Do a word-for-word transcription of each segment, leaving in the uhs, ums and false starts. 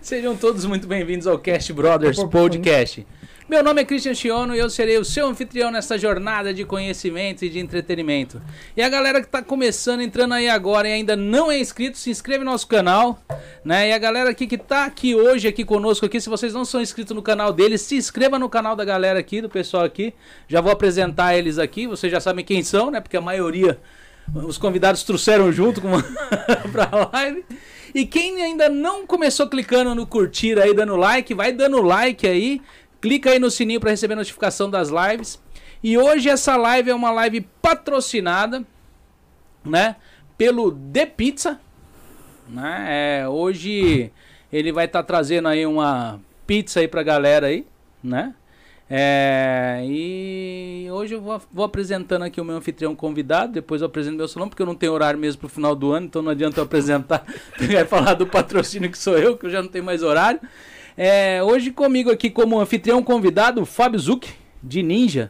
Sejam todos muito bem-vindos ao Cast Brothers Podcast. Meu nome é Christian Chiono e eu serei o seu anfitrião nessa jornada de conhecimento e de entretenimento. E a galera que está começando, entrando aí agora e ainda não é inscrito, se inscreve no nosso canal, né? E a galera aqui que está aqui hoje, aqui conosco aqui, se vocês não são inscritos no canal deles, se inscreva no canal da galera aqui, do pessoal aqui. Já vou apresentar eles aqui, vocês já sabem quem são, né? Porque a maioria, os convidados trouxeram junto com para a live. E quem ainda não começou clicando no curtir aí, dando like, vai dando like aí. Clica aí no sininho para receber notificação das lives. E hoje essa live é uma live patrocinada, né, pelo The Pizza. Né? É, hoje ele vai estar tá trazendo aí uma pizza aí pra galera aí, né? É, e hoje eu vou, vou apresentando aqui o meu anfitrião convidado, depois eu apresento meu salão, porque eu não tenho horário mesmo pro final do ano, então não adianta eu apresentar, vai falar do patrocínio que sou eu, que eu já não tenho mais horário. É, hoje comigo aqui como anfitrião convidado, o Fábio Zucchi, de Ninja.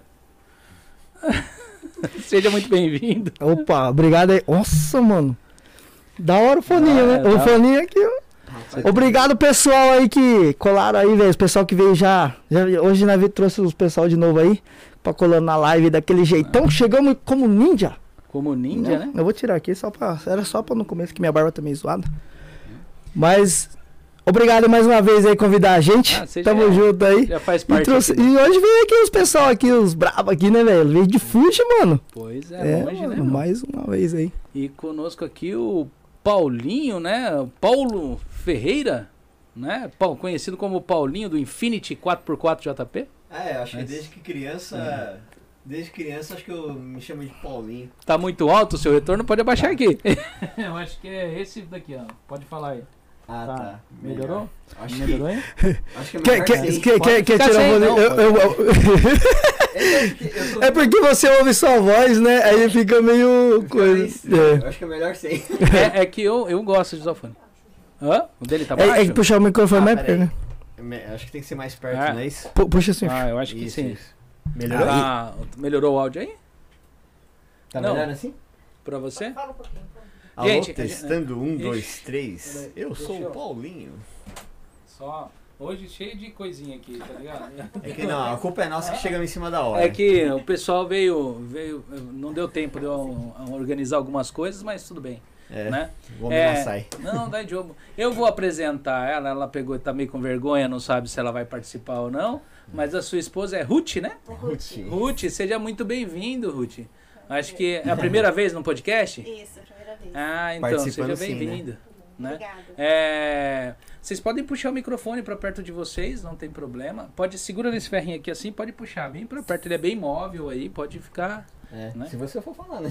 Seja muito bem-vindo. Opa, obrigado aí. Nossa, mano. Da hora o foninho, ah, né? É, o foninho aqui, ó. Obrigado, pessoal aí que colaram aí, velho. O pessoal que veio já, já. Hoje na vida trouxe os pessoal de novo aí, pra colando na live daquele jeitão. Ah. Chegamos como ninja. Como ninja, né? né? Eu vou tirar aqui só pra. Era só pra no começo, que minha barba tá meio zoada. Mas. Obrigado mais uma vez aí convidar a gente. Ah, Tamo já, junto aí. Já faz parte. E, trouxe, aqui, né? E hoje veio aqui os pessoal aqui, os bravos aqui, né, velho? Veio de fute, mano. Pois é, é longe, mano, né? Mano? Mais uma vez aí. E conosco aqui o Paulinho, né? O Paulo Ferreira, né? Conhecido como Paulinho do Infinity quatro por quatro J P. É, acho que desde que criança. É. Desde criança acho que eu me chamo de Paulinho. Tá muito alto o seu retorno? Pode abaixar tá. aqui. Eu acho que é esse daqui, ó. Pode falar aí. Ah, tá. tá. Melhorou? Acho Melhorou, hein? Que, acho que é melhor quer, sem. Quer, quer, quer tirar o volume? Eu, eu, eu... É porque você ouve sua voz, né? Aí fica meio coisa. É. Eu acho que é melhor sem. É, é que eu, eu gosto de usar o fone. Hã? O dele tá baixo? É, é que puxar o microfone ah, mais perto, né? Acho que tem que ser mais perto, ah. não é isso? P puxa assim. Ah, eu acho que isso, sim. Isso. Melhorou? Ah, melhorou o áudio aí? Tá não. melhor assim? Pra você? Fala um pouquinho. Alô, gente, testando, um, Ixi. dois, três. Eu Deixa sou eu- o Paulinho. Só. Hoje cheio de coisinha aqui, tá ligado? É que não, a culpa é nossa que chegamos em cima da hora. É que o pessoal veio, veio. Não deu tempo de eu organizar algumas coisas, mas tudo bem. É, Né? o homem É, já sai. Não, dá jogo. Eu vou apresentar ela, ela pegou, tá meio com vergonha, não sabe se ela vai participar ou não. Mas a sua esposa é Ruth, né? Ruth. Ruth, seja muito bem-vindo, Ruth. Acho que é a primeira vez no podcast? Isso, a primeira vez. Ah, então, Participando seja sim, bem-vindo. né? Né? Obrigada. É, vocês podem puxar o microfone para perto de vocês, não tem problema. Pode segura nesse ferrinho aqui assim, pode puxar bem para perto. Ele é bem móvel aí, pode ficar. É, né? se você for falar, né?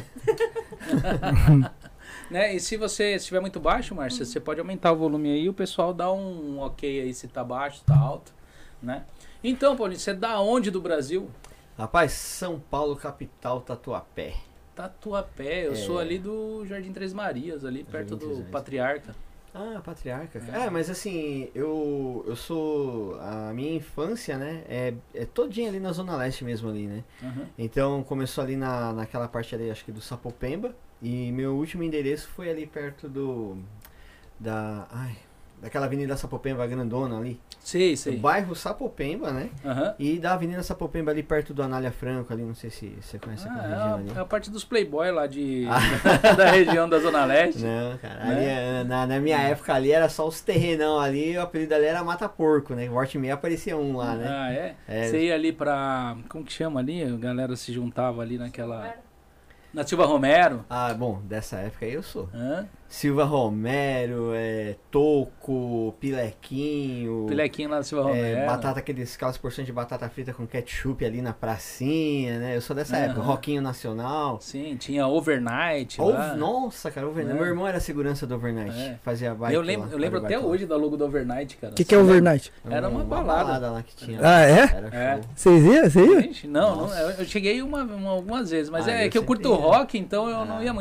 Né? E se você estiver muito baixo, Márcia, você pode aumentar o volume aí. O pessoal dá um ok aí se tá baixo, tá alto, né? Então, Paulinho, você é da onde do Brasil? Rapaz, São Paulo, capital, Tatuapé. Tatuapé. Eu É. sou ali do Jardim Três Marias, ali perto Jardim Três do Marias. Patriarca. Ah, patriarca. É. É, mas assim, eu, eu sou... A minha infância, né, é, é todinha ali na Zona Leste mesmo ali, né? Uhum. Então, começou ali na, naquela parte ali, acho que do Sapopemba. E meu último endereço foi ali perto do... Da... Ai... Daquela Avenida Sapopemba grandona ali. Sei, Do sei. bairro Sapopemba, né? Uhum. E da Avenida Sapopemba ali perto do Anália Franco ali, não sei se você conhece aquela região Ah, ali. é, a, é a parte dos playboy lá de, Ah. da região da Zona Leste. Não, cara, Né? ali, eh, na, na minha época ali era só os terrenão ali, o apelido ali era Mata Porco, né? Volta e meia aparecia um lá, né? Ah, é? É. Você ia ali pra... Como que chama ali? A galera se juntava ali naquela... Na Silva Romero. Ah, bom, dessa época aí eu sou. Hã? Silva Romero, é, Toco, Pilequinho, Pilequinho lá na Silva é, Romero. batata, aqueles, aquelas porções de batata frita com ketchup ali na pracinha, né? Eu sou dessa Aham. época, Roquinho Nacional. Sim, tinha Overnight Ov- lá. Nossa, cara, Overnight. É. Meu irmão era segurança do Overnight, É. fazia bike Eu lembro, lá, eu lembro fazia até bike lá. hoje da logo do Overnight, cara. O que, que é overnight? Era uma balada. lá que tinha. Ah, é? Era É. show. Vocês iam? Vocês iam? Gente, não, não, Nossa. eu, eu cheguei uma, uma- algumas vezes, mas Ah, é eu que eu curto sempre ia. rock, então eu não Ah. ia muito.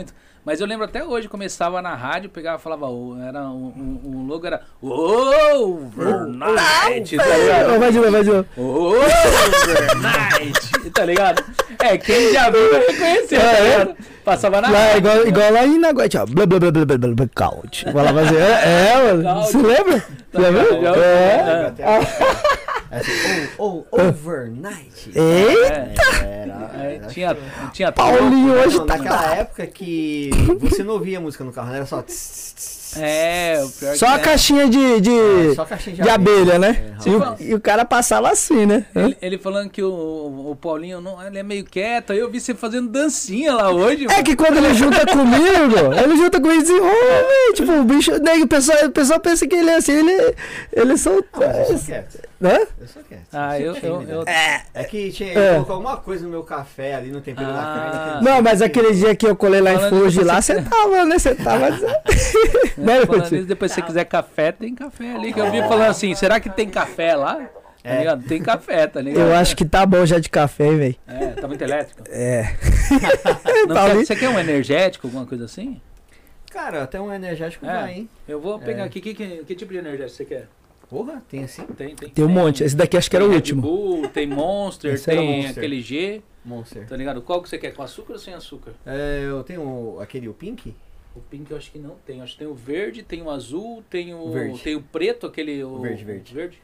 Mas eu lembro até hoje, começava na rádio, pegava e falava, oh, era um, um, um logo era Overnight, tá ligado? Vai de novo, vai de novo. Overnight, tá ligado? É, quem já viu vai reconhecer, tá ligado? Passava na Lá, rádio. igual, igual lá em Nagoya, ó, blá blá blá blá blá blá blá, couch. Falava assim, é, é, mano, Couch. você lembra? Tá Já ligado? viu? Já- É. Até É assim, oh, oh, overnight. Eita! Era, É, era tinha, tinha Paulinho hoje Não, tá... naquela época que você não ouvia música no carro, não era só... tss, tss, tss. É, o pior Só que a é. caixinha de, de, É, só caixinha de abelha, né? É, E, o, rapaz. e o cara passava assim, né? Ele, ele falando que o, o Paulinho não, ele é meio quieto, aí eu vi você fazendo dancinha lá hoje. É mano. que quando ele junta comigo, ele junta comigo e desenrola, velho. Tipo, o bicho. Né, o, pessoal, o pessoal pensa que ele é assim, ele. Ele solta. Ah, mas eu sou quieto. Hã? Eu sou quieto. Ah, eu, eu, eu, É que tinha, É. ele colocou alguma coisa no meu café ali no tempero da Ah. carne. que- Não, mas aquele dia que eu colei lá em Falando Fuji nisso, lá, você- você tava, né? Você tava. Né, falando Coutinho? nisso, depois se você quiser café, tem café ali. Que eu vi falando assim, será que tem café lá? Tá É. ligado? Tem café, tá ligado? Eu acho que tá bom já de café, hein, velho. É, tá muito elétrico. É. Não, Tá quer- ali. você quer um energético, alguma coisa assim? Cara, até um energético É. vai, hein? Eu vou pegar É. aqui. Que, que, que tipo de energético você quer? Porra, tem assim? Tem, tem. Tem um monte. Esse daqui acho que era o Tem Red último. Bull, tem Monster, Esse era o tem Monster. aquele G, Monster. tá ligado? Qual que você quer? Com açúcar ou sem açúcar? É, eu tenho aquele, o Pink? O pink eu acho que não tem. Acho que tem o verde, tem o azul, tem o, Verde. tem o preto, aquele. O, Verde, verde. verde.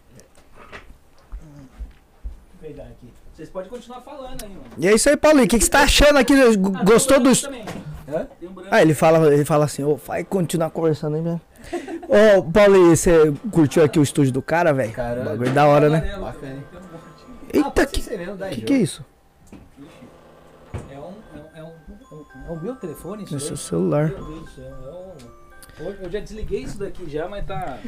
Vou pegar aqui. Vocês podem continuar falando aí, mano. E é isso aí, Paulinho. O que, que você tá achando aqui? Ah, Gostou tem um dos. branco também. Tem um branco. Ah, ele fala, ele fala assim, ô, vai continuar conversando aí mesmo. Ô, Paulinho, você curtiu aqui o estúdio do cara, velho? Cara, Bagulho da hora, né? Amarelo, Bacana, hein? tem um monte. Ah, Eita, pode que, ser mesmo, dá que jogo. que é isso? É um, é um, é um, um- é o meu telefone isso É seu daí? celular. Meu Deus do céu, é um- Hoje- Eu já desliguei isso daqui já, mas tá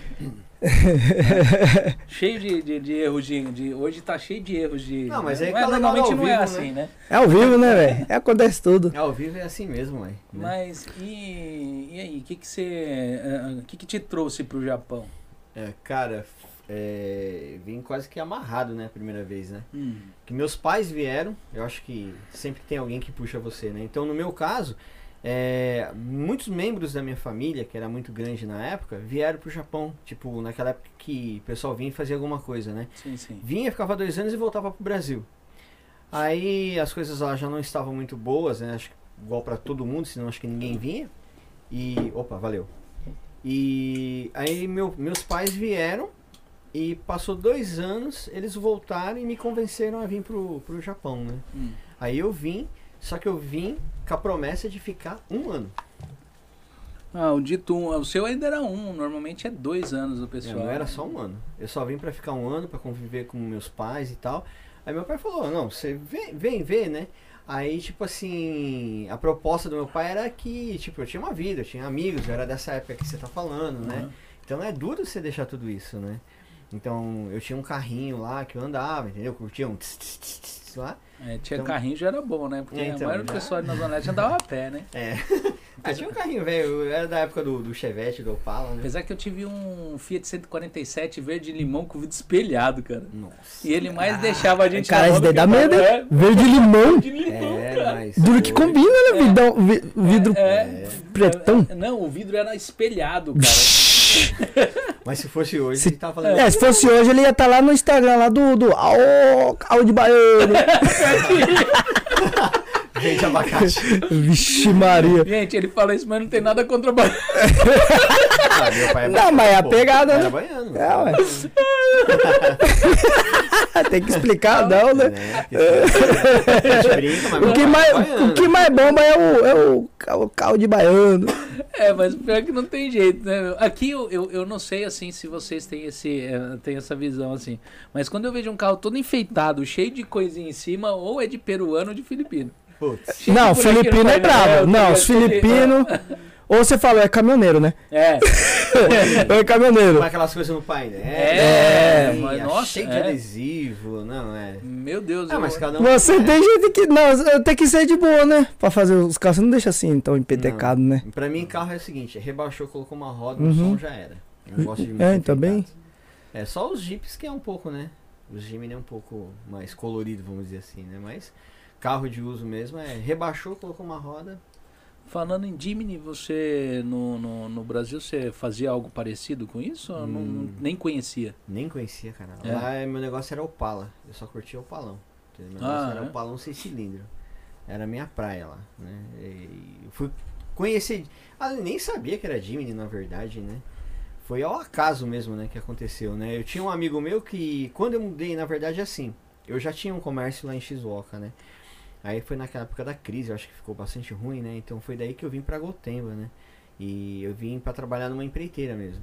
cheio de, de, de erros de, de. Hoje tá cheio de erros de. Não, mas aí não que é legal normalmente ao não é vivo, assim, né? É ao vivo, né, velho? É, acontece tudo. Ao vivo é assim mesmo, mãe. Né? Mas e, e aí, o que que você. eh, O que que te trouxe pro Japão? É, cara, é, vim quase que amarrado, né, a primeira vez, né? Hum. Que meus pais vieram, eu acho que sempre tem alguém que puxa você, né? Então, no meu caso, é, muitos membros da minha família, que era muito grande na época, vieram pro Japão. Tipo, naquela época que o pessoal vinha e fazia alguma coisa, né? Sim, sim. Vinha, ficava dois anos e voltava pro Brasil. Aí as coisas lá já não estavam muito boas, né? Acho que igual pra todo mundo, senão acho que ninguém vinha. E. Opa, valeu. E aí meu, meus pais vieram e passou dois anos, eles voltaram e me convenceram a vir pro, pro Japão, né? Hum. Aí eu vim, só que eu vim com a promessa de ficar um ano. Ah, o dito um. O seu ainda era um, normalmente é dois anos do É, pessoal. não era só um ano. Eu só vim pra ficar um ano, pra conviver com meus pais e tal. Aí meu pai falou, não, você vem, vem ver, né? Aí, tipo assim, a proposta do meu pai era que, tipo, eu tinha uma vida, eu tinha amigos, eu era dessa época que você tá falando, né? Uhum. Então é duro você deixar tudo isso, né? Então, eu tinha um carrinho lá que eu andava, entendeu? Curtia um tss, tss, tss, tss lá. É, tinha Então- carrinho já era bom, né? Porque Então, a maioria do já- pessoal ali na Zona Leste andava a pé, né? É. Ah, tinha um carrinho, velho. Eu era da época do, do Chevette, do Opala, né? Apesar que eu tive um Fiat cento e quarenta e sete verde limão com vidro espelhado, cara. Nossa. E ele mais deixava a gente Cara, na esse mão daí do dá que medo, pra- hein? Verde limão. De limão, É, cara. mas. Duro que hoje- combina, né? Vidão, vi- vidro É, pretão. é, não, o vidro era espelhado, cara. Mas se fosse hoje, Se- ele tava falando. É, se fosse hoje, ele ia estar lá no Instagram, lá do, do Aô, Carro de Baiano. Gente, abacate. Vixe Maria. Gente, ele fala isso, mas não tem nada contra o Bahia. Ah, meu pai é Não, mas é a pô, pegada, era né? baiano. É, ué. Tem que explicar, não, né? Né? A gente brinca, mas O meu que, pai é mais, baiano. o que mais bomba é o, é o, ca- o carro de baiano. É, mas pior que não tem jeito, né? meu? Aqui eu, eu, eu não sei, assim, se vocês têm, esse, eh, têm essa visão, assim. Mas quando eu vejo um carro todo enfeitado, cheio de coisinha em cima, ou é de peruano ou de filipino. Putz. Cheio de Não, bonequinho no filipino é painel, tá brabo. Não, ligado? os filipinos. Ou você falou, é caminhoneiro, né? É. Ou é caminhoneiro. Com aquelas coisas no painel. É, e mas a- nossa, cheio de é. adesivo. Não, é. Meu Deus, Ah, eu- mas cada um. Você tem gente que. Não, tem que ser de boa, né? Pra fazer os carros. Você não deixa assim tão empetecado, né? Pra mim, carro é o seguinte: rebaixou, colocou uma roda, Uhum. o som já era. Eu não gosto de muito É, também. enfeitado. É só os Jeeps que é um pouco, né? Os Jimny é um pouco mais colorido, vamos dizer assim, né? Mas carro de uso mesmo é rebaixou, colocou uma roda. Falando em Jimny, você no, no, no Brasil, você fazia algo parecido com isso? Ou não, Hum. nem conhecia? Nem conhecia, cara. É? Lá meu negócio era Opala. Eu só curtia Opalão. Entendeu? Meu Ah, negócio era é? Opalão sem cilindro. Era a minha praia lá, né? E eu fui conhecer... Ah, eu nem sabia que era Jimny, na verdade, né? Foi ao acaso mesmo, né, que aconteceu, né? Eu tinha um amigo meu que, quando eu mudei, na verdade, assim... Eu já tinha um comércio lá em Shizuoka, né? Aí foi naquela época da crise, eu acho que ficou bastante ruim, né? Então foi daí que eu vim pra Gotemba, né? E eu vim pra trabalhar numa empreiteira mesmo.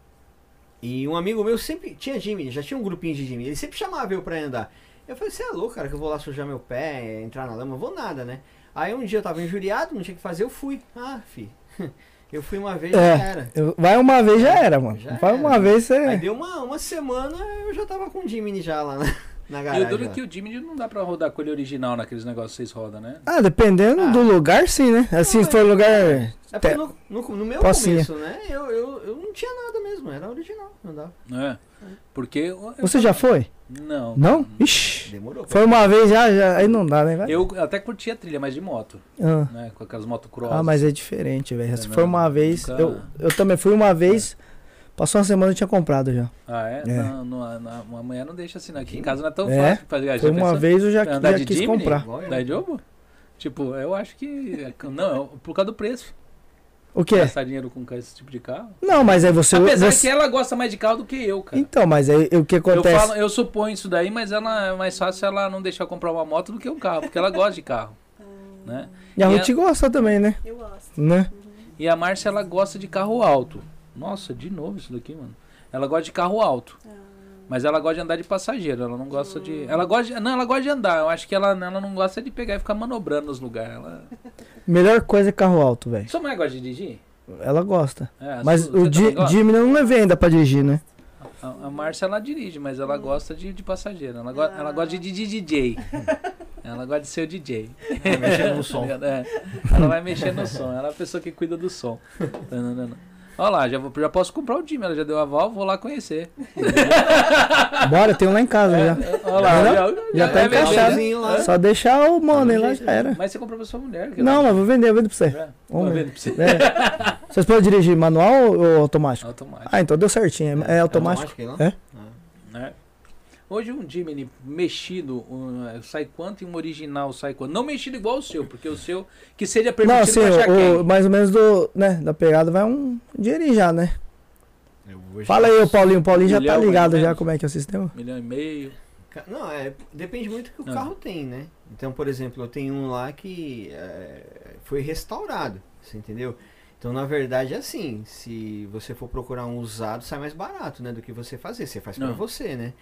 E um amigo meu sempre tinha Jimny, já tinha um grupinho de Jimny, ele sempre chamava eu pra andar. Eu falei, você é louco, cara, que eu vou lá sujar meu pé, entrar na lama, eu vou nada, né? Aí um dia eu tava injuriado, não tinha o que fazer, eu fui. Ah, fi, eu fui uma vez e É, já era. eu- vai uma vez já era, mano. Já Vai era. uma vez Aí você... deu uma, uma semana, eu já tava com Jimny já lá na, na E garagem. o duro é lá. que o Jimny não dá pra rodar com ele original naqueles negócios que vocês rodam, né? Ah, dependendo Ah. do lugar, sim, né? Assim, Não, se for lugar... É porque Te- no, no, no meu Pocinha. começo, né, eu, eu, eu não tinha nada mesmo, era original, não dava. É. Porque... eu- Você já foi? Não. Não? Ixi. Demorou. Foi uma vez já, já, aí não dá, né? Vai. Eu até curti a trilha, mas de moto, Ah. né? Com aquelas motocross. Ah, mas é diferente, velho. É, Se não, for uma vez... nunca- Eu, eu também fui uma vez, passou uma semana eu tinha comprado já. Ah, é? É. Não, não, não, amanhã não deixa assim, não. Aqui em Jimny? casa não é tão É, fácil fazer. Já Foi uma pensou? vez eu já, Andar já de quis Jimny? comprar. Igual eu. Da Idiomo? Tipo, eu acho que... Não, é por causa do preço. O quê? Gastar dinheiro com esse tipo de carro. Não, mas aí você... Apesar você... que ela gosta mais de carro do que eu, cara. Então, mas aí o que Eu, acontece... falo, eu suponho isso daí, mas ela é mais fácil ela não deixar eu comprar uma moto do que um carro, porque ela gosta de carro, né? E a E Ruth gosta também, né? Eu gosto. Né? E a Márcia, ela gosta de carro alto. Nossa, de novo isso daqui, mano. Ela gosta de carro alto. Mas ela gosta de andar de passageiro, ela não gosta de... Ela gosta de... Não, ela gosta de andar. Eu acho que ela, ela não gosta de pegar e ficar manobrando nos lugares. Ela... Melhor coisa é carro alto, velho. Sua mãe gosta de dirigir? Ela gosta. É, Mas su- o você também Di- gosta? Jimmy eu não levei ainda pra dirigir, né? A, a Márcia, ela dirige, mas ela gosta de, de passageiro. Ela, go, ela gosta de, de D J. Ela gosta de ser o D J. Vai mexendo no som. É, ela vai mexer no som. Ela é a pessoa que cuida do som. Olha lá, já, vou- já posso comprar o Jimmy. Ela já deu a aval, vou lá conhecer. Bora, tem um lá em casa já. Olha lá, Não? já, Já tá é encaixado. vender. lá. Só deixar o money Tá lá no já era. Mas você comprou pra sua mulher. que Não, ela- mas vou vender, eu vendo pra você. É, Vamos vou ver. vender pra você. É. Vocês podem dirigir manual ou, ou automático? Automático. Ah, então deu certinho. É, é automático. aí lá? É? Né? Hoje um Jimny mexido, um, é, sai quanto e um original sai quanto? Não mexido igual o seu, porque o seu que seja Não, permitido assim, pra o, o- quem? mais ou menos do, né, da pegada vai um dinheirinho já, né? Eu hoje- Fala aí, o Paulinho. O Paulinho já Milhão, tá mais ligado ou já menos. como é que é o sistema. Milhão e meio. Ca- Não, é, depende muito do que o Ah. carro tem, né? Então, por exemplo, eu tenho um lá que é, foi restaurado, você entendeu? Então, na verdade, é assim, se você for procurar um usado, sai mais barato, né, do que você fazer. Você faz pra Não. você, né?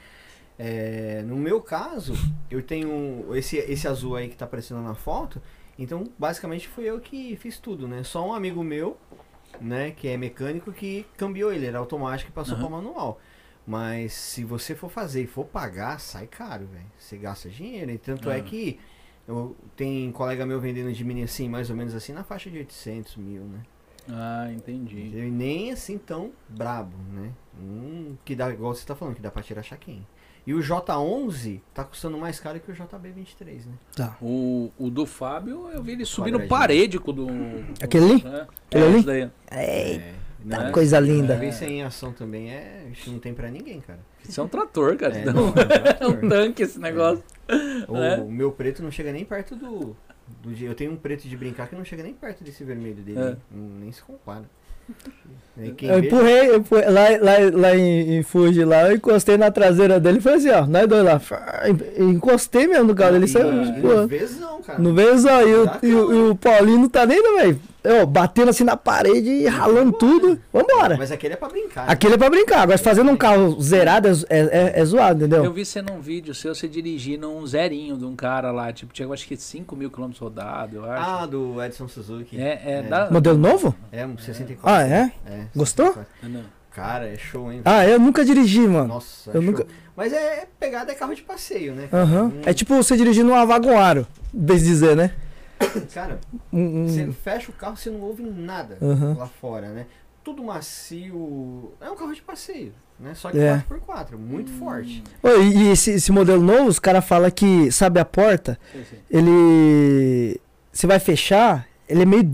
É, no meu caso, eu tenho esse, esse azul aí que tá aparecendo na foto, então, basicamente, fui eu que fiz tudo, né? Só um amigo meu, né, que é mecânico, que cambiou ele, era automático e passou Aham. pra manual. Mas se você for fazer e for pagar, sai caro, velho. Você gasta dinheiro. E tanto é Ah. que eu, tem colega meu vendendo de mini assim, mais ou menos assim, na faixa de oitocentos mil, né? Ah, entendi. Entendeu? E nem assim tão brabo, né? Um que dá, igual você tá falando, que dá pra tirar chaquinho. E o J onze tá custando mais caro que o J B vinte e três, né? Tá. O, o do Fábio, eu vi ele subindo Quadradinho. parédico do... Aquele ali? É, Aquele é, ali? esse daí. Eita, né? coisa Pra linda. ver se em ação também é. Isso não tem pra ninguém, cara. Isso é um trator, cara. É, Então, não, é um é trator. um tanque esse negócio. O, É. o meu preto não chega nem perto do, do. de- Eu tenho um preto de brincar que não chega nem perto desse vermelho dele. É. Não- nem se compara. E quem Eu vê- empurrei, eu empurrei lá, lá, lá em, em Fuji, lá, eu encostei na traseira dele e foi assim, ó, nós dois lá. fá, en- Encostei mesmo no carro dele, e- saiu e no voando. vezão, cara. No vez ó, e o, Dá e, o, calma. e o Paulinho não tá nem, né, velho? Eu, batendo assim na parede e ralando tudo. Vambora. Mas aquele é pra brincar. né? Aquele é pra brincar, agora fazendo um carro zerado é, é, é zoado, entendeu? Eu vi você num vídeo seu, você dirigindo um zerinho de um cara lá, tipo, tinha acho que cinco mil quilômetros rodados, eu acho. Ah, do Edson Suzuki. é, é, é. da... Modelo novo? É, um sessenta e quatro. Ah, é? É, Gostou? sessenta e quatro. Não. Cara, é show, hein? Ah, eu nunca dirigi, mano. Nossa, eu é nunca- show. Mas é pegada, é carro de passeio, né? cara? Aham. Um- É tipo você dirigindo uma Vagoaro, bem dizer, né? Cara, Um, um- você fecha o carro, você não ouve nada Aham. lá fora, né? Tudo macio. É um carro de passeio, né? Só que É. quatro por quatro, muito forte. Ô, e e esse, esse modelo novo, os caras falam que, sabe a porta, Sim, sim. ele... Você vai fechar, ele é meio duro.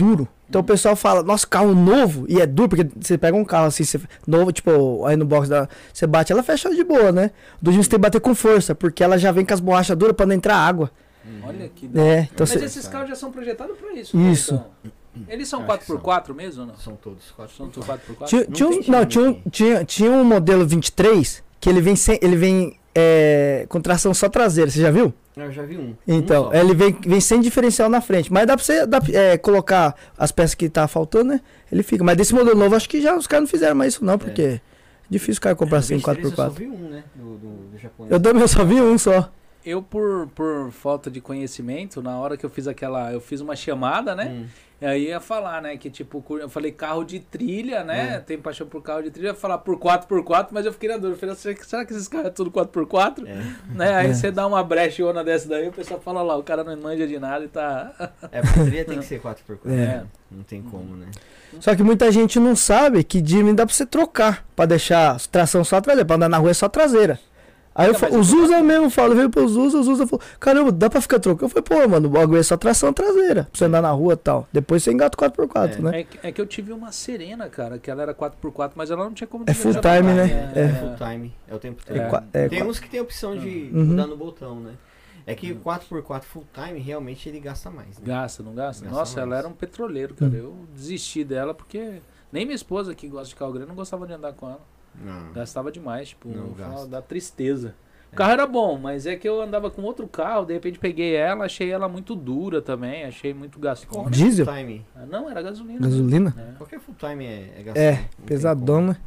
Então hum. o pessoal fala, nossa, carro novo, e é duro, porque você pega um carro assim, você, novo, tipo, aí no box da, você bate, ela fecha de boa, né? Do jeito você tem que bater com força, porque ela já vem com as borrachas duras pra não entrar água. Hum. Olha que é, então Mas cê... esses carros já são projetados pra isso. Isso. Né, então? Eles são quatro por quatro mesmo ou não? São todos quatro por quatro. São quatro por quatro? Tinha, tinha, um, não, tinha, um, tinha, tinha um modelo vinte e três que ele vem, sem, ele vem é, com tração só traseira, você já viu? Eu já vi um. Então, um ele vem, vem sem diferencial na frente. Mas dá pra você dá, é, colocar as peças que tá faltando, né? Ele fica. Mas desse modelo novo, acho que já os caras não fizeram mais isso não, porque é, é difícil o cara comprar assim quatro por quatro. Eu só vi um, né? Do, do, do japonês. Eu também só vi um só. Eu, por, por falta de conhecimento, na hora que eu fiz aquela... Eu fiz uma chamada, né? Hum. E aí ia falar, né? Que tipo, eu falei carro de trilha, né? É. Tem paixão por carro de trilha. Eu ia falar por quatro por quatro, mas eu fiquei na dúvida. Eu falei, será que esses carros é tudo quatro por quatro? É. Né? Aí é. você dá uma brechona dessa daí, o pessoal fala lá, o cara não manja de nada e tá... É, porque trilha tem que ser quatro por quatro. É. Não tem como, né? Só que muita gente não sabe que Jimmy dá pra você trocar. Pra deixar tração só traseira. Pra andar na rua é só traseira. Aí eu falo, os Usa mesmo, falo, veio pros Usa, os Usa falou, caramba, dá pra ficar trocando? Eu falei, pô, mano, o bagulho é só tração traseira, pra você andar na rua e tal. Depois você engata quatro por quatro, é, né? É que, é que eu tive uma Serena, cara, que ela era quatro por quatro, mas ela não tinha como... É full time, né? É, é full time, é o tempo todo. É, é, tem uns que tem a opção de uhum. mudar no botão, né? É que quatro por quatro full time, realmente, ele gasta mais. Né? Gasta, não gasta? gasta Nossa, mais. Ela era um petroleiro, cara. Uhum. Eu desisti dela porque nem minha esposa, que gosta de carro grande, não gostava de andar com ela. Não. Gastava demais, tipo, da tristeza. O carro era bom, mas é que eu andava com outro carro, de repente peguei ela, achei ela muito dura também, achei muito gastona. Diesel? Ah, não, era gasolina. Gasolina? É. Qualquer full time é, é gasolina. É, pesadona.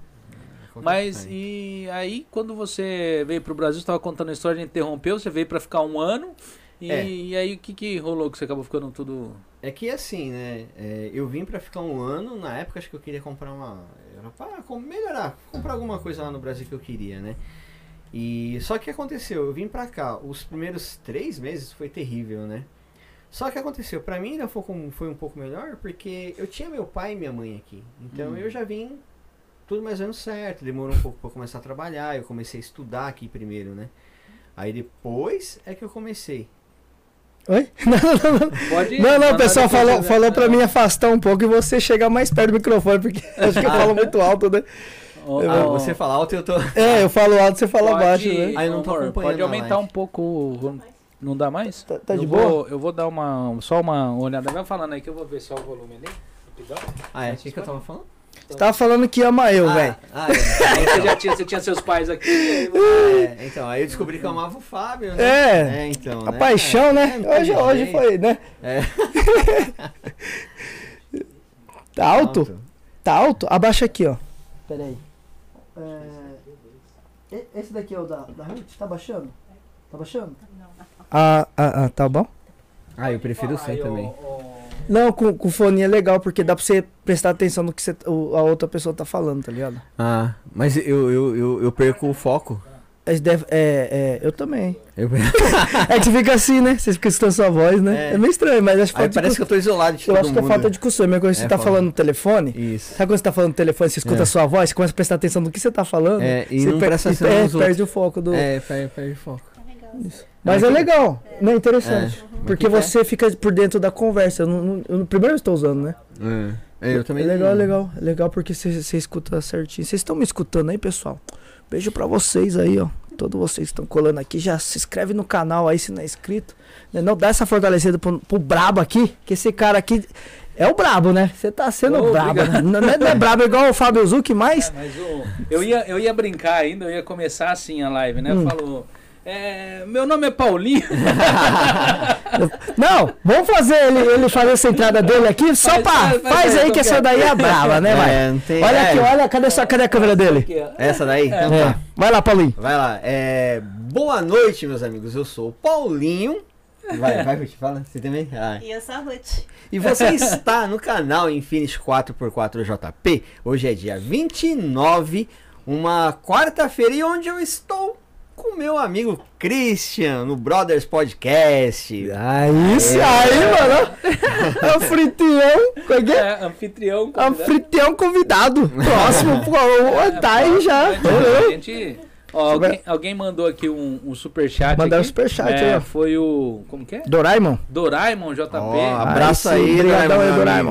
Mas e aí, quando você veio pro Brasil, você estava contando a história, interrompeu, você veio para ficar um ano, e, é. e aí o que, que rolou que você acabou ficando tudo... É que assim, né, é, eu vim para ficar um ano, na época acho que eu queria comprar uma... Era pra melhorar, comprar alguma coisa lá no Brasil que eu queria, né. E só que aconteceu, eu vim pra cá, os primeiros três meses foi terrível, né? Só que aconteceu, pra mim ainda foi, foi um pouco melhor, porque eu tinha meu pai e minha mãe aqui. Então hum. eu já vim tudo mais ou menos certo, demorou um pouco pra começar a trabalhar, eu comecei a estudar aqui primeiro, né? Aí depois é que eu comecei. Oi? Não, não, não. Pode ir, não, não, o pessoal falou, falou pra mim afastar um pouco e você chegar mais perto do microfone, porque acho que eu falo muito alto, né? Oh, ah, oh. Você fala alto e eu tô... É, eu falo alto, você fala pode, baixo, né? Aí eu não tô amor, pode aumentar um pouco, não dá mais? Tá, tá de eu boa? Vou, eu vou dar uma, só uma olhada, vai falando aí que eu vou ver só o volume ali. Ah, é? O que, que eu tava falando? Você tava falando que ama eu, ah, velho. Ah, é. você já tinha, você tinha seus pais aqui. É, então, aí eu descobri que eu amava o Fábio, né? É, é então, a né? paixão, né? É, hoje, hoje foi, né? É. Tá alto? alto? Tá alto? Abaixa aqui, ó. Pera aí. É, esse daqui é o da, da Ruth? Tá baixando? Tá baixando? Não. Ah, ah, ah, tá bom? Ah, eu prefiro sem também. Não, com, com fone é legal, porque dá pra você prestar atenção no que você, o, a outra pessoa tá falando, tá ligado? Ah, mas eu, eu, eu, eu perco o foco. Deve, é, é, eu também. Eu... é que você fica assim, né? Você fica escutando sua voz, né? É, é meio estranho, mas acho que Aí parece que eu tô isolado de todo Eu acho mundo. que é falta de costume. Mas quando você é, tá foda. falando no telefone, Isso. Sabe quando você tá falando no telefone, você escuta é. a sua voz, você começa a prestar atenção no que você tá falando. É, e você não per presta atenção é, nos perde outros. o foco do... É, perde, perde o foco. Isso. Mas é, é legal, é. não é interessante. É. Porque você fica por dentro da conversa. Eu, não, eu, primeiro eu estou usando, né? É. Eu também. É legal, é legal. É legal porque você, você escuta certinho. Vocês estão me escutando aí, pessoal? Beijo pra vocês aí, ó. Todos vocês que estão colando aqui. Já se inscreve no canal aí se não é inscrito. Não dá essa fortalecida pro, pro brabo aqui. Que esse cara aqui é o brabo, né? Você tá sendo oh, brabo. Né? Não, não é brabo igual o Fábio Zucchi, mas... É, mas oh, eu, ia, eu ia brincar ainda. Eu ia começar assim a live, né? Hum. Eu falo... É, meu nome é Paulinho. Não, vamos fazer ele, ele fazer essa entrada dele aqui só faz, pra. Faz, faz, faz aí que essa daí é brava, né, vai? É, tem, olha é. aqui, olha, cadê, sua, cadê a câmera dele? Aqui, essa daí? É. Então tá. Vai lá, Paulinho. Vai lá. É, boa noite, meus amigos. Eu sou o Paulinho. Vai, vai, Ruth, fala. Você também? Ah. E eu sou a Ruth. E você está no canal Infinity quatro por quatro J P. Hoje é dia vinte e nove, uma quarta-feira, e onde eu estou com meu amigo Christian, no Brothers Podcast. Aí sim, aí, mano. Anfitrião. É, é, anfitrião convidado. Anfitrião convidado. Próximo, pô, é, tá aí já. A gente, ó, alguém, alguém mandou aqui um, um superchat. Mandaram um superchat é, aí, ó. Foi o. Como que é? Doraemon. Doraemon J P. Oh, abraço aí, Obrigadão aí, Doraemon.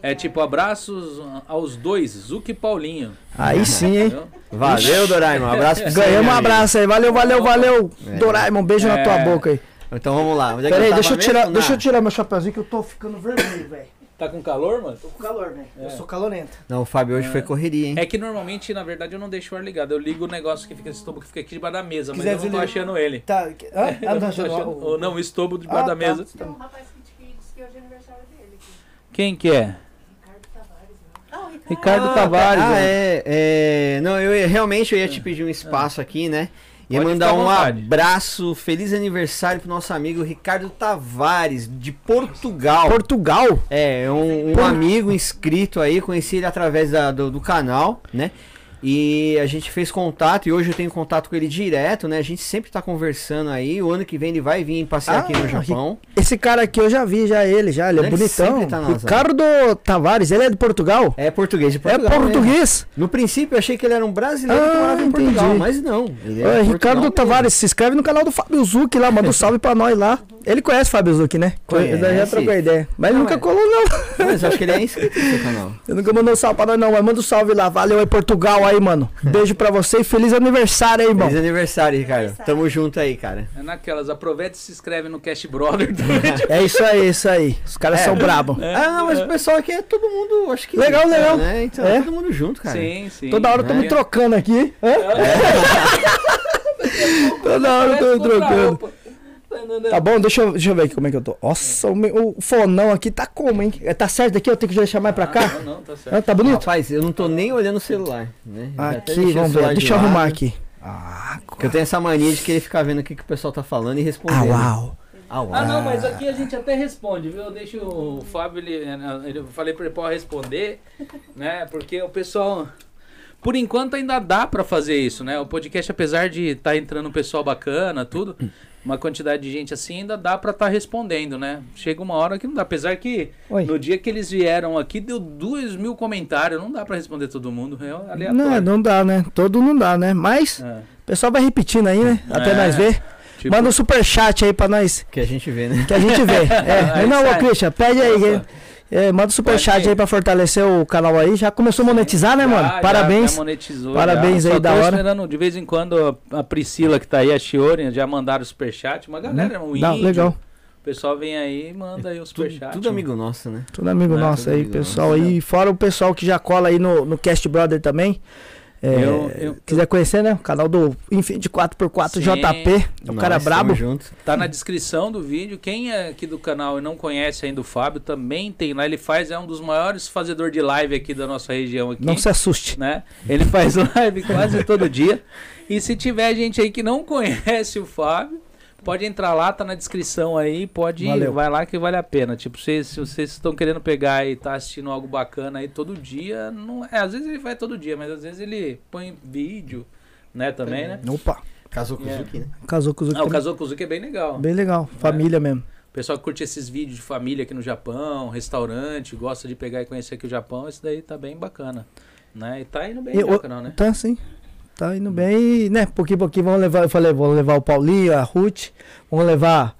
É tipo, abraços aos dois, Zuki e Paulinho. Aí sim, hein? Entendeu? Valeu, Doraemon. Um abraço pra você. Ganhamos um meu amigo. abraço aí. Valeu, valeu, valeu. É. Doraemon, beijo na tua É. boca aí. Então vamos lá. Onde é que Pera aí, eu deixa eu tava tirar, mesmo? deixa eu Na- tirar meu chapeuzinho que eu tô ficando vermelho, velho. Tá com calor, mano? Tô com calor, velho. É. Eu sou calorento. Não, o Fábio hoje foi correria, hein? É que normalmente, na verdade, eu não deixo o ar ligado. Eu ligo o negócio que fica esse estobo que fica aqui debaixo da mesa, mas Quiser eu não tô desligar- achando ele. Tá. Ah, Eu ah, não, não, tô não, achando- o- ou não, o estobo debaixo Ah, da tá. mesa. Tem um rapaz que te disse que hoje é aniversário dele. aqui. Quem que é? Ricardo Tavares, né? Ah, o Ricardo. Ricardo Ah, Tavares. Ah, né? é, é. Não, eu ia- realmente eu ia te pedir um espaço aqui, né? Ia Pode mandar ficar à um vontade. abraço, feliz aniversário pro nosso amigo Ricardo Tavares, de Portugal. Portugal? É, um, um amigo inscrito aí, conheci ele através da- do, do canal, né? E a gente fez contato e hoje eu tenho contato com ele direto, né? A gente sempre tá conversando aí. O ano que vem ele vai vir passear Ah, aqui no Japão. Esse cara aqui eu já vi, já ele, já. Ele é Ele bonitão. sempre tá nas Ricardo Tavares, ele é de Portugal? É português de Portugal. é né? português? No princípio eu achei que ele era um brasileiro Ah, que morava em Portugal, entendi. mas não. Ele é Oi, de Ricardo Portugal mesmo. Tavares, se inscreve no canal do Fábio Zucchi lá, manda um salve pra nós lá. Ele conhece o Fábio Zucchi, né? Conhece. Eu já trocou ideia. Mas ele Não, nunca mas- colou, não. Mas eu acho que ele é inscrito no seu canal. Eu nunca mandou um salve pra nós, não. Mas manda um salve lá. Valeu aí, Portugal aí, mano. Beijo pra você e feliz aniversário aí, irmão. Feliz aniversário, Ricardo. Aniversário. Tamo junto aí, cara. É naquelas, aproveita e se inscreve no Cast Brother também. É isso aí, isso aí. Os caras É. são brabos. Ah, não, mas o pessoal aqui é todo mundo, acho que... Legal, legal. Né? Então, É. é todo mundo junto, cara. Sim, sim. Toda hora eu tô É. me trocando aqui. Hã? Toda hora eu tô me trocando. Tá bom, deixa eu, deixa eu ver aqui como é que eu tô. Nossa, o, meu, o fonão aqui tá como, hein? Tá certo aqui? Eu tenho que deixar mais pra cá? Não, não, tá certo. Ah, tá bonito? Rapaz, eu não tô nem olhando o celular, né? Já até Aqui, deixei o vamos celular ver. de Deixa eu lado, arrumar aqui. Ah, Porque eu tenho essa mania de querer ficar vendo o que, que o pessoal tá falando e responder. ah, uau. Ah, uau. Ah, não, mas aqui a gente até responde, viu? Eu deixo o Fábio, ele, ele- eu falei pra ele pode responder, né? Porque o pessoal, por enquanto ainda dá pra fazer isso, né? O podcast, apesar de estar entrando um pessoal bacana, tudo, uma quantidade de gente assim, ainda dá pra estar respondendo, né? Chega uma hora que não dá, apesar que Oi. no dia que eles vieram aqui deu dois mil comentários, não dá pra responder todo mundo, é aleatório. Não, não dá, né? Todo não dá, né? Mas É, o pessoal vai repetindo aí, né? Até É. nós ver. tipo, Manda um superchat aí pra nós, Que a gente vê, né? que a gente vê. É, Aí não, ô sai. Christian, pede aí. Nossa. É, manda um superchat Pode ir. aí pra fortalecer o canal aí. Já começou a monetizar, né, Já, mano? já, Parabéns. já monetizou, Parabéns já. aí, Só da tô hora. esperando, de vez em quando, a a Priscila que tá aí, a Chiori, já mandaram o superchat. Uma galera, um Não, índio. legal. O pessoal vem aí e manda aí o Tudo, superchat. tudo amigo nosso, né? Tudo amigo É, nosso tudo aí, amigo pessoal nosso, aí. Fora o pessoal que já cola aí no, no Cast Brother também. É, Eu- eu- quiser conhecer, né? O canal do Infinity quatro por quatro Sim. J P. É um cara Nós, brabo. tamo junto. Tá na descrição do vídeo. Quem é aqui do canal e não conhece ainda o Fábio, também tem lá. Ele faz, é um dos maiores fazedores de live aqui da nossa região aqui. Não se assuste. Né? Ele faz live quase todo dia. E se tiver gente aí que não conhece o Fábio, pode entrar lá, tá na descrição aí, pode ir, Valeu. vai lá que vale a pena. Tipo, vocês, se vocês estão querendo pegar e tá assistindo algo bacana aí todo dia, não é, às vezes ele vai todo dia, mas às vezes ele põe vídeo, né, também, né? Opa, Casou com o É. Zuki, né? casou com os Ah, o outros. Casou com o Zuki é bem legal. Bem legal. Família mesmo. O pessoal que curte esses vídeos de família aqui no Japão, restaurante, gosta de pegar e conhecer aqui o Japão, esse daí tá bem bacana, né? E tá indo bem E já o- o canal, né? Tá sim. Tá indo bem, e, né? Pouquinho, pouquinho vamos levar. Eu falei, vamos levar o Paulinho, a Ruth, vamos levar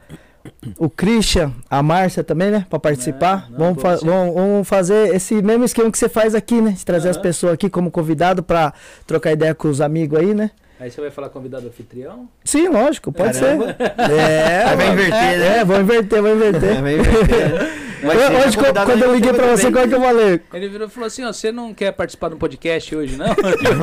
o Christian, a Márcia também, né? Pra participar. É, não, vamos, fa vamos sim. vamos, vamos fazer esse mesmo esquema que você faz aqui, né? De trazer as Aham. pessoas aqui como convidado pra trocar ideia com os amigos aí, né? Aí você vai falar convidado anfitrião? Sim, lógico, pode Caramba. ser. É, Aí vai mano. inverter, é, né? É, vou inverter, vou inverter. Vai inverter, né? Mas Eu- você Hoje, tá quando, convidado quando eu aí, liguei pra também. você, qual que eu falei? Ele virou e falou assim, ó, você não quer participar do podcast hoje, não?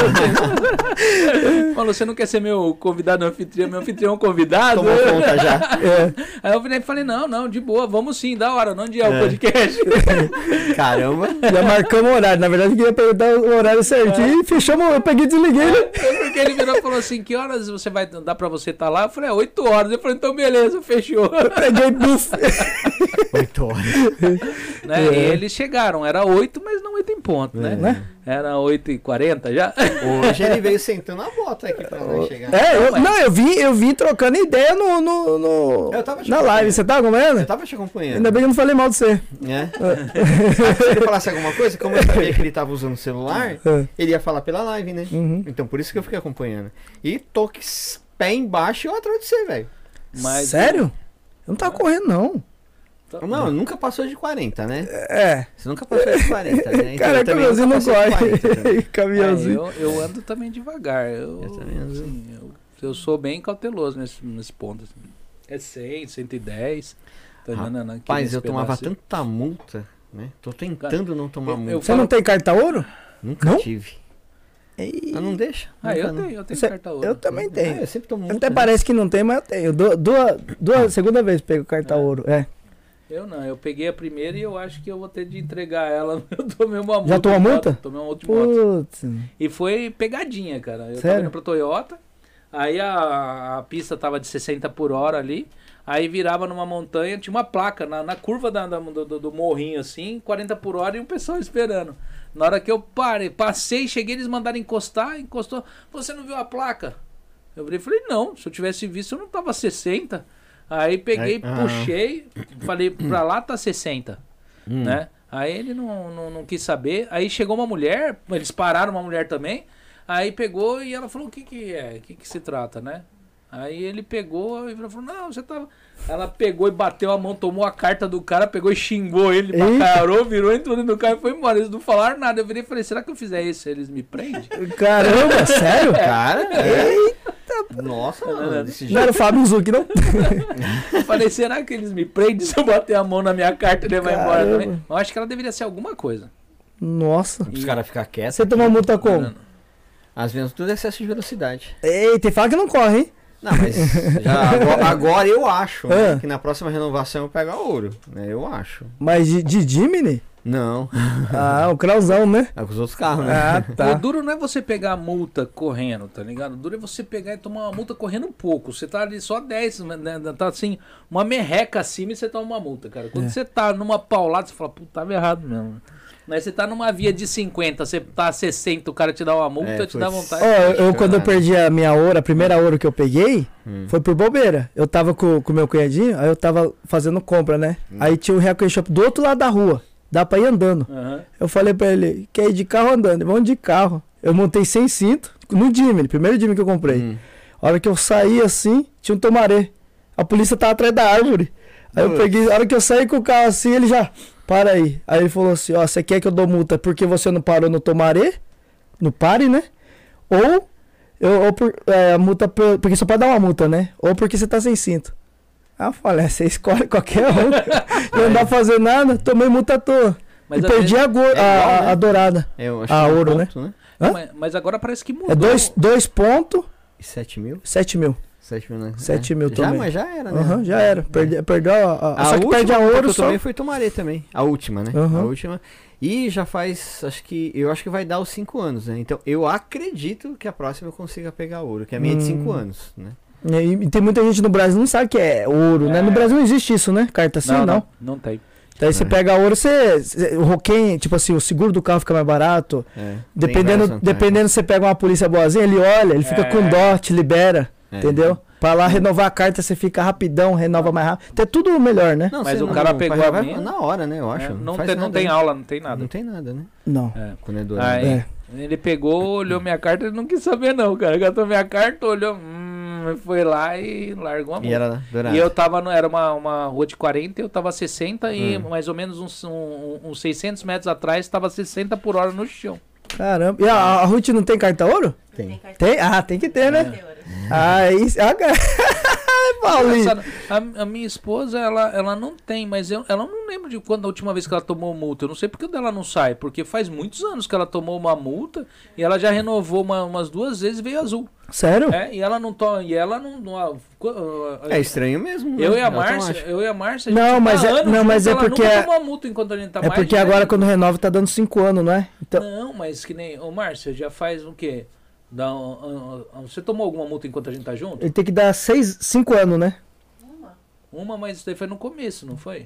Falou, você não quer ser meu convidado anfitrião, meu anfitrião convidado? Tomou conta já. É, Aí eu virei e falei, não, não, de boa, vamos sim, da hora, onde é o É. podcast? Caramba. já marcamos o horário. Na verdade, eu queria perguntar o horário certinho e fechamos. Eu peguei e desliguei, né? Porque ele virou e falou assim, que horas você vai dar pra você estar lá? Eu falei, é, oito horas. Eu falei, então beleza, fechou. Peguei, buf. Oito horas. Né? É. E eles chegaram, era oito, mas não oito em ponto, né? Né? Era oito e quarenta já. Hoje ele veio sentando a bota aqui pra nós chegar. É, eu, mas- não, eu vim, eu vim trocando ideia no, no, no- Eu tava te na acompanhando. live. Você tá acompanhando? Eu tava te acompanhando. Ainda bem que eu não falei mal de você. Né? Aí, se ele falasse alguma coisa, como eu sabia que ele tava usando o celular, É. ele ia falar pela live, né? Uhum. Então por isso que eu fiquei acompanhando. E tô com esse pé embaixo e eu atrás de você, velho. Mas- Sério? Eu não tava correndo, não. Tá Não, nunca passou de quarenta, né? É. Você nunca passou de quarenta, né? Então, Cara, eu também caminhãozinho nunca não passei de corre. quarenta também. Caminhãozinho. É, eu, eu ando também devagar. Eu, Eu também ando. assim, eu, eu sou bem cauteloso nesse, nesse ponto. Assim. É cem, cento e dez. Tá andando aqui Rapaz, nesse eu tomava pedaço. tanta multa, né? Tô tentando não tomar eu- multa. eu Você não tem carta ouro? Nunca Não? tive. Ei, Ah, não deixa. Ah, Nunca eu não. tenho, eu tenho Você- carta ouro. eu também Ah, tenho. eu sempre tomo multa. Até né? parece que não tem, mas eu tenho. Du- Duas, duas, segunda vez pego carta É. ouro. É. Eu não, eu peguei a primeira e eu acho que eu vou ter de entregar ela. Eu tomei uma multa. Já tomou de moto, multa? Tomei uma multa de moto. Putz. E foi pegadinha, cara. Eu tava Sério? indo pro Toyota, aí a, a pista tava de sessenta por hora ali, aí virava numa montanha, tinha uma placa na, na curva da, da- do, do- do morrinho assim, quarenta por hora e um pessoal esperando. Na hora que eu parei, passei, cheguei, eles mandaram encostar, encostou. Você não viu a placa? Eu virei e falei, não, se eu tivesse visto eu não tava sessenta. Aí peguei, Aí- ah. puxei, falei, pra lá tá sessenta, Hum. né? Aí ele não, não, não quis saber. Aí chegou uma mulher, eles pararam uma mulher também. Aí pegou e ela falou, o que que é? O que que se trata, né? Aí ele pegou e falou, não, você tava... Ela pegou e bateu a mão, tomou a carta do cara, pegou e xingou ele, Eita. macarou, virou, entrou dentro do carro e foi embora. Eles não falaram nada. Eu virei e falei, será que eu fizer isso? Eles me prendem? Caramba, sério? Cara, é. Nossa, mano, desse Não era o jeito. Fábio Zucchi, não? Eu falei, será que eles me prendem se eu bater a mão na minha carta e levar embora Caramba. também? Eu acho que ela deveria ser alguma coisa. Nossa. Os caras ficam quietos. Você tomou multa como? Às vezes tudo é excesso de velocidade. Eita, fala que não corre, hein? Não, mas já agora, agora eu acho né, Ah. que na próxima renovação eu pego a ouro, né? Eu acho. Mas de, de Jimny? Não, Ah, o Krauzão, né? é com os outros carros, né? Ah, O tá. duro não é você pegar a multa correndo, tá ligado? O duro é você pegar e tomar uma multa correndo um pouco. Você tá ali só dez, né? Tá assim, uma merreca acima e você toma uma multa, cara. Quando É. você tá numa paulada, você fala, puta, tava errado mesmo. Mas você tá numa via de cinquenta, você tá a sessenta, o cara te dá uma multa, É, te dá putz. vontade. Ó, eu, eu, quando eu Cara. perdi a minha ouro, a primeira ouro que eu peguei, Hum. foi por bobeira. Eu tava com o meu cunhadinho, aí eu tava fazendo compra, né? Hum. Aí tinha o Reacon Shop do outro lado da rua. Dá pra ir andando. Aham. Eu falei pra ele, quer ir de carro ou andando? Vamos de carro. Eu montei sem cinto, no Jimny, primeiro Jimny que eu comprei. Hum. A hora que eu saí assim, tinha um tomaré. A polícia tava atrás da árvore. Aí eu Putz. peguei, a hora que eu saí com o carro assim, ele já, para aí. Aí ele falou assim, ó, você quer que eu dou multa porque você não parou no tomaré? No pare, né? Ou, eu, ou por, é, a multa, por- porque só pode dar uma multa, né? Ou porque você tá sem cinto. Aí eu falei, é, você escolhe qualquer um. Não dá pra fazer nada, tomei multa à toa. Mas e às perdi vezes- a, go- é igual, a, né? a dourada. Eu acho Ah, que é um ouro, ponto, né? Hã? Mas, mas agora parece que mudou. É dois, dois pontos, E sete mil? sete mil. sete mil, né? Sete É. mil Já, também. mas já era, né? Aham, já era. Perde, perdeu a, a, A só que última perde a multa que ouro eu só. tomei foi Tomaré também. A última, né? Aham. A última. E já faz, acho que, eu acho que vai dar os cinco anos, né? Então eu acredito que a próxima eu consiga pegar ouro, que a minha é de cinco Hum. anos, né? E, e tem muita gente no Brasil que não sabe que é ouro, né? É. No Brasil não existe isso, né? Carta assim, não, não. não, não tem. Daí você É. pega ouro, você, você- o roquem, tipo assim, o seguro do carro fica mais barato. É, tem Dependendo, várias vantagens. dependendo se você pega uma polícia boazinha, ele olha, ele fica É. com dó, te libera, É. entendeu? Pra lá renovar a carta, você fica rapidão, renova mais rápido. Então é tudo melhor, né? Não, Mas você o não- cara pegou vai- a vai minha- na hora, né? Eu acho. É, não, faz tem, não nada, tem né? aula, não tem nada. Não tem nada, né? Não. É. Quando é dourado. Aí, É. ele pegou, olhou minha carta e não quis saber não, cara. Catou minha carta, olhou, hum, foi lá e largou a E mão. era dourado. E eu tava, no, era uma, uma rua de quarenta, eu tava sessenta e Hum. mais ou menos uns, um- uns seiscentos metros atrás tava sessenta por hora no chão. Caramba. E a, a Ruth não tem carta ouro? Tem. Tem? Ah, tem que ter, né? Meteoras. Aí. Ah, cara. Paulinho. Engraçado, A, a minha esposa, ela, ela não tem, mas eu, ela não lembra de quando a última vez que ela tomou multa. Eu não sei porque o dela não sai, porque faz muitos anos que ela tomou uma multa e ela já renovou uma- umas duas vezes e veio azul. Sério? É, e ela não toma, e ela não... não a- co- É estranho mesmo. né? eu e a Automático. Márcia, eu e a Márcia, a Não, gente mas tá é- anos não, junto, mas é ela porque nunca é- tomou multa enquanto a gente tá É mais porque de agora dez quando renova tá dando cinco anos, não é? Então, Não, mas que nem... Ô, Márcia, já faz o quê? Dá um- um- um- você tomou alguma multa enquanto a gente tá junto? ele tem que dar seis, cinco anos, né? Uma. Uma, mas isso daí foi no começo, não foi?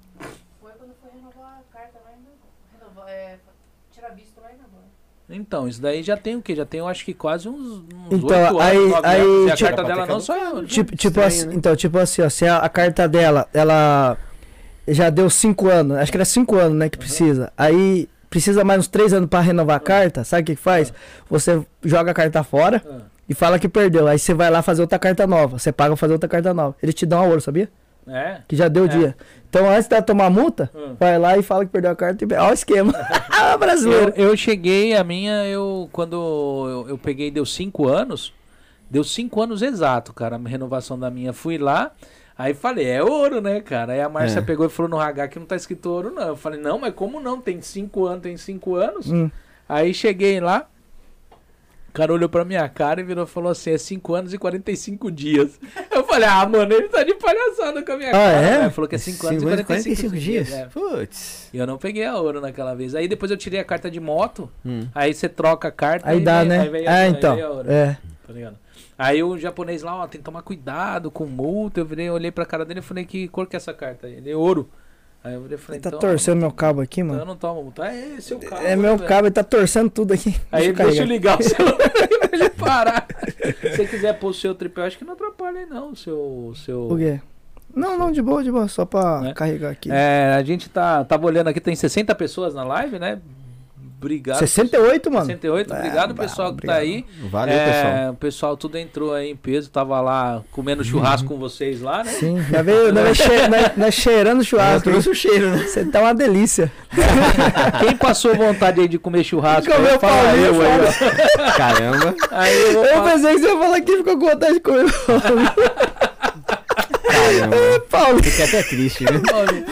Foi quando foi renovar a carta lá em renovar, é, tirar visto lá em agora. Então, isso daí já tem o quê? Já tem, eu acho que quase uns, uns Então, oito aí- anos, nove aí, anos, e a tipo- carta dela não Pode ter saiu. Tipo, tipo estranho, assim, né? então, tipo assim, ó, se a, a carta dela, ela já deu cinco anos, acho que era cinco anos, né, que precisa. Aí precisa mais uns três anos pra renovar a carta, sabe o que que faz? Você joga a carta fora Ah, e fala que perdeu. Aí você vai lá fazer outra carta nova, você paga pra fazer outra carta nova. Eles te dão a ouro, sabia? É. Que já deu o É. dia. Então, antes de tomar multa, Hum. vai lá e fala que perdeu a carta e... Olha o esquema. Brasileiro. Eu, eu cheguei, a minha, eu quando eu, eu peguei, deu cinco anos, deu cinco anos exato, cara, a renovação da minha. Fui lá, aí falei, é ouro, né, cara? Aí a Márcia É. pegou e falou no H que não tá escrito ouro, não. Eu falei, não, mas como não? Tem cinco anos, tem cinco anos. Hum. Aí cheguei lá, o cara olhou pra minha cara e virou e falou assim, é cinco anos e quarenta e cinco dias. Eu falei, ah, mano, ele tá de palhaçada com a minha Ah, cara. é? Né? Falou que é cinco anos e quarenta e cinco dias. É. Putz. E eu não peguei a ouro naquela vez. Aí depois eu tirei a carta de moto, Hum. aí você troca a carta. Aí dá, vem- né? Aí veio, É, aí então. veio a ouro, É. tá ligado? Aí o japonês lá, ó, tem que tomar cuidado com multa. Eu virei, olhei pra cara dele e falei, que cor que é essa carta? Ele é ouro. Aí eu virei e falei, Ele tá então, torcendo meu cabo aqui, então eu mano. não tomo multa. Ah, é seu carro. É meu velho. cabo, ele tá torcendo tudo aqui. Aí Deixa eu deixa eu carregar. ligar o celular pra ele parar. Se você quiser pôr o seu tripé, eu acho que não atrapalha aí não, o seu... o seu... O quê? Não, não, de boa, de boa. Só pra É. carregar aqui. É, a gente tá, tava olhando aqui, tem sessenta pessoas na live, né? Obrigado. sessenta e oito, mano. sessenta e oito, É, obrigado bravo, pessoal que obrigado. tá aí. Valeu, É, pessoal. O pessoal tudo entrou aí em peso, tava lá comendo churrasco com vocês lá, né? Sim, já veio, nós, vai che nós, nós cheirando Eu churrasco. trouxe o cheiro, né? Você tá uma delícia. Quem passou vontade aí de comer churrasco? Comeu aí, fala Paulinho, eu aí, ó. Caramba. Aí eu vou Eu falar- pensei que você ia falar que ficou com vontade de comer. Caramba. Paulo. Fiquei até triste, viu?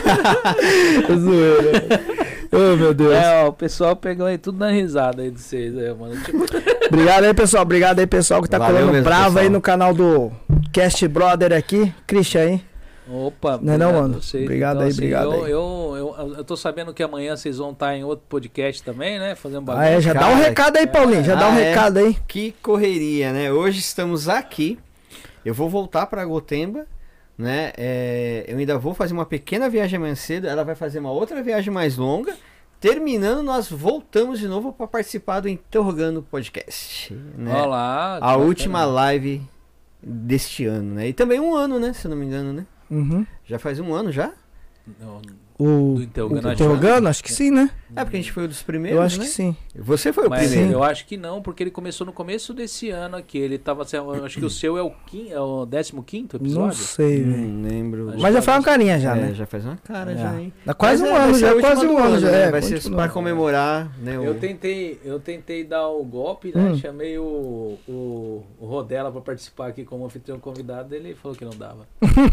Zoeira. Oh, meu Deus. É, ó, o pessoal pegou aí tudo na risada aí de vocês aí, mano. Tipo, Obrigado aí, pessoal. Obrigado aí, pessoal, que tá Valeu colando mesmo, bravo pessoal. aí no canal do Cast Brother aqui. Christian aí. opa, Não é não, obrigado mano? a vocês. Obrigado aí, obrigado eu, aí. Eu, eu, eu tô sabendo que amanhã vocês vão estar em outro podcast também, né? Fazendo Ah, é, já dá um Cara, recado aí, Paulinho. Já dá um ah, é. recado aí. Que correria, né? Hoje estamos aqui. Eu vou voltar para Gotemba, né? É, eu ainda vou fazer uma pequena viagem amanhã cedo. Ela vai fazer uma outra viagem mais longa. Terminando, nós voltamos de novo para participar do Interrogando Podcast, né? Olha lá. que A bacana. última live deste ano, né? E também um ano, né? Se eu não me engano, né? Uhum. Já faz um ano já? Não, O, Do Interrogando, o acho que- Interrogando, acho que sim, né? É porque a gente foi um dos primeiros, Eu acho né? que sim. Você foi o Mas primeiro. eu acho que não, porque ele começou no começo desse ano aqui. Ele tava. Eu acho que o seu é o, quin, é o décimo quinto episódio. Não sei, velho. Não lembro. Acho Mas já que faz uma carinha já, é, né? já faz uma cara, É. já, hein? Dá quase Mas um é, vai ano ser já, a última quase do um ano ano, já. né? É, vai ser continua. para comemorar, né? Eu o- tentei, eu tentei dar o golpe, né? Hum. Chamei o, o, o Rodela pra participar aqui como anfitrião convidado. Ele falou que não dava.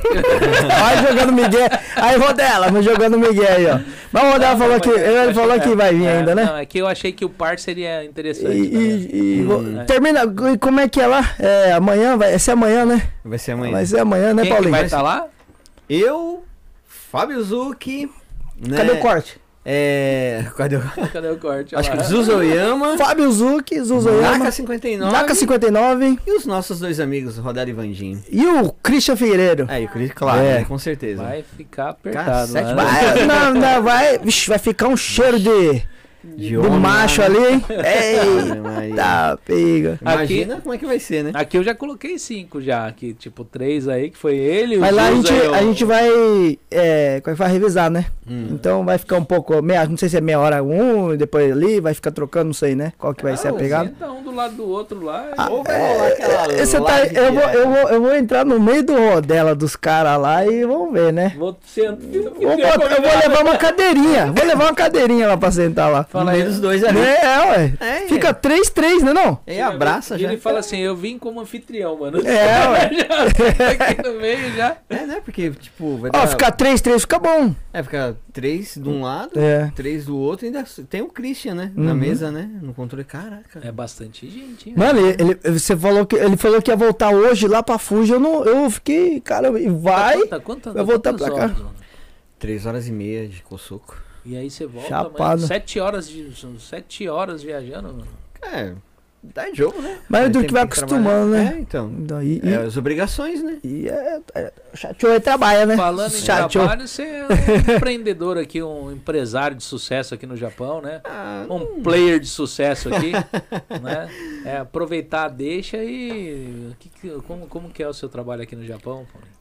Vai jogando Miguel. Aí, Rodela, vamos jogando Miguel aí, ó. Mas o Rodela Não, falou mas que, eu ele achei- falou que vai vir é, ainda, né? Não, é que eu achei que o par seria E, interessante. né? e- e- Hum. o- termina. E como é que é lá? É amanhã? Vai ser amanhã, né? Vai ser amanhã. Vai ser amanhã, né, Quem que Paulinho? vai estar lá? Eu, Fábio Zucchi, né? Cadê o corte? É... Cadê o... Cadê o corte? Acho Olha que lá. Zuzoyama, Fábio Zucchi, Zuzoyama, Naka cinquenta e nove Naka cinquenta e nove e os nossos dois amigos, Rodela e Vandinho. e o Christian Figueiredo. Aí, o Cris, claro, É. né? Com certeza. Vai ficar apertado. Cacete, né? Vai, não, não, vai, vixe, vai ficar um cheiro de, De do homem, macho né? ali, hein? Ave Maria. Eita, pega. Imagina como é que vai ser, né? Aqui eu já coloquei cinco já, aqui, tipo, três aí, que foi ele, o Mas lá a Zuza gente, e o- a gente vai, é, como é que vai revisar, né? Hum. Então vai ficar um pouco, meia, não sei se é meia hora um, e depois ali, vai ficar trocando, não sei, né? Qual que vai Ah, ser a pegada. senta um do lado do outro lá. Ah, Ou vai rolar aquela Esse tá, live eu, vou, direta. eu, vou, eu vou entrar no meio do rodela dos caras lá e vamos ver, né? Vou sentar. Vou botar- eu vou levar uma cadeirinha, vou levar uma cadeirinha lá pra sentar lá. Fala aí dos dois ali. É, ué. É, Fica três, três, né não? E abraça E já. ele fala assim, eu vim como anfitrião, mano. É, ué. Já, aqui no meio já. É, né? Porque, tipo, vai Ó, dar... ficar três, três fica bom. É, fica três de um lado, É. três do outro, e ainda tem o Christian, né? Na Uhum. mesa, né? No controle. Caraca. É bastante gente, hein? Mano, ele, ele- você falou que ele falou que ia voltar hoje lá pra Fuji, eu não, eu fiquei, cara, e vai. Quanta, quanta, vai voltar quantas pra cá. horas, mano? Três horas e meia de Cosoco. E aí você volta, Chapado. mano, sete horas de são sete horas viajando, mano. É, dá jogo, né? Mas Aí do tem que vai que acostumando, trabalhar. né? É, então. Daí, É as obrigações, né? e, e é, é, o chateau aí trabalha, né? Falando em Chateau. trabalho, você é um empreendedor aqui, um empresário de sucesso aqui no Japão, né? Ah, Um player de sucesso aqui, né? É, aproveitar a deixa e que, que- como, como que é o seu trabalho aqui no Japão, Paulinho?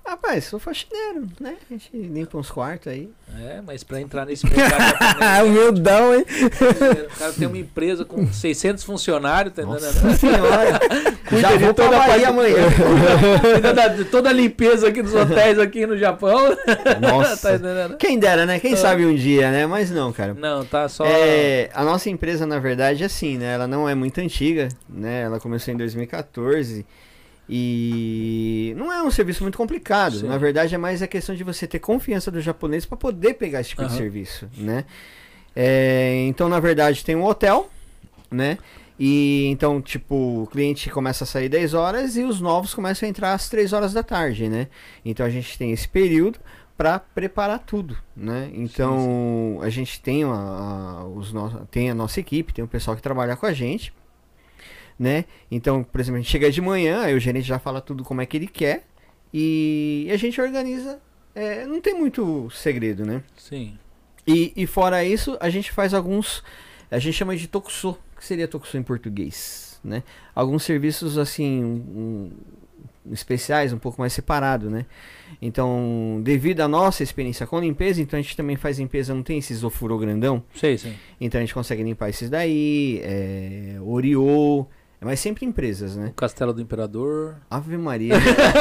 Rapaz, sou faxineiro, né? A gente limpa uns quartos aí. É, mas pra entrar nesse mercado... Ah, humildão, hein? O cara tem uma empresa com seiscentos funcionários, tá entendendo? Nossa senhora. Já vou toda pra a Bahia parte- amanhã. Cuida da- toda a limpeza aqui dos hotéis aqui no Japão. Tá Nossa. entendendo? Quem dera, né? Quem sabe um dia, né? Mas não, cara. Não, tá só... É, a nossa empresa, na verdade, é assim, né? Ela não é muito antiga, né? Ela começou em dois mil e quatorze e não é um serviço muito complicado. Sim. Na verdade, é mais a questão de você ter confiança do japonês para poder pegar esse tipo Aham. de serviço, né? É, então, na verdade, tem um hotel, né? E então, tipo, o cliente começa a sair dez horas e os novos começam a entrar às três horas da tarde, né? Então a gente tem esse período para preparar tudo, né? Então Sim, a gente tem a, a, os no... tem a nossa equipe, tem o pessoal que trabalha com a gente, né? Então, por exemplo, a gente chega de manhã, aí o gerente já fala tudo como é que ele quer e a gente organiza. É, não tem muito segredo, né? Sim. E, e fora isso, a gente faz alguns, a gente chama de tokusô. O que seria tokusô em português, né? Alguns serviços assim um, um, especiais, um pouco mais separado, né? Então, devido à nossa experiência com limpeza, então a gente também faz limpeza, não tem esses ofurô grandão, Sei, sim. então a gente consegue limpar esses daí, é, Oriô, mas sempre empresas, O né? Castelo do Imperador. Ave Maria.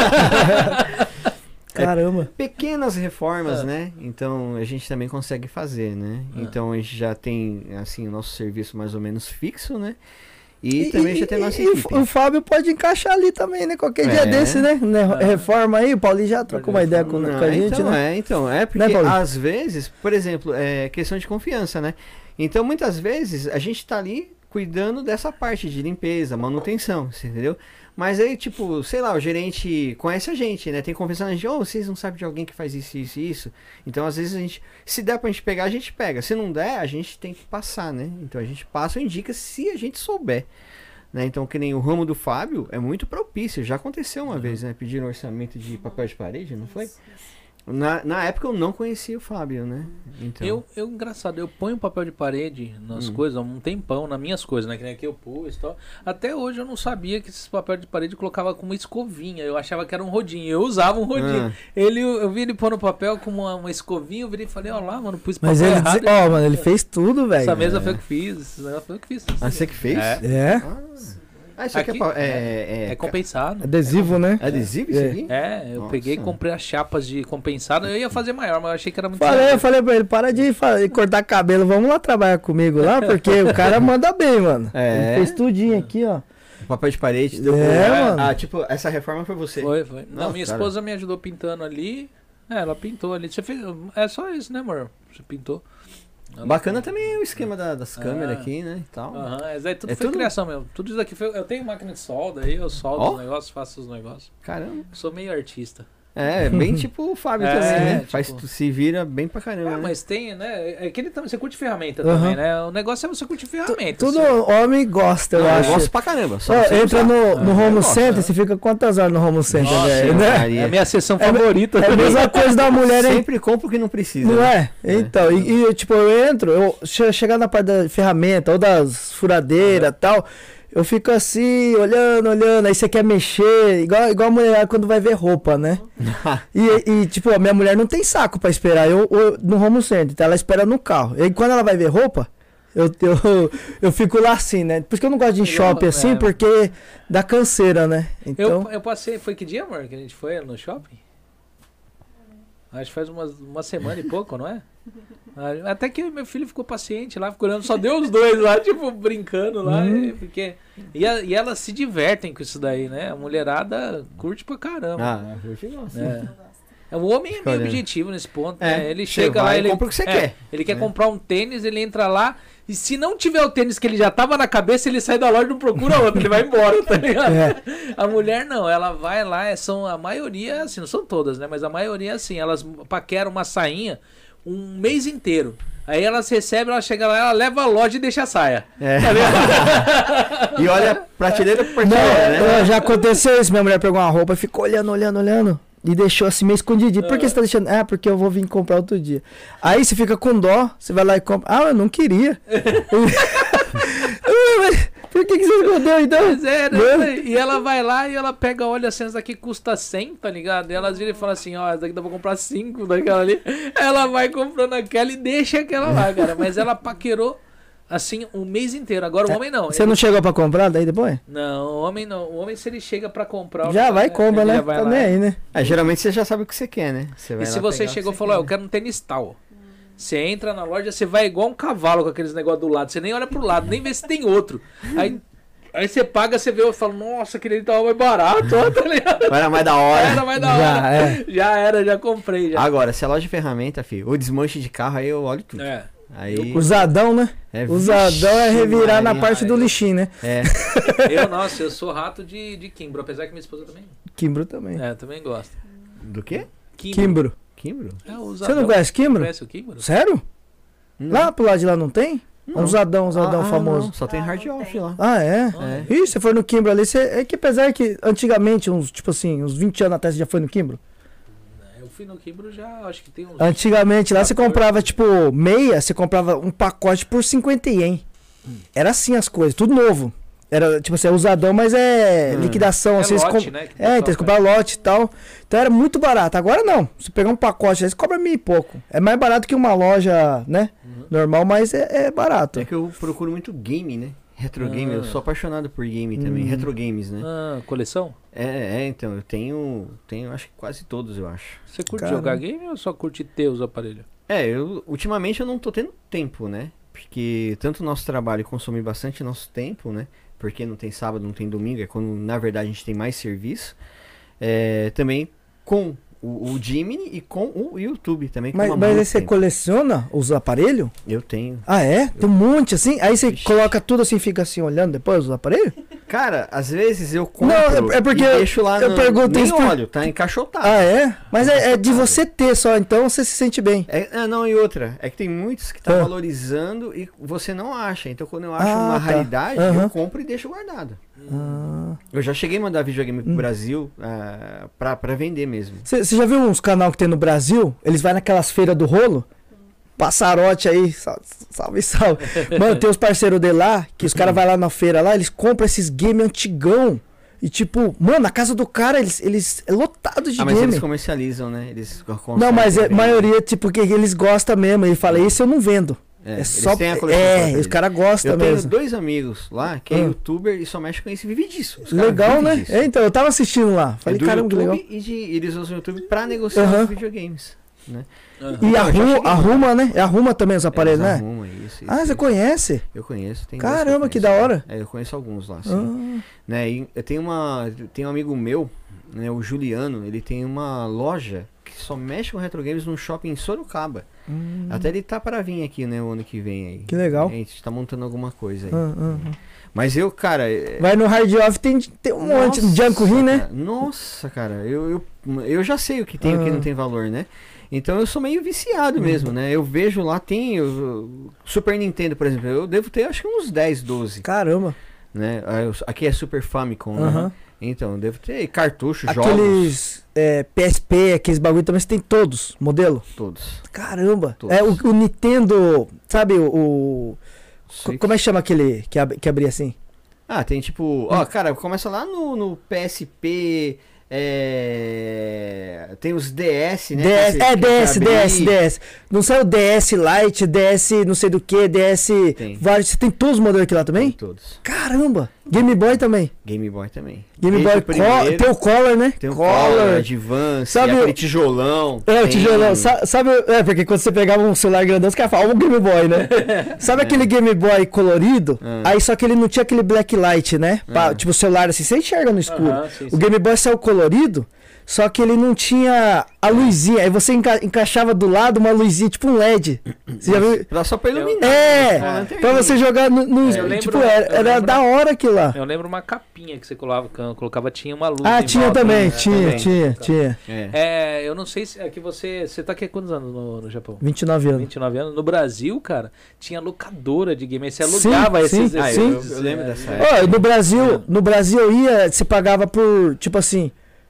Caramba. Pequenas reformas, Ah. né? Então a gente também consegue fazer, né? Ah. Então a gente já tem assim o nosso serviço mais ou menos fixo, né? E, também já tem a nossa e o- equipe. o Fábio pode encaixar ali também, né? Qualquer É. dia desse, né? né? Ah. Reforma aí, o Paulinho já trocou uma ideia com, Não, com a gente, então, né? é, então, é porque Né, Paulinho? às vezes, por exemplo, é questão de confiança, né? Então muitas vezes a gente tá ali cuidando dessa parte de limpeza, manutenção, você entendeu? Mas aí, tipo, sei lá, o gerente conhece a gente, né? Tem confiança na gente, oh, vocês não sabem de alguém que faz isso, isso e isso. Então, às vezes, a gente, se der pra gente pegar, a gente pega. Se não der, a gente tem que passar, né? Então, a gente passa ou indica se a gente souber. Né? Então, que nem o ramo do Fábio é muito propício. Já aconteceu uma vez, né? Pediram orçamento de papel de parede, não foi? Na, na época eu não conhecia o Fábio, né? Então, Eu, eu, engraçado, eu ponho papel de parede nas Hum. coisas há um tempão, nas minhas coisas, né? Que nem aqui eu pus e tal. Até hoje eu não sabia que esses papel de parede eu colocava com uma escovinha. Eu achava que era um rodinho. Eu usava um rodinho. Ah. Ele, eu vi ele pôr no papel com uma, uma escovinha, eu virei e falei, ó lá, mano, pus papel Mas ele, errado. diz- ó, mano, ele fez tudo, velho. Essa mesa foi eu que fiz, esse negócio foi eu que fiz. Ah, você que fez? É, É, Ah, isso aqui, Aqui- é, pa- é, é é, compensado. adesivo, né? é adesivo isso É. aqui? É, eu Nossa. peguei e comprei as chapas de compensado. Eu ia fazer maior, mas eu achei que era muito Falei, eu grande. falei pra ele, para de, fa- de cortar cabelo, vamos lá trabalhar comigo lá, porque o cara manda bem, mano. É. Ele fez tudinho aqui, ó. Papel de parede. Deu É, pra- mano. Ah, tipo, essa reforma foi você. Foi, foi. Não, Nossa, minha cara. esposa me ajudou pintando ali. É, ela pintou ali. Você fez. É só isso, né, amor? Você pintou. Ela- Bacana também o esquema da- das câmeras Ah. aqui, né? E tal. Aham, isso aí tudo É foi tudo- criação mesmo. Tudo isso aqui foi. Eu tenho máquina de solda aí, eu soldo Ó. os negócios, faço os negócios. Caramba. Sou meio artista. É, bem tipo o Fábio É, também, né? tipo- Faz, se vira bem pra caramba. É, né? mas tem, né? É que ele também. Você curte ferramenta Aham. também, né? O negócio é você curtir ferramenta. Tudo assim. homem gosta, eu Não, eu acho. gosto pra caramba. Só Ó, você entra usar. no, no Ah, eu Home gosto, Center, né? você fica quantas horas no Home Center, Nossa, velho? eu- Né? Maria. É a minha sessão É- favorita. É a também. mesma coisa da mulher, hein? Sempre compro o que não precisa. Não né? é? Então, e, e, tipo, eu entro, eu che- chegar na parte da ferramenta ou das furadeiras e tal, eu fico assim, olhando, olhando, aí você quer mexer, igual, igual a mulher quando vai ver roupa, né? E, e, tipo, a minha mulher não tem saco pra esperar eu, eu no Home Center, então ela espera no carro. E quando ela vai ver roupa, eu, eu, eu fico lá assim, né? Por isso que eu não gosto de ir em Eu- shopping assim, é. porque dá canseira, né? Então, Eu, eu passei, foi que dia, amor, que a gente foi no shopping? Acho que faz uma, uma semana e pouco, não é? Ah, até que meu filho ficou paciente lá, ficou olhando, só deu os dois lá, tipo, brincando lá, Uhum. e, porque... E, a- e elas se divertem com isso daí, né? A mulherada curte pra caramba. Ah, eu te gosto. É. É, o homem é Fica meio olhando. objetivo nesse ponto, É, né? Ele você chega vai lá, e ele compra o que você é, quer, Ele quer né? comprar um tênis, ele entra lá, e se não tiver o tênis que ele já tava na cabeça, ele sai da loja e não procura outro, ele vai embora, tá ligado? É. A mulher não, ela vai lá, é, são a maioria, assim, não são todas, né? Mas a maioria, assim, elas paqueram uma sainha um mês inteiro. Aí elas recebem, ela chega lá, ela leva a loja e deixa a saia. É. Tá ligado? E olha, prateleira por não, prateleira, né? é, já aconteceu isso, minha mulher pegou uma roupa e ficou olhando, olhando, olhando. E deixou assim meio escondidinho. Por que você tá deixando? Ah, porque eu vou vir comprar outro dia. Aí você fica com dó, você vai lá e compra. Ah, eu não queria. Por Por que, que você escondeu então? Mas é, né? E ela vai lá e ela pega, olha assim, essa daqui custa cem, tá ligado? E ela vira e fala assim, ó, essa daqui dá pra comprar cinco daquela ali. Ela vai comprando aquela e deixa aquela lá, cara. Mas ela paquerou, assim, o mês inteiro. Agora o homem não. Você ele... não chegou pra comprar daí depois? Não, o homem não. O homem, se ele chega pra comprar... Já vai e compra, né? Tá nem aí, né? É, geralmente você já sabe o que você quer, né? Você vai E se lá você pegar o chegou e que falou, você ó, eu quero um tênis tal. Você entra na loja, você vai igual um cavalo com aqueles negócios do lado. Você nem olha pro lado, nem vê se tem outro. Aí, aí você paga, você vê e fala, nossa, aquele ali tava mais barato, ó, tá ligado? Era mais da hora. Era mais da Já, hora. é. Já era, já comprei. Já. Agora, se é loja de ferramenta, filho, o desmanche de carro, aí eu olho tudo. É. Aí... Usadão, né? É, Usadão é vixe, revirar na Maria. parte do lixinho, né? É. Eu, nossa, eu sou rato de, de Kimbro, apesar que minha esposa também. Kimbro também. É, também gosta. Do quê? Kimbro. Kimbro? É, o Você usadão. não conhece Kimbro? Conhece o Kimbro? Sério? Lá pro lado de lá não tem? Não. Um usadão, usadão Ah, famoso. não, só tem Ah, hard não off tem. lá. Ah, é? É. Ih, você foi no Kimbro ali, você... é que apesar que antigamente, uns, tipo assim, uns vinte anos atrás você já foi no Kimbro? Eu fui no Kimbro já, acho que tem uns... Antigamente lá você quatorze. comprava, tipo, meia, você comprava um pacote por cinquenta ien. Era assim as coisas, tudo novo. Era, tipo assim, é usadão, mas é Hum. liquidação. É assim, eles lote, com- né, que o É, então pessoal eles compravam lote e tal. Então era muito barato. Agora não. Se pegar um pacote, eles cobram mil e pouco. É mais barato que uma loja, né? Uhum. Normal, mas é, é barato. É que eu procuro muito game, né? Retro Ah. game, eu sou apaixonado por game também. Hum. Retro games, né? Ah, coleção? É, é, então, eu tenho, tenho acho que quase todos, eu acho. Você curte Caramba. jogar game ou só curte ter os aparelhos? É, eu, ultimamente eu não tô tendo tempo, né? Porque tanto o nosso trabalho consome bastante nosso tempo, né? Porque não tem sábado, não tem domingo, é quando na verdade a gente tem mais serviço. É, também com o, o Jimny e com o YouTube também. que Mas, toma mas aí muito você tempo. coleciona os aparelhos? Eu tenho. Ah, é? Tem um monte assim? Aí você Vixe. coloca tudo assim e fica assim olhando depois os aparelhos? Cara, às vezes eu compro Não, é- é porque e deixo lá eu no, pergunto nem isso por- olho, tá encaixotado. Ah, é? Mas é, é de você ter só, então você se sente bem. É, ah, não, e outra, é que tem muitos que tá Ah. valorizando e você não acha. Então quando eu acho Ah, uma tá. raridade, Aham. eu compro e deixo guardado. Ah. Eu já cheguei a mandar videogame Hum. pro Brasil ah, pra, pra vender mesmo. Você já viu uns canal que tem no Brasil? Eles vão naquelas feiras do rolo? Passarote aí, sal- salve, salve. Mano, tem os parceiros dele lá, que os caras vão lá na feira lá, eles compram esses games antigão. E tipo, mano, na casa do cara, eles, eles é lotado de Ah, mas game. eles comercializam, né? Eles Não, mas é conseguem maioria, tipo, que eles gostam mesmo. Ele fala, isso eu não vendo. É, É, eles só. têm a coleção É, própria os deles. caras gostam Eu tenho mesmo. dois amigos lá que é Ah. youtuber e só mexe com isso e vive disso. Os caras Legal, vivem né? disso. É, então, eu tava assistindo lá. É Falei, do caramba, que legal. YouTube e de, eles usam o YouTube pra negociar Aham. os videogames. Né? Aham. E Não, eu já arruma, cheguei, arruma, né? Arruma também os aparelhos, Eles né? arrumam isso, isso, Ah, você isso. conhece? Eu conheço. Tem dois Caramba, eu que conheço. da hora. É, eu conheço alguns lá, sim. Ah, Né? E eu tenho uma, tem um amigo meu, né, o Juliano, ele tem uma loja que só mexe com retro games num shopping em Sorocaba. hum. Até ele tá para vir aqui, né, o ano que vem aí. Que legal. A gente tá montando alguma coisa aí. Ah, ah, ah. Mas eu, cara, é- Vai no Hard Off, tem, tem um monte. Nossa, Junko Rin, né? cara, Nossa, cara, eu, eu, eu já sei o que tem e o que Ah. não tem valor, né? Então eu sou meio viciado mesmo, né? Eu vejo lá, tem eu- Super Nintendo, por exemplo, eu devo ter acho que uns dez, doze, Caramba. né? Ah, eu- Aqui é Super Famicom, né? Aham. Então, eu devo ter cartucho, jogos, Aqueles é, P S P, aqueles bagulho também, você tem todos, modelo? todos. Caramba. Todos. É, o, o Nintendo, sabe o... o- co- Sei- como é que chama aquele que, ab, que abria assim? Ah, tem tipo... Ó, cara, começa lá no, no P S P... É... Tem os D S, né? D S, que é você- que D S, você D S, abrir. D S. Não sai o D S Lite, D S não sei do que, D S... Tem. Vários, você tem todos os modelos aqui lá Tem também? todos. Caramba. Game Boy também. Game Boy também. Game Desde Boy o primeiro, Color, tem o Color, né? Tem o Color, Advance, Sabe e o- aquele tijolão. É, o tem- tijolão. Sa- Sabe, é, porque quando você pegava um celular grandão, os caras falavam, ó, o Game Boy, né? Sabe aquele Game Boy colorido? Ah. Aí só que ele não tinha aquele black light, né? Pra- Ah. tipo, o celular assim, você enxerga no escuro. Aham, sim, O sim. Game Boy saiu colorido, só que ele não tinha a luzinha. Aí você enca- encaixava do lado uma luzinha, tipo um L E D. Você já viu? Pra só pra iluminar. É, Uma lanterninha. pra você jogar no. no- É, eu lembro- tipo, era, eu era lembro- da hora aquilo lá. Eu lembro uma capinha que você colocava, colocava tinha uma luz. Ah, em tinha volta, também, né? tinha, também. tinha, tinha. É. É, eu não sei se é que você. Você tá aqui há quantos anos no, no Japão? vinte e nove anos. vinte e nove anos. No Brasil, cara, tinha locadora de game. Aí você Sim, alugava sim, esses. Ah, eu, esses- eu lembro é, dessa é. época. Ó, no Brasil, no Brasil eu ia, você pagava por, tipo assim,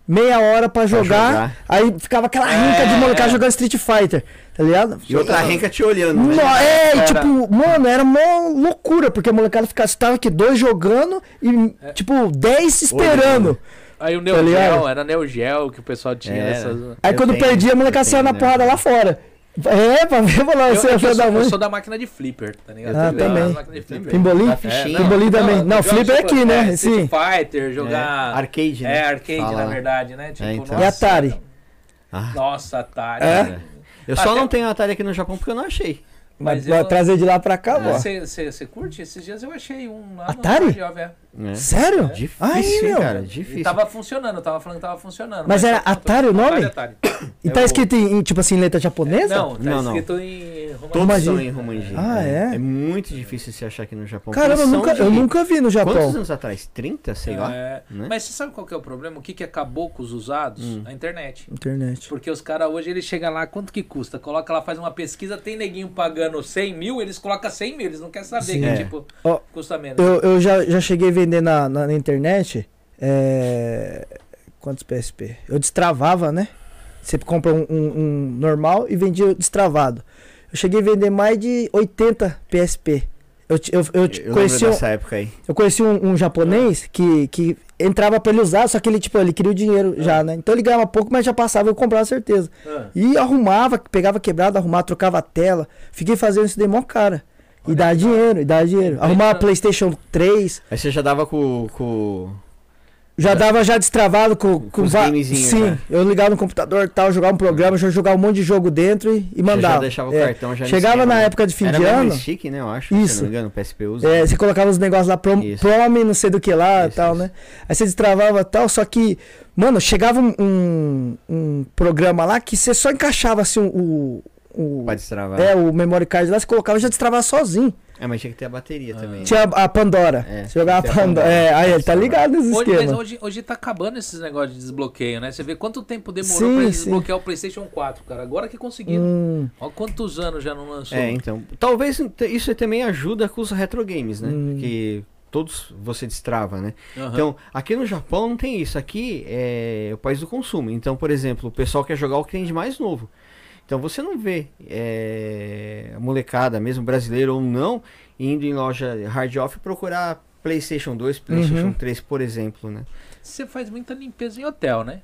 meia hora pra jogar, jogar. aí ficava aquela rinca É, de molecada é. jogando Street Fighter, tá ligado? E outra renca te olhando, né? No, é, e, Era- tipo, mano, era mó loucura, porque a molecada ficava, tava aqui dois jogando e, É. tipo, dez esperando. Aí o Tá Neo ligado? Geo, era Neo Geo que o pessoal tinha Era. nessas... Aí Eu quando tenho, perdia, a molecada eu saia na tenho, porrada né? lá fora. É, pra ver, falar, Eu, você é é que filho eu, da sou, eu mãe. sou da máquina de flipper, tá ligado? Ah, Eu jogo também. na máquina de flipper. Pimbolim? Da fichinha. Pimbolim também. Não, jogava, flipper é tipo, aqui, né? é, Street Sim. Fighter, jogar... É, arcade, né? É, arcade, Fala na lá. verdade, né? Tipo, É, então. nossa, E Atari? Ah, Nossa, Atari. É? eu só Até- não tenho Atari aqui no Japão porque eu não achei. Mas Mas vai eu- trazer de lá pra cá, ó. Você você curte? Esses dias eu achei um lá no Atari? Rádio Jovem, é. É. Sério? Difícil, Aí, hein, meu. cara. E Difícil. tava funcionando, tava falando que tava funcionando. Mas era tá- Atari o nome? Atari, Atari. E tá Eu- escrito em, tipo assim, em letra japonesa? Não, tá Não, não. escrito em romano. Todos Romanji. são em Romanji. Ah, é? É muito difícil se achar aqui no Japão. Caramba, eu Eles são nunca, de- eu nunca vi no Japão. Quantos anos atrás? trinta, sei lá. É, né? Mas você sabe qual que é o problema? O que, que acabou com os usados? Hum. A internet. Internet. Porque os caras hoje, eles chegam lá, quanto que custa? Coloca lá, faz uma pesquisa, tem neguinho pagando cem mil, eles colocam cem mil, eles não querem saber Sim. que, É. tipo, Ó, custa menos. Eu, eu já, já cheguei a vender na, na, na internet. É... Quantos P S P? Eu destravava, né? Você compra um, um- um normal e vendia destravado. Eu cheguei a vender mais de oitenta P S P. Eu, ti- eu, eu, Eu, ti- lembro conheci, um, dessa época aí. eu conheci um, um japonês que, que entrava pra ele usar, só que ele, tipo, ele queria o dinheiro já, né? Então ele ganhava pouco, mas já passava, eu comprava certeza. Ah. E arrumava, pegava quebrado, arrumava, trocava a tela. Fiquei fazendo isso daí mó cara. E dá dinheiro, e dá dinheiro. Arrumava PlayStation três, Aí você já dava com. com... já dava já destravado com, Com com os va- gamezinhos, Sim, né? eu ligava no computador e tal, jogava um programa, já jogava um monte de jogo dentro e, e Você mandava. já deixava o É. cartão já no Chegava esquema, na né? época de fim Era de mesmo ano, stick, né? Eu acho. Se Isso. não me engano, o P S P usa. é, você colocava os negócios lá, prom, Isso. prome, não sei do que lá e Isso, tal, isso. né? Aí você destravava e tal, só que, mano, chegava um, um, um programa lá que você só encaixava assim o. o Pra destravar. é, o memory card lá, você colocava e já destravava sozinho. É, mas tinha que ter a bateria também. Tinha a, a Pandora. É, Você jogava a tinha a Pandora. Pandora. É, aí ele tá Sim. ligado nesse Hoje, mas esquema. hoje, hoje tá acabando esses negócios de desbloqueio, né? Você vê quanto tempo demorou Sim, pra eles sim. desbloquear o PlayStation quatro, cara. Agora que conseguiram. Hum, Olha quantos anos já não lançou. É, então. Talvez isso também ajuda com os retro games, né? Hum. Porque todos você destrava, né? Aham. Então, aqui no Japão não tem isso. Aqui é o país do consumo. Então, por exemplo, o pessoal quer jogar o que tem de mais novo. Então, você não vê é, a molecada, mesmo brasileiro ou não, indo em loja hard off procurar PlayStation dois, PlayStation Uhum. três, por exemplo, né? Você faz muita limpeza em hotel, né?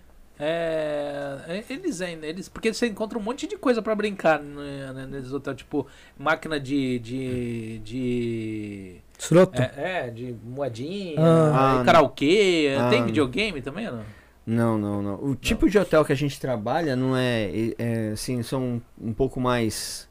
É, eles ainda, eles, porque você encontra um monte de coisa pra brincar né, né, nesses hotéis, tipo máquina de, de, de Sroto. é, é, de moedinha, Ah. aí Ah, karaokê, ah. tem videogame também ou não? Não, não, não. O tipo de hotel que a gente trabalha não é, é assim, são um pouco mais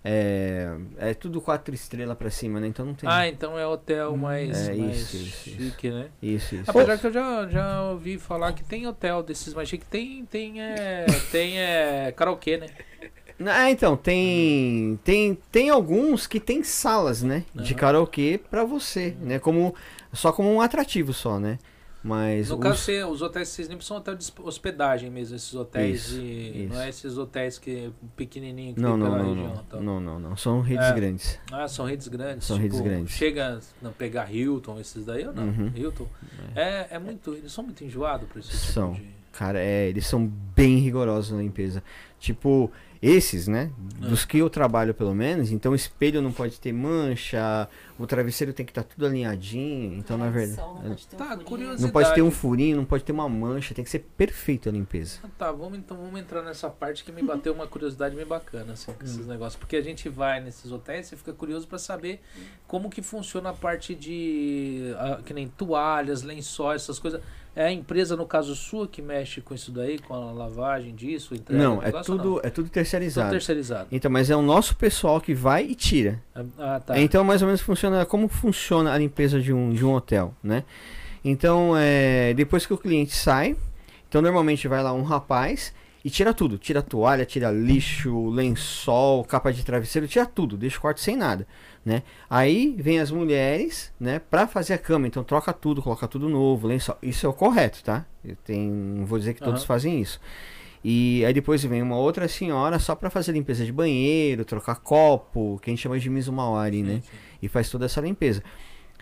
é, é tudo quatro estrelas pra cima, né? Então não tem. Ah, então é hotel mais, É, mais isso, isso, chique, né? Isso, isso. Apesar que eu já, já ouvi falar que tem hotel desses mais chique, tem, tem, é, tem é, karaokê, né? Ah, então, tem, tem tem alguns que tem salas, né, de Aham. karaokê pra você, né, como só como um atrativo só, né? Mas No os- caso, você- os hotéis que vocês limpam são hotéis de hospedagem mesmo, esses hotéis Isso, de. Não isso. é esses hotéis que pequenininho que não, tem não, pela não, região. não, tal. não, não, não, são redes É. grandes. Ah, são redes grandes. São tipo, redes grandes. Chega a pegar Hilton, esses daí ou não? Uhum. Hilton. É, é muito. Eles são muito enjoados pra esse tipo São. de. Cara, é, eles são bem rigorosos na limpeza. Tipo, esses, né? Ah. Dos que eu trabalho, pelo menos. Então, o espelho não pode ter mancha. O travesseiro tem que estar tudo alinhadinho. Então, na verdade. Não pode ter um Tá, furinho. curioso. Não pode ter um furinho, não pode ter uma mancha. Tem que ser perfeito a limpeza. Ah, tá, vamos então vamos entrar nessa parte que me bateu uma curiosidade bem bacana, assim, com Hum. esses negócios. Porque a gente vai nesses hotéis, você fica curioso pra saber como que funciona a parte de. ah, que nem toalhas, lençóis, essas coisas. É a empresa, no caso sua, que mexe com isso daí, com a lavagem disso, entrega Não, o é negócio, ou tudo, não? é tudo Tudo terceirizado. terceirizado. Então, mas é o nosso pessoal que vai e tira. Ah, tá. Então, mais ou menos funciona como funciona a limpeza de um, de um hotel, né? Então, é, depois que o cliente sai, então normalmente vai lá um rapaz e tira tudo, tira toalha, tira lixo, lençol, capa de travesseiro, tira tudo, deixa o quarto sem nada, né? Aí vem as mulheres, né, pra fazer a cama, então troca tudo, coloca tudo novo, lençol. Isso é o correto, tá? Eu tenho, não vou dizer que todos Aham. fazem isso. E aí depois vem uma outra senhora só pra fazer limpeza de banheiro, trocar copo, que a gente chama de misumawari, né? Sim, sim. E faz toda essa limpeza.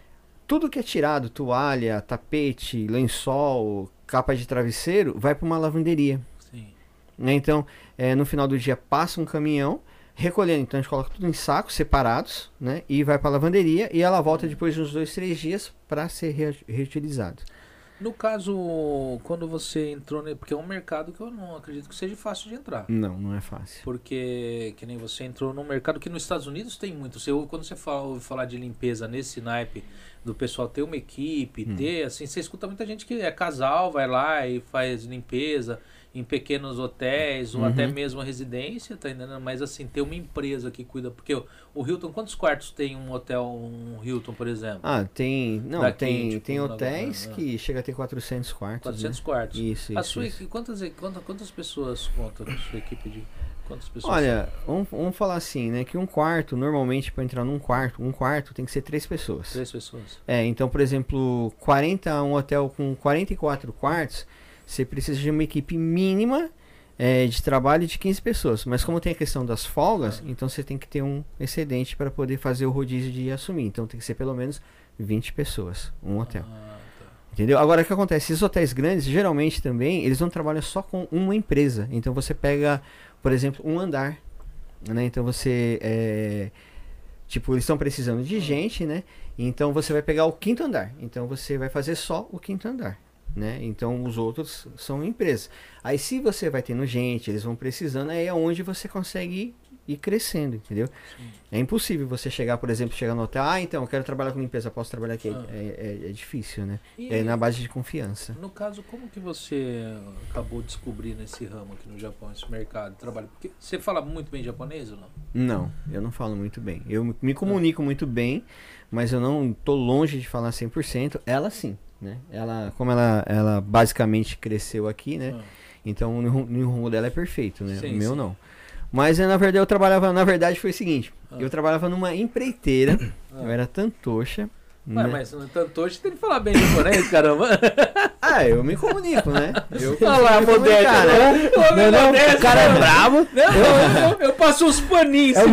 tudo que é tirado, toalha, tapete, lençol, capa de travesseiro, vai para uma lavanderia. Sim. Né? Então, é, no final do dia passa um caminhão recolhendo, então a gente coloca tudo em sacos separados, né? E vai para a lavanderia e ela volta depois de uns dois, três dias para ser re reutilizado. No caso, quando você entrou, ne... porque é um mercado que eu não acredito que seja fácil de entrar. Não, não é fácil. Porque, que nem você entrou num mercado que nos Estados Unidos tem muito. Você, quando você fala, ouve falar de limpeza nesse naipe, do pessoal ter uma equipe, hum. ter, assim, você escuta muita gente que é casal, vai lá e faz limpeza em pequenos hotéis, ou uhum. até mesmo a residência, tá entendendo? Mas assim, ter uma empresa que cuida, porque o, o Hilton, quantos quartos tem um hotel, um Hilton, por exemplo? Ah, tem, não, Daqui, tem, tipo, tem um hotéis negócio, que chega a ter quatrocentos quartos. quatrocentos né? quartos. Isso, a isso, sua, isso. Quantas, quantas, quantas pessoas conta a sua equipe de... Quantas pessoas? Olha, vamos, vamos falar assim, né? Que um quarto, normalmente, para entrar num quarto, um quarto tem que ser três pessoas. Três pessoas. É, então, por exemplo, quarenta, um hotel com quarenta e quatro quartos, você precisa de uma equipe mínima é, de trabalho de quinze pessoas. Mas como tem a questão das folgas, ah. então você tem que ter um excedente para poder fazer o rodízio de assumir. Então tem que ser pelo menos vinte pessoas, um hotel. Ah, tá. Entendeu? Agora, o que acontece? Esses hotéis grandes, geralmente também, eles não trabalham só com uma empresa. Então você pega... Por exemplo, um andar, né? Então você, é, tipo, eles estão precisando de gente, né? Então você vai pegar o quinto andar. Então você vai fazer só o quinto andar, né? Então os outros são empresas. Aí se você vai tendo gente, eles vão precisando, aí é onde você consegue ir crescendo, entendeu? Sim. É impossível você chegar, por exemplo, chegar no hotel, ah, então, eu quero trabalhar com limpeza, posso trabalhar aqui. Ah. É, é, é difícil, né? E é na base de confiança. No caso, como que você acabou descobrindo esse ramo aqui no Japão, esse mercado de trabalho? Porque você fala muito bem japonês ou não? Não, eu não falo muito bem. Eu me comunico ah. muito bem, mas eu não tô longe de falar cem por cento. Ela sim, né? Ela, como ela, ela basicamente cresceu aqui, né? Ah. Então o rumo dela é perfeito, né? Sim, o meu sim. não. Mas na verdade eu trabalhava, na verdade foi o seguinte, ah. eu trabalhava numa empreiteira, ah. eu era tantoxa. Ué, né? Mas no tantoxa tem que falar bem japonês, caramba. Ah, eu me comunico, né? Eu Olha lá, moderno, né? Não, não, não, o cara é bravo. Não, eu, eu, eu passo uns paninhos. É,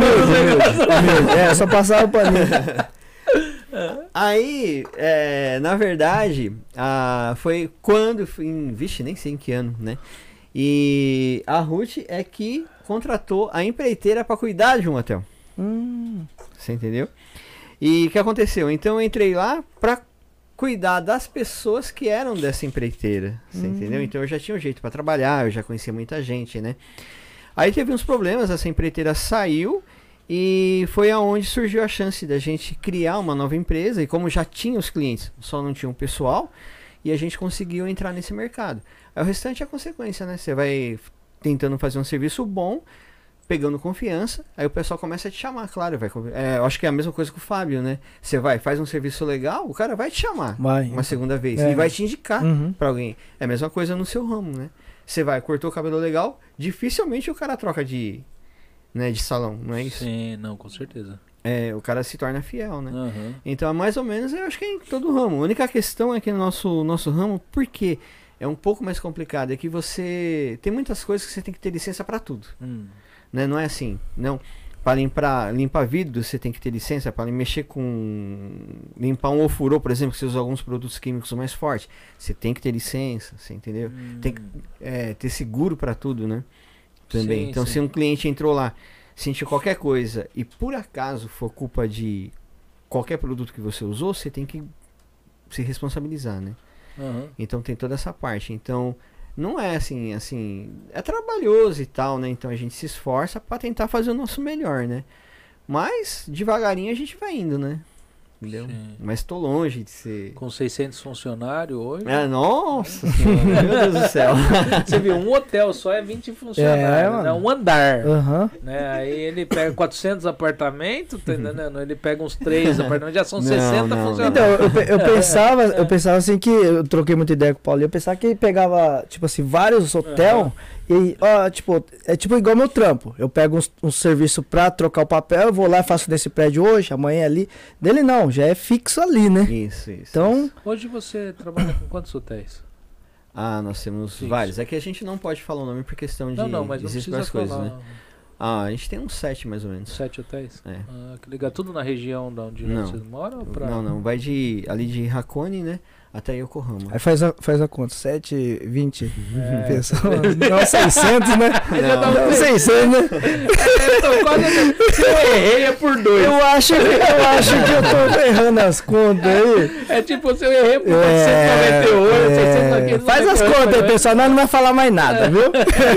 mesmo, é, é só passar o paninho. Aí, é, na verdade, a, foi quando, em, vixe, nem sei em que ano, né? E a Ruth é que contratou a empreiteira para cuidar de um hotel. Hum. Você entendeu? E o que aconteceu? Então eu entrei lá para cuidar das pessoas que eram dessa empreiteira. Você hum. entendeu? Então eu já tinha um jeito para trabalhar, eu já conhecia muita gente, né? Aí teve uns problemas, essa empreiteira saiu e foi aonde surgiu a chance da gente criar uma nova empresa. E como já tinha os clientes, só não tinha o pessoal, e a gente conseguiu entrar nesse mercado. Aí o restante é a consequência, né? Você vai tentando fazer um serviço bom, pegando confiança, aí o pessoal começa a te chamar, claro. Vai, é, eu acho que é a mesma coisa com o Fábio, né? Você vai, faz um serviço legal, o cara vai te chamar vai, uma segunda vez é. e vai te indicar uhum. pra alguém. É a mesma coisa no seu ramo, né? Você vai, cortou o cabelo legal, dificilmente o cara troca de, né, de salão, não é isso? Sim, não, com certeza. É, o cara se torna fiel, né? Uhum. Então, mais ou menos, eu acho que é em todo ramo. A única questão é que no nosso, nosso ramo, por quê? É um pouco mais complicado, é que você tem muitas coisas que você tem que ter licença para tudo, hum. né? Não é assim, não. Para limpar, limpar vidro você tem que ter licença. Para mexer com, limpar um ofurô, por exemplo, que você usa alguns produtos químicos mais fortes, você tem que ter licença, você entendeu? Hum. Tem que é, ter seguro para tudo, né? Também. Sim, então, sim. se um cliente entrou lá, sentiu qualquer coisa e por acaso for culpa de qualquer produto que você usou, você tem que se responsabilizar, né? Uhum. Então tem toda essa parte. Então não é assim, assim, é trabalhoso e tal, né? Então a gente se esforça para tentar fazer o nosso melhor, né? Mas devagarinho a gente vai indo, né? Entendeu? Sim. Mas tô longe de ser... Com seiscentos funcionários hoje? É, nossa senhora, meu Deus do céu. Você viu, um hotel só é vinte funcionários, é, né? Um andar. Uhum. Né? Aí ele pega quatrocentos apartamentos, tá entendendo? Ele pega uns três apartamentos, já são não, sessenta não, funcionários. Então, eu, eu, pensava, eu pensava assim que, eu troquei muita ideia com o Paulo, eu pensava que ele pegava, tipo assim, vários hotéis, uhum. E, ó, tipo, é tipo igual meu trampo. Eu pego um, um serviço pra trocar o papel, eu vou lá e faço desse prédio hoje, amanhã ali. Dele não, já é fixo ali, né? Isso, isso. Então... Isso. Hoje você trabalha com quantos hotéis? Ah, nós temos Fixo. vários. É que a gente não pode falar o nome por questão de... Não, não, mas não precisa falar. Coisas, né? Ah, a gente tem uns sete mais ou menos. Sete hotéis? É. Ah, que legal. Tudo na região de onde Não. vocês moram? Ou pra... Não, não. Vai de ali de Hakone, né? Até Yokohama. Aí faz a, faz a conta, sete, vinte É. pessoas. Não, seiscentos, né? Não. Não, seiscentos, né? Eu tô quase... Se eu errei é por dois. Eu acho, eu acho que eu tô errando as contas aí. É tipo, se eu errei por É, seiscentos e noventa e oito, seiscentos e noventa e oito. Faz as contas aí, pessoal. Nós não vai falar mais nada, viu?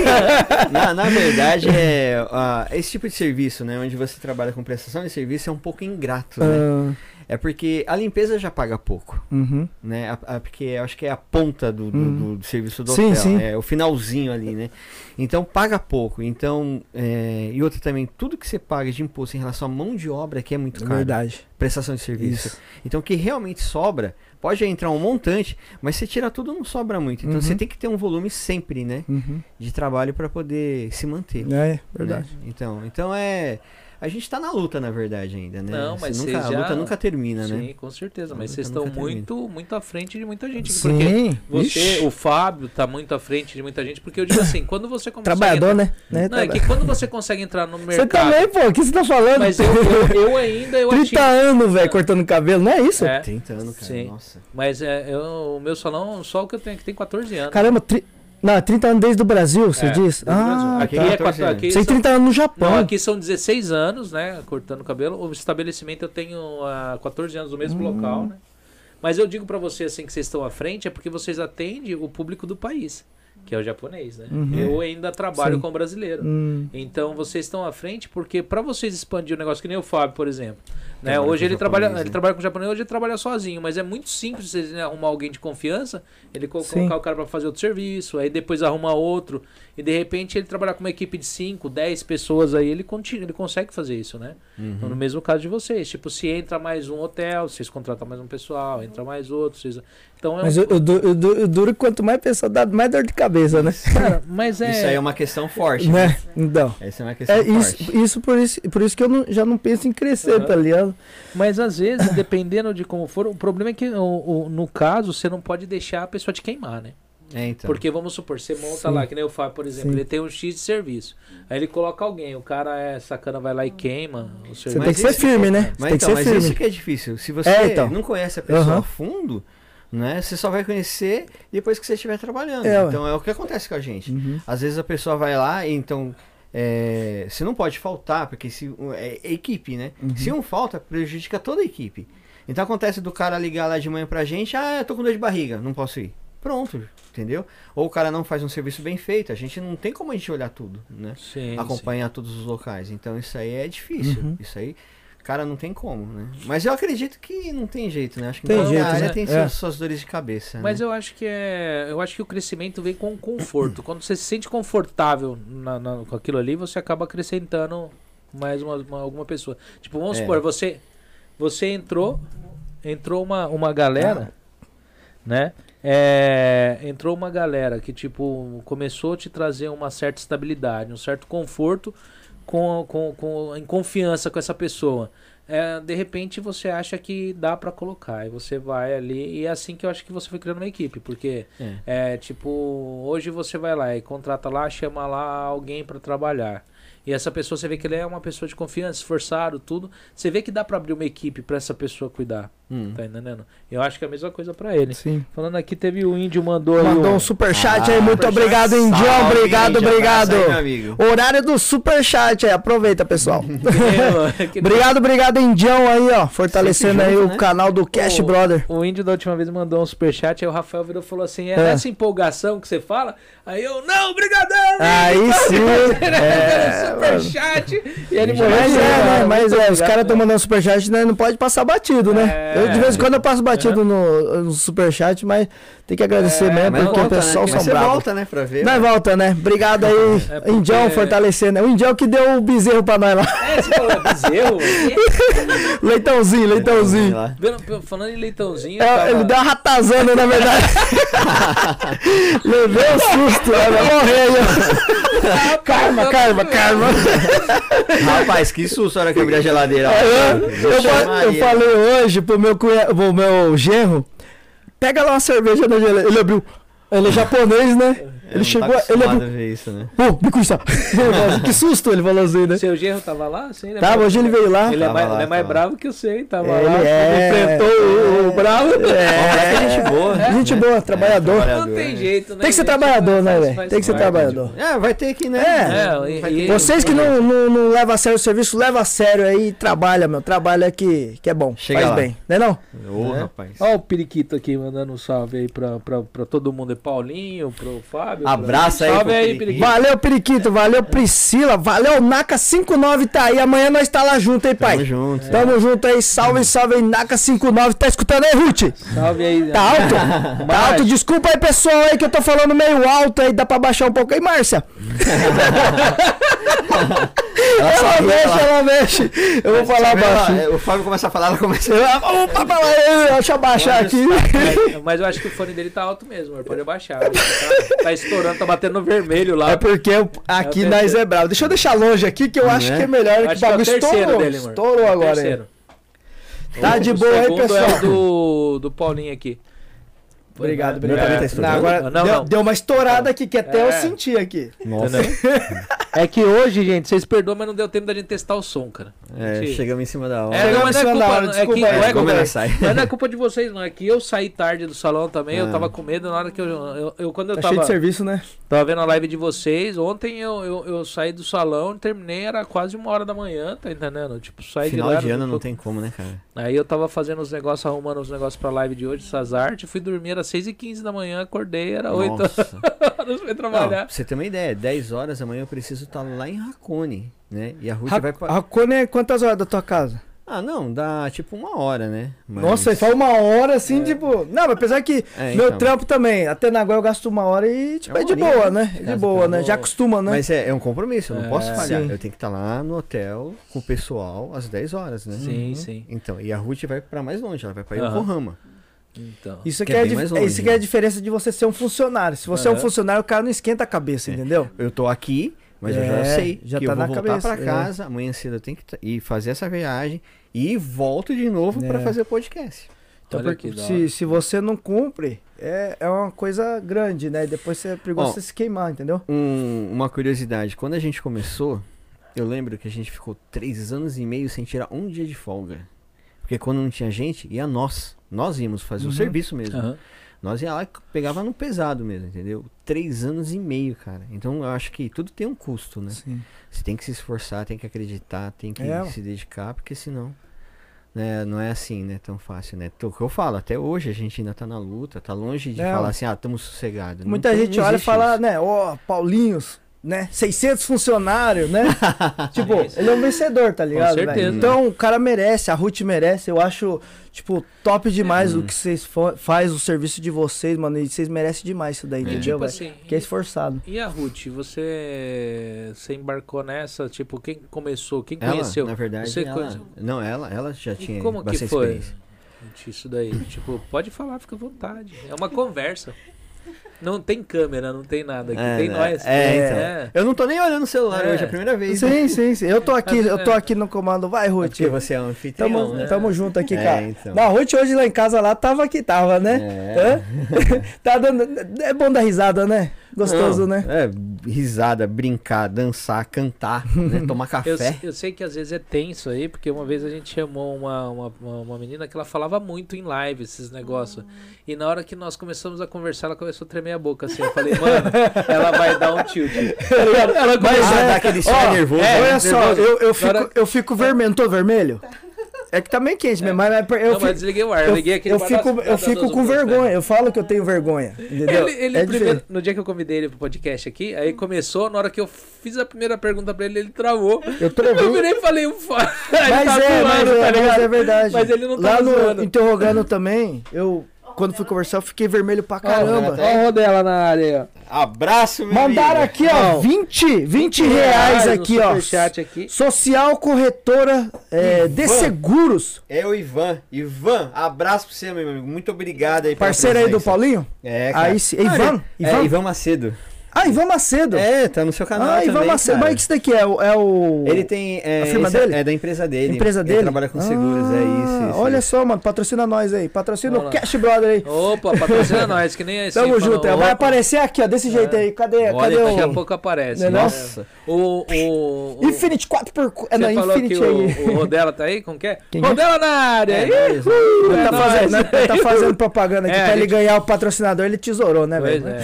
Na, na verdade, é, ah, esse tipo de serviço, né? Onde você trabalha com prestação de serviço é um pouco ingrato, né? Ah, É porque a limpeza já paga pouco, uhum. né? A, a, porque eu acho que é a ponta do, do, Uhum. do- do serviço do Sim, hotel, sim. é o finalzinho ali, né? Então paga pouco. Então, é, e outra também, tudo que você paga de imposto em relação à mão de obra que é muito É caro. verdade. Prestação de serviço. Isso. Então, o que realmente sobra, pode entrar um montante, mas você tira tudo, não sobra muito. Então, Uhum. você tem que ter um volume sempre, né? Uhum. De trabalho para poder se manter. É, verdade. Né? Então, então é. A gente tá na luta, na verdade, ainda, né? Não, mas Você nunca, vocês a já- luta nunca termina, Sim, né? com certeza. A Mas luta vocês estão nunca termina. muito, muito à frente de muita gente. aqui, Porque Sim. você, Ixi. o Fábio, tá muito à frente de muita gente. Porque eu digo assim, quando você consegue... Trabalhador, entrar- né? né? Não, é que quando você consegue entrar no Você mercado... também, pô. O que você tá falando? Mas eu, eu, eu ainda... Eu trinta atingo- anos, velho, cortando cabelo. Não é isso? É, trinta anos, cara. Sim. Nossa. mas é, eu, o meu salão, só o que eu tenho aqui tem quatorze anos. Caramba, tri... não, trinta anos desde o Brasil, você É, diz? desde o Brasil. Ah, Aqui tá. é quatorze quatro, anos. aqui Você tem são- trinta anos no Japão. Não, aqui são dezesseis anos, né, cortando cabelo. O estabelecimento eu tenho há quatorze anos no mesmo Hum. local, né? Mas eu digo pra vocês assim que vocês estão à frente é porque vocês atendem o público do país, que é o japonês, né? Uhum. Eu ainda trabalho Sim. com brasileiro. Hum, Então vocês estão à frente porque pra vocês expandir o negócio, que nem o Fábio, por exemplo, né? Trabalha Hoje com ele trabalha, japonês, ele né? trabalha com japonês, hoje ele trabalha sozinho, mas é muito simples vocês arrumar alguém de confiança, ele co- Sim. colocar o cara pra fazer outro serviço, aí depois arruma outro e de repente ele trabalhar com uma equipe de cinco, dez pessoas aí, ele continua, ele consegue fazer isso, né? Uhum. No mesmo caso de vocês, tipo, se entra mais um hotel, vocês contratam mais um pessoal, entra mais outro, vocês... Então é Mas um... eu, eu, du- eu, du- eu duro que quanto mais pessoa dá, mais dor de cabeça, né? Cara, mas é... Isso aí é uma questão forte. Né? Então. Essa é uma questão É forte. isso, isso, por isso, por isso que eu não- já não penso em crescer, Uhum. tá ligado? Mas às vezes, dependendo de como for, o problema é que o, o- no caso, você não pode deixar a pessoa te queimar, né? É, então. Porque vamos supor, você monta Sim. lá, que nem o Fábio, por exemplo, Sim. ele tem um X de serviço. Aí ele coloca alguém, o cara é sacana, vai lá e queima o serviço. Você tem que ser isso- firme, né? Você Mas tem então, que mas ser firme. isso que é difícil. Se você É, então. não conhece a pessoa Aham. a fundo, né? Você só vai conhecer depois que você estiver trabalhando. É, ué. Então é o que acontece com a gente. Uhum. Às vezes a pessoa vai lá e então é, você não pode faltar, porque se é, é equipe, né? Uhum. Se um falta, prejudica toda a equipe. Então acontece do cara ligar lá de manhã pra gente, ah, eu tô com dor de barriga, não posso ir. Pronto, entendeu? Ou o cara não faz um serviço bem feito, a gente não tem como a gente olhar tudo, né? Sim, Acompanhar todos os locais. Então isso aí é difícil. Uhum. Isso aí, cara, não tem como, né? Mas eu acredito que não tem jeito, né? Acho que Tem em toda jeito, área né? tem É. suas, suas dores de cabeça. Mas né? eu acho que é. Eu acho que o crescimento vem com conforto. Quando você se sente confortável na- na- com aquilo ali, você acaba acrescentando mais uma, uma- alguma pessoa. Tipo, vamos É. supor, você, você entrou, entrou uma, uma galera, né? É, entrou uma galera que, tipo, começou a te trazer uma certa estabilidade, um certo conforto com, com, com, em confiança com essa pessoa. É, de repente você acha que dá pra colocar e você vai ali e é assim que eu acho que você foi criando uma equipe, porque É. é tipo, hoje você vai lá e contrata lá, chama lá alguém pra trabalhar. E essa pessoa, você vê que ele é uma pessoa de confiança, esforçado, tudo. Você vê que dá pra abrir uma equipe pra essa pessoa cuidar. Hum. Tá entendendo? Eu acho que é a mesma coisa pra ele. Sim. Falando aqui, teve o índio mandou aí Mandou um- um superchat aí, Ah, muito superchat. obrigado, Indião. Salve, Obrigado, Índia, obrigado. abraço aí, meu amigo. Horário do superchat aí, aproveita, pessoal. Que- Obrigado, obrigado, Indião aí, ó. Fortalecendo Sempre aí junto, o né? canal do Cash O- Brother. O índio da última vez mandou um superchat, aí o Rafael virou e falou assim, é, É. essa empolgação que você fala? Aí eu, não, brigadão! Aí sim. É, superchat! E ele morreu Mas de é, rir, né? muito Mas é, os obrigado, caras estão né? mandando superchat, né? Não pode passar batido, né? É. Eu de vez em quando eu passo batido no, no superchat, mas tem que agradecer É, mesmo, Mas porque volta, o pessoal né? são Mas você bravos. volta, né, pra ver. Nós mano. volta, né? Obrigado aí, É porque- Indião, fortalecendo. O Indião que deu o bezerro pra nós lá. É, você falou, é bezerro? Leitãozinho, leitãozinho. Lá. Vendo- Falando em leitãozinho, eu É, tava- ele deu uma ratazana, na verdade. Levei um susto, né? Vai morrer aí, ó. Karma, karma, karma. Rapaz, que susto a hora que eu abri a geladeira. ó. Eu, eu, Vixe, fa- eu Maria. falei hoje pro meu, cunha, pro meu genro, pega lá uma cerveja na geladeira. Ele abriu. Ele é japonês, né? Ele chegou, tá ele a abriu... ver isso, né? Ô, me custa. Que susto, ele falou assim, né? Seu genro tava lá? Sim, ele Tá, é hoje ele veio lá. Ele é Tava mais, lá, ele é mais tava. bravo que eu sei, tava Ele lá. é. Enfrentou o, o bravo. É, É, gente boa. gente boa, trabalhador. trabalhador. Não tem jeito, né? Tem que ser gente? trabalhador, né, Faz- velho? faz Tem que ser parte. trabalhador. É, vai ter que, né? É. É, Vai e- ter- Vocês que não, não, não levam a sério o serviço, leva a sério aí e trabalha, meu. Trabalha que, que é bom. Chega Faz lá. bem, né não? Ô, É. rapaz. Ó o Periquito aqui mandando um salve aí pra, pra, pra todo mundo. É Paulinho, pro Fábio. Abraço pra... aí Salve pro aí, Periquito. Periquito. Valeu, Periquito. Valeu, Priscila. Valeu, Naka cinquenta e nove tá aí. Amanhã nós tá lá junto, hein, pai? Tamo junto. Tamo junto aí. Salve, salve aí, Naka cinquenta e nove. Tá escutando aí, Ruth? Salve aí. Tá alto? Tá alto? Desculpa aí, pessoal, aí que eu tô falando meio alto aí. Dá pra baixar um pouco aí, Márcia? Ela só Ela ri, mexe, ela- ela mexe. Eu vou falar Sabe, ela- baixo. O Fábio começa a falar, ela começa Eu- Opa, pera aí, deixa eu baixar aqui. Mas, mas eu acho que o fone dele tá alto mesmo, amor. Pode abaixar. Tá, tá estourando, tá batendo no vermelho lá. É porque eu- aqui É o nós terceiro. é bravo. Deixa eu deixar longe aqui que eu acho Né? que é melhor. Eu Que acho o que é o bagulho terceiro estourou. dele, amor. Estourou É o agora aí. terceiro. Tá O- de o boa aí, segundo pessoal. é o do, do Paulinho aqui. Obrigado, É, obrigado. também tá Não, estourando? agora Não, deu, não. deu uma estourada aqui que até eu É. senti aqui. Nossa. É que hoje, gente, vocês perdoam, mas não deu tempo da gente testar o som, cara. É, Gente, chegamos em cima da hora. É, Chegamos não, mas não é em cima da culpa, hora, não, é desculpa que, aí, não é desculpa culpa, aí. sai. mas não é culpa de vocês, não. É que eu saí tarde do salão também, eu Ah. tava com medo na hora que eu. eu, eu- quando eu Tá tava, cheio de serviço, né? tava vendo a live de vocês, ontem eu, eu, eu saí do salão e terminei, era quase uma hora da manhã, tá entendendo? Tipo, saí Final de lá. de ano tô- não tem como, né, cara? Aí eu tava fazendo os negócios, arrumando os negócios pra live de hoje, essas artes, fui dormir, era seis e quinze da manhã, acordei, era oito Nossa. horas, fui Não, trabalhar. pra você ter uma ideia, dez horas da manhã eu preciso estar lá em Racone, né? E a Ruth Ra- vai pra... Racone é quantas horas da tua casa? Ah, não, dá tipo uma hora, né? Mas- Nossa, ele fala uma hora assim, tipo. Não, mas apesar que É, meu então. trampo também, até na Nagoya eu gasto uma hora e, tipo, É é, uma de horinha, boa, né? né? É de Casa boa, tá né? boa. Já acostuma, né? Mas é, é um compromisso, eu não É, posso falhar. sim. Eu tenho que estar lá no hotel com o pessoal às dez horas, né? Sim, sim. Então, e a Ruth vai pra mais longe, ela vai pra Aham. Yokohama. Então. Isso que aqui é é, bem dif- mais longe, isso que é a né? diferença de você ser um funcionário. Se você é um Aham. funcionário, o cara não esquenta a cabeça, entendeu? Eu tô aqui, mas eu É, já sei já que tá eu vou na voltar cabeça, pra é. casa, amanhã cedo eu tenho que t- ir fazer essa viagem e volto de novo pra É. fazer o podcast. Então, Olha porque que da se, hora. se você não cumpre, é, é uma coisa grande, né? E depois você é perigoso Ó, você se queimar, entendeu? Um- uma curiosidade, quando a gente começou, eu lembro que a gente ficou três anos e meio sem tirar um dia de folga. Porque quando não tinha gente, ia nós. Nós íamos fazer Uhum. o serviço mesmo. Aham. Nós ia lá e pegava no pesado mesmo, entendeu? Três anos e meio, cara. Então eu acho que tudo tem um custo, né? Sim. Você tem que se esforçar, tem que acreditar, tem que É. se dedicar, porque senão né, não é assim, né? Tão fácil, né? O que eu falo, até hoje a gente ainda tá na luta, tá longe de É. falar assim, ah, estamos sossegados. Não Muita tem- gente não olha e existe fala, isso. né? Ó, Paulinhos, né? seiscentos funcionários, né? Tipo, Sim, sim. ele é um vencedor, tá ligado? velho? certeza. Então, o cara merece, a Ruth merece. Eu acho, tipo, top demais Hum. o que vocês fo- faz, o serviço de vocês, mano. E vocês merecem demais isso daí, E, entendeu, tipo velho? assim, Que é esforçado. e a Ruth, você, você embarcou nessa, tipo, quem começou, quem Ela, conheceu? na verdade, Você ela, conhece- não, ela, ela já E tinha como que bastante foi experiência. gente, isso daí? Tipo, pode falar, fica à vontade. É uma conversa. Não tem câmera, não tem nada aqui. É, tem né? nós. É, então. É. Eu não tô nem olhando o celular É. hoje, é a primeira vez. né? Sim, sim, sim. Eu tô aqui, eu tô aqui no comando. Vai, É Ruth. porque você é um anfitrião, Tamo, né? tamo junto aqui, É, cara. então. Não, a Ruth hoje lá em casa lá tava aqui, tava, né? É. Hã? Tá dando. É bom dar risada, né? Gostoso, Não, né? É, risada, brincar, dançar, cantar, né? Tomar Eu, café. eu sei que às vezes é tenso aí, porque uma vez a gente chamou uma, uma, uma, uma menina que ela falava muito em live esses negócios. E na hora que nós começamos a conversar, ela começou a tremer a boca assim. Eu falei, mano, ela vai dar um tilt. Tá ligado? Ela Mas começou é, dá aquele ó, suor nervoso. é, Olha nervoso. só, eu, eu, Na fico, hora- eu fico vermelho. Não tô vermelho? É que tá meio quente mesmo, mas mas eu, Não, mas fico, desliguei o ar, eu, eu, liguei aquele eu fico, eu fico com vergonha. Eu falo que eu tenho vergonha. Entendeu? Ele, ele é primeiro, diferente. no dia que eu convidei ele pro podcast aqui, aí começou, na hora que eu fiz a primeira pergunta pra ele, ele travou. Eu travei. Eu virei e falei, ufa. Ele Mas tá é, mas zoando, é, tá mas ligado? é verdade. Mas ele não Lá tá no zoando. interrogando também, eu, quando fui conversar, eu fiquei vermelho pra caramba. Renata, Ó o Rodela na área. Abraço, meu Mandaram amigo. aqui, ó, Não. vinte, vinte reais no aqui, ó. superchat aqui. Social Corretora é, de Ivan. Seguros. É o Ivan. Ivan, abraço pra você, meu amigo. Muito obrigado aí pela Parceiro aí do presença. Paulinho? É, cara. Aí sim. É Ah, Ivan? ele- Ivan? É, Ivan Macedo. Ah, Ivan Macedo. É, tá no seu canal Ah, também, Ivan Macedo. cara. Mas o que isso daqui é? O- É o... Ele tem... É, A firma esse é- dele? É da empresa dele. Empresa dele? Ele trabalha com seguros, Ah, é isso, isso. Olha isso. só, mano. Patrocina nós aí. Patrocina Vamos o lá. Cash Brother aí. Opa, patrocina nós, que nem esse. Tamo junto. falou, Vai opa. aparecer aqui, ó. Desse jeito aí. Cadê, Olha, cadê daqui a o... pouco aparece. Né, Nossa. O, o, o, Infinity quatro por quatro. É, Você não, falou Infinity que aí. o, o Rodela tá aí? Como que é? Quem é? Rodela na área! É, Ih, nós, uh, Ele é tá, nóis. fazendo, né, ele tá fazendo propaganda aqui É, pra a ele gente- ganhar o patrocinador, ele tesourou, né, Pois velho?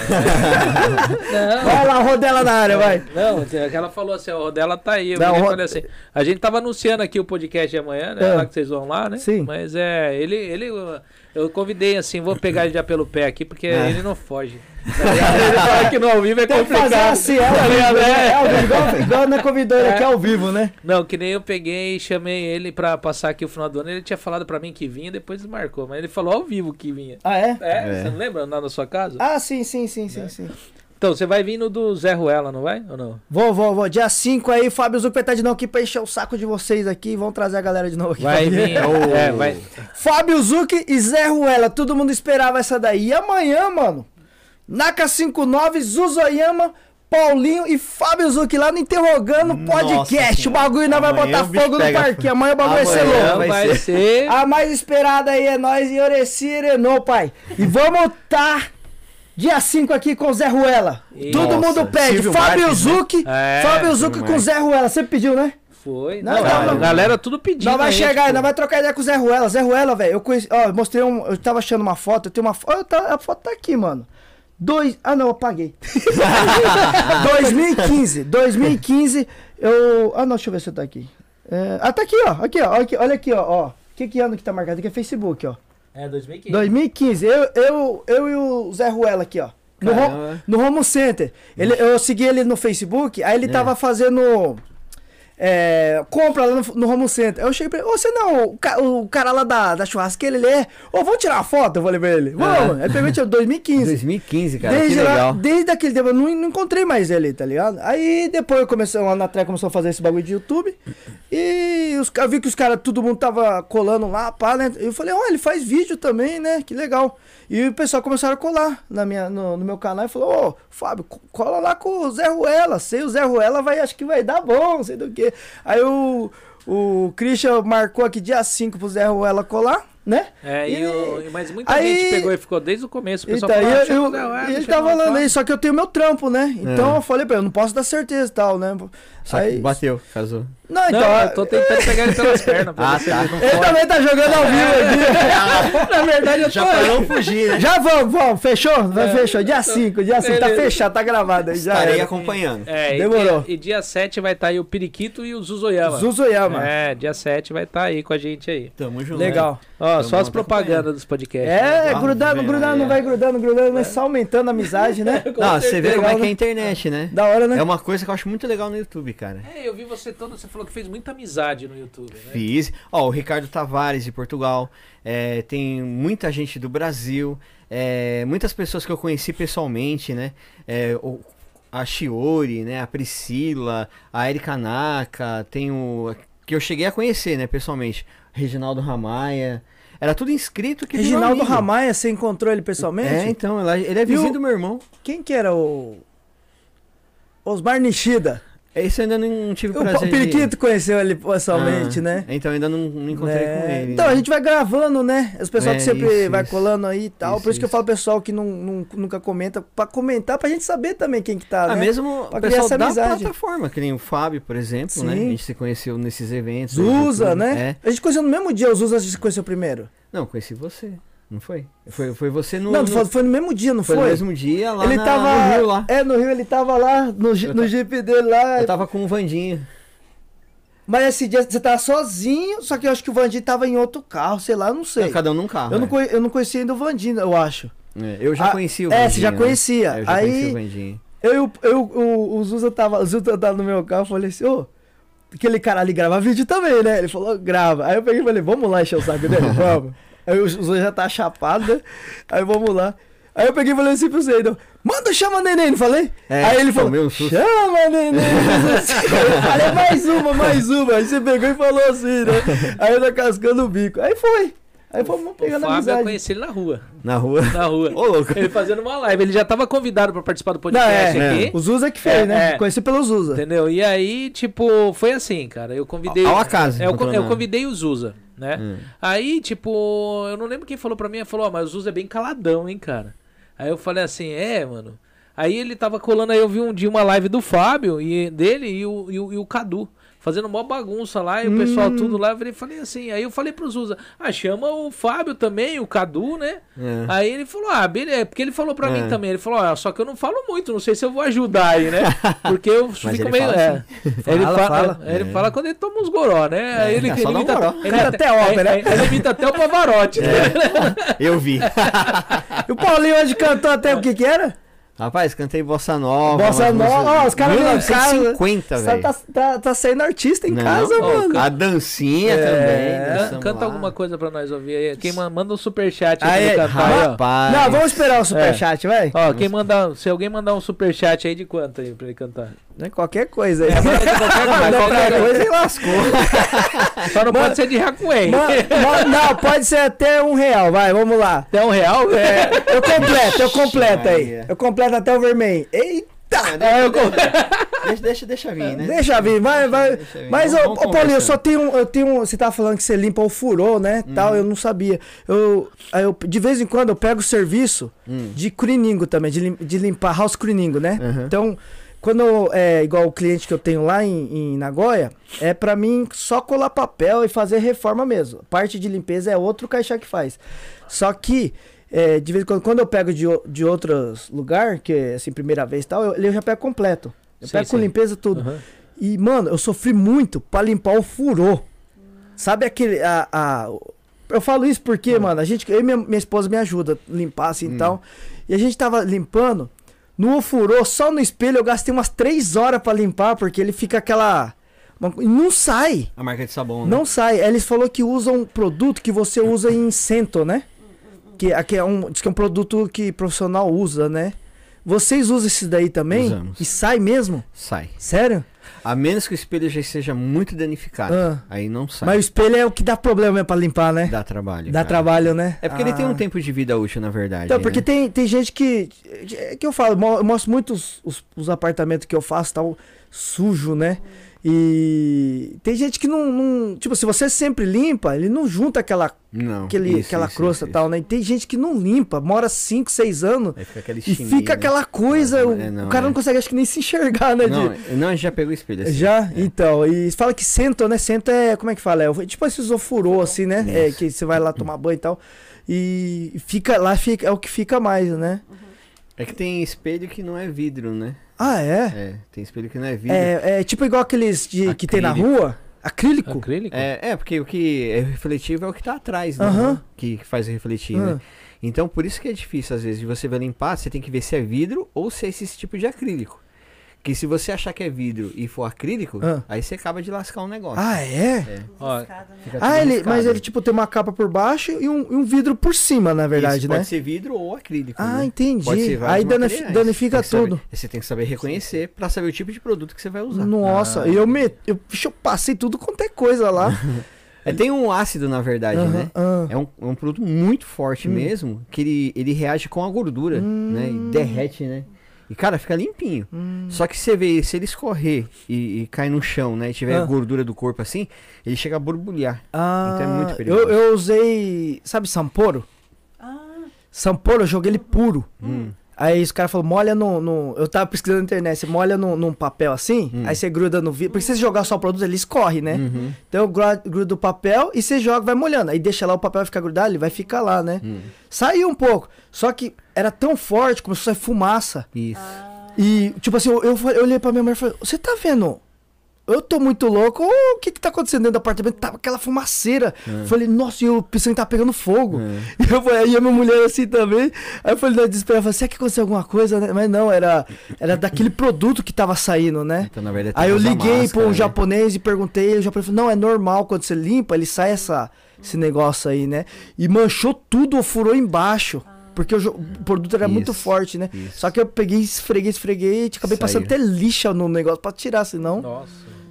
é. Vai lá, rodela na área, vai. Não, não, ela falou assim, o Rodela tá aí. Eu Não, virei e o Rod- falei assim, a gente tava anunciando aqui o podcast de amanhã, né? É. Lá que vocês vão lá, né? Sim. Mas é, ele, ele, eu convidei assim, vou pegar ele já pelo pé aqui, porque É. ele não foge. Tá ligado? Ele fala que no ao vivo é Tem que fazer complicado. assim, é ao Tá vivo, ligado? né? É. É ao vivo, igual, igual na convidou ele É. aqui ao vivo, né? Não, que nem eu peguei e chamei ele pra passar aqui o final do ano. Ele tinha falado pra mim que vinha, depois marcou. Mas ele falou ao vivo que vinha. Ah, é? É, É. você não lembra lá na sua casa? Ah, sim, sim, sim, sim, sim. Então, você vai vir no do Zé Ruela, não vai? Ou não? Vou, vou, vou. Dia cinco aí, Fábio Zuc vai estar de novo aqui pra encher o saco de vocês aqui. Vão trazer a galera de novo aqui. Vai pra ver. vir. É, vai. Fábio Zuc e Zé Ruela. Todo mundo esperava essa daí. E amanhã, mano, Naka cinquenta e nove, Zuzoyama, Paulinho e Fábio Zuc lá no Interrogando Nossa Podcast. O Senhora. bagulho não vai Amanhã botar o bicho fogo no pega parquinho. fogo. Amanhã o bagulho vai ser Amanhã louco. Vai, vai ser. A mais esperada aí é nós e Oreci Renault, pai. E vamos estar dia cinco aqui com o Zé Ruela. Ih, Todo nossa, mundo pede. Silvio Fábio Marques, né? Zuc, É, Fábio Silvio Zuc com o Marques. Zé Ruela. Você pediu, né? Foi. Não, Não, não, a não. galera tudo pedindo. Nós vai aí, chegar, tipo, nós vai trocar ideia com o Zé Ruela. Zé Ruela, velho, eu conheci, ó, eu mostrei um, eu tava achando uma foto, eu tenho uma foto, a foto tá aqui, mano. Dois, ah não, eu apaguei. dois mil e quinze, dois mil e quinze, eu, ah não, deixa eu ver se tá aqui. É, ah, tá aqui, ó, aqui, ó, aqui, olha aqui, ó, ó. Que que ano que tá marcado aqui é Facebook, ó. É, dois mil e quinze. dois mil e quinze, eu, eu, eu e o Zé Ruela aqui, ó. No, Ro- Caramba. no Home Center. Ele, eu segui ele no Facebook, aí ele É. tava fazendo é, compra lá no, no Home Center. Aí eu cheguei pra ele, ô, você não, o, ca- o cara lá da, da churrasqueira, ele é, ô, vamos tirar uma foto? Eu falei pra ele, vamos. Aí pegou e tirou dois mil e quinze. dois mil e quinze, cara, Desde, que lá- legal. desde aquele tempo eu não, não encontrei mais ele, tá ligado? Aí depois eu comecei, lá na Treca começou a fazer esse bagulho de YouTube. E os, eu vi que os caras, todo mundo tava colando lá, pá, né? Eu falei, ó, ele faz vídeo também, né? Que legal. E o pessoal começaram a colar na minha, no, no meu canal e falou, ô, Fábio, co- cola lá com o Zé Ruela. Sei, o Zé Ruela vai, acho que vai dar bom, sei do que. Aí o, o Christian marcou aqui dia cinco pro Zé Ruela colar, né? É, e, E- o, mas muita aí- gente pegou e ficou desde o começo. O pessoal Então, falou, ah, eu, chama eu, o Zé Ruela, e ele chama tava o falando Fábio. aí, só que eu tenho meu trampo, né? Então É. eu falei pra ele, eu não posso dar certeza e tal, né? Só que Aí- bateu, casou. Não, Não, então. eu tô tentando pegar ele pelas pernas. pra Ah, ver se tá. ele não Ele foge. também tá jogando ao vivo aqui. Na verdade, eu tô. Já pra não fugir, né? Já vamos, vamos, fechou? Vai, É. fechou. Dia cinco, dia cinco, tá Beleza. fechado, tá gravado aí. Já Estarei era. acompanhando. É, e Demorou. dia, e dia sete vai estar aí o Periquito e o Zuzoyama. Zuzoyama. É, dia sete vai estar aí com a gente aí. Tamo junto. Legal. Ó, Tamo só as junto, propagandas dos podcasts. É, Ah, grudando, vem grudando, aí, não é. vai grudando, grudando, mas só aumentando a amizade, né? Não, você vê certeza. como é Legal, que é a né? internet, né? Da hora, né? É uma coisa que eu acho muito legal no YouTube, cara. É, eu vi você todo, você falou que fez muita amizade no YouTube, né? Fiz. Ó, o Ricardo Tavares de Portugal. é, tem muita gente do Brasil. é, muitas pessoas que eu conheci pessoalmente, né? É, o- a Shiori, né? A Priscila, a Erika Naka. Tem o. Que eu cheguei a conhecer, né? Pessoalmente. Reginaldo Ramaia. Era tudo inscrito que virou Reginaldo amigo. Ramaia, você encontrou ele pessoalmente? É, então, ela- ele é vizinho o- do meu irmão. Quem que era o. Osmar Nishida. Esse eu ainda não tive O, prazer o Periquito conheceu ele pessoalmente, Ah, né? Então eu ainda não, não encontrei É, com ele. Então, né? a gente vai gravando, né? Os pessoal É, que sempre isso, vai isso. colando aí e tal. Isso, Por isso que eu isso. falo pessoal que não, não- nunca comenta, pra comentar, pra gente saber também quem que tá, Ah, né? mesmo Pra o criar pessoal essa da amizade. plataforma, que nem o Fábio, por exemplo, né? A Sim. gente se conheceu nesses eventos. no Zuza, YouTube. né? É. A gente conheceu no mesmo dia, o Zuza a gente se conheceu primeiro. Não, conheci você, não foi? Foi, foi você no... não, no- foi, foi no mesmo dia, não foi foi? no mesmo dia lá ele na- tava. no Rio lá. É, no Rio ele tava lá, no, ji- Eu no ta- Jeep dele lá. Eu tava com o Vandinho. Mas esse dia você tava sozinho, só que eu acho que o Vandinho tava em outro carro, sei lá, eu não sei. Cada um num carro. Eu não, é. conhe- eu não conhecia ainda o Vandinho, eu acho. É, eu já Ah, conheci o é, Vandinho. você já né? conhecia. É, eu já Aí- conheci o Vandinho. Eu, e o- eu, o, o Zuza tava, o Zuza tava no meu carro, eu falei assim, ô, aquele cara ali grava vídeo também, né? Ele falou, grava. Aí eu peguei e falei, vamos lá encher o saco dele, vamos. Aí o Zuza já tá chapado, né? Aí vamos lá. Aí eu peguei e falei assim pro Zé, então, manda, chama a neném, não falei? É, aí ele falou, tomei um susto. chama a neném. Eu falei, mais uma, mais uma. Aí você pegou e falou assim, né? Aí eu tô cascando o bico. Aí foi. Aí fomos O pegando Fábio, eu amizade. conheci ele na rua. Na rua. Na rua. Ô, louco. Ele fazendo uma live. Ele já tava convidado pra participar do Não, podcast é, aqui. o Zuza que fez, É, né? é. Conheci pelo Zuza. Entendeu? E aí, tipo, foi assim, cara. Eu convidei. Ao acaso, É, eu, encontrou eu na- convidei o Zuza, né? Hum. Aí, tipo, eu não lembro quem falou pra mim. Ele falou, ó, mas o Zuza é bem caladão, hein, cara. Aí eu falei assim, é, mano. Aí ele tava colando, aí eu vi um dia uma live do Fábio, e dele e o, e o, e o Cadu. Fazendo uma bagunça lá, e o pessoal Hum. tudo lá, eu falei assim, aí eu falei pro Zuza, ah, chama o Fábio também, o Cadu, né? É. Aí ele falou, ah, beleza, porque ele falou pra É. mim também, ele falou, ó, só que eu não falo muito, não sei se eu vou ajudar aí, né? Porque eu Mas fico ele meio... fala é. assim. Ele Fala, fala, fala. é, ele É. fala quando ele toma uns goró, né? Aí ele, é, só ele dá um imita, goró. ele Canta até ópera, aí- aí ele imita até o Pavarotti, né? Eu vi. E o Paulinho hoje cantou até o que que era? Rapaz, cantei Bossa Nova. Bossa umas Nova, músicas- ó, os caras mil vêm em casa. novecentos e cinquenta, Só velho. tá, tá, tá saindo artista em Não, casa, ó, mano. A dancinha É, também. dançamos Canta lá. alguma coisa pra nós ouvir aí. Quem ma- manda um superchat aí Aí, pra ele cantar aí, ó. Rapaz. Não, vamos esperar o superchat, vai. Ó, quem mandar, se alguém mandar um superchat aí de quanto aí pra ele cantar? Não é qualquer coisa aí. Qualquer coisa, Não, qualquer qualquer coisa. coisa e lascou. Só não Mano, pode ser de Hakuei. Ma- ma- Não, pode ser até um real, vai, vamos lá. Até um real? É, eu completo, eu completo aí. Maria. Eu completo até o vermelho. Eita! Ah, eu com- Deixa, deixa, deixa vir, né? Deixa vir, vai, vai. Deixa vir. Mas, ô, Vamos- vamos ô, Paulinho, eu só conversando. tenho, um- eu tenho, um- você tava falando que você limpa o furô, né, tal, eu não sabia. Eu, aí eu, de vez em quando eu pego o serviço Hum. de cleaningo também, de, lim- de limpar house cleaningo, né? Uhum. Então, quando eu, é igual o cliente que eu tenho lá em, em Nagoya, é pra mim só colar papel e fazer reforma mesmo. Parte de limpeza é outro caixa que faz. Só que é, de vez em quando, quando eu pego de, o- de outros lugares, que é assim, primeira vez e tal, eu, eu já pego completo. Eu Sim, pego com sim. limpeza tudo. Uhum. E, mano, eu sofri muito pra limpar o furô. Sabe aquele. A, a- eu falo isso porque, mano, a gente. Eu e minha, minha esposa me ajuda a limpar assim e Hum. tal. E a gente tava limpando. No furô, só no espelho, eu gastei umas três horas pra limpar, porque ele fica aquela. uma- e não sai. A marca de sabão, né? Não sai. Aí eles falou que usa um produto que você usa em Cento, né? Que aqui é um. Diz que é um produto que profissional usa, né? Vocês usam esse daí também? Usamos. E sai mesmo? Sai. Sério? A menos que o espelho já seja muito danificado. Ah. Aí não sai. Mas o espelho é o que dá problema mesmo pra limpar, né? Dá trabalho. Dá cara. trabalho, né? É porque ele tem Ah. um tempo de vida útil, na verdade. Então, porque né? tem, tem gente que. É que eu falo, mo- eu mostro muito os, os, os apartamentos que eu faço, tal, sujo, né? E tem gente que não, não. Tipo, se você sempre limpa, ele não junta aquela, Não, aquele, isso, aquela isso, crosta e isso, tal, né? E tem gente que não limpa, mora cinco, seis anos. Aí fica aquele E chininho, fica né? aquela coisa, Não, o, é, não, o cara é. não consegue, acho que nem se enxergar, né? Não, de- não, a gente já pegou o espelho assim. Já? É. Então, e fala que Cento, né? Cento é, como é que fala? É tipo esses ofurô, assim, né? É, Isso. que você vai lá tomar banho e tal. E fica, lá fica, é o que fica mais, né? É que tem espelho que não é vidro, né? Ah, é? É, tem espelho que não é vidro. É, é tipo igual aqueles de, que tem na Acrílico. rua? Acrílico? Acrílico? É, é, porque o que é refletivo é o que tá atrás, né? Aham. Que, que faz refletir, Ah. né? Então, por isso que é difícil, às vezes, de você ver limpar, você tem que ver se é vidro ou se é esse tipo de acrílico. Que se você achar que é vidro e for acrílico, Ah. aí você acaba de lascar um negócio. Ah, é? É. Ó, Escada, né? Fica tudo Ah, ele, riscado. mas ele tipo tem uma capa por baixo e um, e um vidro por cima, na verdade, Isso né? pode ser vidro ou acrílico. Ah, né? entendi. Pode ser vários Aí danifi- materiais. danifica Tem que saber- tudo. Você tem que saber reconhecer pra saber o tipo de produto que você vai usar. Nossa, Ah. e eu me. Eu, bicho, eu passei tudo quanto é coisa lá. É, tem um ácido, na verdade, Aham, né? ah. É um, é um produto muito forte Hum. mesmo, que ele, ele reage com a gordura, né? E derrete, né? E, cara, fica limpinho. Hum. Só que você vê, se ele escorrer e, e cair no chão, né? E tiver Ah. gordura do corpo assim, ele chega a borbulhar. Ah, Então é muito perigoso. eu, eu usei. Sabe Samporo? Ah, Samporo, eu joguei ele puro. Hum. Aí os caras falaram, molha no, no- Eu tava pesquisando na internet, você molha no, num papel assim, Hum. aí você gruda no vidro. Porque se você jogar só o produto, ele escorre, né? Uhum. Então eu gru- grudo o papel e você joga, vai molhando. Aí deixa lá o papel vai ficar grudado, ele vai ficar lá, né? Hum. Saiu um pouco. Só que era tão forte, começou a sair fumaça. Isso. E, tipo assim, eu, eu, falei- eu olhei pra minha mulher e falei, você tá vendo? Eu tô muito louco, ou o que que tá acontecendo dentro do apartamento? Tava aquela fumaceira. É. Falei, nossa, e eu pensando que tá pegando fogo. É. E eu falei, aí a minha mulher assim também. Aí eu falei, na desespero, eu falei, será que aconteceu alguma coisa, né? Mas não, era, era daquele produto que tava saindo, né? Então, na verdade, tem Aí que eu usar liguei máscara, pra um né? japonês e perguntei, e o japonês falou, não, é normal, quando você limpa, ele sai essa, esse negócio aí, né? E manchou tudo, furou embaixo. Porque o, jo- o produto era muito Isso, forte, né? isso. Só que eu peguei, esfreguei, esfreguei, e acabei Saiu. passando até lixa no negócio pra tirar, senão... Nossa.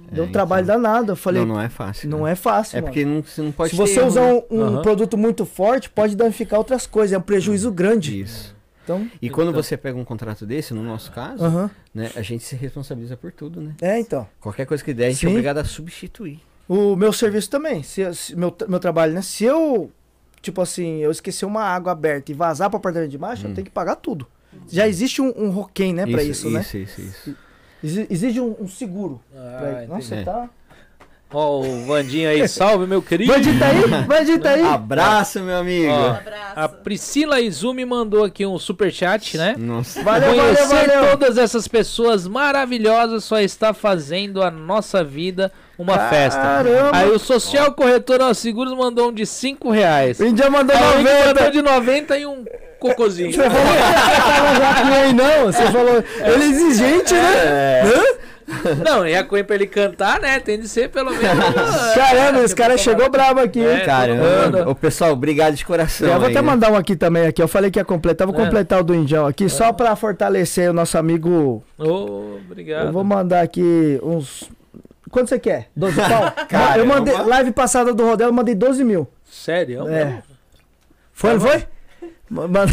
Deu um É, trabalho então. danado. Eu falei, Não, não é fácil. não né? é fácil, É mano. porque não, você não pode Se ter você erro, usar né? um, um Aham. produto muito forte, pode danificar outras coisas. É um prejuízo grande. Isso. Então, E quando Então. você pega um contrato desse, no nosso caso, aham. né, a gente se responsabiliza por tudo, né? É, então. Qualquer coisa que der, a gente Sim. é obrigado a substituir. O meu serviço também. Se, eu- se- meu, meu trabalho, né? Se eu, tipo assim, eu esquecer uma água aberta e vazar pro apartamento de baixo, Hum. eu tenho que pagar tudo. Já existe um, um roquém, né, pra isso, né? Isso, isso, isso. Exi- Exige um, um seguro. pra- Ah, Nossa, entendi. tá. Ó, o Vandinho aí, salve, meu querido. Bandito aí? Bandito aí? Abraço, meu amigo. Ó, Um abraço. A Priscila Izumi mandou aqui um superchat, né? Nossa. Valeu, valeu, Conhecer valeu. todas essas pessoas maravilhosas só está fazendo a nossa vida uma festa. Caramba. Aí o Social Corretor aos Seguros mandou um de cinco reais. O Índia mandou Aí o Henrique mandou noventa. de noventa e um cocôzinho. Você falou que você tava já com ele, não? Você falou. Ele é exigente, né? Hã? Não, e a coisa pra ele cantar, né? Tem de ser pelo menos. Caramba, esse cara chegou brabo aqui, hein? É, Caramba. todo Ô, pessoal, obrigado de coração. Eu vou aí, até né? mandar um aqui também aqui. Eu falei que ia completar, vou É. completar o do Indião aqui, só pra fortalecer o nosso amigo. Ô, obrigado. Eu vou mandar aqui uns. Quanto você quer? doze pau? Caramba. Eu mandei. Live passada do Rodel, eu mandei doze mil. Sério? É. Foi, não foi? Ma- manda-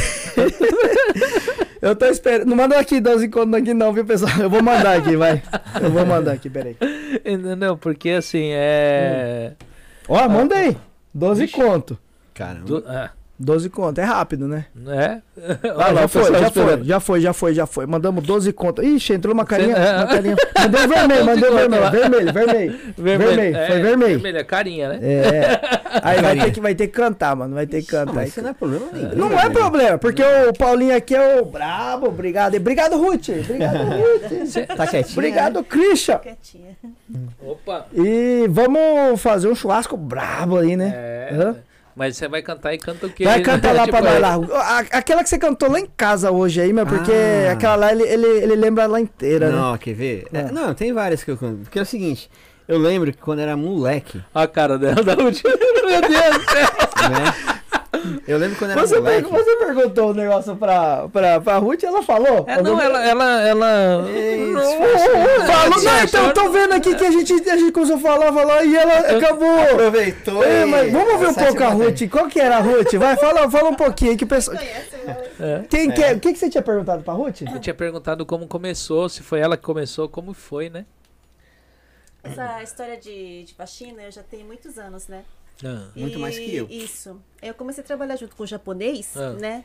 Eu tô esperando. Não manda aqui doze conto aqui não, viu, pessoal? Eu vou mandar aqui, vai. Eu vou mandar aqui, peraí. Entendeu? Porque assim, é. Ó, manda aí. doze Vixe. conto. Caramba. Do... Ah, doze conto. É rápido, né? é? Ah, Olha lá, já o foi, pessoal já esperando. foi, já foi, já foi, já foi. Mandamos doze conto. Ixi, entrou uma carinha. Você- Uma carinha. Mandei vermelho, mandei doze conto vermelho, lá. vermelho, vermelho. Vermelho, É, foi vermelho. Vermelho é carinha, né? É. Aí vai Carinha. ter, que, vai ter que cantar, mano. Vai ter que Não, cantar. mas isso não é problema nenhum. Não é problema, porque o Paulinho aqui é o brabo. Obrigado. Obrigado, Ruth. Obrigado, Ruth. Tá quietinho. Obrigado, Christian. Quietinha. Opa! E vamos fazer um churrasco brabo aí, né? É. Hã? Mas você vai cantar e canta o quê? Vai cantar lá Tipo, pra nós é- lá. A- Aquela que você cantou lá em casa hoje aí, meu, porque Ah. aquela lá ele, ele, ele lembra lá inteira, né? Não, quer ver? É, Ah. não, tem várias que eu canto. Porque é o seguinte, eu lembro que quando era moleque, A cara dela da última. Meu Deus do céu! né? Eu lembro quando era Você, moleque. per- você perguntou o negócio pra, pra, pra Ruth e ela falou? É, não, Alguma- ela. ela, ela... Ei, Ô, ô, ô, Falou, Sim, não, a então senhora- tô vendo aqui que a gente, a gente começou a falar, falar e ela acabou. Aproveitou. É, e- mas vamos ver um Sai pouco a se bater. Ruth. Qual que era a Ruth? Vai, fala, fala um pouquinho aí que o pessoal. Conhece, né? Quem que é? O que, que você tinha perguntado pra Ruth? Eu tinha perguntado como começou, se foi ela que começou, como foi, né? Essa história de, de faxina eu já tenho muitos anos, né? Ah. Muito mais que eu. Isso. Eu comecei a trabalhar junto com o japonês, Ah. né?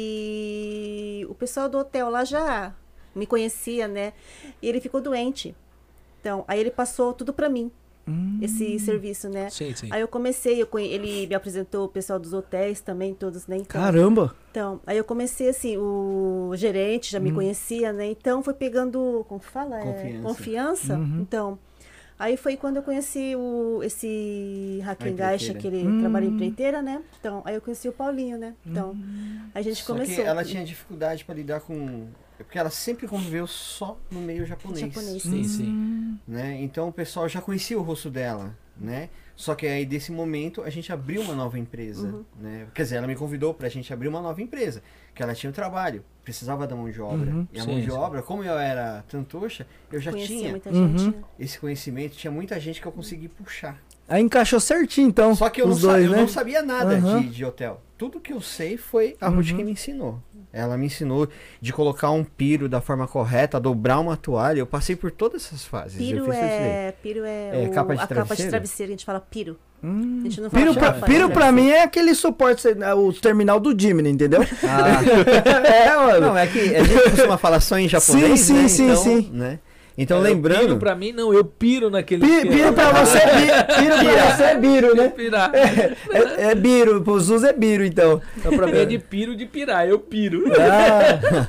E o pessoal do hotel lá já me conhecia, né? E ele ficou doente. Então, aí ele passou tudo pra mim, esse serviço, né? Sim, sim. Aí eu comecei, eu conhe- ele me apresentou o pessoal dos hotéis também, todos, né? Então, Caramba. então, aí eu comecei assim, o gerente já me conhecia, né? Então foi pegando, como que fala? É, Confiança. confiança. Então, aí foi quando eu conheci o, esse Haken Gaisha, que ele trabalha em empreiteira, né? Então, aí eu conheci o Paulinho, né? Então, a gente Só começou. que ela tinha dificuldade pra lidar com... Porque ela sempre conviveu só no meio japonês. japonês. Sim, sim. Né? Então o pessoal já conhecia o rosto dela, né? Só que aí desse momento a gente abriu uma nova empresa, Uhum. né? Quer dizer, ela me convidou pra gente abrir uma nova empresa, que ela tinha o trabalho, precisava da mão de obra. Uhum. E a Sim, mão de sim. obra, como eu era tantoxa, eu já Conhecia tinha muita Uhum. gente, né? esse conhecimento, tinha muita gente que eu consegui puxar. Aí encaixou certinho, então. Só que eu, não, os sa- dois, eu né? não sabia nada Uhum. de, de hotel. Tudo que eu sei foi a Ruth Uhum. que me ensinou. Ela me ensinou de colocar um piro da forma correta, dobrar uma toalha. Eu passei por todas essas fases. eu Piro fiz tudo isso daí. é, piro é, É, o- capa de a capa de travesseiro? travesseiro, a gente fala piro. Hum. A gente não fala Piro, pra, chapa, piro né? pra mim é aquele suporte, é o terminal do Jimny, entendeu? Ah, é, mano. não, é que a gente costuma falar só em japonês, Sim, né? sim, então, sim, sim. Né? Então, Eu lembrando... piro pra mim, não, eu piro naquele. Pi- Piro pra você é bi- piro pra você é biro, né? Pirar. É, é biro, pro Zuz é biro, então. Então, pra mim é de piro de pirar, eu piro. Ah,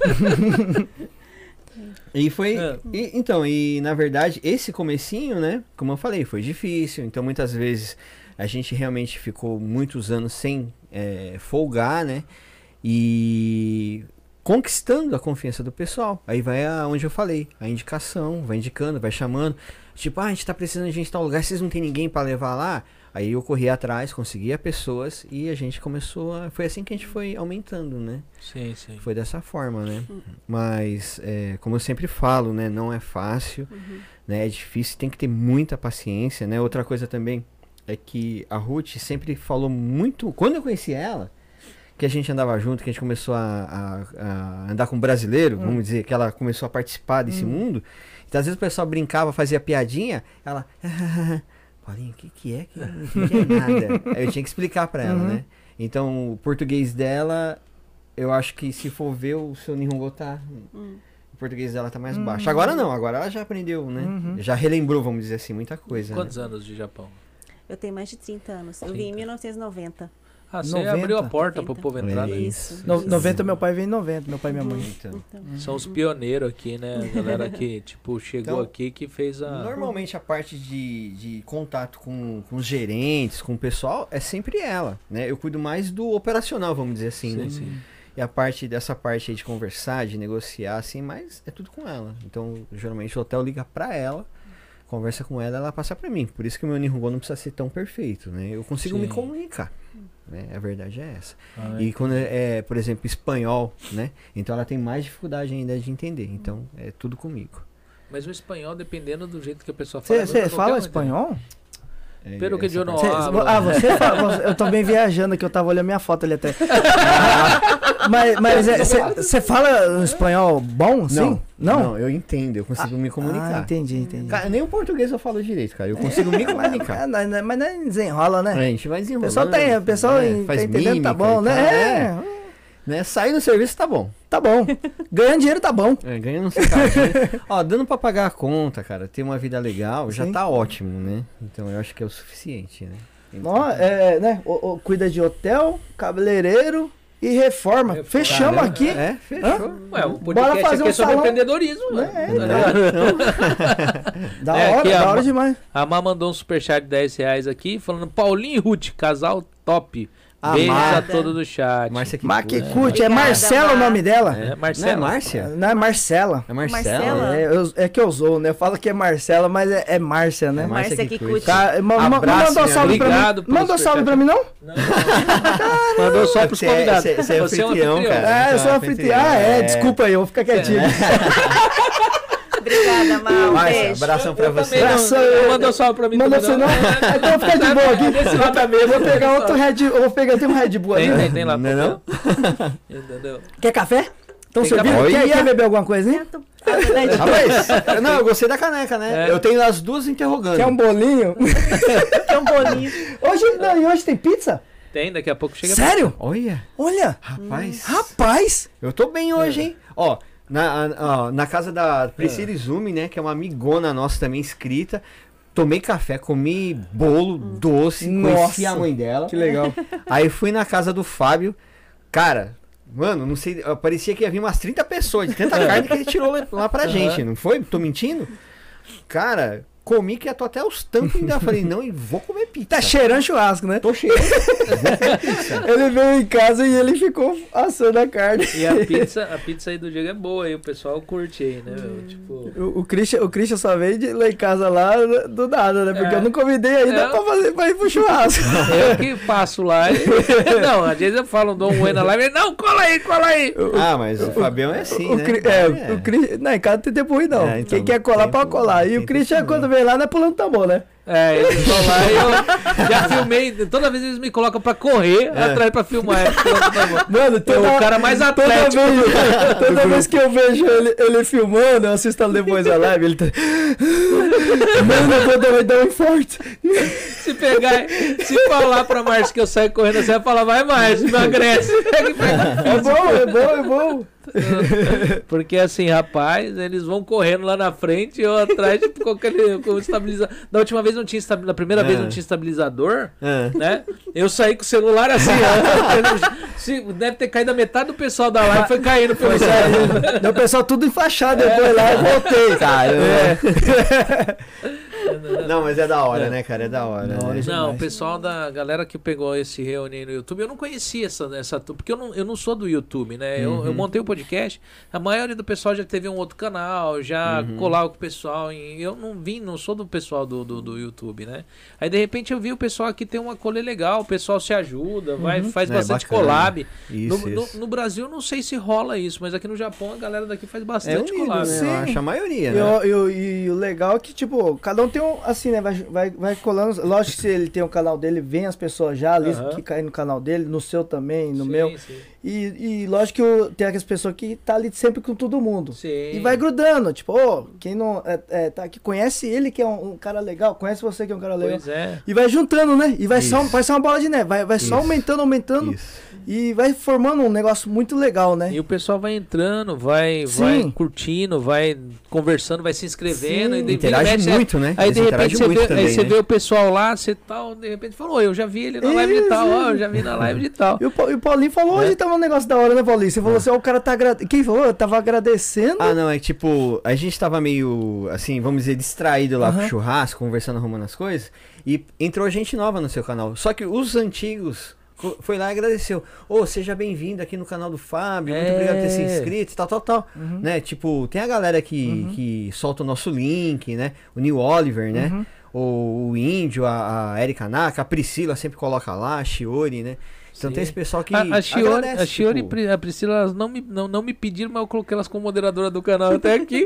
E foi... É. e- então, e na verdade, esse comecinho, né? Como eu falei, foi difícil. Então, muitas vezes, a gente realmente ficou muitos anos sem é, folgar, né? E... conquistando a confiança do pessoal. Aí vai aonde eu falei, a indicação, vai indicando, vai chamando. Tipo, ah, a gente tá precisando de gente em tal lugar, vocês não tem ninguém pra levar lá? Aí eu corri atrás, conseguia pessoas e a gente começou a... Foi assim que a gente foi aumentando, né? Sim, sim. Foi dessa forma, né? Mas, é, como eu sempre falo, né? Não é fácil, Uhum. né? É difícil, tem que ter muita paciência, né? Outra coisa também é que a Ruth sempre falou muito... Quando eu conheci ela, que a gente andava junto, que a gente começou a, a, a andar com brasileiro, Hum. vamos dizer, que ela começou a participar desse Hum. mundo. Então, às vezes o pessoal brincava, fazia piadinha, ela... Paulinho, o que que é? Que eu não entendi nada. Aí eu tinha que explicar pra ela, Uhum. né? Então, o português dela, eu acho que se for ver, o seu Nihongo tá... Hum. O português dela tá mais Uhum. baixo. Agora não, agora ela já aprendeu, né? Uhum. Já relembrou, vamos dizer assim, muita coisa. Quantos né? anos de Japão? Eu tenho mais de trinta anos. Eu vim em trinta. mil novecentos e noventa. Ah, você noventa? abriu a porta pro noventa. povo entrar, né? É Isso. No, isso. noventa, meu pai veio em noventa, meu pai e minha mãe. Então, Então, São os pioneiros aqui, né? A galera que, tipo, chegou Então, aqui que fez a... normalmente a parte de, de contato com, com os gerentes, com o pessoal, é sempre ela, né? Eu cuido mais do operacional, vamos dizer assim, Sim, né? sim. E a parte dessa parte aí de conversar, de negociar, assim, mas é tudo com ela. Então, geralmente o hotel liga pra ela, conversa com ela, ela passa pra mim. Por isso que o meu Nihongo não precisa ser tão perfeito, né? Eu consigo Sim. me comunicar, né? A verdade é essa. Ah, E quando é, é, por exemplo, espanhol, né? Então ela tem mais dificuldade ainda de entender. Então, é tudo comigo. Mas o espanhol, dependendo do jeito que a pessoa fala... Você qualquer fala um espanhol? É, Pero que essa eu não parte- Cê- hablo. ah, você fala. Eu tô bem viajando aqui, eu tava olhando minha foto ali até. Ah, mas mas você fala um espanhol bom, sim? Não, Não? não, eu entendo, eu consigo me comunicar. Ah, entendi, entendi. Cara, nem o português eu falo direito, cara. Eu consigo me comunicar. Mas, mas, mas não desenrola, A né? gente vai O desenrolando. pessoal tem, o pessoal né? tá Faz entendendo, tá mímica bom, e né? tal, É, né? Sair no serviço tá bom. tá bom. Ganhando dinheiro tá bom. É, ganhando um centavo. né? Ó, dando pra pagar a conta, cara, ter uma vida legal, já Sim. tá ótimo, né? Então eu acho que é o suficiente, né? Então, Ó, é, né? O, o- cuida de hotel, cabeleireiro e reforma. Reforma. Fechamos cara, aqui. É, fechou. Ué, o Bora podcast fazer aqui um é sobre salão. empreendedorismo, É, né? Da É, hora, aqui, da a- hora demais. A Má mandou um superchat de dez reais aqui, falando Paulinho e Ruth, casal top. Beijos a Amada. todos do chat. Márcia que Maquicute, é Obrigada, Marcela o Mar. nome dela? É, Não é Marcelo. Márcia? Não é Marcela. É Marcela? Marcela? É, eu- é que eu sou, né? Fala que é Marcela, mas é, é Márcia, né? É Márcia Márcia que que curte. curte. Tá, ma- ma- Abraço, mandou minha salve pra Obrigado mim. pelo Mandou salve superchat. pra mim, não? Não. Mandou só pros Você é- convidados. você- você é um anfitrião, cara. É, eu sou anfitrião. Ah, é, desculpa aí, eu vou ficar quietinho. Obrigada, Mal. Um Márcia, beijo. abração pra Eu você. também não- Abração, não eu- mandou salve pra mim. Mandou também você não? Então eu vou ficar de boa aqui. Desse lado da mesa. Eu vou pegar outro Red, eu vou pegar, tem um Red Bull ali. Tem, tem, tem lá. Não é não? Entendeu? Quer café? Estão Tem servindo? café. Quer, Olha. quer beber alguma coisa, hein? Ah, verdade. Rapaz, não, eu gostei da caneca, né? É. Eu tenho as duas interrogando. Quer um bolinho? Quer um bolinho. Hoje, não, e hoje tem pizza? Tem, daqui a pouco chega. Sério? Olha, Olha, rapaz. rapaz. Eu tô bem hoje, hein? Ó, na, a- ó, na casa da Priscila Izumi, né? Que é uma amigona nossa também inscrita. Tomei café, comi bolo doce, conheci Nossa. a mãe dela. Que legal. Aí fui na casa do Fábio. Cara, mano, não sei, ó, parecia que ia vir umas trinta pessoas, de tanta carne que ele tirou lá, lá pra gente, não foi? Tô mentindo? Cara, comi que eu tô até os tampos ainda. Falei, não, e vou comer pizza. Tá cheirando churrasco, né? Tô cheio. Ele veio em casa e ele ficou assando a carne. E a pizza, a pizza aí do Diego é boa aí, o pessoal curte aí, né, meu? Tipo. O, o, Christian, o Christian só veio de lá em casa lá do nada, né? Porque É. eu não convidei ainda É. pra, fazer, pra ir pro churrasco. Eu que passo lá e... Não, às vezes eu falo, dou um oi na live e ele, não, cola aí, cola aí. Ah, mas o Fabião é assim, o, né? Cri- é, o Christian. Não, em casa não tem tempo ruim, não. É, então, Quem quer colar, tempo- pode colar. E o tempo Christian, ruim. quando vem lá, não é pulando tambor, né? É, eles estão lá e eu já filmei, toda vez eles me colocam pra correr atrás pra filmar. Mano, toda, o cara mais toda atlético. vez, toda vez que eu vejo ele, ele filmando, eu assisto depois a live, ele tá. Mano, eu vou dar, vai dar um infarto. Se pegar, se falar pra Márcio que eu saio correndo, você vai falar, vai Márcio, emagrece. É bom, é bom, é bom. Porque assim, rapaz, eles vão correndo lá na frente e eu atrás tipo, com aquele com o estabilizador. Da última vez não tinha estabilizador, da primeira É. vez não tinha estabilizador, É. né? Eu saí com o celular assim, ó, se, deve ter caído a metade do pessoal da live, foi caindo pelo celular. Deu o pessoal tudo enfaixado depois lá, eu voltei. Cara, É. Não, mas é da hora, né, cara? É da hora. Da hora né? demais. Não, o pessoal da galera que pegou esse reúne no YouTube, eu não conhecia essa, essa porque eu não, eu não sou do YouTube, né? Eu, Uhum. eu montei o podcast, a maioria do pessoal já teve um outro canal, já Uhum. colava com o pessoal, e eu não vim, não sou do pessoal do, do, do YouTube, né? Aí de repente eu vi o pessoal aqui tem uma colê legal, o pessoal se ajuda, vai, faz É, bastante bacana. collab. Isso, no, no, isso. no Brasil eu não sei se rola isso, mas aqui no Japão a galera daqui faz É bastante unido, collab. né? Sim. Eu acho a maioria, E, né? o- e o- e o legal é que, tipo, cada um tem um, assim, né, vai, vai, vai colando, lógico que se ele tem um canal dele, vem as pessoas já ali, Aham. que caem no canal dele, no seu também, no Sim, meu, sim. e, e lógico que o- tem aquelas pessoas que tá ali sempre com todo mundo, Sim. e vai grudando, tipo, ô, quem não, é, é, tá aqui, conhece ele que é um, um cara legal, conhece você que é um cara legal, Pois é. e vai juntando, né, e vai Isso. só, vai ser uma bola de neve, vai, vai só Isso. aumentando, aumentando, Isso. e vai formando um negócio muito legal, né. E o pessoal vai entrando, vai, Sim. vai curtindo, vai conversando, vai se inscrevendo. Sim. E de- Interage vira e mexe, muito, né? Aí Eles de repente interagem você, muito vê, também, aí você né? vê o pessoal lá, você tal, de repente falou, eu já vi ele na live de tal, ó, eu já vi na live de tal. E o, Pa- e o Paulinho falou, É. hoje tava um negócio da hora, né, Paulinho? Você falou assim, ó, o cara tá agradecendo. Quem falou? Eu tava agradecendo. Ah, não, é que, tipo, a gente tava meio, assim, vamos dizer, distraído lá com Aham. o churrasco, conversando, arrumando as coisas, e entrou gente nova no seu canal. Só que os antigos co- foi lá e agradeceu. Ô, seja bem-vindo aqui no canal do Fábio, muito É. obrigado por ter se inscrito, tal, tal, tal. Uhum. Né, tipo, tem a galera que, que solta o nosso link, né, o Neil Oliver, né, Uhum. o, o Índio, a, a Erika Naka, a Priscila sempre coloca lá, a Shiori, né. Então Sim. tem esse pessoal que A, a Shiori, agradece, a Shiori e tipo, Pri- a Priscila, elas não me, não, não me pediram, mas eu coloquei elas como moderadora do canal até aqui.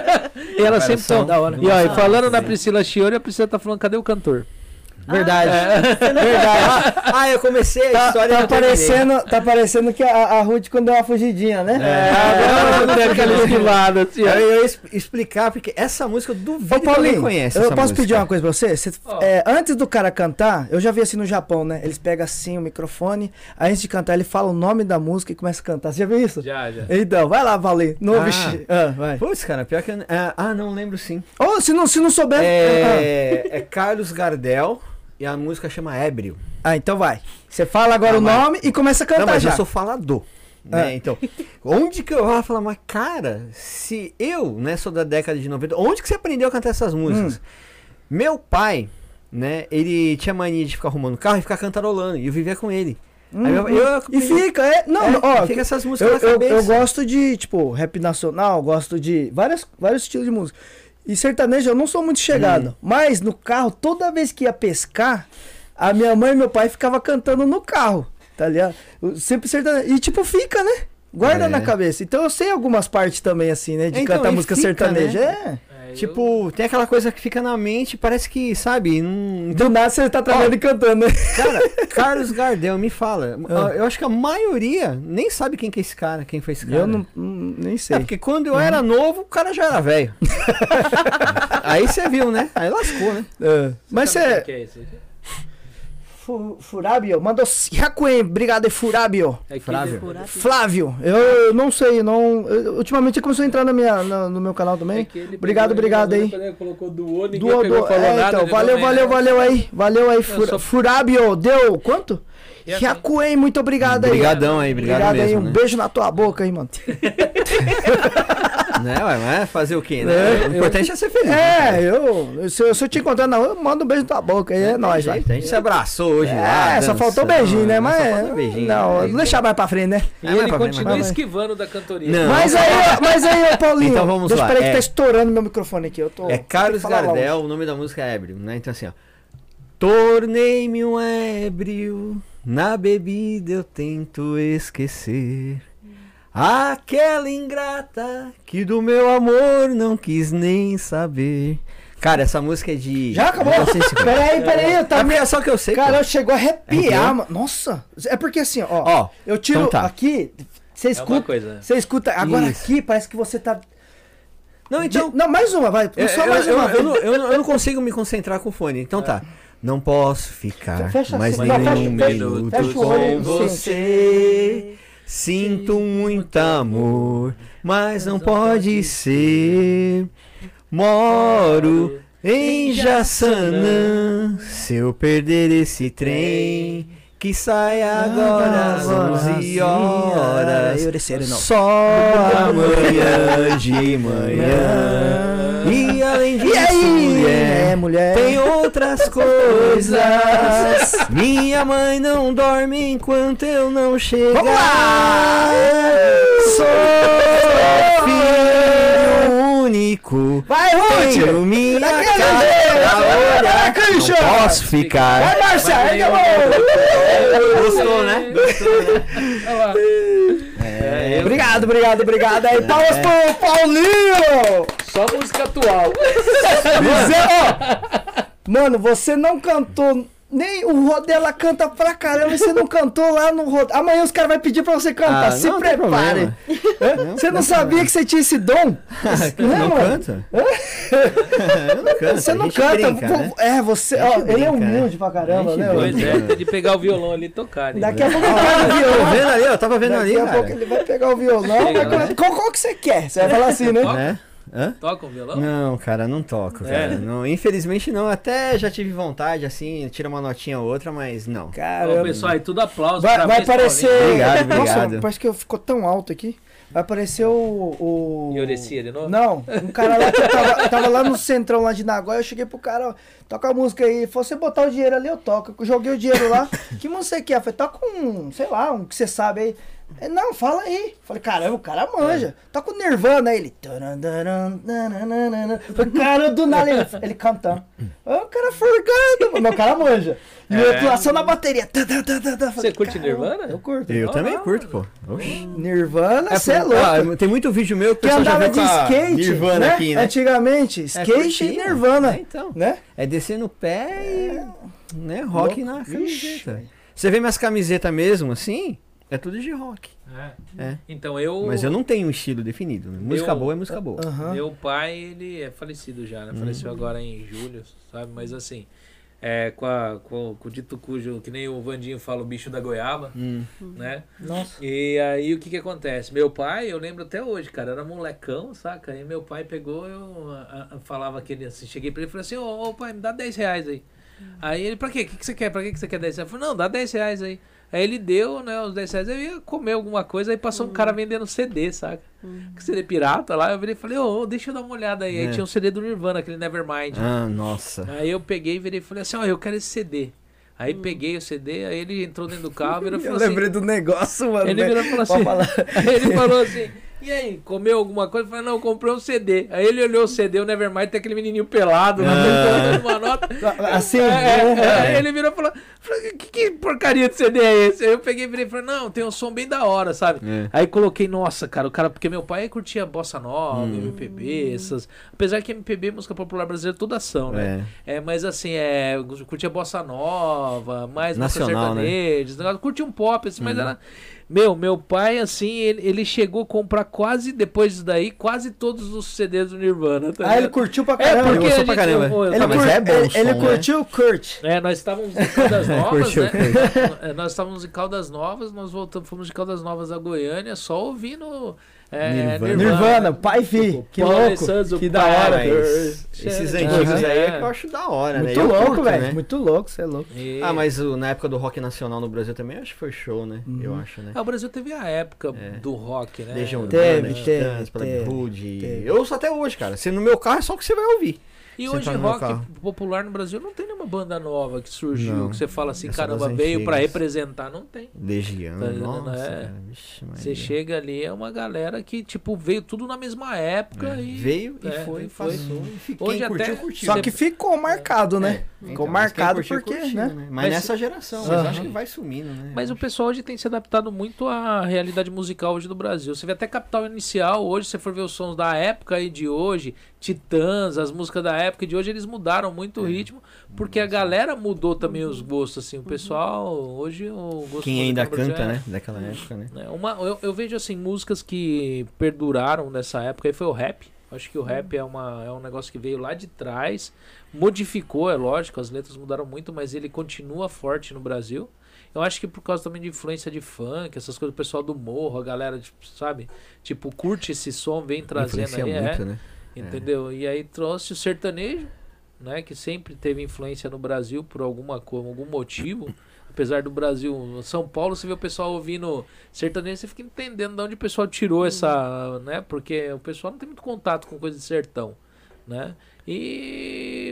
e elas sempre são estão. da hora. E, ó, e Ah, falando da sim. Priscila Shiori, a Priscila tá falando, cadê o cantor? Verdade. É. Verdade. Ah, eu comecei a Tá, história tá e não terminei. parecendo, tá parecendo que a, a Ruth quando deu uma fugidinha, né? É, agora não tem aquela esquivada, assim, ó. Eu ia es- explicar, porque essa música eu duvido Ô, que alguém Paulinho, conhece eu essa posso música. pedir uma coisa pra você? Você- Ó. é, antes do cara cantar, eu já vi assim no Japão, né? Eles pegam assim o microfone, aí antes de cantar ele fala o nome da música e começa a cantar. Você já viu isso? Já, já. Então, vai lá, Paulinho. Não Ah. ouvi. chi- Ah, vai. Putz, cara, pior que eu... Ah, ah, não lembro sim. Ou se não, se não souber... É, é Carlos Gardel e a música chama Ébrio. Ah, então vai. Você fala agora Ah, o mas- nome e começa a cantar Não, mas já. eu sou falador. Né? Ah. Então, onde que eu vou falar, mas cara, se eu, né, sou da década de noventa, onde que você aprendeu a cantar essas músicas? Hum. Meu pai, né, ele tinha mania de ficar arrumando carro e ficar cantarolando, e eu vivia com ele. Aí eu- eu- E fica, é. Não, É, ó. fica essas músicas Eu, na eu, cabeça. eu gosto de, tipo, rap nacional, gosto de várias, vários estilos de música. E sertanejo eu não sou muito chegado. Hum. Mas no carro, toda vez que ia pescar, a minha mãe e meu pai ficavam cantando no carro. Tá ligado? Eu sempre sertanejo. E tipo, fica, né? Guarda É. na cabeça. Então eu sei algumas partes também, assim, né? De Então, cantar e música fica, sertaneja. né? É. É, eu- Tipo, tem aquela coisa que fica na mente, parece que, sabe, não... Do nada você tá trabalhando e cantando, né? Cara, Carlos Gardel, me fala. Ah. Eu acho que a maioria nem sabe quem que é esse cara, quem foi esse cara. Eu não, não- nem sei. É, porque quando eu era novo, o cara já era velho. Aí você viu, né? Aí lascou, né? É. Mas sabe você. o que é isso aqui? Fu- Furabio, mandou Hyakuen, obrigado, é Furabio. É que- Flávio. Flávio, eu não sei, não. eu- ultimamente ele começou a entrar na minha, na- no meu canal É também. que ele Obrigado, pegou- obrigado ele aí. quando ele colocou duo, ninguém Do, pegou, do, falou é, nada. então, ele valeu, também, valeu, né? valeu aí. Valeu aí, Fura, sou- Furabio, deu quanto? Hyakuen. Hyakuen, muito obrigado aí. Obrigadão aí, obrigado, aí, mesmo, um né? beijo na tua boca aí, mano. Né, ué, mas fazer o quê, né? É, o importante é ser feliz. né? É, eu, se, eu- se eu te encontrar na rua, manda um beijo na tua boca aí, é, nóis, vai. A gente se abraçou hoje lá. É, só faltou o beijinho, né? Mas, Só faltou o beijinho. não, né? não deixar mais pra frente, né? E É, vai ele pra frente, continua vai, vai. esquivando da cantoria. Não. Mas aí, ó, mas aí, ô, Paulinho, Então vamos deixa lá, peraí que é. tá estourando meu microfone aqui. Eu tô, É Carlos tem que falar Gardel, longe. o nome da música é Ébrio, né? Então assim, ó. Tornei-me um ébrio, na bebida eu tento esquecer aquela ingrata que do meu amor não quis nem saber. Cara, essa música é de... Já acabou? mil novecentos e cinquenta. Peraí, peraí, eu É tava... porque é só que eu sei, Cara, pô. chegou a arrepiar, Arrepiou? mano. Nossa, é porque assim, ó, Ó, eu tiro então tá. aqui, você É uma escuta, coisa. você escuta, agora Isso. aqui parece que você tá... Não, então... De- Não, mais uma, vai, Eu, só eu- mais eu- uma. eu não, eu não- eu não consigo me concentrar com o fone. Então tá. Não posso ficar Fecha mais assim, não, nenhum fecha- minuto fecha o com olho, você. Sinto muito amor, mas não pode ser. Moro em Jaçanã. Se eu perder esse trem, que sai agora às onze horas. Eu descer, não. Só amanhã de manhã. E além disso, E aí? é mulher. Tem outras coisas. Minha mãe não dorme enquanto eu não chegar. Vamos lá! Sou filho único. Vai, Ruth! Tenho minha Daquele cara jeito! pra olhar. Vai, Christian! Não posso ficar. Vai, Márcia! Ergue a mão! Gostou, né? Gostou, né? Olha lá. É, Obrigado, obrigado, obrigado. Aí, palmas pro Paulinho! Só música atual. Dizer, ó, mano, você não cantou. Nem o Rodela canta pra caramba e você não cantou lá no Rodela. Amanhã os caras vão pedir pra você cantar. Ah, Se não tem prepare. problema. Você não sabia que você tinha esse dom? Não, Né, mano? canta? Eu não canto. Você a não gente canta. brinca, né? É, você. A Ó, gente ele é brinca, humilde né? pra caramba, A gente né? Pois mano? é, tem de pegar o violão ali e tocar. né? Daqui a pouco ele Ah, pega o Tô violão. vendo ali, ó. Tava vendo ali, Daqui a pouco cara. ele vai pegar o violão. vai Chega, cantar. né? Qual, qual que você quer? Você vai falar assim, né? Né? Hã? Toca o violão? Não, cara, não toco, É. cara. Não, infelizmente não. Até já tive vontade, assim, tira uma notinha ou outra, mas não. Ô, Caramba. pessoal, aí tudo aplauso. Vai, vai parabéns, aparecer. Paulinho. Obrigado, obrigado. Nossa, parece que ficou tão alto aqui. Vai aparecer o. o... Iorecia de novo? Não, um cara lá que eu tava, eu tava lá no centrão lá de Nagoya, eu cheguei pro cara, ó, toca a música aí. Se você botar o dinheiro ali, eu toco. Eu joguei o dinheiro lá. Que música você quer? Eu falei, toca um, sei lá, um que você sabe aí. Ele, não, fala aí. Falei, caramba, o cara manja. Toca o Nirvana aí. Ele. Falei, cara, do nada ele, ele cantando. Aí o cara forgando, mano. Meu cara manja. E o É. outro lá só na bateria. Você curte Nirvana? Eu curto. Eu Não, também não. curto, pô. Oxi. Nirvana, você é pô, louco. ah, tem muito vídeo meu que o Que pessoal já andava viu de com a skate, Nirvana né? aqui, né? Antigamente, skate curtia. e Nirvana, É, então. né? É descer no pé e, né, rock Louco. na Vixe, camiseta. velho. Você vê minhas camisetas mesmo, assim, é tudo de rock. É. É. Então eu. Mas eu não tenho um estilo definido. né? Música Eu- boa é música boa. Aham. Meu pai, ele é falecido já, né? Faleceu agora em julho, sabe? Mas assim, é, com, a, com, com o dito cujo, que nem o Vandinho fala, o bicho da goiaba, Hum. né? Nossa. E aí o que que acontece? Meu pai, eu lembro até hoje, cara, era molecão, saca? Aí meu pai pegou, eu a- a- falava que ele assim, cheguei pra ele e falei assim, ô, ô pai, me dá dez reais aí. Aí ele, pra quê? O que, que você quer? Pra que, que você quer dez reais? Eu falei, não, dá dez reais aí. Aí ele deu, né, os dez reais, eu ia comer alguma coisa, aí passou um cara vendendo C D, saca? Que C D pirata lá, eu virei e falei, ô, ô, deixa eu dar uma olhada aí. Aí É. tinha um C D do Nirvana, aquele Nevermind. Ah, nossa. Aí eu peguei e virei e falei assim, ó, eu quero esse C D. Aí peguei o C D, aí ele entrou dentro do carro, virou e Eu falou assim... lembrei do negócio, mano. Ele né? virou e falou Pode assim. falar. Aí ele falou assim, e aí, comeu alguma coisa? Eu falei, não, eu comprei um C D. Aí ele olhou o C D, o Nevermind, tem aquele menininho pelado, lá dando uma nota. Assim, É, é, né? é. Aí ele virou e falou, falou, que, que porcaria de C D é esse? Aí eu peguei e virei e falei, não, tem um som bem da hora, sabe? É. Aí coloquei, nossa, cara, o cara, porque meu pai curtia bossa nova, Hum. M P B, essas. Apesar que M P B, música popular brasileira, toda ação, né? É. É, mas assim, é, curtia bossa nova, mais música Nacional, né? sertaneja, né? Curtia um pop, assim, mas era. Meu, meu pai, assim, ele, ele chegou a comprar quase, depois disso daí, quase todos os C Ds do Nirvana. Tá Ah, ele ligado? curtiu pra É, caramba. porque Ele gostou a pra gente- caramba. eu- eu Ele, Ah, mas cur- é bom ele, som, ele né? curtiu o Kurt. É, nós estávamos em Caldas Novas, Curtiu, né? curtiu. É, nós estávamos em Caldas Novas, nós voltamos, fomos de Caldas Novas a Goiânia, só ouvindo é, Nirvana. Nirvana, pai e filho. Que Paulo louco. Alessandro, Que da pai, hora. mas esses antigos aí é que eu acho da hora, né? Muito Eu louco, curto, velho. né? Muito louco, você é louco. E- Ah, mas o- na época do rock nacional no Brasil também, acho que foi show, né? Eu acho, né? Ah, o Brasil teve a época É. do rock, né? Legião Teve, Urbana, teve, Titãs, Black teve, Hood. teve. Eu ouço até hoje, cara. Se no meu carro é só o que você vai ouvir. E Você hoje tá no meu rock carro. popular no Brasil não tem nenhuma banda nova que surgiu, Não. que você fala assim, É só caramba, das veio pra antigas. representar, não tem. Legião, Tá ligado, nossa. né? Cara, vixe, Maria. Você chega ali, é uma galera que, tipo, veio tudo na mesma época É, e... veio e é, foi, e foi. passou. E fi- Hoje quem curtiu, até- curtiu. Só que ficou marcado, né? É, Ficou então, mas quem marcado curtiu, porque, curtiu, né? Mas, Mas- nessa geração, mas Aham. acho que vai sumindo, né? Mas o Acho- pessoal hoje tem se adaptado muito à realidade musical hoje do Brasil. Você vê até Capital Inicial, hoje, se você for ver os sons da época e de hoje, Titãs, as músicas da época e de hoje, eles mudaram muito o ritmo, porque a galera mudou também os gostos, assim. O pessoal, hoje, o gosto Quem ainda musical no Brasil canta, é- né? Daquela época, né? É, uma, eu, eu vejo assim, músicas que perduraram nessa época, aí foi o rap. Acho que o rap é, uma, é um negócio que veio lá de trás, modificou, é lógico, as letras mudaram muito, mas ele continua forte no Brasil. Eu acho que por causa também de influência de funk, essas coisas, o pessoal do morro, a galera, tipo, sabe? Tipo, curte esse som, vem trazendo Influencia aí, muito, é, né? entendeu? E aí trouxe o sertanejo, né? Que sempre teve influência no Brasil por alguma coisa, algum motivo. Apesar do Brasil, São Paulo, você vê o pessoal ouvindo sertanejo, você fica entendendo de onde o pessoal tirou essa, né? Porque o pessoal não tem muito contato com coisa de sertão, né? E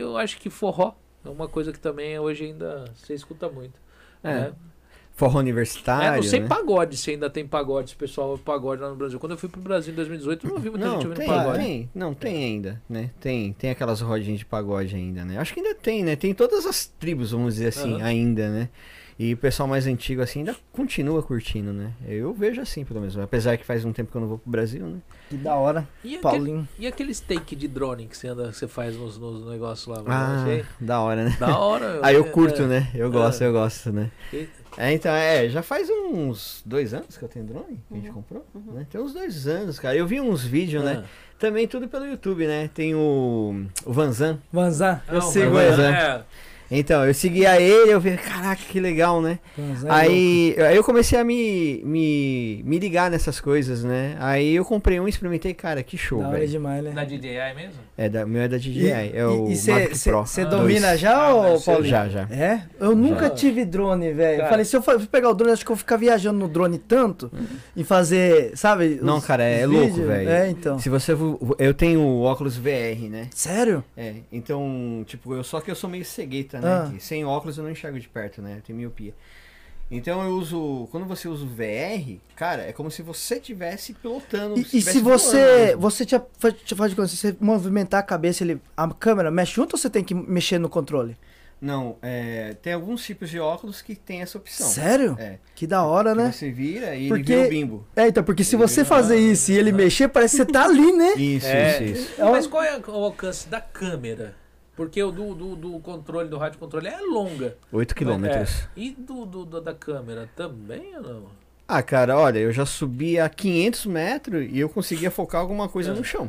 eu acho que forró é uma coisa que também hoje ainda você escuta muito. É. Né? Forró universitário, É, não sei né? pagode, se ainda tem pagode, se o pessoal pagode lá no Brasil. Quando eu fui pro Brasil em dois mil e dezoito, eu não vi muita Não, gente ouvindo tem, pagode. tem, não, tem ainda, né? Tem, tem aquelas rodinhas de pagode ainda, né? Acho que ainda tem, né? Tem todas as tribos, vamos dizer assim, Aham. ainda, né? E o pessoal mais antigo, assim, ainda continua curtindo, né? Eu vejo assim, pelo menos. Apesar que faz um tempo que eu não vou pro Brasil, né? Que da hora. E, aquele, Paulinho. e aqueles take de drone que você, anda, que você faz nos, nos negócios lá? mano? Ah, Achei da hora, né? da hora. Aí eu é, curto, é. né? Eu gosto, É. eu gosto, né? E- É, então, é, já faz uns dois anos que eu tenho drone, que a gente comprou, né? Tem uns dois anos, cara. Eu vi uns vídeos, né? Ah. Também tudo pelo YouTube, né? Tem o, o Vanzan. Vanzan, eu Não, sigo mas- ele. é. Então, eu seguia ele, eu vi, caraca, que legal, né? Vanzan é Aí, aí eu comecei a me, me, me ligar nessas coisas, né? Aí eu comprei um e experimentei, cara, que show, louco. Da hora velho. demais, né? Da D J I mesmo? É, da, o meu é da D J I, é o E Mavic Pro. você Ah, domina dois. já, Ah, ô mas você Paulinho? Já, já. É? Eu nunca Já. tive drone, velho. Cara. Falei, se eu for pegar o drone, acho que eu vou ficar viajando no drone tanto e fazer, sabe? Não, os- cara, é os louco, vídeos. velho. É, então. Se você... vo- Eu tenho o óculos V R, né? Sério? É, então, tipo, eu só que eu sou meio cegueta, né? Ah. Que sem óculos eu não enxergo de perto, né? Eu tenho miopia. Então eu uso, quando você usa o V R, cara, é como se você estivesse pilotando. E, e estivesse se voando você, mesmo. você tinha, faz, faz de conta, se você movimentar a cabeça, ele, a câmera mexe junto ou você tem que mexer no controle? Não, é, tem alguns tipos de óculos que tem essa opção. Sério? É. Que da hora, Que né? você vira e Porque- ele vira o bimbo. É, então, porque se Ele você vira- fazer isso e ele mexer, parece que você tá ali, né? Isso, É. isso, isso. Mas qual é o alcance da câmera? Porque o do, do, do controle, do rádio controle é longa. oito quilômetros. É. E do, do, do- da câmera também ou não? Ah, cara, olha, eu já subi a quinhentos metros e eu conseguia focar alguma coisa É. no chão.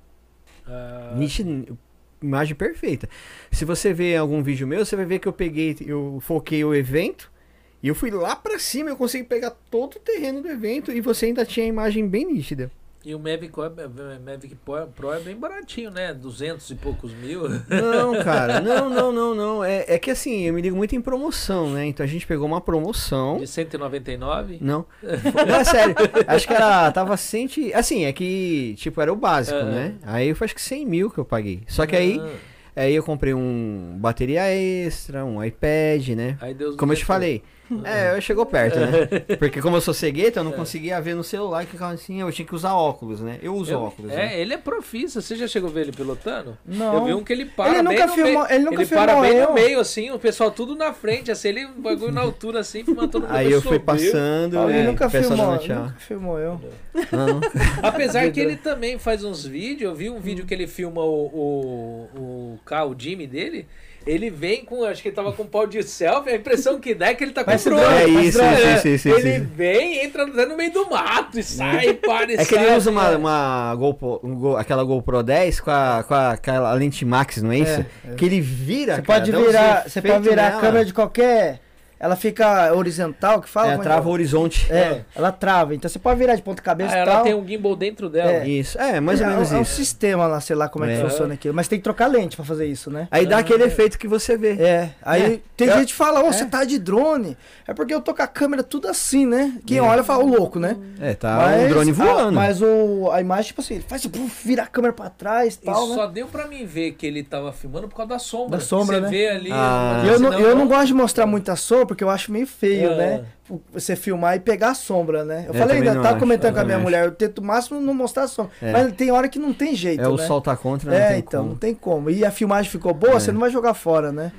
Ah, Nítido, imagem perfeita. Se você ver algum vídeo meu, você vai ver que eu peguei, eu foquei o evento e eu fui lá pra cima, eu consegui pegar todo o terreno do evento e você ainda tinha a imagem bem nítida. e o Mavic Pro, é- Mavic Pro é bem baratinho, né? duzentos e poucos mil. Não, cara, não, não, não, não. É, é que assim, eu me ligo muito em promoção, né? Então a gente pegou uma promoção. De cento e noventa e nove? Não. Não, é sério. Acho que era. Tava cento. e- Assim, é que, tipo, era o básico, Aham. né? Aí foi acho que cem mil que eu paguei. Só que aí, Ah, aí eu comprei um bateria extra, um iPad, né? aí Deus Como eu te falei. É, chegou perto, né? Porque como eu sou cegueta, eu não É. conseguia ver no celular que ficava assim, eu tinha que usar óculos, né? Eu uso Eu- óculos, é, né? ele é profissa. Você já chegou a ver ele pilotando? Não. Eu vi um que ele para Ele bem nunca no filmou- meio. ele nunca para filmou bem eu. no meio, assim, o pessoal tudo na frente, assim, ele um bagulho na altura, assim, filmando todo mundo. Aí eu fui subiu. passando, Paulinho é, nunca o pessoal filmou, dando tchau. nunca filmou eu. Não, Apesar que ele também faz uns vídeos, eu vi um vídeo que ele filma o, o, o carro, o Jimmy dele, ele vem com, acho que ele tava com um pau de selfie, a impressão que dá é que ele tá com Parece drone. drone, É parece isso, drone. isso, isso, isso, Ele isso. vem, entra até no meio do mato e sai, para e É que ele sai, usa uma, assim, uma GoPro, um Go- aquela GoPro dez com, a, com a, aquela lente Max, não é isso? É, é. Que ele vira, Você cara, pode dá uns virar, você efeitos pode virar a nela. câmera de qualquer. Ela fica horizontal, que fala? É, Como trava o que é? horizonte. É, ela trava. Então você pode virar de ponta cabeça Ah, e ela tal. tem um gimbal dentro dela. É. Isso, é, mais ou é, menos é um isso. sistema lá, sei lá como é, É. que funciona aquilo. Mas tem que trocar lente pra fazer isso, né? Aí dá Ah. aquele efeito que você vê. É, aí É. tem Eu- gente que fala, ô, é. você tá de drone. É porque eu tô com a câmera tudo assim, né? Quem olha fala, ô louco, né? É, tá um drone voando. A, mas o, a imagem, tipo assim, ele faz, puf, vira a câmera pra trás e E tal, né? só deu pra mim ver que ele tava filmando por causa da sombra. Da sombra, Você né? vê ali. Ah. mas E eu, não, senão eu não gosto de mostrar muita sombra, porque eu acho meio feio, É. né? Você filmar e pegar a sombra, né? Eu Eu falei, também ainda não tava acho, comentando eu com a minha também mulher, eu tento o máximo não mostrar a sombra. É. Mas tem hora que não tem jeito, É, o né? sol tá contra, não É, tem então, como. não tem como. E a filmagem ficou boa, É. você não vai jogar fora, né?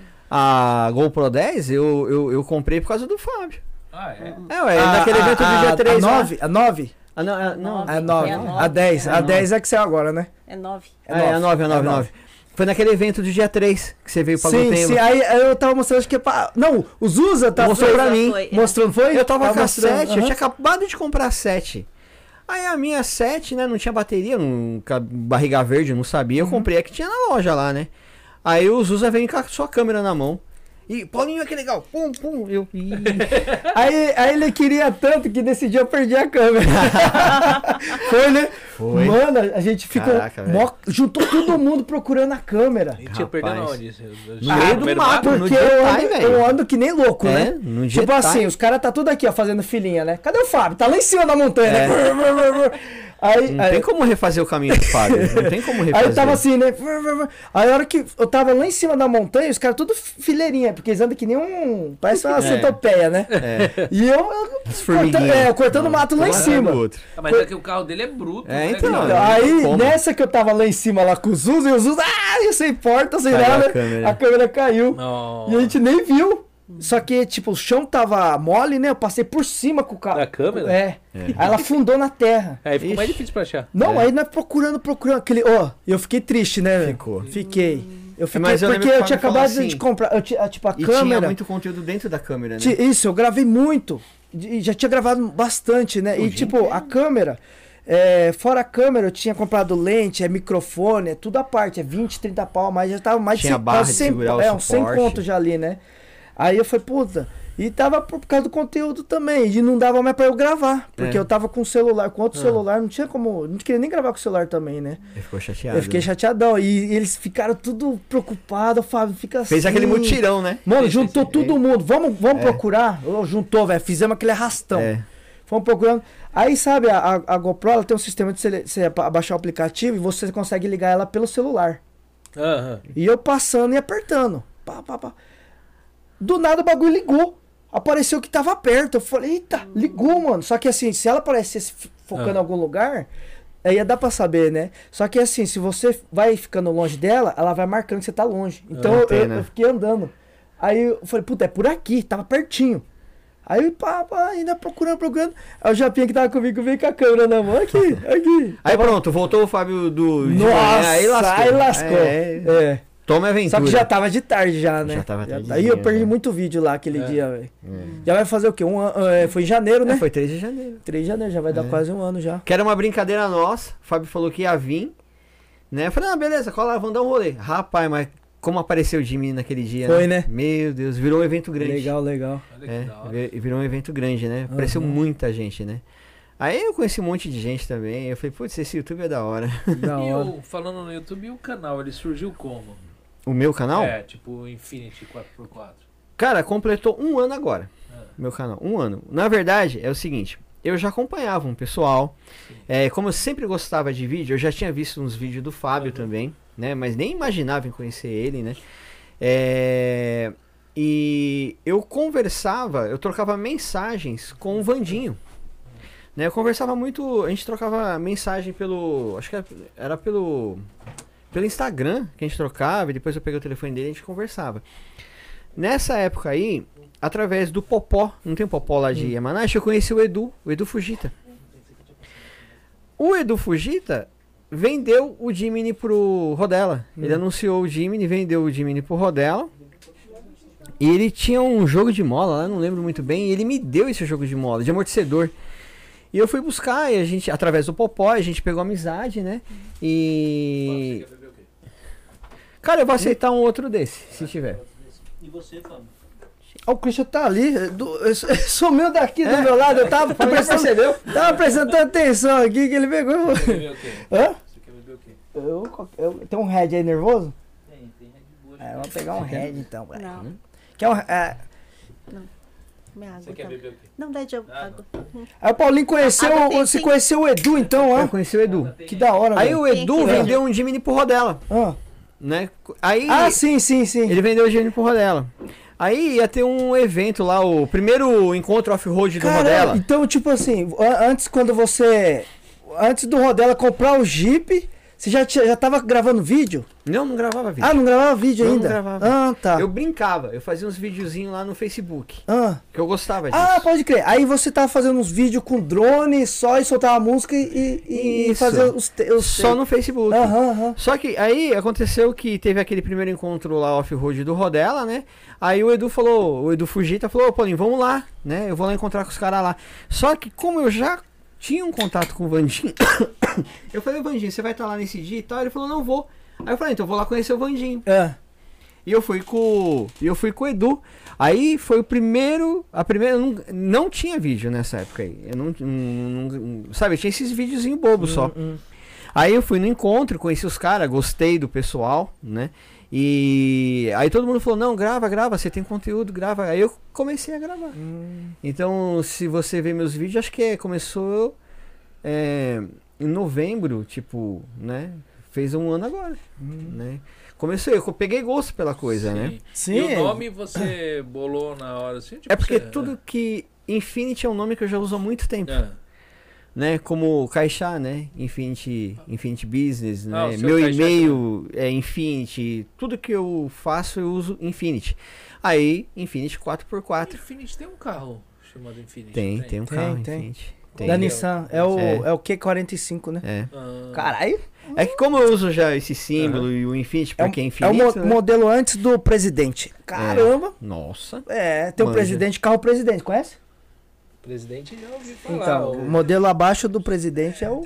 A GoPro dez eu, eu, eu comprei por causa do Fábio. Ah, é? É, ué, naquele evento do dia três A lá. nove? A nove? Ah, não, é- não. Nove. A nove. É a A nove. dez. É A a dez é que saiu agora, né? É nove. É, é a nove, a nove, a nove. Foi naquele evento do dia três que você veio pra Sim, Gotemba. sim, aí, aí eu tava mostrando, acho que é pra... Não, o Zuza tá... Mostrou foi- pra mim. Foi, é. Mostrando, foi? Eu tava com a mostrando, sete, eu aham. tinha acabado de comprar a sete. Aí a minha sete, né, não tinha bateria, não, com a barriga verde, eu não sabia. Eu Uhum. comprei a que tinha na loja lá, né? Aí o Zuza vem com a sua câmera na mão. E Paulinho, que legal. Pum, pum. Eu... aí, aí ele queria tanto que decidiu eu perder a câmera. Foi, né? Foi. Mano, a gente ficou... Caraca, mó, juntou todo mundo procurando a câmera. E tinha perdendo onde? No meio do mato, no Porque eu ando, Jedi, eu ando que nem louco, É, né? no Tipo Jedi. assim, os caras tá tudo aqui, ó, fazendo filinha, né? Cadê o Fábio? Tá lá em cima da montanha, É. né? Aí, Não aí, tem como refazer o caminho do Fábio. Não tem como refazer. aí tava assim, né? Aí a hora que eu tava lá em cima da montanha, os caras tudo fileirinha, porque eles andam que nem um... Parece uma É. centopeia, né? É. E eu, eu, As corta, formiguinhas. é, cortando mato lá em Um atrás cima. do outro. Ah, mas é que o carro dele é bruto. É, né, então, cara? Então, não aí, tem como. nessa que eu tava lá em cima lá com o Zuz, e o Zuz, ah, sem porta, sem Caiu a nada, câmera. a câmera caiu. Não. E a gente nem viu. Só que, tipo, o chão tava mole, né? Eu passei por cima com o carro. Da câmera? É. É. Aí ela afundou na terra. Aí ficou Ixi. mais difícil pra achar. Não, É. aí nós procurando, procurando aquele. Ó, eu fiquei triste, né? velho? Ficou. Fiquei. Eu fiquei mas eu lembro porque que o eu tinha Fábio falou acabado de assim, comprar. Eu tinha, tipo, a E tinha câmera. muito conteúdo dentro da câmera, né? ti- Isso, eu gravei muito. E já tinha gravado bastante, né? O E dia tipo, inteiro. a câmera. é, fora a câmera, eu tinha comprado lente, é microfone, é tudo à parte, é vinte, trinta pau, mas já tava mais Tinha cem, barra quase de cem, segurar o é, uns cem suporte. conto já ali, né? Aí eu falei, puta. E tava por causa do conteúdo também. E não dava mais pra eu gravar. Porque É. eu tava com o celular, com outro Ah. celular, não tinha como. Não queria nem gravar com o celular também, né? Ele ficou chateado. Eu fiquei né? chateadão. E eles ficaram tudo preocupados, Fábio, fica Fez assim. aquele mutirão, né? Mano, Sim, juntou sim, sim. todo mundo. Vamos, vamos É. procurar? Ô, juntou, velho. Fizemos aquele arrastão. É. Fomos procurando. Aí, sabe, a, a- a GoPro ela tem um sistema de você, você baixar o aplicativo e você consegue ligar ela pelo celular. Aham. E eu passando e apertando. Pá, pá, pá. Do nada o bagulho ligou. Apareceu que tava perto. Eu falei, eita, ligou, mano. Só que assim, se ela aparecesse f- focando Ah. em algum lugar, aí ia dar pra saber, né? Só que assim, se você vai ficando longe dela, ela vai marcando que você tá longe. Então Ah, eu, tem, eu- né? eu fiquei andando. Aí eu falei, puta, é por aqui, tava pertinho. Aí, pá, pá, ainda procurando, procurando. Aí o Japinha que tava comigo veio com a câmera na mão. Aqui, aqui. Aí pronto, voltou o Fábio do... de Nossa, manhã, aí lascou. aí lascou. É, É. Toma aventura. Só que já tava de tarde já, né? Já tava tardezinha, Aí eu perdi né? muito vídeo lá aquele É. dia, velho. É. Já vai fazer o quê? Um ano, é, foi em janeiro, né? É, foi três de janeiro. três de janeiro, já vai dar É. quase um ano já. Que era uma brincadeira nossa. O Fábio falou que ia vir. Né? Eu falei, ah, beleza, cola lá, vamos dar um rolê. Rapaz, mas como apareceu o Jimmy naquele dia, Foi, né? Meu Deus, virou um evento grande. Legal, legal. Olha que É, da hora. vi- virou um evento grande, né? Apareceu Aham. muita gente, né? Aí eu conheci um monte de gente também. Eu falei, putz, esse YouTube é da hora. Da E hora. o, falando no YouTube, e o canal, ele surgiu como? O meu canal? É, tipo Infinity quatro por quatro. Cara, completou um ano agora. Ah. Meu canal, um ano. Na verdade, é o seguinte. Eu já acompanhava um pessoal. É, como eu sempre gostava de vídeo, eu já tinha visto uns vídeos do Fábio Uhum. também, né? Mas nem imaginava em conhecer ele, né? É, e eu conversava, eu trocava mensagens com o Vandinho. Né? Eu conversava muito, a gente trocava mensagem pelo, acho que era, era pelo, pelo Instagram que a gente trocava, e depois eu peguei o telefone dele e a gente conversava. Nessa época aí, através do Popó, não tem um Popó lá de Yamanashi, eu conheci o Edu, o Edu Fujita. O Edu Fujita vendeu o Jimny pro Rodella. Ele anunciou o Jimny, vendeu o Jimny pro Rodella. E ele tinha um jogo de mola lá, não lembro muito bem, e ele me deu esse jogo de mola, de amortecedor. E eu fui buscar, e a gente, através do Popó, a gente pegou amizade, né? E... Cara, eu vou aceitar um outro desse, se tiver. E você, Fábio? Ó, o Christian tá ali, do, sumiu daqui do É. meu lado, eu tava Fábio já prestando, percebeu? tava prestando atenção aqui, que ele pegou. Você quer beber o quê? Hã? Você quer beber o quê? Eu, eu, tem um Red aí nervoso? Tem, tem Red Bull. É, vamos pegar um Red então. velho. Não, Quer um, é, minha água. Você quer tá- beber o quê? Não, dá de água. Água. aí o Paulinho conheceu, Ah, tem, você tem. conheceu o Edu então, Eu ó. conheci o Edu. Que da hora, Aí velho. o Tem Edu aqui, vendeu um Jimny pro Rodella, Ah. né? Aí Ah, sim, sim, sim. ele vendeu o Jimny pro Rodella. Aí ia ter um evento lá, o primeiro encontro off-road do Caralho, Rodella. então, tipo assim, a- antes quando você. Antes do Rodella comprar o Jeep, você já, tinha, já tava gravando vídeo? Não, não gravava vídeo. Ah, não gravava vídeo Não, ainda? não gravava. Ah, tá. Eu brincava, eu fazia uns videozinhos lá no Facebook, Ah. que eu gostava disso. ah, pode crer. Aí você tava fazendo uns vídeos com drone só e soltava música e, e, e Isso. fazer os, te, os Só no Facebook. Aham, aham. Só que aí aconteceu que teve aquele primeiro encontro lá off-road do Rodella, né? Aí o Edu falou, o Edu Fujita falou, ô Paulinho, vamos lá, né? Eu vou lá encontrar com os caras lá. Só que como eu já tinha um contato com o Vandinho, eu falei, Vandinho, você vai estar lá nesse dia e tal? Ele falou, não vou. Aí eu falei, então eu vou lá conhecer o Vandinho. É. E eu fui com e eu fui com o Edu. Aí foi o primeiro, a primeira, não, não tinha vídeo nessa época aí. Eu não, não, não sabe, tinha esses videozinhos bobos Hum, só. hum. Aí eu fui no encontro, conheci os caras, gostei do pessoal, né? E aí todo mundo falou, não, grava, grava, você tem conteúdo, grava. Aí eu comecei a gravar. Hum. Então, se você ver meus vídeos, acho que é, começou é, em novembro, tipo, né? Fez um ano agora, Hum. né? Comecei, eu peguei gosto pela coisa, Sim. né? Sim. E o nome você bolou na hora assim? Tipo, É porque você- tudo que... Infinity é um nome que eu já uso há muito tempo, Ah. né? Como Caixa, né? Infinity, Infinity Business, Ah, né? o seu Meu Caixa e-mail é Infinity. Tudo que eu faço eu uso Infinity. Aí, Infinity quatro por quatro. Infinity tem um carro chamado Infinity. Tem, tem um Tem, carro tem. Infinity. Tem. Da Tem. Nissan. É o, É. é. o Q quarenta e cinco, né? É. Ah. Caralho. É que como eu uso já esse símbolo e o Infinity, É, um, porque é é o infinito, mo- né? modelo antes do presidente. Caramba. Nossa. É, tem o Manja. presidente, carro presidente, conhece? Presidente já ouvi falar. Então, o- o modelo abaixo do presidente é o...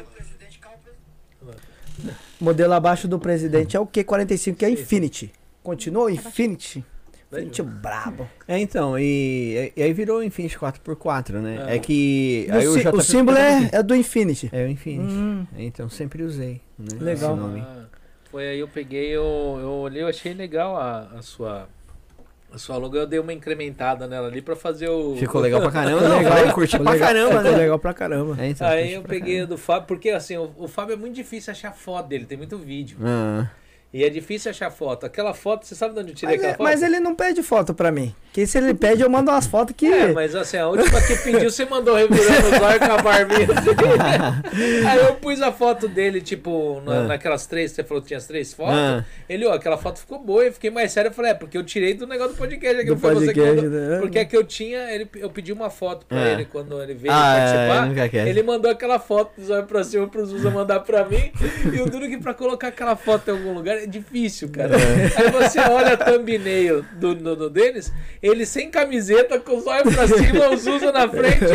Modelo abaixo do presidente é o Q quarenta e cinco, que é Infinity. Continua o Infinity. Infinity brabo. É, então, e, e aí virou o Infinity quatro por quatro, né? Ah. É que... O, Aí sí- o J o P símbolo é, é do Infinity. É o Infinity. Hum. Então sempre usei, né? Legal. Esse nome. Ah, foi aí eu peguei, eu, eu olhei, eu achei legal a, a sua... A sua logo, eu dei uma incrementada nela ali pra fazer o... Ficou legal pra caramba. Ficou Não, legal. falei, curti Ficou pra legal- caramba, ficou né? legal pra caramba. É, então, Aí curti eu pra peguei caramba. do Fábio, porque assim, o, o Fábio é muito difícil achar foto dele, tem muito vídeo. Ah, E é difícil achar foto. Aquela foto, você sabe de onde eu tirei Mas, aquela é- foto? mas ele não pede foto pra mim. Que se ele pede, eu mando umas fotos que... É, mas assim, a última que pediu, você mandou revirando os olhos com a barbinha. assim. Aí eu pus a foto dele, tipo, na- Ah. naquelas três, você falou que tinha as três fotos. Ah. Ele, ó, aquela foto ficou boa. Eu fiquei mais sério. Eu falei, é, porque eu tirei do negócio do podcast. Aqui Do não foi você que podcast, mandou. né? Porque é que eu tinha, ele, eu pedi uma foto pra Ah. ele quando ele veio Ah, é, participar. nunca quer. Ele mandou aquela foto dos olhos pra cima pros Usa mandar pra mim. E o duro que pra colocar aquela foto em algum lugar é difícil, cara. Aí você olha a thumbnail do, do, do deles, ele sem camiseta, com os olhos pra cima, os Usa na frente.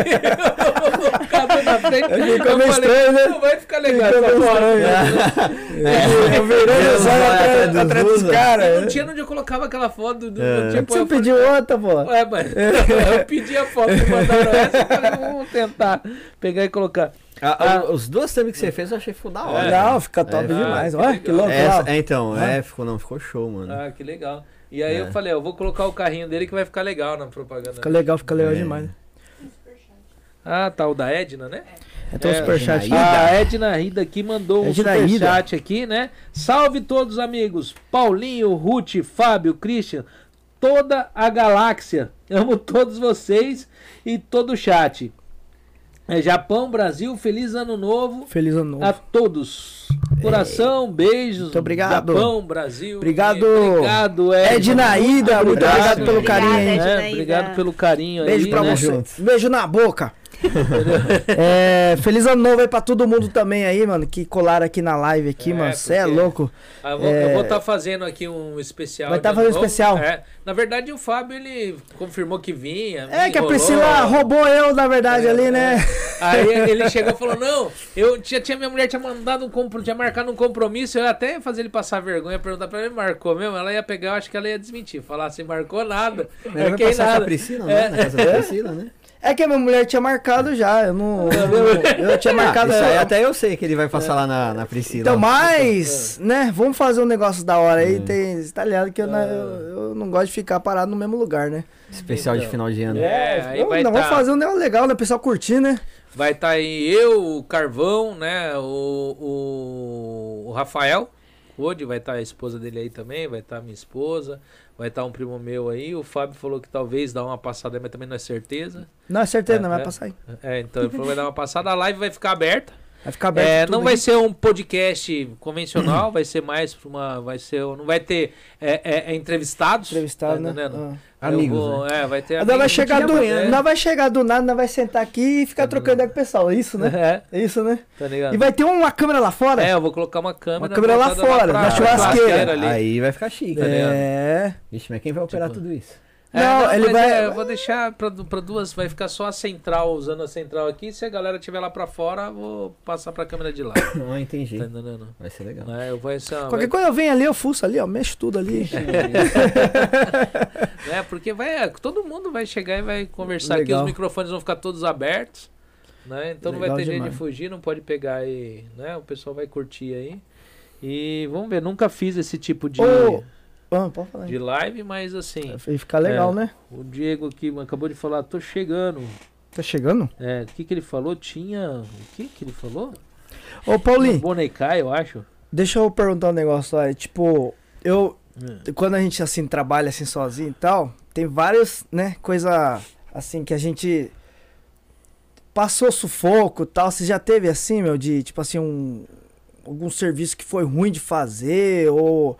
o Cadu na frente. Fica Eu meio falei, estranho, né? não vai ficar legal Fica essa meio foto. estranho. Eu virando os olhos atrás- atrás dos Eu não caras. tinha onde eu colocava aquela foto. Do, É. não tinha Você eu falei, pediu outra, pô. Ué, mas eu pedi a foto e mandaram essa, eu falei, vamos tentar pegar e colocar. Ah, ah, os duas thumbs que você fez eu achei que ficou da hora. Não, fica top É, demais. ah, Olha que que legal. louco. Essa- ó. é, então, Ah. é, ficou, não, ficou show, mano. Ah, que legal. E aí É. eu falei, ó, eu vou colocar o carrinho dele que vai ficar legal na propaganda. Fica legal, fica legal É. demais. Ah, tá, o da Edna, né? Então o É, superchat. Edna A Edna Rida aqui mandou um Edna superchat aqui, né? Salve todos, amigos. Paulinho, Ruth, Fábio, Christian, toda a galáxia. Amo todos vocês e todo o chat. É, Japão, Brasil, feliz ano novo Feliz ano novo. a todos. Coração, beijos. Muito obrigado. Japão, Brasil. Obrigado. Obrigado, Edna. Ednaída, muito Obrigado. obrigado pelo carinho aí. Obrigada, É, Ednaída. obrigado pelo carinho Beijo aí. pra né? você. junto. Beijo na boca. É, feliz ano novo aí pra todo mundo também aí, mano, que colaram aqui na live aqui, É, mano. Cê é porque- louco. Ah, eu vou- É. Eu vou estar fazendo aqui um especial. Vai tá de fazendo novo. especial. É. Na verdade, o Fábio, ele confirmou que vinha. É me que a enrolou. Priscila roubou eu, na verdade, É, ali, né? Aí ele chegou e falou, não, eu tinha, tinha minha mulher tinha mandado um compro, tinha marcado um compromisso, eu ia até fazer ele passar vergonha, perguntar pra ele, marcou mesmo? Ela ia pegar, eu acho que ela ia desmentir, falar assim, marcou nada, Mas vai marquei passar com a nada. Priscila, É. né? Na casa da Priscila, né? É que a minha mulher tinha marcado já. Eu não. Eu, não- eu tinha marcado. Ah, isso aí até eu sei que ele vai passar lá na, na Priscila. Então, mas, É. né? Vamos fazer um negócio da hora aí. Tem, você tá ligado que eu, não- eu, eu não gosto de ficar parado no mesmo lugar, né? Especial de Então. final de ano. É, aí Eu- vai não, tá- vamos fazer um negócio legal, né? O pessoal curtir, né? Vai estar aí eu, o Carvão, né, o, o, o Rafael, hoje vai estar a esposa dele aí também, vai estar minha esposa, vai estar um primo meu aí, o Fábio falou que talvez dá uma passada aí, mas também não é certeza. Não, é certeza, É, não vai é. passar aí. É, então ele falou que vai dar uma passada, a live vai ficar aberta. Vai ficar aberto. É, tudo não vai aí. ser um podcast convencional, vai ser mais pra uma, vai ser, não vai ter é, é, é entrevistados, Entrevistado, tá né? entendendo? Ah. Eu Amigos, vou- É, vai ter Nós vai, amigos chegar do, amanhã, né? nós vai chegar do nada, nós vai sentar aqui e ficar trocando ideia com o pessoal. É isso, né? É, É isso, né? tá ligado? E vai ter uma câmera lá fora? É, eu vou colocar uma câmera, Uma câmera lá voltada fora, pra- na pra churrasqueira. ali. Aí vai ficar chique. Tá ligado? É. Vixe, mas quem vai operar Tipo, tudo isso? É, Não, não, ele mas vai- é, eu vou deixar pra, du- pra duas, vai ficar só a central, usando a central aqui. Se a galera estiver lá pra fora, eu vou passar pra câmera de lá. Não, entendi. Tá entendendo? Vai ser legal. É, eu vou essa, Qualquer vai, coisa eu venho ali, eu fuço ali, ó, mexo tudo ali. né, porque vai, todo mundo vai chegar e vai conversar aqui, Legal. os microfones vão ficar todos abertos, né? Então não vai Legal ter jeito demais. de fugir, não pode pegar aí, né? O pessoal vai curtir aí. E vamos ver, nunca fiz esse tipo de, Ô, ah, pode falar aí. de live, mas assim, Vai ficar legal, É. né? o Diego aqui acabou de falar, tô chegando. Tá chegando? É, o que que ele falou? Tinha, o que que ele falou? Ô, Paulinho, Bonecai, eu acho. deixa eu perguntar um negócio lá. Tipo, eu. É. Quando a gente assim trabalha assim sozinho e tal, tem várias, né, coisa assim que a gente passou sufoco e tal. Você já teve assim, meu, de tipo assim, um algum serviço que foi ruim de fazer ou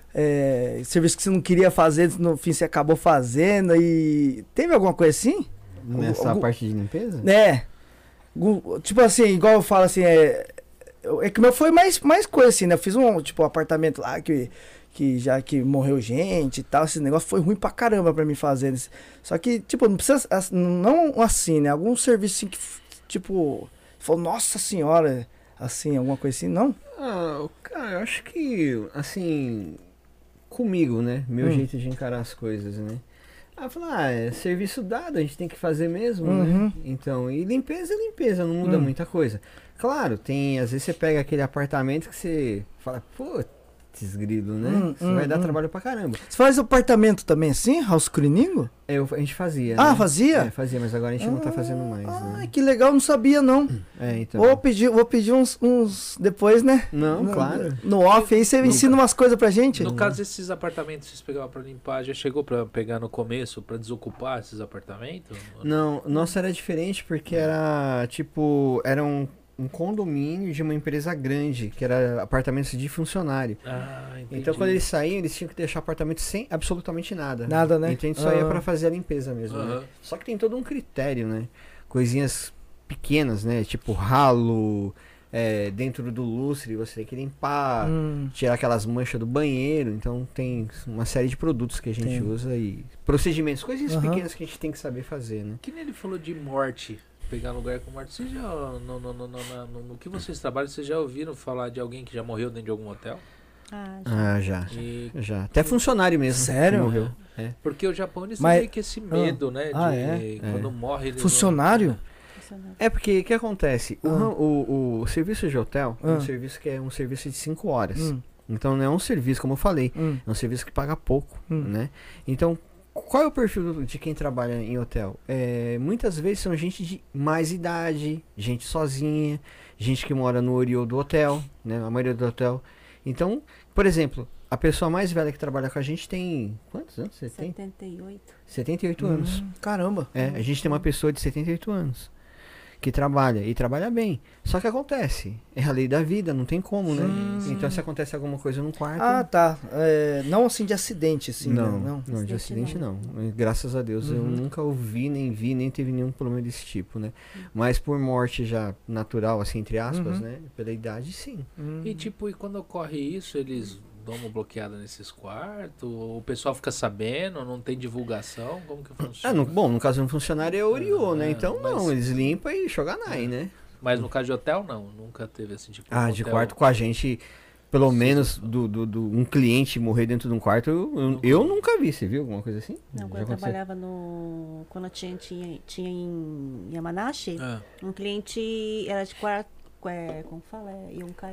é, serviço que você não queria fazer, no fim você acabou fazendo e teve alguma coisa assim? Nessa Algum- parte de limpeza? É. Algum- Tipo assim, igual eu falo assim, é, é que o meu foi mais, mais coisa assim, né? Eu fiz um, tipo, um apartamento lá que, que já que morreu gente e tal, esse negócio foi ruim pra caramba pra mim fazer. Né? Só que, tipo, não precisa, ass- não assim, né? Algum serviço assim que, tipo, falou, nossa senhora, assim, alguma coisa assim, não? Ah, cara, eu acho que, assim, comigo, né? Meu Hum. jeito de encarar as coisas, né? Ah, falar, ah, é serviço dado, a gente tem que fazer mesmo, Uhum. né? Então, e limpeza é limpeza, não muda Hum. muita coisa. Claro, tem, às vezes você pega aquele apartamento que você fala, putz, grilo, né? Hum, Isso hum, vai dar hum. trabalho pra caramba. Você faz apartamento também assim, house cleaning? Eu, a gente fazia, Ah, né? fazia? É, fazia, mas agora a gente não tá fazendo mais, Ah, né? que legal, não sabia não. É, então. Vou pedir, vou pedir uns, uns depois, né? Não, No- claro. No off aí você Nunca. ensina umas coisas pra gente. No caso desses apartamentos que vocês pegavam pra limpar, já chegou pra pegar no começo pra desocupar esses apartamentos? Não, nossa era diferente porque era tipo, era um, um condomínio de uma empresa grande, que era apartamentos de funcionário. Ah, entendi. Então quando eles saíam, eles tinham que deixar o apartamento sem absolutamente nada. Nada, né? Então a gente só ia Ah. pra fazer a limpeza mesmo, né? Aham. Só que tem todo um critério, né? Coisinhas pequenas, né? Tipo ralo, é, dentro do lustre você tem que limpar, Hum. tirar aquelas manchas do banheiro. Então tem uma série de produtos que a gente Tem. usa e procedimentos, coisinhas Aham. pequenas que a gente tem que saber fazer, né? Que nem ele falou de morte, pegar lugar com morte. Vocês já, no, no, no, no, no, no que vocês trabalham, vocês já ouviram falar de alguém que já morreu dentro de algum hotel? Ah, já. Ah, já. E, Já. Até funcionário mesmo. Sério? que morreu. É. porque o Japão eles Mas- têm meio que esse medo, né? Ah, de é? quando É. morre eles Funcionário? não- Funcionário. É porque o que acontece? O Ah. ram- O, o, serviço de hotel é Ah. um serviço que é um serviço de cinco horas. Hum, Então não é um serviço, como eu falei, hum, é um serviço que paga pouco, Hum. né? Então, qual é o perfil do- de quem trabalha em hotel? É, muitas vezes são gente de mais idade, gente sozinha, gente que mora no oriol do hotel, né? A maioria do hotel. Então, por exemplo, a pessoa mais velha que trabalha com a gente tem... Quantos anos você tem? setenta e oito. setenta e oito anos. hum, caramba. É, a gente tem uma pessoa de setenta e oito anos que trabalha e trabalha bem. Só que acontece, é a lei da vida, não tem como, né? Sim, Então se acontece alguma coisa no quarto, Ah, tá. É, não assim de acidente, assim, não, né? Não. não, de Acidente acidente não. Graças a Deus eu Uhum. nunca ouvi, nem vi, nem teve nenhum problema desse tipo, né? Mas por morte já natural, assim, entre aspas, Uhum. né? Pela idade, sim. Hum. E tipo, e quando ocorre isso, eles dão uma bloqueada nesses quartos? O pessoal fica sabendo, não tem divulgação? Como que Ah, funciona? no, bom, no caso de um funcionário é oriô, né? É, Então não, mas- eles limpam e Shoganai, né? Mas no caso de hotel, não. Nunca teve esse tipo Ah, de hotel. quarto com a gente, pelo Sim, menos sim. do, do, do- um cliente morrer dentro de um quarto, eu, eu, eu nunca vi. Você viu alguma coisa assim? Não, Já quando eu aconteceu? trabalhava no. Quando eu tinha, tinha, tinha em Yamanashi, Ah, um cliente era de quarto. É, como fala? É Yonkai.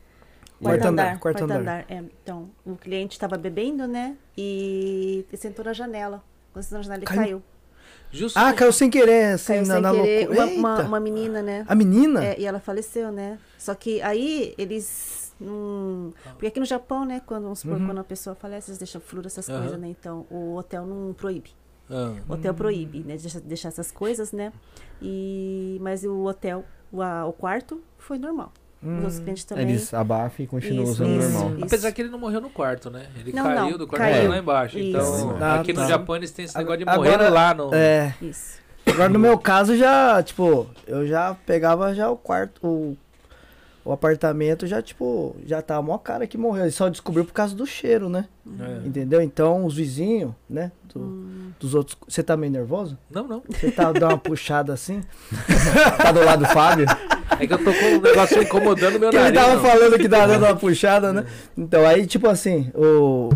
Quarto andar, quarto andar. É, então, o cliente estava bebendo, né? E sentou na janela. Quando sentou na janela, ele Caiu? caiu. justo. Ah, caiu sem querer, assim, Caiu na, sem na querer. loucura. Uma, uma, Eita. uma menina, né? A menina? É, e ela faleceu, né? Só que aí eles. Hum, porque aqui no Japão, né? Quando, vamos supor, Uhum. quando a pessoa falece, eles deixam flúor, essas Aham. coisas, né? Então o hotel não proíbe. Ah, O hotel proíbe, né? Deixar, deixar essas coisas, né? E, mas o hotel, o, a- o quarto, foi normal. Os outros clientes também. Eles abafam e continuam Isso, usando isso, normal. isso. apesar que ele não morreu no quarto, né? Ele Não, caiu não, do quarto caiu. lá embaixo. Isso. Então, Ah, aqui tá. no Japão eles têm esse negócio de Agora- morrer lá no. É. Isso. Agora no meu caso já, tipo, eu já pegava já o quarto, o, o apartamento já, tipo, já tava mó cara que morreu. Ele só descobriu por causa do cheiro, né? É. Entendeu? Então os vizinhos, né? do- Hum, dos outros. Você tá meio nervoso? Não, não. Você tá dando uma puxada assim? Tá do lado do Fábio? É que eu tô com um negócio incomodando meu Que ele nariz. tava não. falando que tava dando uma puxada, né? Então, aí, tipo assim, o,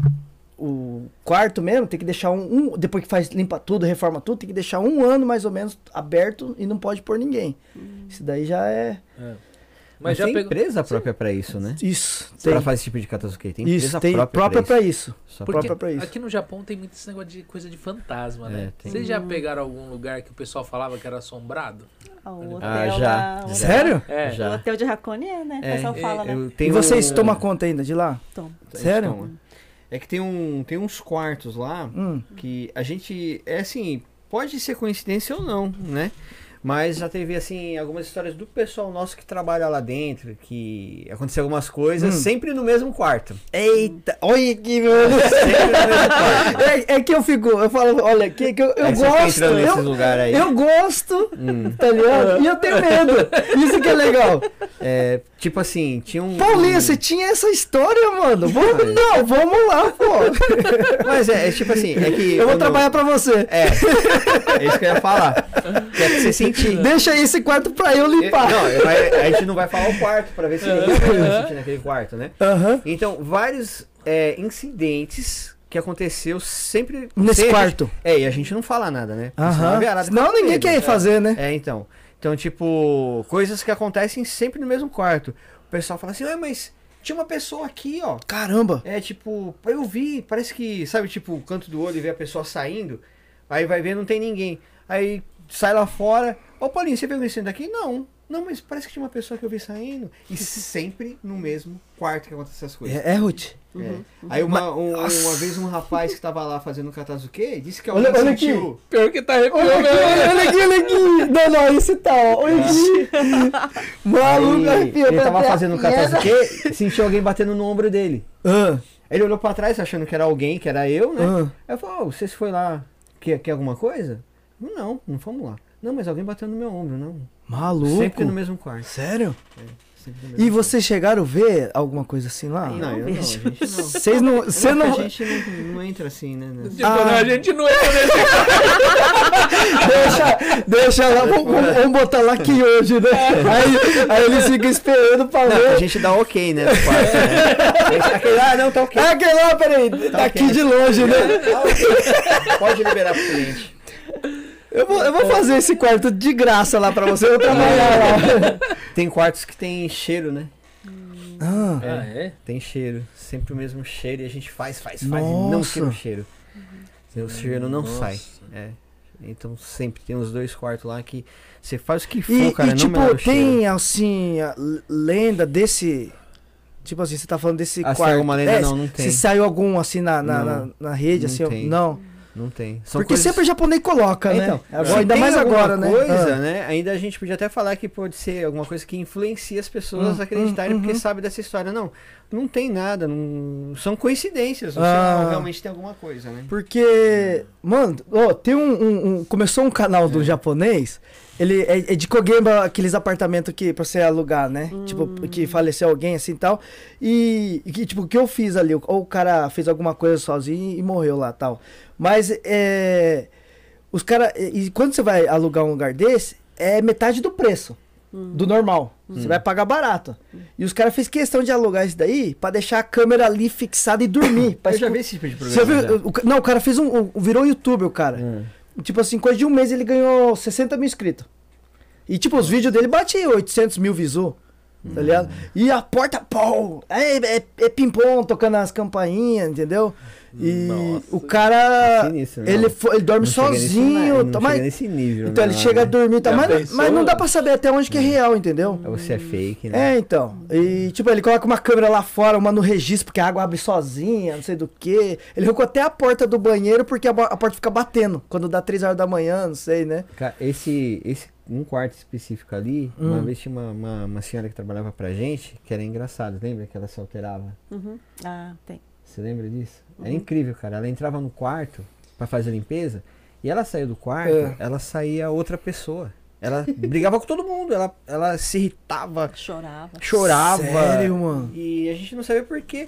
o quarto mesmo tem que deixar um, um. Depois que faz, limpa tudo, reforma tudo, tem que deixar um ano mais ou menos aberto e não pode pôr ninguém. Isso daí já é. É. Mas Mas já tem pegou. empresa própria pra isso, né? Isso. Tem, Pra fazer esse tipo de catasuque. Tem isso, empresa tem própria, própria pra pra isso. isso. Só Porque própria pra isso. aqui no Japão tem muito esse negócio de coisa de fantasma, né? É, tem. Vocês já pegaram algum lugar que o pessoal falava que era assombrado? Ah, o hotel Ah, já. lá, o- Sério? É. Já. O hotel de Hakone é, né? O É, pessoal fala, né? eu E tenho vocês um- tomam conta ainda de lá? Tom. a gente Sério? toma. É que tem, um, tem uns quartos lá Hum. que a gente, é assim, pode ser coincidência ou não, né? Mas já teve, assim, algumas histórias do pessoal nosso que trabalha lá dentro, que aconteceu algumas coisas, Hum. sempre no mesmo quarto. Eita, olha aqui, mano. Sempre no mesmo quarto. É, é que eu fico, eu falo, olha, que, que eu, eu Aí você fica gosto. entrando nesses Eu, lugares aí. eu gosto, Hum. tá ligado? E eu tenho medo. Isso que é legal. É, tipo assim, tinha um... Paulinho, um... você tinha essa história, mano. Vamos, não, vamos lá, pô. Mas é, é tipo assim, é que... Eu vou quando- trabalhar pra você. É, é isso que eu ia falar. Que é pra você sentir. Deixa esse quarto pra eu limpar. Não, eu vai- a gente não vai falar o quarto pra ver se ninguém vai sentir naquele quarto, né? Aham. Então, vários é, incidentes que aconteceu sempre... Nesse sempre- quarto. É, e a gente não fala nada, né? Porque senão a Aham. veiarada Senão fica com ninguém medo. quer ir fazer, né? É, então. Então, tipo, coisas que acontecem sempre no mesmo quarto. O pessoal fala assim, ah, mas tinha uma pessoa aqui, ó. Caramba. É tipo, eu vi, parece que, sabe, tipo, o canto do olho e vê a pessoa saindo. Aí vai ver, não tem ninguém. Aí sai lá fora. Ô, Paulinho, você viu alguém saindo daqui? Não. Não, mas parece que tinha uma pessoa que eu vi saindo. E sempre no mesmo quarto que acontecem essas coisas. É, é Ruth. É. Aí uma, um- uma vez um rapaz que tava lá fazendo catasuque disse que Olha- alguém olha aqui. sentiu. Pior que tá Olha arrepiando. aqui, olha aqui, olha aqui. Não, não, esse tá, ó. Olha aqui. Maluco, Aí, arrepiou. ele tava até a fazendo um perna. catasuque, sentiu alguém batendo no ombro dele. Ah, Ele olhou pra trás achando que era alguém, que era eu, né? ah. Aí eu falei, ô, você foi lá, quer, quer alguma coisa? Não, não fomos lá. Não, mas alguém bateu no meu ombro, não. Maluco. Sempre no mesmo quarto. Sério? Sempre no mesmo E vocês chegaram a ver alguma coisa assim lá? Aí quarto. Não, eu não, a vejo. gente não. Vocês não. Você Não, não. a gente não, não entra assim, né? né? Tipo, Ah. né, a gente não entra nesse. Deixa, deixa lá, vamos, vamos- vamos botar lá aqui hoje, né? Aí, aí eles ficam esperando pra Não, a ver. gente dá ok, né? No quarto, né? Aquele, ah, não, tá ok. É aquele lá, peraí, tá aqui ok. de longe, né? Tá ok. Pode liberar pro cliente. Eu vou, eu vou fazer esse quarto de graça lá pra você, eu vou trabalhar lá. Tem quartos que tem cheiro, né? Ah, Ah, é? Tem cheiro. Sempre o mesmo cheiro e a gente faz, faz, faz e não Nossa. tira o cheiro. O cheiro não Nossa. sai. É. Então sempre tem os dois quartos lá que você faz o que for, e, cara, e não tipo, melhora o cheiro. tem assim, a l- lenda desse. Tipo assim, você tá falando desse Ah, se tem quarto. alguma lenda? É, Não, não tem. Se saiu algum assim na, na, Não, na, na rede, não assim, tem. não. Não tem. São Porque coisas... sempre o japonês coloca, né? Então, Agora, se ainda tem mais alguma agora, né? coisa, Ah. né? Ainda a gente podia até falar que pode ser alguma coisa que influencia as pessoas Hum, a acreditarem hum, porque uhum. sabe dessa história. Não, não tem nada, não... são coincidências. Ou Ah. seja, realmente tem alguma coisa, né? Porque, mano, ó, tem um, um- um- Começou um canal do japonês. Ele é, é de Kogema, aqueles apartamentos que pra você alugar, né? Tipo, que faleceu alguém assim e tal. E, e que, tipo, o que eu fiz ali? Ou o cara fez alguma coisa sozinho e morreu lá tal. Mas, é. Os caras. E e quando você vai alugar um lugar desse, é metade do preço. Do normal. Você vai pagar barato. E os caras fez questão de alugar isso daí pra deixar a câmera ali fixada e dormir. pra Eu já escu- vi esse tipo de Você programa. viu? O ca- não, o cara fez um, um- Virou youtuber, o cara. Hum. Tipo assim, coisa de um mês ele ganhou sessenta mil inscritos. E tipo, os vídeos dele batiam oitocentos mil visu. Tá ligado? E a porta, pô! É, é, é ping-pong tocando as campainhas, entendeu? E Nossa. o cara. Sinistro, não. ele, fo- ele dorme Não chega nesse sozinho. na- não tá, mas- chega nesse nível. então ele não, chega a né? dormir, tá, Já mas, pensou? mas não dá pra saber até onde que é real, entendeu? Ou se é fake, né? É, então. E, tipo, ele coloca uma câmera lá fora, uma no registro, porque a água abre sozinha, não sei do que. Ele arrancou até a porta do banheiro, porque a, bo- a porta fica batendo. Quando dá três horas da manhã, não sei, né? Cara, esse, esse um quarto específico ali, Hum. uma vez tinha uma, uma, uma senhora que trabalhava pra gente, que era engraçado, lembra que ela se alterava? Uhum. Ah, tem. Você lembra disso? Uhum. Era incrível, cara. Ela entrava no quarto pra fazer a limpeza e ela saiu do quarto, É. ela saía outra pessoa. Ela brigava com todo mundo, ela, ela se irritava, Chorava. chorava. Sério, mano? E a gente não sabia por quê.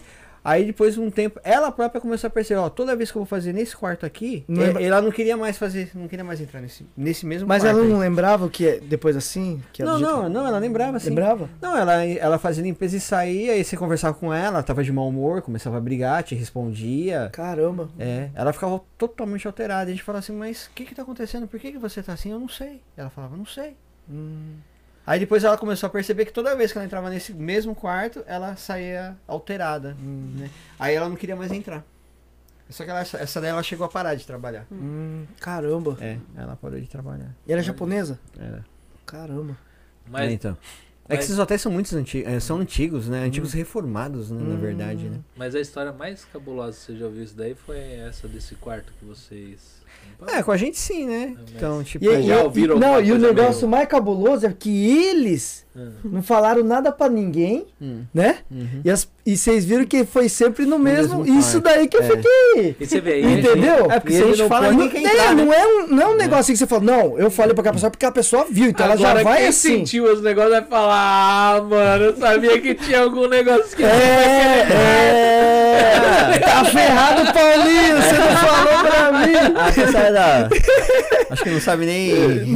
Aí depois de um tempo, ela própria começou a perceber, ó, toda vez que eu vou fazer nesse quarto aqui, Não é- lembra- ela não queria mais fazer, não queria mais entrar nesse, nesse mesmo Mas quarto. ela não aí. lembrava que é depois assim? Que Não, ela não, não, ela lembrava assim. Lembrava? Não, ela, ela fazia limpeza e saía, aí você conversava com ela, ela tava de mau humor, começava a brigar, te respondia. Caramba. É, ela ficava totalmente alterada. A gente falava assim, mas o que que tá acontecendo? Por que que você tá assim? Eu não sei. Ela falava, não sei. Hum. Aí depois ela começou a perceber que toda vez que ela entrava nesse mesmo quarto, ela saía alterada, né? Aí ela não queria mais entrar. Só que ela, essa daí ela chegou a parar de trabalhar. Hum, caramba. É, ela parou de trabalhar. E ela é japonesa? Era. Caramba. Mas, É, então. É que mas- esses hotéis são muito antigos, são antigos, né? Antigos reformados, né? Na verdade, né? mas a história mais cabulosa que você já ouviu isso daí foi essa desse quarto que vocês... É, com a gente sim, né? mas- Então, tipo... E, Mas já e- ouviram e- não, alguma e o coisa negócio meio- mais cabuloso é que eles Ah. não falaram nada pra ninguém, Hum, né? uhum. E, as- e vocês viram que foi sempre no mesmo. mesmo Isso quarto. daí que eu É. fiquei. E você vê aí... Entendeu? É porque E se a ele gente não fala, pode- ninguém quer É, entrar, né? não é um, não é um negócio assim que você fala, não, eu falei pra aquela pessoa porque a pessoa viu, então ela Agora já vai quem assim. sentiu os negócios vai falar, ah, mano, eu sabia que tinha algum negócio que... É, é. Tá ferrado, Paulinho, você não falou pra mim. Ah, você sai da... Acho que não sabe nem...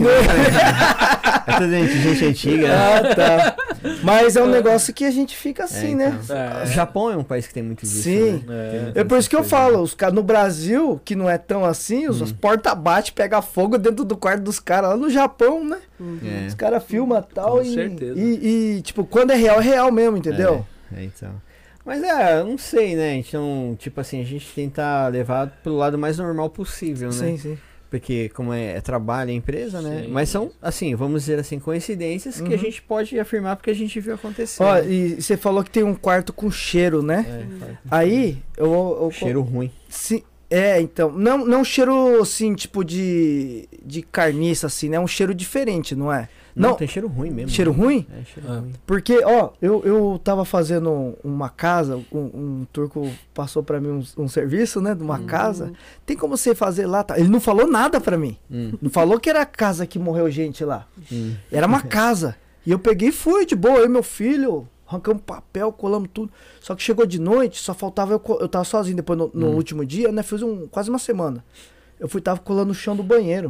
É tudo gente, gente antiga, né? Ah, tá. Mas é um negócio que a gente fica assim, É, né? então. É. O Japão é um país que tem muito disso, Sim. né? É. Tem muita É por isso que eu coisa. falo, os caras no Brasil, que não é tão assim, os, as portas batem, pega fogo dentro do quarto dos caras. Lá no Japão, né? É. Os caras filmam e tal. Com e, certeza. E, e, tipo, quando é real, é real mesmo, entendeu? É, é, então. Mas é, eu não sei, né? Então, tipo assim, a gente tenta levar pelo lado mais normal possível, né? Sim, sim. Porque como é, é trabalho, é empresa, né? Sim. Mas são, assim, vamos dizer assim, coincidências que a Uhum. gente pode afirmar porque a gente viu acontecer. Ó, né? e você falou que tem um quarto com cheiro, né? É, faz- Aí, eu... eu cheiro ruim. Sim, é, então, não, não cheiro, assim, tipo de, de carniça, assim, né? É um cheiro diferente, não é? Não, Não, tem cheiro ruim mesmo. cheiro né? ruim? É, cheiro Ah. ruim. Porque, ó, eu, eu tava fazendo uma casa, um, um turco passou pra mim um, um serviço, né, de uma casa. Tem como você fazer lá? Tá? Ele não falou nada pra mim. Hum, Não falou que era a casa que morreu gente lá. hum. Era uma casa. E eu peguei e fui de boa, eu e meu filho, arrancamos papel, colamos tudo. Só que chegou de noite, só faltava eu, co- eu tava sozinho depois no, no Hum. último dia, né, fiz um, quase uma semana. Eu fui, tava colando o chão do banheiro.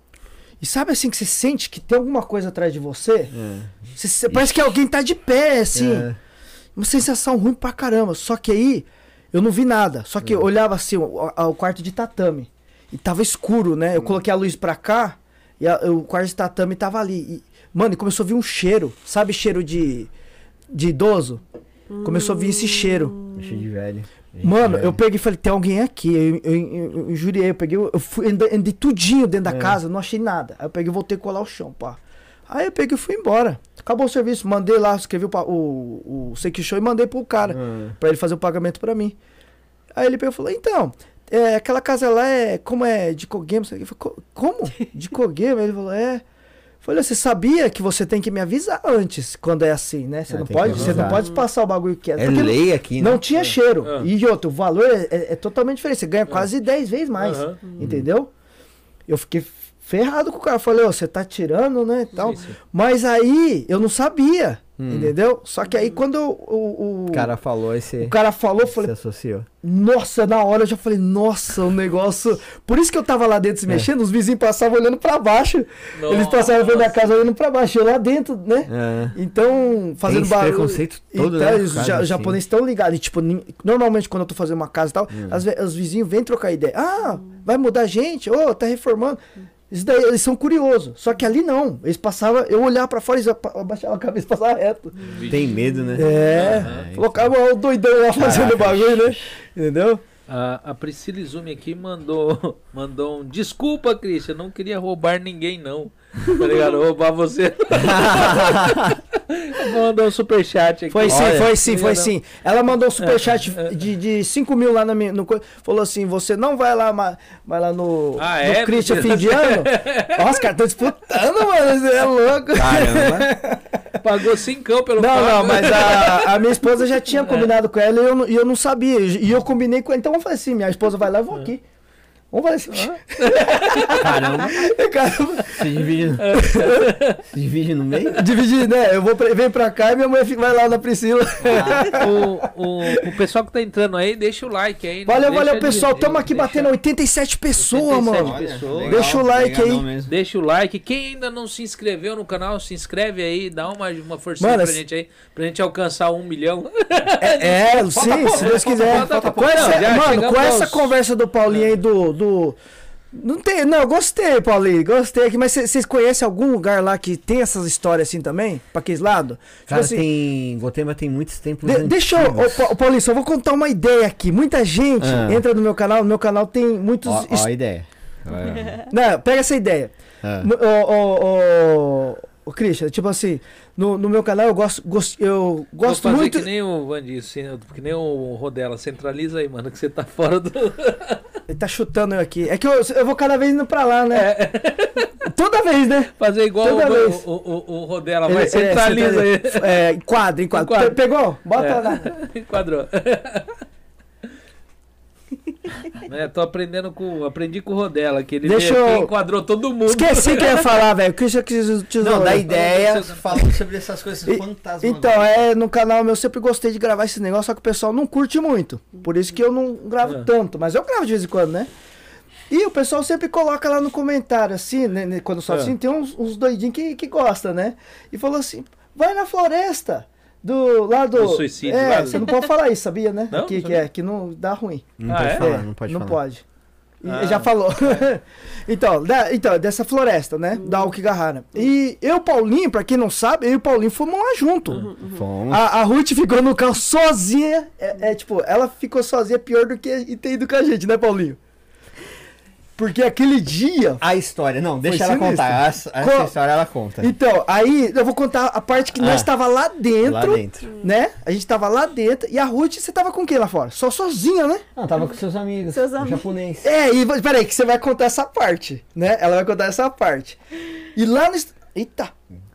E sabe assim que você sente que tem alguma coisa atrás de você? É. Você- você- parece que alguém tá de pé, assim. É. Uma sensação ruim pra caramba. Só que aí, eu não vi nada. Só que eu olhava assim, o, a- o quarto de tatame. E tava escuro, né? Eu coloquei a luz pra cá e a- o quarto de tatame tava ali. E, mano, e começou a vir um cheiro. Sabe cheiro de, de idoso? Começou a vir esse cheiro. Cheio de velho. Gente Mano, velha. eu peguei e falei, tem alguém aqui. Eu, eu, eu, eu injuriei, eu peguei, eu fui, andei, andei tudinho dentro da É. casa, não achei nada. Aí eu peguei e voltei a colar o chão, pá. Aí eu peguei e fui embora. Acabou o serviço, mandei lá, escrevi o, pa- o, o Sekisho e mandei pro cara, Ah, pra ele fazer o pagamento pra mim. Aí ele pegou e falou, então, é, aquela casa lá é, como é, de Kogema? Eu falei, "Co- como? De Kogema? Ele falou, é... Eu falei, você sabia que você tem que me avisar antes, quando é assim, né? Você É, não tem pode, que você não avisar. pode passar o bagulho que é. é porque lei aqui, né? não tinha cheiro. Ah. E outro, o valor é, é- é totalmente diferente. Você ganha quase dez vezes mais. Aham. Entendeu? Eu fiquei ferrado com o cara. Falei, ó, você tá tirando, né? e Tal. Sim, sim. Mas aí eu não sabia. Hum. Entendeu? Só que aí quando o, o, O cara falou e você o cara falou, eu se falei, associou. nossa, na hora eu já falei, nossa, o negócio. Por isso que eu tava lá dentro se É. mexendo, os vizinhos passavam olhando pra baixo. Eles Nossa. passavam vendo a casa olhando pra baixo, eu lá dentro, né? É. Então, fazendo esse barulho. preconceito todo, então, né, Os por causa ja- assim. japoneses estão ligados. E, tipo, nin- normalmente quando eu tô fazendo uma casa e tal, Hum. às ve- os vizinhos vêm trocar ideia. Ah, vai mudar a gente? Ô, tá reformando. Isso daí, eles são curiosos. Só que ali não. Eles passavam, eu olhava pra fora, eles apa- abaixavam a cabeça e passavam reto. Tem medo, né? É. Aham. Colocava o doidão lá fazendo o Caraca. bagulho, né? Entendeu? A, a Priscila Izumi aqui mandou, mandou um desculpa, Christian, não queria roubar ninguém não, tá ligado? Roubar você. Mandou um superchat aqui. Foi sim, Olha, foi sim, foi não. sim. Ela mandou um superchat de, de cinco mil lá na minha. No, co- falou assim: você não vai lá, ma- vai lá no, Ah, no é? Christian fim de ano? Nossa, cara, tô disputando, mano. Você é louco. Caramba. Pagou cincão pelo Não, pago. não, mas a, a minha esposa já tinha combinado com ela e eu, não- e eu não sabia. E eu combinei com ela. Então eu falei assim: minha esposa vai lá, eu vou aqui. Vamos fazer assim. Caramba. Caramba. Se divide, no... Se divide no meio? Dividir, né? Eu vou pra... vem pra cá e minha mãe fica... vai lá na Priscila. Ah, o, o, o pessoal que tá entrando aí, deixa o like aí. Valeu, valeu, deixa pessoal. de- Estamos aqui deixa- batendo oitenta e sete pessoas, oitenta e sete mano. Olha, pessoas. legal, Deixa o like legal aí. mesmo. Deixa o like. Quem ainda não se inscreveu no canal, se inscreve aí, dá uma, uma forcinha Mano, pra gente aí, pra gente alcançar um milhão. É, é sim, se Deus quiser. falta pouco. Com essa, Não, já mano, chegamos com essa aos- conversa do Paulinho aí do... do... Não tem, não, eu gostei, Paulinho, gostei aqui, mas vocês conhecem algum lugar lá que tem essas histórias assim também? Pra aqueles lados? Tipo Cara, assim, tem... Gotema tem muitos templos de- deixa eu, antigos. ô, Pa- ô, Paulinho, só vou contar uma ideia aqui. Muita gente Ah. entra no meu canal, no meu canal tem muitos... Ó, ó his- a ideia. É. Não, pega essa ideia. Ah. No- Ô, ô, ô, ô, Christian, tipo assim, no, no meu canal eu gosto, gosto eu gosto Vou fazer muito... que nem o Vandi, assim, que nem o Rodela. Centraliza aí, mano, que você tá fora do... Ele tá chutando eu aqui. É que eu, eu vou cada vez indo pra lá, né? É. Toda vez, né? Fazer igual Toda o, vez. o, o, o Rodela, Ele- vai, é, centraliza aí. centraliza. É, enquadra, enquadra. Enquadra. Pe- Pegou? Bota É. lá. Enquadrou. É, tô aprendendo com. Aprendi com o Rodela, que ele Deixa veio aqui eu- e enquadrou todo mundo. Esqueci que eu ia falar, velho. Christian quis tesouro. Não, dá ideia Falando falando sobre essas coisas E- fantasmas. Então, é, no canal meu eu sempre gostei de gravar esse negócio, só que o pessoal não curte muito. Por isso que eu não gravo É. tanto, mas eu gravo de vez em quando, né? E o pessoal sempre coloca lá no comentário, assim, né, né, quando sobe É. assim, tem uns, uns doidinhos que, que gostam, né? E falou assim, vai na floresta, do lado... Do suicídio, é, lá do- você não pode falar isso, sabia, né? Não? que, Não que sabia. é, que não dá ruim. Não Ah, pode é? falar, É, não pode não falar. pode. E Ah. já falou. Então, da, então, dessa floresta, né? Da Aokigahara. E eu, Paulinho, pra quem não sabe, eu e o Paulinho fomos lá junto. Fomos. A, a Ruth ficou no carro sozinha. É, é, tipo, ela ficou sozinha pior do que ter ido com a gente, né, Paulinho? Porque aquele dia. A história, não, deixa ela sinistro. contar. Essa, essa Co- história ela conta. Então, aí eu vou contar a parte que Ah. nós estava lá dentro, Lá dentro. né? A gente tava lá dentro. E a Ruth, você tava com quem lá fora? Só sozinha, né? Não, tava com seus amigos. Seus amigos. Japonês. É, e vo- peraí, que você vai contar essa parte, né? Ela vai contar essa parte. E lá no. est- Eita!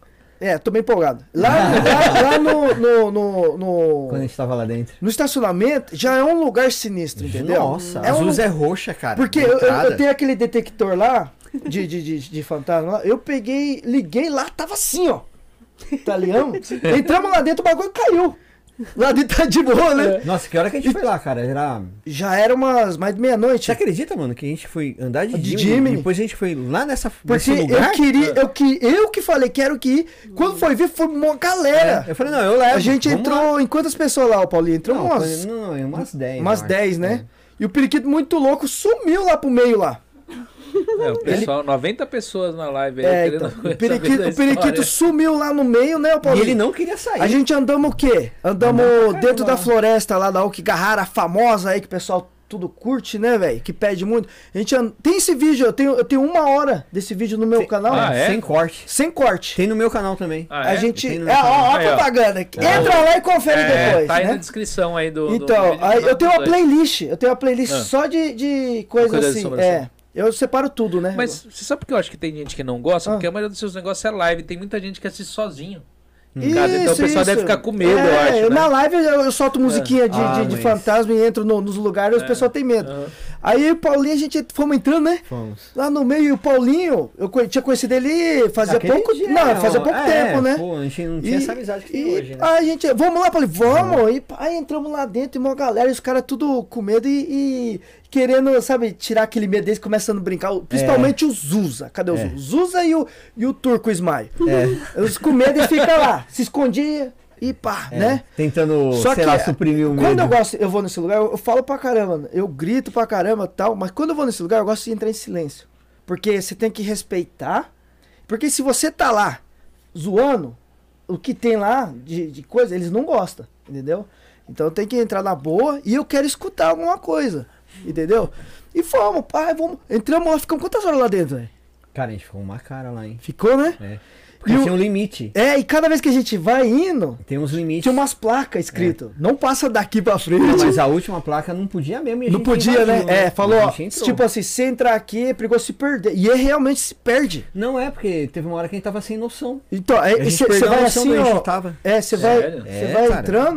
É, tô bem empolgado. Lá, lá, lá no, no, no, no- Quando a gente tava lá dentro. no estacionamento já é um lugar sinistro, entendeu? Nossa, é a um luz é roxa, cara. Porque na eu, eu- entrada. eu tenho aquele detector lá, de, de, de, de fantasma lá, eu peguei, liguei lá, tava assim, ó. Tá ligado? Entramos lá dentro, o bagulho caiu. Lá dentro tá de boa, né? Nossa, que hora que a gente foi lá, cara? Era. Já era umas mais de meia-noite. Você acredita, mano, que a gente foi andar de, De Jimny, Jimny? depois a gente foi lá nessa, Porque nesse lugar? eu queria, eu que eu que falei, quero que ir. Quando foi ver, foi uma galera. Eu falei, não, eu levo. A gente vamos entrou lá. em quantas pessoas lá, o Paulinho? Entrou Não, umas, foi- não, não, umas dez. umas eu acho. dez, né? É. E o periquito muito louco sumiu lá pro meio lá. É, o pessoal, noventa pessoas na live aí. É, querendo então, o saber periquito, da o periquito história. sumiu lá no meio, né, o E Paulinho? ele não queria sair. A gente andamos o quê? Andamos Andamos pra dentro caramba. da floresta lá da Aokigahara, famosa aí, que o pessoal tudo curte, né, velho? Que pede muito. A gente and... Tem esse vídeo, eu tenho, eu tenho uma hora desse vídeo no meu Sem- canal. Ah, é? Sem corte. Sem corte. Tem no meu canal também. Ah, A é? gente. Tem no É, meu ó, ó a Aí, ó. propaganda. Entra lá e confere É, depois. tá aí né? na descrição aí do. do Então, vídeo aí do eu tenho uma episódio. playlist. Eu tenho uma playlist Ah. só de, de coisas Coisa de assim. sobrancelha. É. Eu separo tudo, né? Mas você sabe por que eu acho que tem gente que não gosta? Ah. Porque a maioria dos seus negócios é live. Tem muita gente que assiste sozinho. Isso, Em casa, então o pessoal deve isso. ficar com medo, é, eu acho. Né? Na live eu, eu solto musiquinha de, Ah, de, de mas- fantasma e entro no- nos lugares e É. o pessoal tem medo. Aham. Aí o Paulinho, a gente fomos entrando, né? Fomos. Lá no meio, e o Paulinho, eu co- tinha conhecido ele fazia Aquele pouco dia, Não, fazia pouco é, tempo, né? Pô, a gente não tinha E- essa amizade que tem E hoje, né? aí a gente, vamos lá, falei, vamos. E aí entramos lá dentro e uma galera, e os caras tudo com medo e, e querendo, sabe, tirar aquele medo deles, começando a brincar. Principalmente o Zuza. Cadê o É. Zuza? Zuza e o, e o Turco Ismael. É. Os com medo e fica lá, se escondia e pá, É, né? Tentando, Só sei que lá, suprimir o medo. quando eu gosto, eu vou nesse lugar, eu, eu falo pra caramba, eu grito pra caramba e tal, mas quando eu vou nesse lugar, eu gosto de entrar em silêncio. Porque você tem que respeitar. Porque se você tá lá zoando, o que tem lá de, de coisa, eles não gostam, entendeu? Então tem que entrar na boa e eu quero escutar alguma coisa, entendeu? E fomos, pai, vamos. Entramos lá, ficamos quantas horas lá dentro, velho? Cara, a gente ficou uma cara lá, hein? Ficou, né? É. Porque E o- tinha um limite. É, e cada vez que a gente vai indo, Tem uns limites. tinha umas placas escritas. Não passa daqui pra frente. Não, mas a última placa não podia mesmo. E a Não gente podia, invadiu, né? É, falou, A ó, gente entrou. tipo assim, se entrar aqui é perigoso se perder. E é realmente se perde. Não é, porque teve uma hora que a gente tava sem noção. Então, A gente você perdeu a vai noção assim, de onde a ó. gente tava. É, você vai, Sério? você É, vai cara. entrando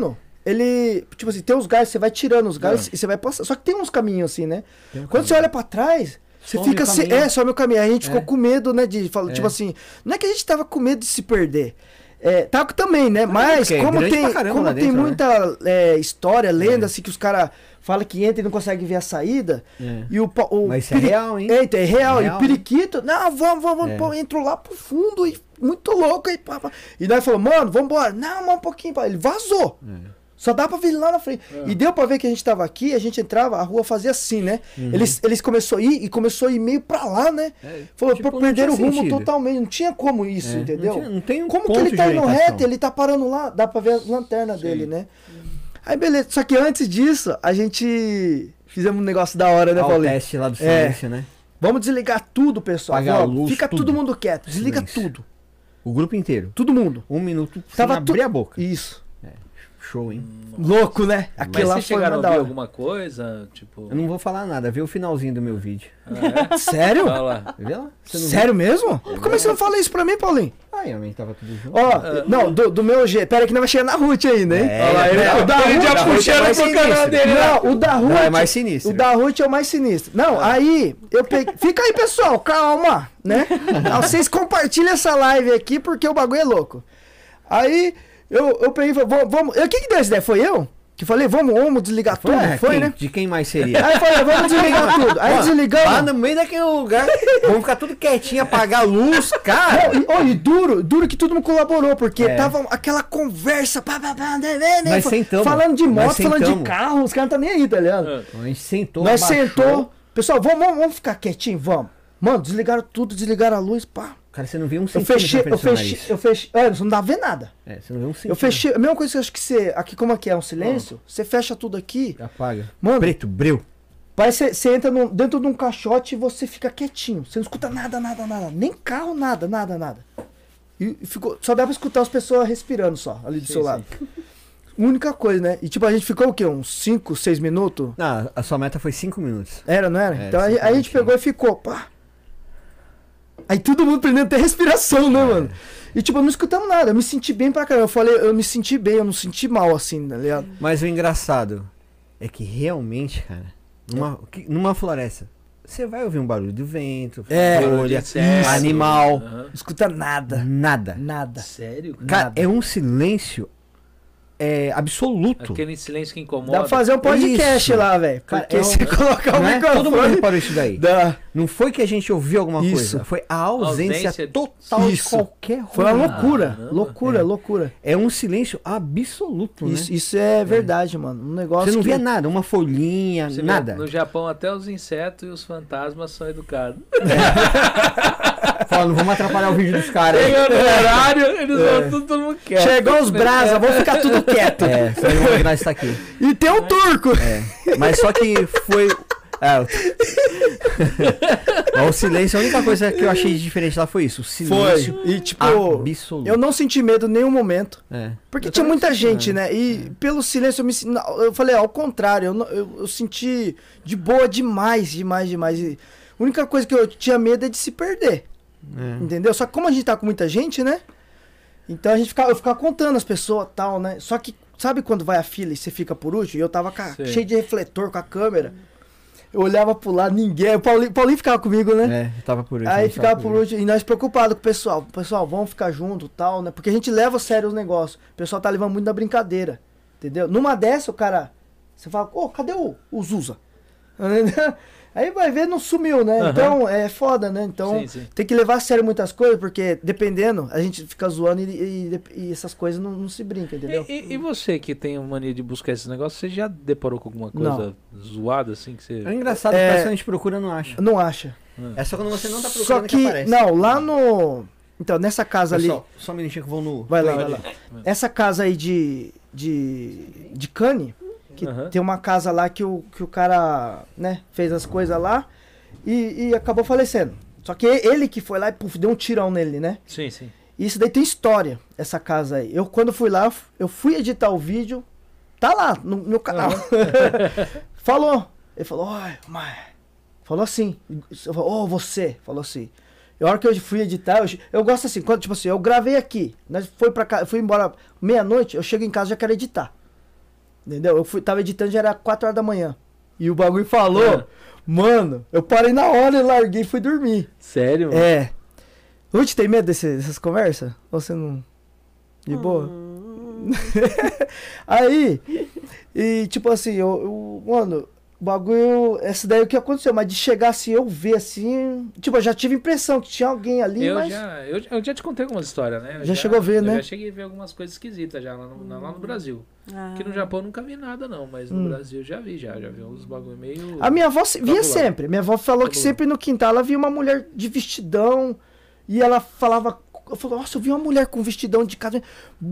ele, tipo assim, tem os galhos, você vai tirando os galhos É. e você vai passando. Só que tem uns caminhos assim, né? Tem um Quando caminho. você olha pra trás, você Some fica o assim, caminho. é, só meu caminho. Aí a gente É. ficou com medo, né, de falar, É. tipo assim, não é que a gente tava com medo de se perder. É, tava também, né? Mas porque é como grande tem, pra caramba como lá tem dentro, né? muita é, história, lenda, É. assim, que os caras falam que entra e não consegue ver a saída. É. E o, pa- o Mas isso é real, hein? É, então, é real. É e real, o periquito, não, vamos, vamos, É. pô, entrou lá pro fundo e muito louco. E, pá, pá. E nós falamos, mano, vambora. Não, mas um pouquinho. Pá. Ele vazou. É. Só dá pra ver ele lá na frente. E deu pra ver que a gente tava aqui, a gente entrava, a rua fazia assim, né? Uhum. Eles, eles começou a ir e começou a ir meio pra lá, né? É, Falou, tipo, pô, não perderam o tinha rumo sentido. totalmente. Não tinha como isso, É, entendeu? Não, tinha- não tem um Como que ponto ele tá de indo orientação. reto? Ele tá parando lá, dá pra ver a lanterna dele, né? Aí beleza, só que antes disso, a gente fizemos um negócio da hora, né, Ah, o Paulinho? teste lá do É. silêncio, né? Vamos desligar tudo, pessoal. Apagar a Vamos. luz, Fica tudo. todo mundo quieto, desliga Silêncio. tudo. O grupo inteiro. Todo mundo. Um minuto sem Tava abrir tu- a boca. Isso. Show, hein? Louco, né? Mas Aquilo lá vocês foi chegaram uma a da ver hora. alguma coisa? Tipo. Eu não vou falar nada, vê o finalzinho do meu vídeo. Ah, é? Sério? Olha lá. Vê lá? Você não Sério mesmo? Como é que você não fala isso pra mim, Paulinho? viu? Ah, eu tava tudo junto. Ó, não, do, do meu jeito. Pera que não vai chegar na Ruth ainda, hein? É, Olha lá, ele, é, o da Ele Ruth, já da Ruth é puxando mais pro canal sinistro. dele, né? Não, o da Ruth. Não, é mais sinistro. O da Ruth é o mais sinistro. Não, aí, eu peguei. Fica aí, pessoal, calma, né? Não, vocês compartilham essa live aqui porque o bagulho é louco. Aí, eu, eu peguei e falei, vamos. vamos- eu- Quem que deu essa ideia? Foi eu? Que falei, vamos, vamos desligar tudo? É, Foi, quem- né? De quem mais seria? Aí eu falei, vamos desligar tudo. Aí Lá desligamos. no meio daquele lugar, vamos ficar tudo quietinho, apagar a luz, cara. Não, e, oh, e duro, duro que todo mundo colaborou, porque É. tava aquela conversa, pá, pá, pá, né, né, né, Nós fa- sentamos. falando de moto, Nós falando de sentamos. carro, os caras não tá nem aí, tá ligado? É. A gente sentou, Nós abaixou. sentou, pessoal, vamos, vamos, vamos ficar quietinho, vamos. Mano, desligaram tudo, desligaram a luz, pá. Cara, você não vê um Eu centímetro fechei, pra eu frente do seu fechei, nariz. eu fechei, é, você não dá pra ver nada. É, você não vê um centímetro. Eu fechei, a mesma coisa que eu acho que você, aqui como aqui é um silêncio, você fecha tudo aqui, Apaga. mano, Preto, breu. parece que você entra num- dentro de um caixote e você fica quietinho, você não escuta nada, nada, nada, nem carro, nada, nada, nada. E e ficou, só dá pra escutar as pessoas respirando só, ali do Sim, seu sim. lado. Única coisa, né? E tipo, a gente ficou o quê? Uns cinco, seis minutos? Não, a sua meta foi cinco minutos. Era, não era? É, então a, cinco a gente minutinhos. pegou e ficou, pá. Aí todo mundo prendendo até respiração, É. né, mano? E tipo, não escutamos nada. Eu me senti bem pra caramba. Eu falei, eu me senti bem, eu não senti mal assim, tá ligado? Mas o engraçado é que realmente, cara, numa, que- numa floresta, você vai ouvir um barulho do vento, É. folha, Inseto. animal, Aham. Não escuta nada. nada. Nada. Sério? Cara, Nada. é um silêncio é, absoluto. Aquele silêncio que incomoda. Dá pra fazer um podcast Isso. lá, velho. Cara, Porque é um- você colocar o Não é? Todo mundo microfone. reparou isso daí. Dá. Não foi que a gente ouviu alguma Isso. coisa, foi a ausência, Ausência- total de Isso. qualquer ruído. Foi uma loucura. Caramba. loucura, É. loucura. É um silêncio absoluto, Isso, né? isso é verdade, mano. Um negócio Você não que... via nada, uma folhinha, Você vê, nada. No Japão até os insetos e os fantasmas são educados. Fala, não vamos atrapalhar o vídeo dos caras. Chegando no horário, eles É. vão tudo, todo mundo quieto. Chegou os brasa, vamos ficar tudo quieto. É, só que nós está aqui. E tem um turco. É, mas só que foi. É, o- Mas o silêncio, a única coisa que eu achei de diferente lá foi isso. O silêncio E tipo, absoluto. eu não senti medo em nenhum momento. É. Porque Eu tinha também muita não gente, senti, né? E pelo silêncio eu me sen- não, eu falei, ao contrário, eu, não- eu, eu senti de boa demais, demais, demais. E a única coisa que eu tinha medo é de se perder. É. Entendeu? Só que como a gente tá com muita gente, né? Então a gente ficava, eu ficava contando as pessoas e tal, né? Só que, sabe quando vai a fila e você fica por último? E eu tava com a- Sei. cheio de refletor com a câmera. Eu olhava pro lado, ninguém. O Paulinho, Paulinho ficava comigo, né? É, eu tava por último. Aí eu ficava tava por último. último. E nós preocupados com o pessoal. Pessoal, vamos ficar junto e tal, né? Porque a gente leva a sério os negócios. O pessoal tá levando muito na brincadeira. Entendeu? Numa dessa, o cara. Você fala, ô, cadê o, o Zuza? Aí vai ver, não sumiu, né? Aham. Então é foda, né? Então Sim, sim. tem que levar a sério muitas coisas, porque dependendo, a gente fica zoando e, e- e essas coisas não, não se brinca, entendeu? E, e- e você que tem a mania de buscar esses negócios, você já deparou com alguma coisa zoada assim que você. É engraçado, É. é... que a gente procura não acha. Não acha. É só quando você não tá Só procurando que, que, aparece. não, lá no. Então, nessa casa ali. Pessoal, só um minutinho que eu vou no. Vai lá, Oi. vai lá. Essa casa aí de. de. de Cane, que Aham. tem uma casa lá que o, que o cara, né, fez as coisas lá e, e acabou falecendo. Só que ele que foi lá e puf, deu um tirão nele, né? Sim, sim. E isso daí tem história, essa casa aí. Eu, quando fui lá, eu fui editar o vídeo, tá lá no meu canal. Falou. Ele falou, oi, mãe. Falou assim. Eu falei, ô, você. Falou assim. E a hora que eu fui editar, eu, eu gosto assim, quando, tipo assim, eu gravei aqui. Nós foi pra cá, eu fui embora meia-noite, eu chego em casa e já quero editar. Entendeu? Eu fui, tava editando, já era quatro horas da manhã. E o bagulho falou, É. mano, eu parei na hora, eu larguei e fui dormir. Sério? mano? É. Ruth, tem medo desse, dessas conversas? Ou você não... De boa? Hum, Aí, e tipo assim, eu, eu- mano, o bagulho, essa daí é o que aconteceu, mas de chegar assim, eu ver assim, tipo, eu já tive impressão que tinha alguém ali, Eu mas... já, eu, eu já te contei algumas histórias, né? Eu Já chegou a ver, eu né? Já cheguei a ver algumas coisas esquisitas já lá no, lá no Brasil. ah. Aqui no Japão eu nunca vi nada não, mas no Hum. Brasil já vi, já, já vi uns bagulho meio... A minha avó se- via Tabular. sempre, minha avó falou que Tabular. sempre no quintal ela via uma mulher de vestidão, e ela falava, eu falava, nossa, eu vi uma mulher com vestidão de casa,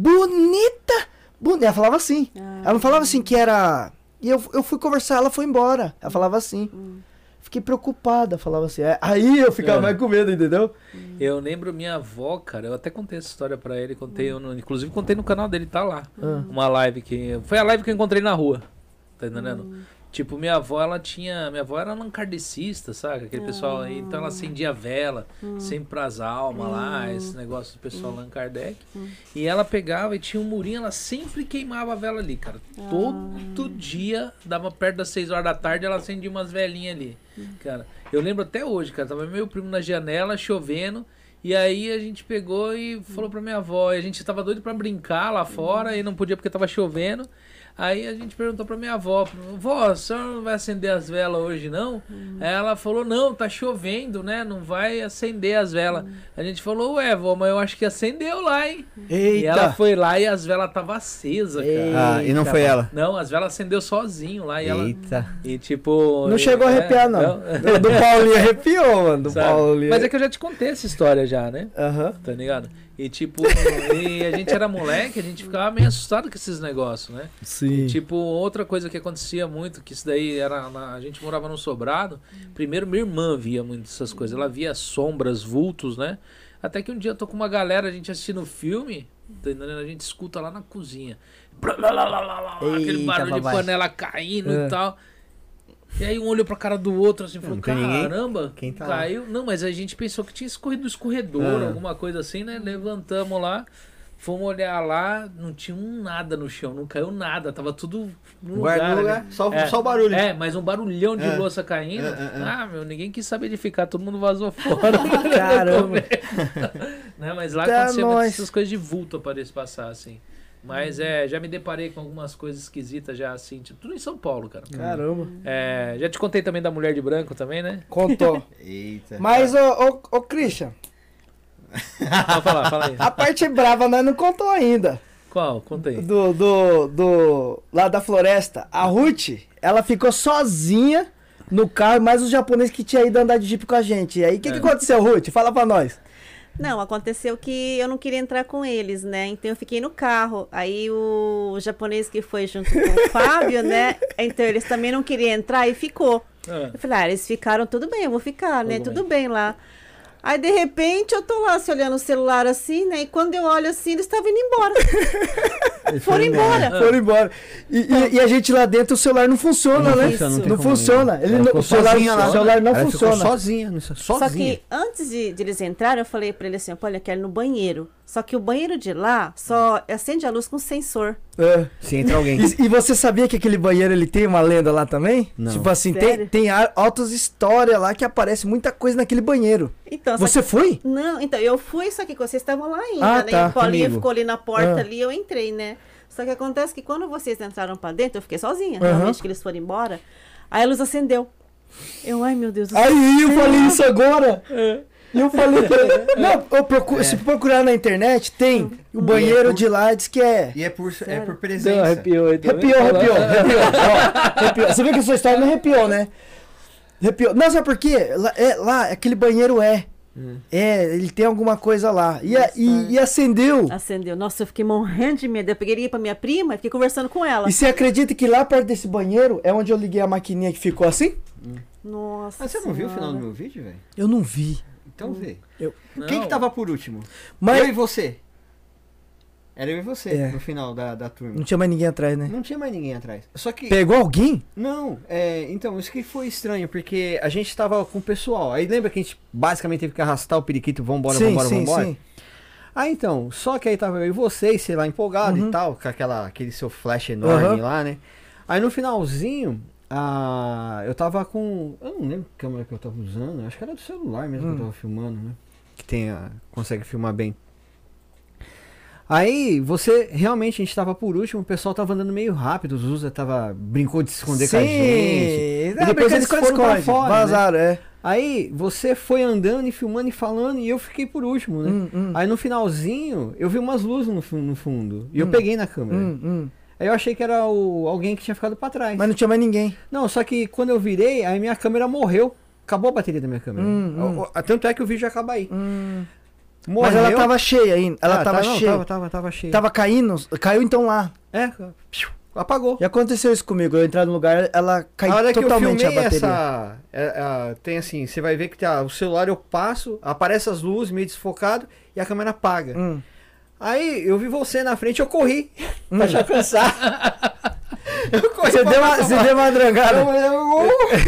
bonita, bonita, ela falava assim, Ah. ela não falava assim que era... E eu, eu fui conversar, ela foi embora. Ela falava assim. Hum. Fiquei preocupada, falava assim. É, aí eu ficava É. mais com medo, entendeu? Eu lembro minha avó, cara, eu até contei essa história pra ele, contei, eu no- inclusive contei no canal dele, tá lá. Ah. Uma live que... Foi a live que eu encontrei na rua, tá entendendo? Tipo, minha avó, ela tinha... Minha avó era lancardecista, sabe? Aquele pessoal aí, então ela acendia vela, sempre pras almas lá, esse negócio do pessoal Allan Kardec. E ela pegava e tinha um murinho, ela sempre queimava a vela ali, cara. Todo dia, dava perto das seis horas da tarde, ela acendia umas velinhas ali, cara. Eu lembro até hoje, cara, tava meu primo na janela, chovendo, e aí a gente pegou e falou pra minha avó, e a gente tava doido pra brincar lá fora, e não podia porque tava chovendo. Aí a gente perguntou pra minha avó, vó, a senhora não vai acender as velas hoje não? Aí ela falou, não, tá chovendo, né? Não vai acender as velas. A gente falou, ué, vó, mas eu acho que acendeu lá, hein? E ela Eita! foi lá e as velas estavam acesas, cara. Ah, e não foi ela? Não, as velas acendeu sozinho lá e ela... Eita. E tipo... Não chegou a é, arrepiar, não. Do, do Paulinho arrepiou, mano. Do sabe? Paulinho. Mas é que eu já te contei essa história já, né? Aham. Tá ligado? E tipo, e a gente era moleque, a gente ficava meio assustado com esses negócios, né? Sim. Tipo, outra coisa que acontecia muito, que isso daí era. Na, a gente morava num sobrado. Primeiro, minha irmã via muito essas coisas. Ela via sombras, vultos, né? Até que um dia eu tô com uma galera, a gente assistindo filme, tá entendendo? A gente escuta lá na cozinha. Blá, blá, blá, blá, blá, blá, aquele Eita, barulho de papai. panela caindo É. e tal. E aí um olhou pra cara do outro assim, falou, Não tem ninguém. caramba, Quem tá lá? caiu. Não, mas a gente pensou que tinha escorrido do escorredor, Ah. alguma coisa assim, né? Levantamos lá, fomos olhar lá, não tinha um nada no chão, não caiu nada, tava tudo no lugar. Guarda no lugar, né? só, É. só o barulho. É, mas um barulhão de É. louça caindo. É, é, é. Ah, meu, ninguém quis saber de ficar, todo mundo vazou fora. Caramba. Né, mas lá Tá acontecia muito nós. essas coisas de vulto aparecer passar, assim. Mas é, já me deparei com algumas coisas esquisitas já, assim, tipo, tudo em São Paulo, cara. Caramba. É, já te contei também da mulher de branco também, né? Contou. Eita. Mas, ô, ô, ô, Christian, Pode falar, fala aí. a parte brava nós não contou ainda. Qual? Conta aí. Do, do, do... Lá da floresta. A Ruth, ela ficou sozinha no carro, mais os japoneses que tinha ido andar de jipe com a gente. E aí, o que, É. que aconteceu, Ruth? Fala pra nós. Não, aconteceu que eu não queria entrar com eles, né? Então eu fiquei no carro. Aí o japonês que foi junto com o Fábio, né? Então eles também não queriam entrar e ficou. Ah, Eu falei, ah, eles ficaram, tudo bem, eu vou ficar, né? Tudo Tudo bem lá. Aí, de repente, eu tô lá, se olhando o celular assim, né? E quando eu olho assim, eles estavam indo embora. Foram embora. Foram embora. E, e- e a gente lá dentro, o celular não funciona, Não né? funciona, não tem não como. funciona. Ele Ela não- ficou o celular, sozinha lá. o celular não Ela ficou funciona. sozinha, não- sozinha. Só que antes de, de eles entrarem, eu falei pra ele assim, olha, eu quero ir no banheiro. Só que o banheiro de lá só acende a luz com sensor. É. Se entra alguém. E, e você sabia que aquele banheiro ele tem uma lenda lá também? Não. Tipo assim, tem, Sério? tem a- altas histórias lá que aparece muita coisa naquele banheiro. Então, só Você foi? Não, então, eu fui, só que vocês estavam lá ainda, Ah, né? tá, E o Paulinho comigo. ficou ali na porta Ah. ali, eu entrei, né? Só que acontece que quando vocês entraram pra dentro, eu fiquei sozinha, Aham. realmente, que eles foram embora. Aí a luz acendeu. Eu, ai meu Deus do céu. Aí eu falei isso agora. É. E eu falei pra ele. Não, eu procu- se procurar na internet, tem o banheiro de lá, diz que é. E é por, é Sério? por Deu, presença. arrepiou aí também. Arrepiou, arrepiou, arrepiou. Ó, arrepiou. Você viu que a sua história não arrepiou, né? Arrepiou. Não, sabe por quê? Lá, é, lá aquele banheiro é. Hum. É, ele tem alguma coisa lá. E, a- Nossa. e, e acendeu. Acendeu. Nossa, eu fiquei morrendo de medo. Eu peguei e liguei pra minha prima e fiquei conversando com ela. E você acredita que lá perto desse banheiro é onde eu liguei a maquininha que ficou assim? Nossa Ah, você não viu o final do Senhora. meu vídeo, velho? Eu não vi. Então vê. Não. Quem que tava por último? Mas Eu e você. Era eu e você É. no final da, da turma. não tinha mais ninguém atrás, né? Não tinha mais ninguém atrás. Só que. Pegou alguém? Não, é, então, isso que foi estranho, porque a gente tava com o pessoal. Aí lembra que a gente basicamente teve que arrastar o periquito, vambora, sim, vambora, sim, vambora? sim. Ah, então, só que aí tava eu e vocês, sei lá, empolgado Uhum. e tal, com aquela, aquele seu flash enorme Uhum. lá, né? Aí no finalzinho, ah, eu tava com. Eu não lembro que câmera que eu tava usando, acho que era do celular mesmo Hum. que eu tava filmando, né? Que tem a, consegue filmar bem. Aí, você, realmente, a gente tava por último, o pessoal tava andando meio rápido, o Zusa tava, brincou de se esconder com a gente. E depois depois eles foram pra fora, né? vazaram, é. Aí, você foi andando e filmando e falando, e eu fiquei por último, né? Hum, hum. Aí no finalzinho, eu vi umas luzes no, fu- no fundo. E eu Hum. peguei na câmera. Hum, hum. Aí eu achei que era o, alguém que tinha ficado pra trás. Mas não tinha mais ninguém. Não, só que quando eu virei, aí minha câmera morreu. Acabou a bateria da minha câmera. Hum, hum. O- o- Tanto é que o vídeo acaba aí. Hum. Morreu. Mas ela tava cheia ainda. Ela Ah, tava tá, não, cheia. Tava, tava, tava cheia. Tava caindo. Caiu então lá. É, piu, apagou. E aconteceu isso comigo. Eu entrar no lugar, ela caiu A hora que eu totalmente filmei a bateria. essa. é, é, tem assim, você vai ver que tá, o celular eu passo, aparece as luzes meio desfocado e a câmera apaga. Hum. Aí eu vi você na frente, eu corri pra te alcançar. Eu corri Você pra deu uma, alcançar você uma- deu uma drangada. Eu- eu-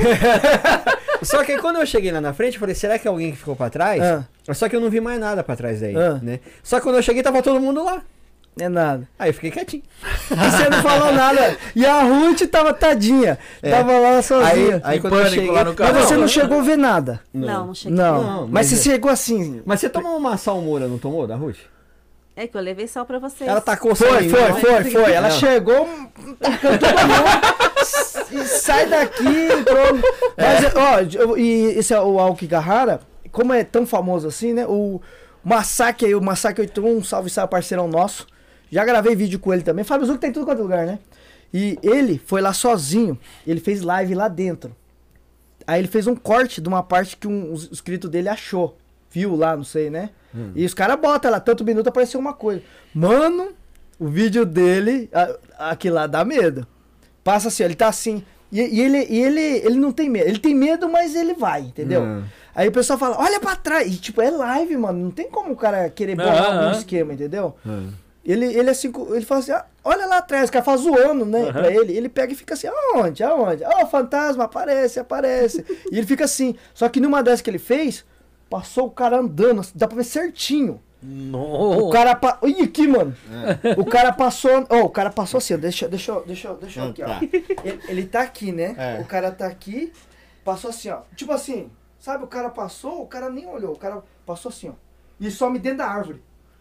Só que aí quando eu cheguei lá na frente, eu falei, será que é alguém que ficou pra trás? Ah. Só que eu não vi mais nada pra trás daí, Ah. né? Só que quando eu cheguei, tava todo mundo lá. É nada. Aí eu fiquei quietinho. E você não falou nada. E a Ruth tava tadinha. É. Tava lá sozinha. Aí Em quando eu pânico cheguei... lá no carro. Mas você não não, chegou a ver nada. Não, não cheguei. Não. Não, mas, mas você é- chegou assim. Mas você tomou uma salmoura, não tomou, da Ruth? É que eu levei sal pra vocês. Ela tacou Foi, sangue, foi, né? foi, foi. Ela Não. chegou, tacando todo mundo. E sai daqui, pronto. Mas, ó, eu- e esse é o Aokigahara, como é tão famoso assim, né? O Masaki aí, o Masaki oitenta e um, um salve, salve, parceirão nosso. Já gravei vídeo com ele também. Fábio Zuc tem tudo quanto é lugar, né? E ele foi lá sozinho. Ele fez live lá dentro. Aí ele fez um corte de uma parte que um, um inscrito dele achou. Viu lá, não sei, né? Hum. E os caras botam lá, tanto minuto apareceu uma coisa. Mano, o vídeo dele, a- aquilo lá dá medo. Passa assim, ó, ele tá assim. E, e ele, e ele, ele não tem medo. Ele tem medo, mas ele vai, entendeu? Hum. Aí o pessoal fala, olha pra trás. E tipo, é live, mano. Não tem como o cara querer bolar Aham. algum esquema, entendeu? Hum. Ele, ele assim, co- ele fala assim, ah, olha lá atrás, o cara faz zoando, né, Aham. pra ele. Ele pega e fica assim, aonde, aonde? Ó, fantasma, aparece, aparece. E ele fica assim. Só que numa dessas que ele fez, passou o cara andando, assim, dá pra ver certinho. No. O cara, pa... Ih, aqui, mano. É. O cara passou, ó, o cara passou assim, ó, deixa, deixa, eu- deixa, eu- deixa eu Não, aqui, ó. tá. Ele, ele tá aqui, né? É. O cara tá aqui, passou assim, ó. Tipo assim, sabe, o cara passou, o cara nem olhou, o cara passou assim, ó. E some dentro da árvore.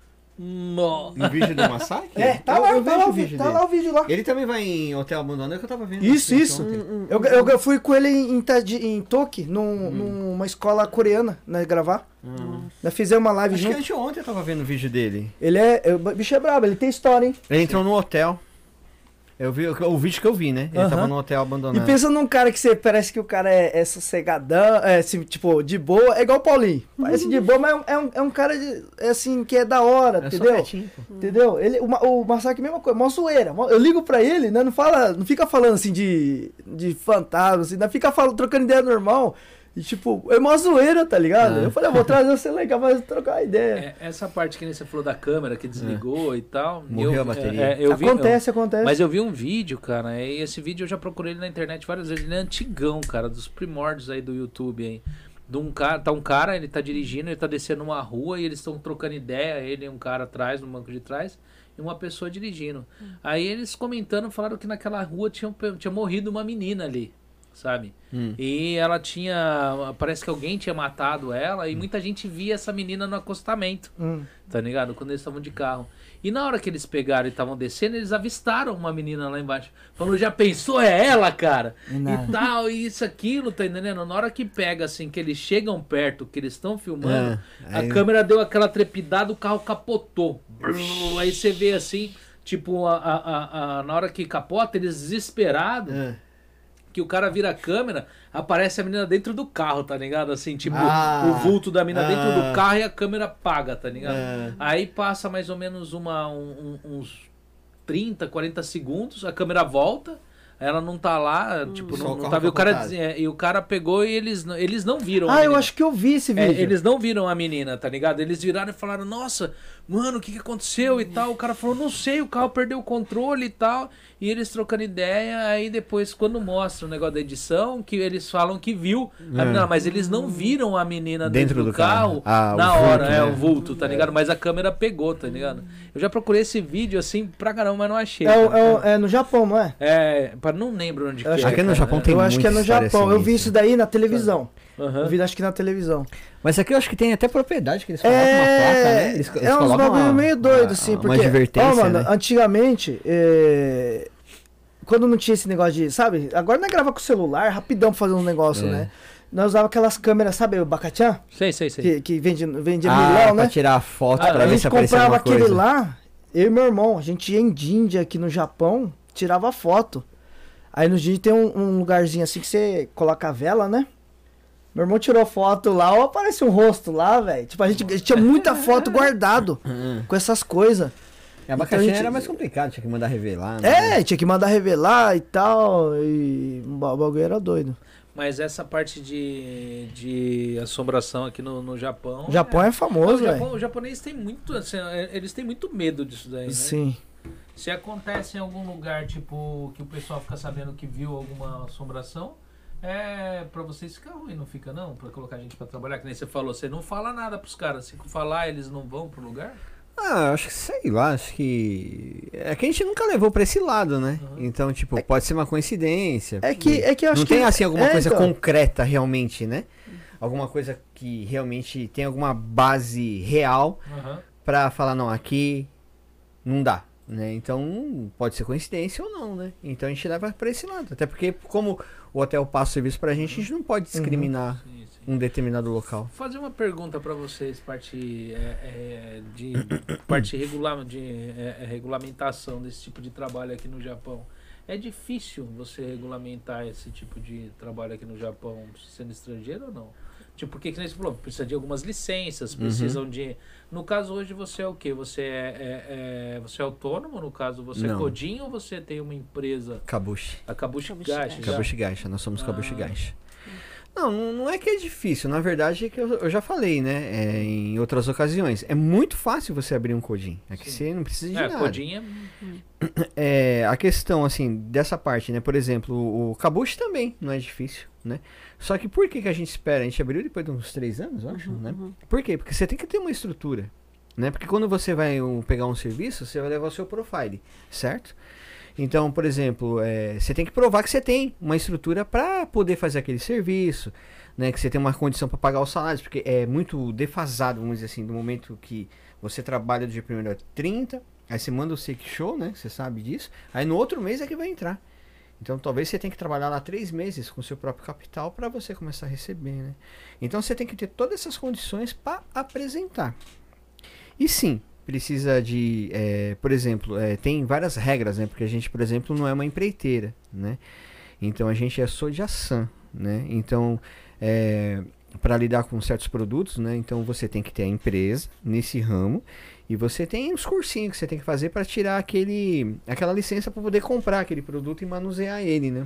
No. No vídeo do massacre? É, tá Eu- lá, eu tá, vejo lá, o o vi- vídeo tá dele. lá o vídeo lá. Ele também vai em hotel abandonado, é que eu tava vendo. Isso, assim, isso. ontem. Eu, eu, eu fui com ele em, Tadi- em Toki, num, numa escola coreana, né, gravar. Hum. Nós fizemos uma live Acho que junto. anteontem eu tava vendo o vídeo dele. Ele é, é- o bicho é brabo, ele tem história, hein? Ele entrou no hotel. Eu vi o, o vídeo que eu vi, né? Ele Aham. tava no hotel E abandonado. pensa num cara que você parece que o cara é, é sossegadão, é assim, tipo, de boa, é igual o Paulinho. Parece de boa, mas é um, é um, é um cara de, é assim, que é da hora, É só entendeu? quietinho, pô. Entendeu? Ele, o, Ma- o Massacre é a mesma coisa, mó zoeira. mó- Eu ligo pra ele, né? Não fala, não fica falando assim de, de fantasma, assim, não fica falando, trocando ideia normal. E tipo, é mó zoeira, tá ligado? É. Eu falei, eu vou trazer você legal, mas trocar uma ideia. É, essa parte que nem você falou da câmera que desligou e tal. Morreu eu, a bateria. é, eu vi- acontece, acontece. Mas eu vi um vídeo, cara, e esse vídeo eu já procurei ele na internet várias vezes. Ele é antigão, cara, dos primórdios aí do YouTube aí. De um cara, tá um cara, ele tá dirigindo, ele tá descendo uma rua e eles estão trocando ideia, ele e um cara atrás, no banco de trás, e uma pessoa dirigindo. Aí eles comentando, falaram que naquela rua tinha, tinha morrido uma menina ali, sabe? Hum. E ela tinha, parece que alguém tinha matado ela e muita gente via essa menina no acostamento. Hum. Tá ligado? Quando eles estavam de carro. E na hora que eles pegaram e estavam descendo, eles avistaram uma menina lá embaixo. Falou, já pensou? É ela, cara? Nada. E tal, e isso, aquilo, tá entendendo? Na hora que pega, assim, que eles chegam perto, que eles estão filmando, É, aí- a câmera deu aquela trepidada, o carro capotou. Brrr, aí você vê assim, tipo, a, a, a- a- na hora que capota, eles desesperados. É. Que o cara vira a câmera, aparece a menina dentro do carro, tá ligado? Assim, tipo, Ah, o vulto da menina dentro ah. do carro e a câmera apaga, tá ligado? É. Aí passa mais ou menos uma, um- um- uns trinta, quarenta segundos, a câmera volta, Ela não tá lá, tipo, Só não, o não carro tá vendo. O cara, capotado. é, e o cara pegou e eles, não- eles não viram a Ah, eu menina. acho que eu vi esse É, vídeo. eles não viram a menina, tá ligado? Eles viraram e falaram, nossa, mano, o que que aconteceu e tal. O cara falou, não sei, o carro perdeu o controle e tal. E eles trocando ideia, aí depois, quando mostra o negócio da edição, que eles falam que viu a É. menina, mas eles não viram a menina Dentro dentro do, do carro. carro, Ah, o na vulto, hora, é, né? o vulto, tá ligado? Mas a câmera pegou, tá ligado? Eu já procurei esse vídeo assim pra caramba, mas não achei. É, o- cara. é o- é no Japão, não é? É, para não lembro onde que Eu acho é. Aqui no cara. Japão tem eu acho que é no muita história Japão. Eu vi sinistra. isso daí na televisão. Aham. Eu vi acho que na televisão. Mas aqui eu acho que tem até propriedade que eles colocam uma placa, né? É, Eles, eles é uns colocam bagulho uma- meio doido, uma- assim, uma porque... advertência, Ó, mano, né? antigamente, é, quando não tinha esse negócio de, sabe? Agora não é gravar com o celular, rapidão pra fazer um negócio, É. né? Nós usava aquelas câmeras, sabe, o Bacatian? Sei, sei, sei. Que, que vende, vendia Ah, milhão, pra né? tirar a foto, Ah, pra A ver gente se aparecia comprava alguma aquele coisa. lá, eu e meu irmão, a gente ia em Díndia aqui no Japão, tirava foto. Aí no Díndia tem um, um lugarzinho assim que você coloca a vela, né? Meu irmão tirou foto lá, ou aparece um rosto lá, velho. Tipo, a gente, a gente tinha muita foto guardado com essas coisas. E a abacaxi Então, a gente- era mais complicado, tinha que mandar revelar. né? É, tinha que mandar revelar e tal. E o ba- o bagulho era doido. Mas essa parte de, de assombração aqui no, no Japão. O Japão é, o, famoso, Japão velho. o japonês tem muito. Assim, é, eles têm muito medo disso daí, né? Sim. Se acontece em algum lugar, tipo, que o pessoal fica sabendo que viu alguma assombração, é pra vocês ficar ruim, não fica não? Pra colocar a gente pra trabalhar, que nem você falou, você não fala nada pros caras. Se falar, eles não vão pro lugar? Ah, eu acho que sei lá, acho que. É que a gente nunca levou pra esse lado, né? Uhum. Então, tipo, pode ser uma coincidência. É que, é que eu acho Não que. tem assim alguma é, coisa então. concreta realmente, né? Alguma coisa que realmente tem alguma base real Aham. pra falar, não, aqui não dá, né? Então, pode ser coincidência ou não, né? Então a gente leva pra esse lado. Até porque, como o hotel passa o serviço pra gente, a gente não pode discriminar Sim, sim. um determinado local. Vou fazer uma pergunta pra vocês, parte é, é, de parte regular, de é, é, regulamentação desse tipo de trabalho aqui no Japão. É difícil você regulamentar esse tipo de trabalho aqui no Japão sendo estrangeiro ou não? Tipo, porque que nem você falou, precisa de algumas licenças, precisam de... No caso hoje você é o quê? Você é, é- é- você é autônomo, no caso você Não. é Codin ou você tem uma empresa? Kabushi. A Kabushi Kabushi Gacha. Gacha. já? Kabushi Gacha, nós somos Ah. Kabushi Gacha. Não, não não é que é difícil, na verdade é que eu, eu já falei, né, é, em outras ocasiões. É muito fácil você abrir um Codin, é que Sim. você não precisa de É, nada. Codin é... É, a questão, assim, dessa parte, né, por exemplo, o, o Kabushi também não é difícil, né. Só que por que, que a gente espera? A gente abriu depois de uns três anos, eu acho, Uhum, né. uhum. Por quê? Porque você tem que ter uma estrutura, né, porque quando você vai um, pegar um serviço, você vai levar o seu profile, certo? Então, por exemplo, é, você tem que provar que você tem uma estrutura para poder fazer aquele serviço, né? Que você tem uma condição para pagar os salários, porque é muito defasado, vamos dizer assim, do momento que você trabalha do dia primeiro ao trinta, aí você manda o Seiki Show, né? Você sabe disso. Aí no outro mês é que vai entrar. Então talvez você tenha que trabalhar lá três meses com o seu próprio capital para você começar a receber, né? Então você tem que ter todas essas condições para apresentar. E sim, precisa de, é, por exemplo, é, tem várias regras, né? Porque a gente, por exemplo, não é uma empreiteira, né? Então a gente é Soja-san, né? Então, é, para lidar com certos produtos, né? Então você tem que ter a empresa nesse ramo e você tem os cursinhos que você tem que fazer para tirar aquele, aquela licença para poder comprar aquele produto e manusear ele, né?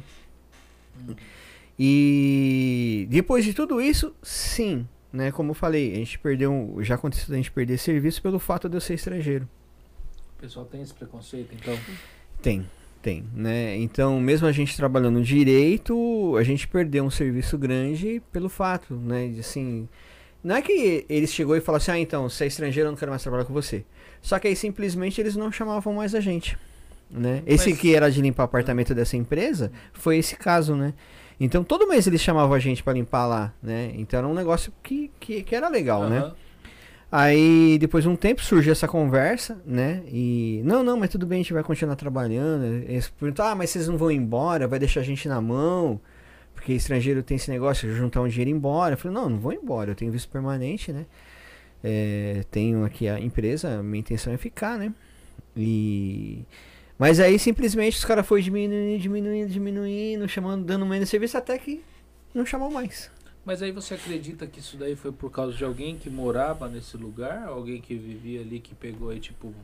E depois de tudo isso, sim, né? Como eu falei, a gente perdeu, um- já aconteceu a gente perder serviço pelo fato de eu ser estrangeiro. O pessoal tem esse preconceito, então... Tem, tem, né? Então, mesmo a gente trabalhando direito, a gente perdeu um serviço grande pelo fato, né? De assim, não é que eles chegou e falou assim, ah, então, você é estrangeiro, eu não quero mais trabalhar com você. Só que aí simplesmente eles não chamavam mais a gente, né? Esse Mas- que era de limpar apartamento dessa empresa, foi esse caso, né? Então, todo mês eles chamavam a gente pra limpar lá, né? Então, era um negócio que, que, que era legal, né? Aham. Aí, depois de um tempo, surgiu essa conversa, né? E, não, não, mas tudo bem, a gente vai continuar trabalhando. Eles perguntam, ah, mas vocês não vão embora? Vai deixar a gente na mão? Porque estrangeiro tem esse negócio de juntar um dinheiro e ir embora. Eu falei, não, não vou embora, eu tenho visto permanente, né? É, tenho aqui a empresa, minha intenção é ficar, né? E... Mas aí, simplesmente, os caras foram diminuindo, diminuindo, diminuindo, chamando, dando menos serviço, até que não chamou mais. Mas aí você acredita que isso daí foi por causa de alguém que morava nesse lugar? Alguém que vivia ali, que pegou aí, tipo,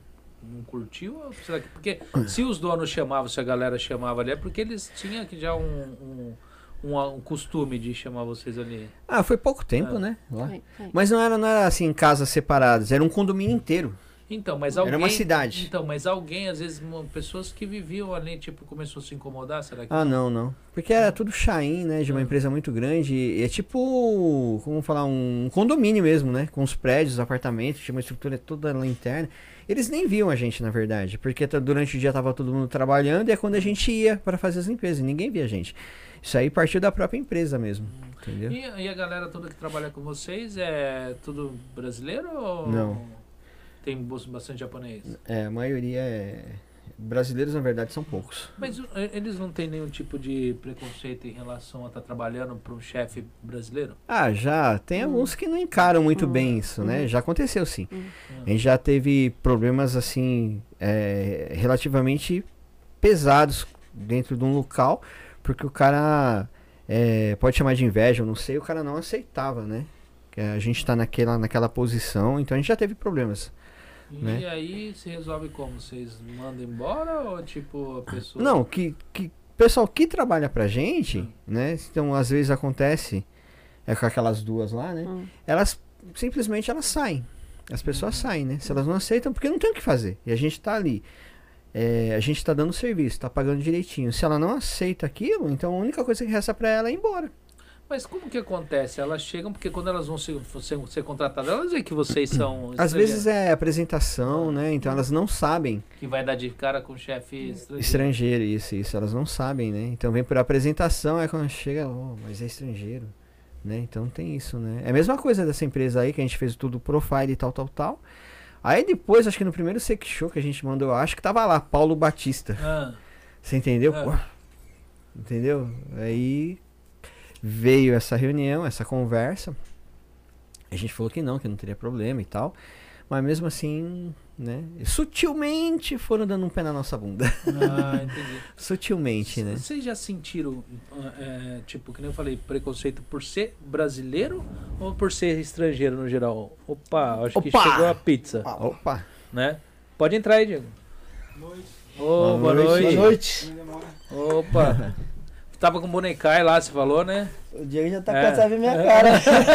não curtiu? Ou será que, porque se os donos chamavam, se a galera chamava ali, é porque eles tinham que já um, um, um, um costume de chamar vocês ali. Ah, foi pouco tempo, É. né? Lá. Foi, foi. Mas não era, não era assim, casas separadas, era um condomínio inteiro. Então, mas alguém... Era uma cidade. Então, mas alguém, às vezes, mo- pessoas que viviam ali, tipo, começou a se incomodar, será que... Ah, não, não. Porque era tudo Chain, né? De uma Ah. empresa muito grande. E é tipo, como falar, um condomínio mesmo, né? Com os prédios, apartamentos, tinha uma estrutura toda lá interna. Eles nem viam a gente, na verdade. Porque tá- durante o dia tava todo mundo trabalhando e é quando a gente ia para fazer as limpezas. E ninguém via a gente. Isso aí partiu da própria empresa mesmo. Entendeu? E, e a galera toda que trabalha com vocês é tudo brasileiro ou... Não. Tem bos- bastante japonês? É, a maioria é. Brasileiros, na verdade, são poucos. Mas uh, eles não têm nenhum tipo de preconceito em relação a estar trabalhando para um chefe brasileiro? Ah, já. Tem alguns que não encaram muito bem isso, né? Já aconteceu sim. A gente já teve problemas, assim, é, relativamente pesados dentro de um local, porque o cara é, pode chamar de inveja, eu não sei, o cara não aceitava, né? Que a gente tá naquela, naquela posição, então a gente já teve problemas. E Né? aí se resolve como? Vocês mandam embora ou tipo a pessoa... Não, que, que pessoal que trabalha pra gente, Hum. né? Então às vezes acontece, é com aquelas duas lá, né? Hum. Elas simplesmente elas saem. As pessoas saem, né? Se elas não aceitam, porque não tem o que fazer. E a gente tá ali. É, a gente tá dando serviço, tá pagando direitinho. Se ela não aceita aquilo, então a única coisa que resta pra ela é ir embora. Mas como que acontece? Elas chegam porque quando elas vão ser, ser, ser contratadas, elas veem que vocês são... Às estrangeiros, vezes é apresentação, né? Então elas não sabem. Que vai dar de cara com o chefe estrangeiro. Estrangeiro, isso, isso. Elas não sabem, né? Então vem por apresentação, é quando chega, oh, mas é estrangeiro. Né? Então tem isso, né? É a mesma coisa dessa empresa aí, que a gente fez tudo profile e tal, tal, tal. Aí depois, acho que no primeiro Sex Show que a gente mandou, eu acho que tava lá, Paulo Batista. Ah, Você entendeu? Ah. Pô, entendeu? Aí veio essa reunião, essa conversa. A gente falou que não, que não teria problema e tal. Mas mesmo assim, né? Sutilmente foram dando um pé na nossa bunda. ah, entendi. Sutilmente, né? Vocês já sentiram, é, tipo, que nem eu falei, preconceito por ser brasileiro ou por ser estrangeiro no geral? Opa, acho que Opa! chegou a pizza, Opa! né? Pode entrar aí, Diego. Noite. Ô, Boa boa noite. noite. Boa noite. Não demora. Opa. Tava com bonecai lá, você falou, né? O Diego já tá É. cansado de ver minha É. cara.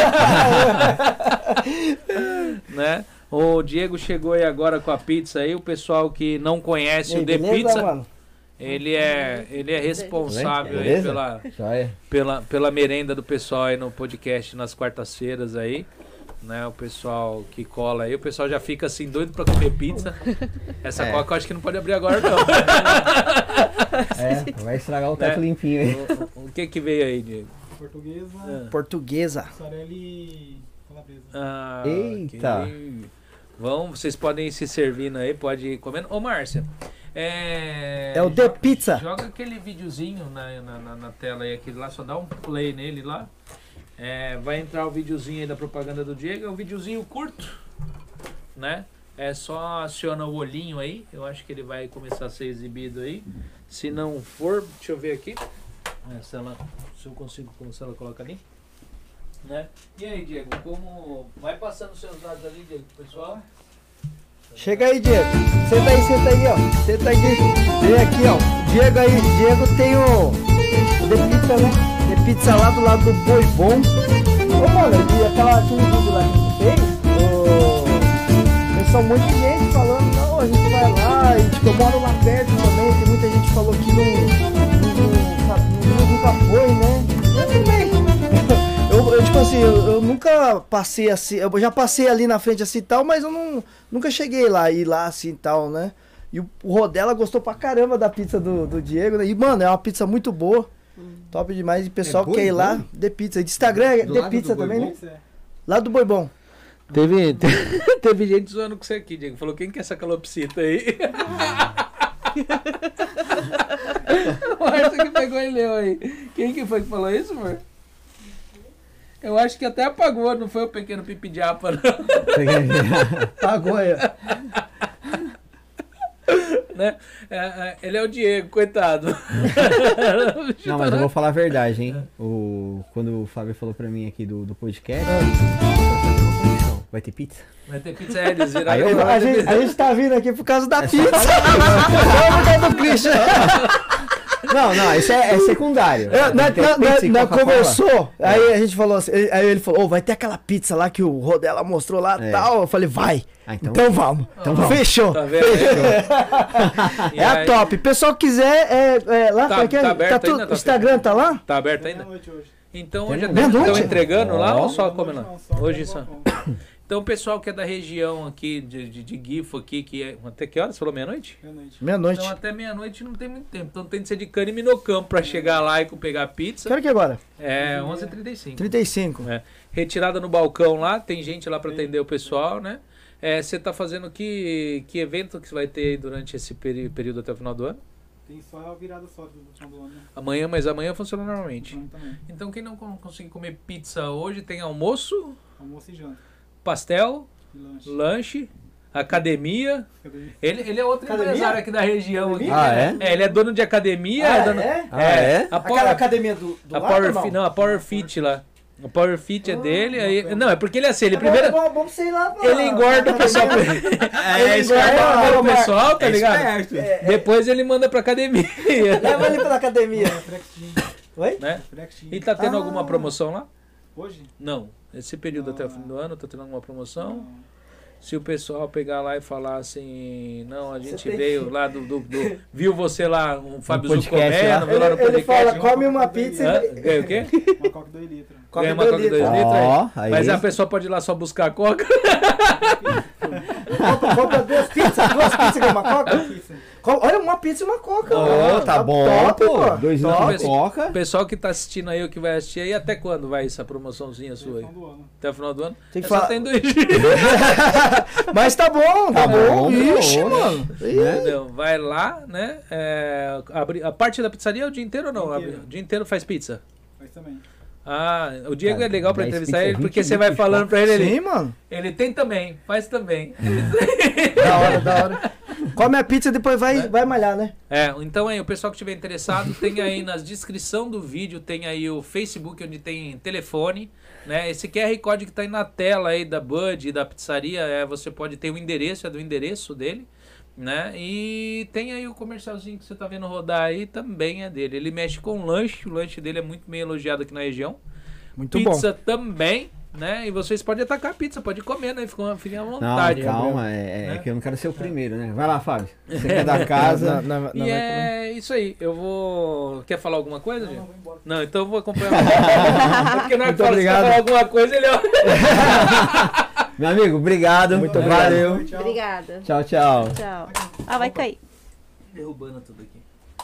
Né? O Diego chegou aí agora com a pizza aí, o pessoal que não conhece E aí, o The beleza, Pizza, mano? ele é, ele é responsável aí Beleza? pela, Joia. pela, pela merenda do pessoal aí no podcast nas quartas-feiras aí, né? O pessoal que cola aí, o pessoal já fica assim doido pra comer pizza. Essa É. coca eu acho que não pode abrir agora não. É, vai estragar o teto Né? limpinho aí. o, o que que veio aí, Diego? Portuguesa, Ah. Portuguesa. mussarela e calabresa. Ah, Eita. ok. Vão, vocês podem ir se servindo aí, pode ir comendo. Ô, Márcia, é... É o The Pizza. Joga aquele videozinho na, na, na, na tela aí, aquele lá, só dá um play nele lá. É, vai entrar o videozinho aí da propaganda do Diego, é um videozinho curto, né? É só aciona o olhinho aí, eu acho que ele vai começar a ser exibido aí. Se não for, deixa eu ver aqui. É, se, ela, se eu consigo, como se ela coloca ali. Né? E aí, Diego, como. Vai passando seus dados ali, Diego, pessoal. Chega aí, Diego. Senta aí, senta aí, ó. Senta aí. Vem aqui, ó. Diego aí. Diego tem o. O The Pizza, né? The Pizza lá do lado do Boi Bom. Ô, mano, e aquela, aquele vídeo lá que a gente fez, o... pessoal, um monte de gente falando, não, a gente vai lá. E tipo, eu moro lá perto também. Tem muita gente que falou que não, não, não, sabe, não- nunca foi, né? Eu também. Eu, eu, tipo assim, eu, eu nunca passei assim, eu já passei ali na frente assim e tal, mas eu não, nunca cheguei lá, ir lá assim e tal, né? E o, o Rodela gostou pra caramba da pizza do, do Diego, né? E, mano, é uma pizza muito boa, top demais, e o pessoal É Boi quer ir lá, Bom? The Pizza. E de Instagram é Do The lado Pizza do Boi também, Bom? né? Isso é. Lá do Boi Bom. Teve, teve gente zoando com você aqui, Diego. Falou, quem que é essa calopsita aí? O Márcio que pegou e leu aí. Quem que foi que falou isso, amor? Eu acho que até apagou, não foi o pequeno pipidiapa, não. Pagou aí, ó. Né? É, é, ele é o Diego, coitado. Não, mas eu vou falar a verdade, hein? O, quando o Fábio falou pra mim aqui do, do podcast, Ah. eu vou fazer uma comissão. Vai ter pizza? Vai ter pizza, é, eles Aí viraram. eu- A gente, a gente tá vindo aqui por causa da pizza. Não por causa do Christian. Não, não, isso é, é secundário. É, nós Tem nós- pizza nós- e nós Coca-Cola. conversou, aí a gente falou assim, aí ele falou, ô, vai ter aquela pizza lá que o Rodela mostrou lá e É. tal. Eu falei, vai. Ah, então- então, vamos. Então vamos. Fechou. Tá vendo? E É a aí- top. Pessoal que quiser, é, é, lá, Tá- como é que é? tá aberto Tá tudo- ainda, tá o Instagram tá lá? Tá aberto ainda? Meia-noite hoje. Então Tem hoje um- Meia-noite? estão entregando lá Ó. ou só comendo lá? Não, só Hoje no só. balcão. Então o pessoal que é da região aqui, de, de, de Gifo aqui, que é. Até que horas? Você falou meia-noite? Meia-noite. Meia-noite. Então até meia-noite não tem muito tempo. Então tem que ser de cana e minocampo pra chegar lá e pegar a pizza. Quero que agora? É onze e trinta e cinco. trinta e cinco. É. Retirada no balcão lá, tem gente lá pra atender o pessoal, né? É, você tá fazendo que, que evento que você vai ter aí durante esse peri- período até o final do ano? Tem só a virada só do final do ano. né? Amanhã, mas amanhã funciona normalmente. Então, também. Então quem não con- conseguir comer pizza hoje tem almoço, Almoço e janta. pastel, E lanche. lanche, academia. Cadê? Ele, ele é outro Academia? empresário aqui da região. Aqui, Ah, né? é? Ele é dono de academia. Ah, é dono, é? Ah, é? A Power, Aquela academia do, do a lado, Power irmão? Fit, não, a Power Fit lá. A Power Fit é Ah, dele. Aí, não, é porque ele é assim, ele É bom, primeiro. é bom, vamos sei lá, pô. Ele engorda o pessoal. ele isso que eu ia engorda falar, o pessoal, tá É ligado? esperto. Depois ele manda pra academia. Leva ele pra academia. Flex Team. Oi? né? Flex Team. E tá tendo Ah. alguma promoção lá? Hoje? Não. Esse período Não, até o não. fim do ano, tá tendo alguma promoção? Não. Se o pessoal pegar lá e falar assim, não, a gente tem veio que- lá do, do- do- viu você lá, um Fábio Zuc podcast lá. comendo, viu lá no Ele, ele podcast. fala, come uma pizza Hã? e... Ganha o quê? Uma coca dois litros. Come Ganha uma dois coca dois litros. litros Ó, aí. aí. Mas a pessoa pode ir lá só buscar a coca. Compra, compra duas pizzas, duas pizzas e uma coca. Pizza. Co- Olha, uma pizza e uma coca. Ô, mano. tá bom, top, pô. Dois Top. litros de coca. O pessoal que tá assistindo aí, o que vai assistir aí, até quando vai essa promoçãozinha sua aí? Final do ano. Até o final do ano? Tem que É só falar- tem dois dias. Mas tá bom, tá, Tá bom. bom, Ixi, tá bom. mano. Entendeu? Vai lá, né? É, abri- a parte da pizzaria é o dia inteiro ou não? Dia Abre- inteiro. O dia inteiro faz pizza? Mas também. Ah, o Diego Cara, é legal pra dez entrevistar pizza, ele, porque vinte você vai litros de falando pra ele, Sim, ele, mano. ele tem também, faz também. Da hora, da hora. Come a pizza e depois vai, vai malhar, né? É, então aí, o pessoal que estiver interessado, tem aí na descrição do vídeo, tem aí o Facebook, onde tem telefone, né? Esse Q R Code que tá aí na tela aí da Bud e da pizzaria, é, você pode ter o endereço, é do endereço dele, né? E tem aí o comercialzinho que você tá vendo rodar aí, também é dele. Ele mexe com lanche, o lanche dele é muito bem elogiado aqui na região. Muito Pizza também, né? E vocês podem atacar a pizza, pode comer, né? Fica- Fiquem à Não, vontade. calma, é, é Né? que eu não quero ser o primeiro, né? Vai lá, Fábio. Você que é da casa. Não, não, não E vai comer. é isso aí. Eu vou. Quer falar alguma coisa, Não, gente? não, vou embora. Não, então eu vou acompanhar. Porque na hora Muito que fala, você quer obrigado. falar alguma coisa, ele. Meu amigo, obrigado. Muito Valeu. Tchau, tchau. Obrigada. Tchau, tchau. Tchau. Ah, vai cair. Derrubando tudo aqui.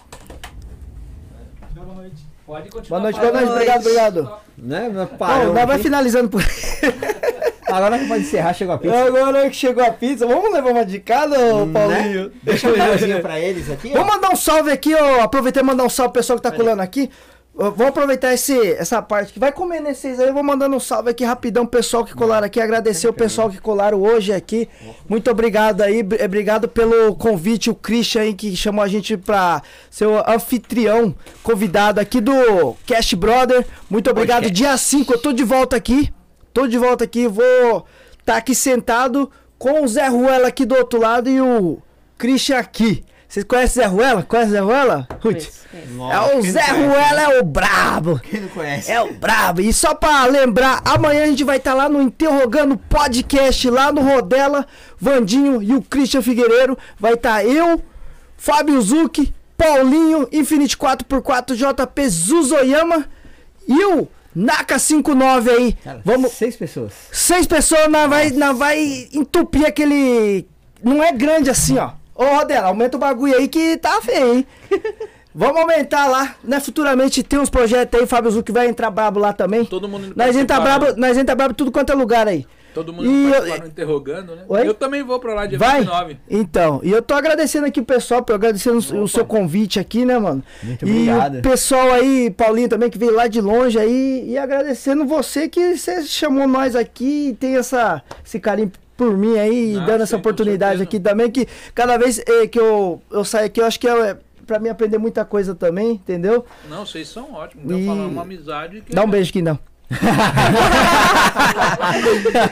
Tchau, boa noite. Pode continuar. Boa noite, boa noite. falando. Obrigado, obrigado. Né? Meu Bom, pai. nós vai finalizando por Agora que pode encerrar, chegou a pizza. Agora que chegou a pizza, vamos levar uma de cada, ô Né? Paulinho? Deixa eu dar um mãozinha pra eles aqui, ó. Vamos mandar um salve aqui, ó. Aproveitar e mandar um salve pro pessoal que tá colando aqui. Ó, Vamos aproveitar esse, essa parte que vai comer nesses aí. Eu vou mandando um salve aqui rapidão pro pessoal que colaram aqui. Agradecer o pessoal que colaram hoje aqui. Muito obrigado aí. br- Obrigado pelo convite. O Christian aí que chamou a gente pra ser o anfitrião convidado aqui do Cash Brother. Muito obrigado. Podcast. Dia cinco eu tô de volta aqui. Tô de volta aqui. Vou tá aqui sentado com o Zé Ruela aqui do outro lado e o Christian aqui. Vocês conhecem o Zé Ruela? Conhece o Zé Ruela? Ruth? Conheço, conheço. Nossa, É o quem Zé não conhece, Ruela, né? é o brabo. Quem não conhece? É o brabo. E só pra lembrar, amanhã a gente vai estar lá no Interrogando Podcast, lá no Rodela, Vandinho e o Christian Figueiredo. Vai estar eu, Fábio Zuc, Paulinho, Infinity quatro por quatro, J P Zuzoyama e o Naka cinquenta e nove aí. Cara, Vamos. seis pessoas. Seis pessoas, nós vai, nós vai entupir aquele. Não é grande assim, ó. Ô, Rodela, aumenta o bagulho aí que tá feio, hein? Vamos aumentar lá, né? Futuramente tem uns projetos aí, Fábio Zuc vai entrar brabo lá também. Todo mundo indo Nós entra participar, brabo, né? nós entra brabo tudo quanto é lugar aí. Todo mundo E indo eu- participar no interrogando, né? Oi? Eu também vou pra lá dia Vai? vinte e nove. Então, e eu tô agradecendo aqui o pessoal, tô agradecendo o- o seu convite aqui, né, mano? Muito E obrigado. o pessoal aí, Paulinho também, que veio lá de longe aí, e agradecendo você que você chamou nós aqui e tem essa, esse carinho por mim aí, Não, dando essa sim, com oportunidade certeza. aqui também, que cada vez eh, que eu, eu saio aqui, eu acho que é pra mim aprender muita coisa também, entendeu? Não, vocês são ótimos. Então, E- falar uma amizade que. Dá um beijo aqui, não. Nós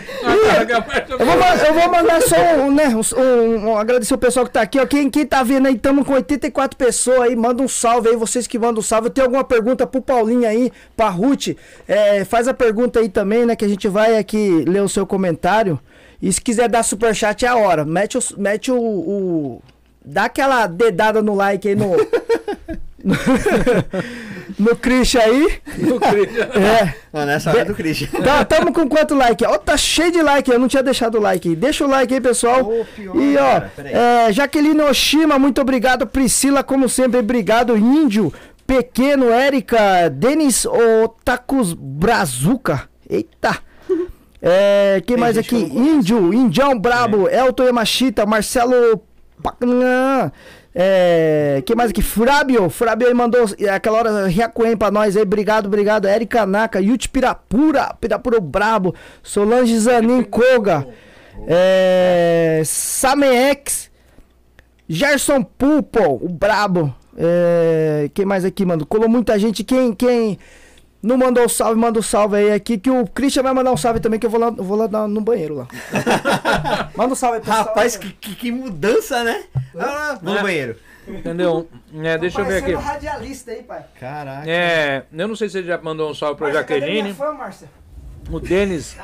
eu, vou, ma- eu vou mandar só um, né, um, um- um- agradecer o pessoal que tá aqui, ó. Quem, quem tá vendo aí, tamo com oitenta e quatro pessoas aí, manda um salve aí, vocês que mandam um salve. Tem alguma pergunta pro Paulinho aí, pra Ruth? É, faz a pergunta aí também, né, que a gente vai aqui ler o seu comentário. E se quiser dar superchat é a hora. Mete o... Mete o, o dá aquela dedada no like aí no... no, no Christian aí. No Christian. É. Não, nessa hora do Christian. Tá, tamo com quanto like? Ó, tá cheio de like, eu não tinha deixado o like aí. Deixa o like aí, pessoal. Ô, pior, E ó, cara, peraí. é, Jaqueline Oshima, muito obrigado. Priscila, como sempre, obrigado. Índio, Pequeno, Érica, Denis Otakus Brazuca. Eita. É, quem Tem mais gente aqui? que eu não Índio, Indião Brabo, Elton Yamashita, Marcelo Pacanã. É, quem mais aqui? Frábio, Frábio aí mandou aquela hora Riacuém pra nós aí, obrigado, obrigado. Érica Naka, Yuti Pirapura, Pirapura Brabo, Solange Zanin Koga, é, Samex, Gerson Pulpo, o Brabo. É, quem mais aqui, mano? Colou muita gente. Quem, quem não mandou salve, manda um salve aí aqui. Que o Christian vai mandar um salve também, que eu vou lá, eu vou lá na- no banheiro lá. Manda um salve aí, pessoal. Rapaz, que, que, que mudança, né? Ah, vou no É. banheiro. Entendeu? É, deixa eu ver aqui. Parecendo radialista aí, pai. Caraca. É, eu não sei se ele já mandou um salve pra Márcia, cadê Jaqueline. minha fã, Márcia? O Denis.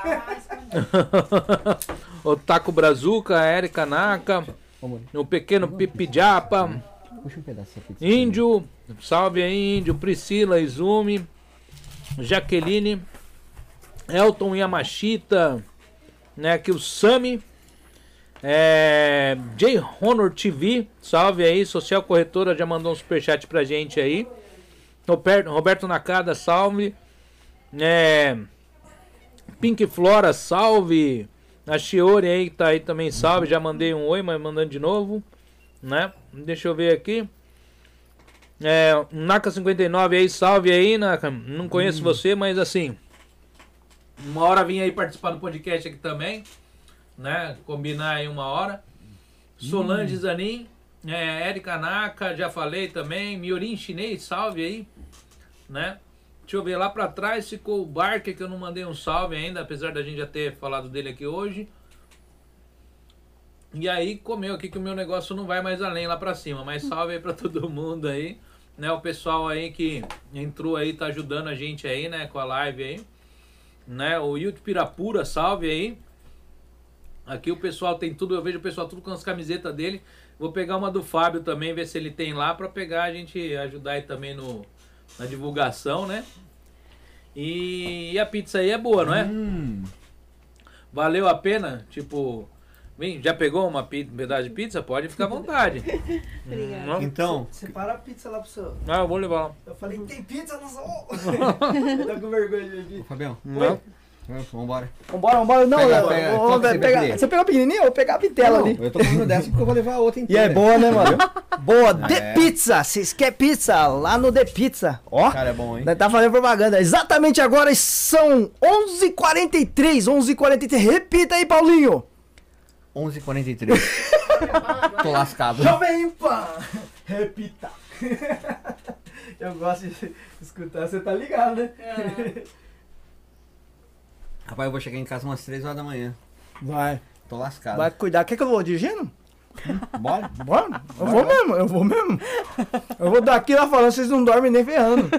O Taco Brazuca, a Érica Naka. O pequeno Pipijapa. Puxa um pedaço dessa pizza. Índio. Salve aí, Índio. Priscila Izumi. Jaqueline. Elton Yamashita. Né, aqui o Sami. É, J Honor T V. Salve aí. Social Corretora já mandou um superchat pra gente aí. Roberto, Roberto Nakada, salve. É, Pink Flora, salve. A Shiori aí, tá aí também, salve. Já mandei um oi, mas mandando de novo, né? Deixa eu ver aqui. É, Naka cinquenta e nove aí, salve aí, Naka. Não conheço você, mas assim, uma hora vim aí participar do podcast aqui também, né? Combinar aí uma hora. Solange Zanin, é, Érica Naka, já falei também. Miorin Chinês, salve aí, né? Deixa eu ver, lá pra trás ficou o Barker, que eu não mandei um salve ainda, apesar da gente já ter falado dele aqui hoje. E aí comeu aqui que o meu negócio não vai mais além lá pra cima, mas salve aí pra todo mundo aí, né? O pessoal aí que entrou aí, tá ajudando a gente aí, né? Com a live aí, né? O Yuti Pirapura, salve aí. Aqui o pessoal tem tudo, eu vejo o pessoal tudo com as camisetas dele. Vou pegar uma do Fábio também, ver se ele tem lá pra pegar, a gente ajudar aí também no... na divulgação, né? E, e a pizza aí é boa, não é? Hum. Valeu a pena? Tipo, vem, já pegou uma pi- um pedaço de pizza? Pode ficar à vontade. Obrigada. Hum, Então, Separa a pizza lá pro seu. ah, eu vou levar lá. Eu falei, tem pizza no sol. Eu tô com vergonha de vir. ô, Fabião, Não. vambora. Vambora, vambora. Não, Pega, eu- pega. eu- Qual que eu- você pega- vai querer? você pegou a pequenininha? Eu vou pegar a vitela Não, ali. eu tô falando dessa porque eu vou levar a outra E inteira. é boa, né, mano? Boa, The É. Pizza. Vocês querem pizza? Lá no The Pizza. Ó. Cara, é bom, hein? Nós tá fazendo propaganda. Exatamente agora são onze e quarenta e três. onze e quarenta e três. Repita aí, Paulinho. onze e quarenta e três. Tô lascado. Jovem Pan. Repita. Eu gosto de escutar, você tá ligado, né? Rapaz, eu vou chegar em casa umas três horas da manhã. Vai. Tô lascado. Vai cuidar. Quer que eu vou dirigindo? Bora? Bora. Eu vou mesmo, eu vou mesmo. Eu vou daqui lá falando, vocês não dormem nem ferrando.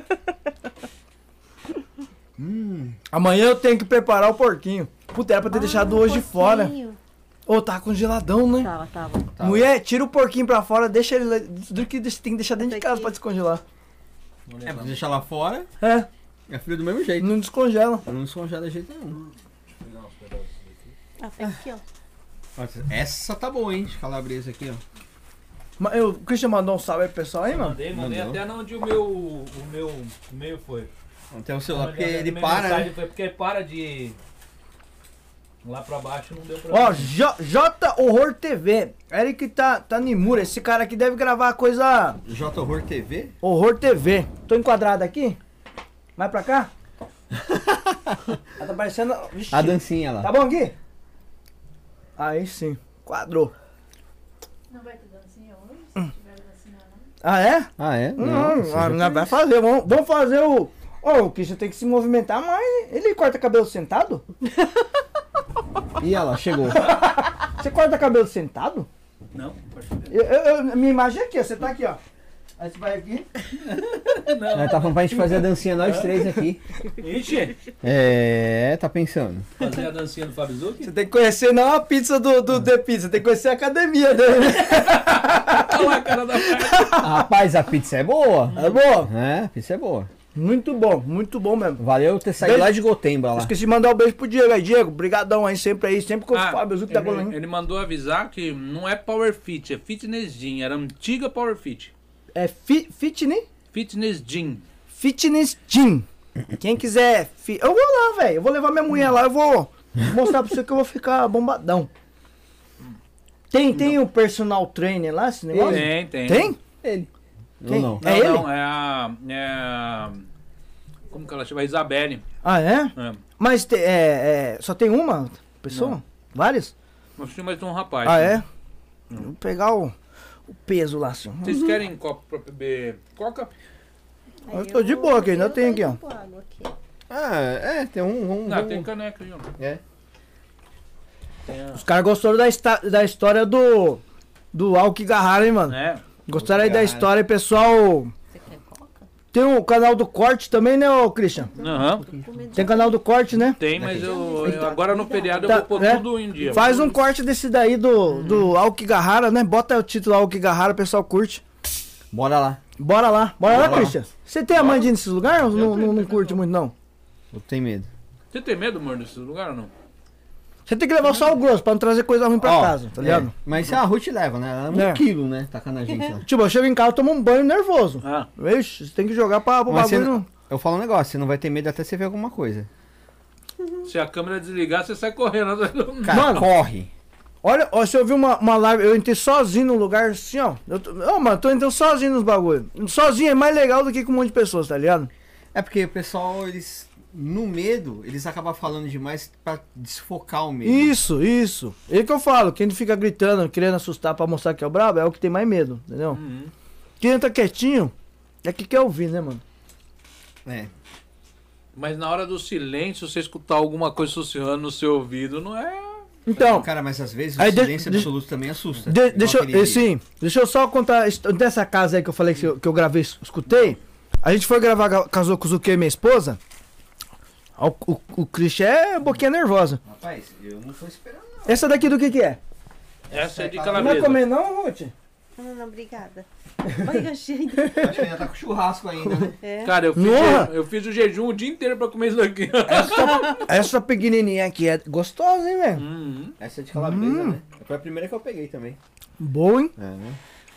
Hum. Amanhã eu tenho que preparar o porquinho. Puta, era pra ter deixado hoje fora. Pouquinho. Ô, tá congeladão, né? Tava, tava. Tá. Mulher, tira o porquinho pra fora, deixa ele lá. Do que deixa- tem que deixar dentro de Até casa aqui. pra descongelar. É, pra deixar lá fora, É, é frio do mesmo jeito. não descongela. Eu não descongela de jeito nenhum. Ah, tem aqui, ó. Nossa, essa tá boa, hein? De calabresa aqui, ó. Mas eu, o Christian mandou um salve aí pro pessoal aí, mano. Mandei, mandei Mandou. até onde o meu, o meu e-mail foi. Até o celular, porque Mandei a ele minha para, mensagem né? Foi porque para de... Lá pra baixo não deu pra Ó, ver. J, J Horror T V. Eric tá, tá Nimura. Esse cara aqui deve gravar coisa. J Horror T V? Horror T V. Tô enquadrado aqui? Vai pra cá? Ah, tá parecendo. Vixe. A dancinha lá. Tá bom aqui? Aí sim. Quadrou. Não vai ter dancinha hoje? Se tiver dancinha não. Ah, é? Ah, é? Não, você ah, já nós fez. vai fazer. Vamos, vamos fazer o. Ó, o Christian tem que se movimentar mais. Ele corta cabelo sentado? Ih, olha lá, chegou. Você corta cabelo sentado? Não, pode fazer. Eu, eu, eu- minha imagem é aqui, ó. Você tá aqui, ó. Aí você vai aqui. Nós tá falando pra gente fazer a dancinha nós três aqui. Ixi, É, tá pensando. fazer a dancinha do Fábio Zucchi? Você tem que conhecer não a pizza do, do The Pizza, tem que conhecer a academia dele. Olha lá a cara da Marta. Rapaz, a pizza é boa. É boa? É, a pizza é boa. Muito bom, muito bom mesmo. Valeu ter saído Beijo. lá de Gotemba lá. Esqueci de mandar um beijo pro Diego aí. Diego, brigadão aí, sempre aí, sempre com o Ah, Fábio Zucchi tá ele, colando. ele mandou avisar que não é Power Fit, é Fitness Gym. Era antiga Power Fit. É fi, fitness, Fitness Gym. fitness Gym. Quem quiser... Fi... Eu vou lá, velho. Eu vou levar minha mulher lá, eu vou mostrar pra você que eu vou ficar bombadão. Tem, tem um personal trainer lá, esse negócio? Tem, tem. Tem? Ele. Quem? Não, não. Não, É ele? não, é a, é a... Como que ela chama? A Isabelle. Ah, é? É. Mas te- é, é, só tem uma pessoa? Não. Várias? Nós tínhamos mais um rapaz. Ah, né? é? Vou pegar o, o peso lá, assim. Vocês querem copo pra beber coca? Eu tô de boa aqui, ainda eu tem aqui, ó. tô com água aqui. Ah, é, tem um... um, Não, um- tem caneca aí, ó. É. Tem a- Os caras gostaram da, esta- da história do, do Alkigahara, hein, mano? É. Gostaram aí da Alkigahara. história, pessoal. Você quer coca? Tem o canal do Corte também, né, ô Christian? Aham. Tem canal do Corte, né? Tem, mas eu, eu- agora no feriado eu Tá, vou pôr é? tudo em dia. Faz um corte desse daí do, do Alkigahara, né? Bota o título Alkigahara, o pessoal curte. Bora lá. Bora lá, bora, Bora lá, lá. Christian. Você tem a mãe de ir nesses lugares ou não, tenho, não, não tenho, curte tenho. muito, não? Eu tenho medo. Você tem medo, amor, desse lugar ou não? Você tem que levar só o grosso pra não trazer coisa ruim pra Ó, casa, tá ligado? é, mas se a Ruth leva, né? Ela é um É. quilo, né? Tacando a gente lá. Tipo, eu chego em casa, tomo um banho nervoso. Ah, Vixe, você tem que jogar pra, pro Mas você bagulho. não- não- Eu falo um negócio, você não vai ter medo até você ver alguma coisa. se a câmera desligar, você sai correndo. Cara, Mano. corre. Olha, ó, se eu vi uma, uma live, eu entrei sozinho num lugar assim, ó. Eu tô, ó, mano, tô entrando sozinho nos bagulho. Sozinho é mais legal do que com um monte de pessoas, tá ligado? É porque o pessoal, eles... No medo, eles acabam falando demais pra desfocar o medo. Isso, isso. É que eu falo, quem fica gritando, querendo assustar pra mostrar que é o brabo, é o que tem mais medo, entendeu? Uhum. Quem entra quietinho, é que quer ouvir, né, mano? É. Mas na hora do silêncio, você escutar alguma coisa sussurrando no seu ouvido, não é... Então, Cara, mas às vezes o Aí de- silêncio de- absoluto também assusta. de- Igual deixa eu, aquele eh, dia. sim, deixa eu só contar a histó- dessa casa aí que eu falei que eu, que eu gravei, escutei. A gente foi gravar ga- Casou com o Zuki e minha esposa. O, o, o Christian é boquinha nervosa. Rapaz, eu não tô esperando não. Essa daqui do que que é? Essa é de Não vai calabresa. comer não, Ruth? Não, não, obrigada. Barriga cheia. Acho que ainda tá com churrasco ainda, né? É. Cara, eu fiz, Nossa! je- eu fiz o jejum o dia inteiro pra comer isso daqui. Essa, essa pequenininha aqui é gostosa, hein, velho? Uhum. Essa é de calabresa, né? Foi a primeira que eu peguei também. Boa, hein? É, né?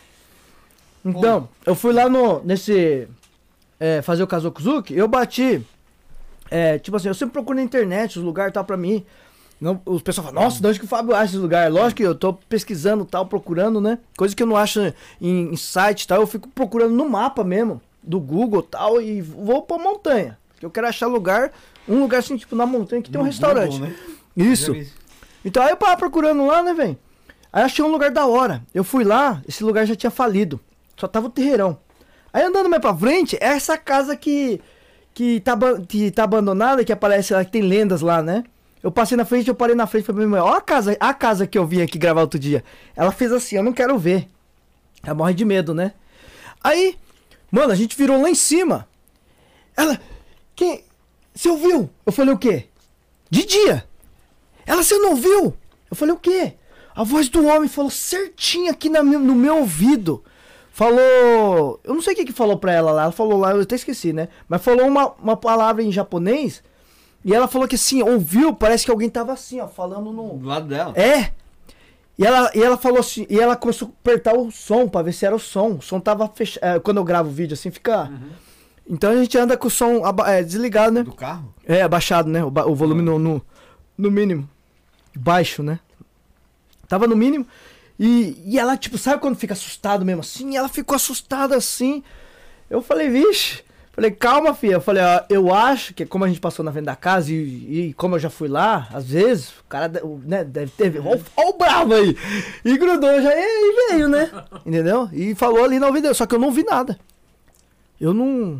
Então, eu fui lá no, nesse, é, fazer o Casou com o Zuki, eu bati, é, tipo assim, eu sempre procuro na internet os lugares e tal pra mim. Não, os pessoal falam, nossa, de onde que o Fábio acha esse lugar? Lógico que eu tô pesquisando tal, procurando, né? Coisa que eu não acho em, em site e tal, eu fico procurando no mapa mesmo, do Google e tal, e vou pra montanha. Porque eu quero achar lugar, um lugar assim, tipo, na montanha que tem um No restaurante. Google, né? Isso. Já vi isso. Então aí eu tava procurando lá, né, velho? Aí achei um lugar da hora. Eu fui lá, esse lugar já tinha falido. Só tava o terreirão. Aí andando mais pra frente, é essa casa que, que, tá, aba- que tá abandonada, que aparece lá, que tem lendas lá, né? Eu passei na frente, eu parei na frente e falei pra minha mãe, ó a casa, a casa que eu vim aqui gravar outro dia. Ela fez assim, eu não quero ver. Ela morre de medo, né? Aí, mano, a gente virou lá em cima. Ela, quem, você ouviu? Eu falei, o quê? De dia. Ela, você não ouviu? Eu falei, o quê? A voz do homem falou certinho aqui na mi- no meu ouvido. Falou... Eu não sei o que que falou pra ela lá. Ela falou lá, eu até esqueci, né? Mas falou uma, uma palavra em japonês. E ela falou que assim, ouviu, parece que alguém tava assim, ó, falando no... Do lado dela. É! E ela, e ela falou assim, e ela começou a apertar o som pra ver se era o som. O som tava fechado. Quando eu gravo o vídeo assim, fica... Então a gente anda com o som aba- é, desligado, né? Do carro? É, abaixado, né? O, ba- o volume no, no, no mínimo. Baixo, né? Tava no mínimo. E, e ela, tipo, sabe quando fica assustado mesmo assim? E ela ficou assustada assim. Eu falei, vixe. Falei, calma, filha. Eu falei, ó, eu acho que como a gente passou na frente da casa e, e como eu já fui lá, às vezes, o cara de- o, né, deve ter. Ó, ó o bravo aí! E grudou já e, e veio, né? Entendeu? E falou ali no ouvido, só que eu não vi nada. Eu não.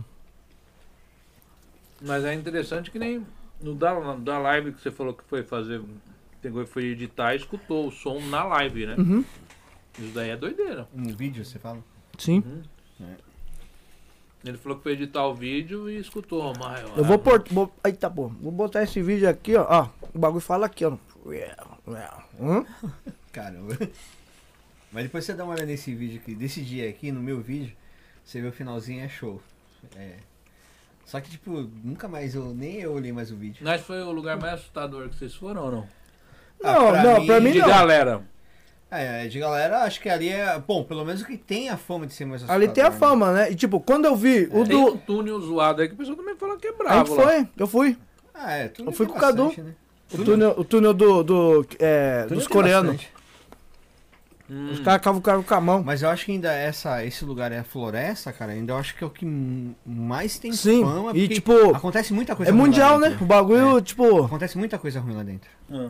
Mas é interessante que nem no da, da live que você falou que foi fazer pegou e foi editar e escutou o som na live, né? Uhum. Isso daí é doideira. Um vídeo, você fala? Sim. Uhum. Ele falou que foi editar o vídeo e escutou. Mas, Eu vou pôr. Vou, eita, pô. Vou botar esse vídeo aqui, ó. ó o bagulho fala aqui, ó. Hum? Caramba. Mas depois você dá uma olhada nesse vídeo aqui, desse dia aqui, no meu vídeo, você vê o finalzinho, é show. É. Só que, tipo, nunca mais eu, nem eu olhei mais o vídeo. Mas foi o lugar mais assustador que vocês foram ou não? Não, Ah, pra não, mim, pra mim De não. galera. É, de galera, acho que ali é. Bom, pelo menos o que tem a fama de ser mais assustador. Ali tem a né? fama, né? E tipo, quando eu vi o Tem um do. túnel zoado aí que o pessoal também fala que é A bravo gente lá. foi, eu fui. Ah, é, tudo Eu fui tem com o Cadu. bastante, né? O túnel, o túnel do, do, é, Tudo dos tem coreanos. bastante. Hum. Os caras cavucaram com a mão. Mas eu acho que ainda essa, esse lugar é a floresta, cara. Ainda eu acho que é o que m- mais tem Sim, fama. e porque tipo, acontece muita coisa é ruim lá mundial, né? dentro. O bagulho, tipo. Acontece muita coisa ruim lá dentro. Ah.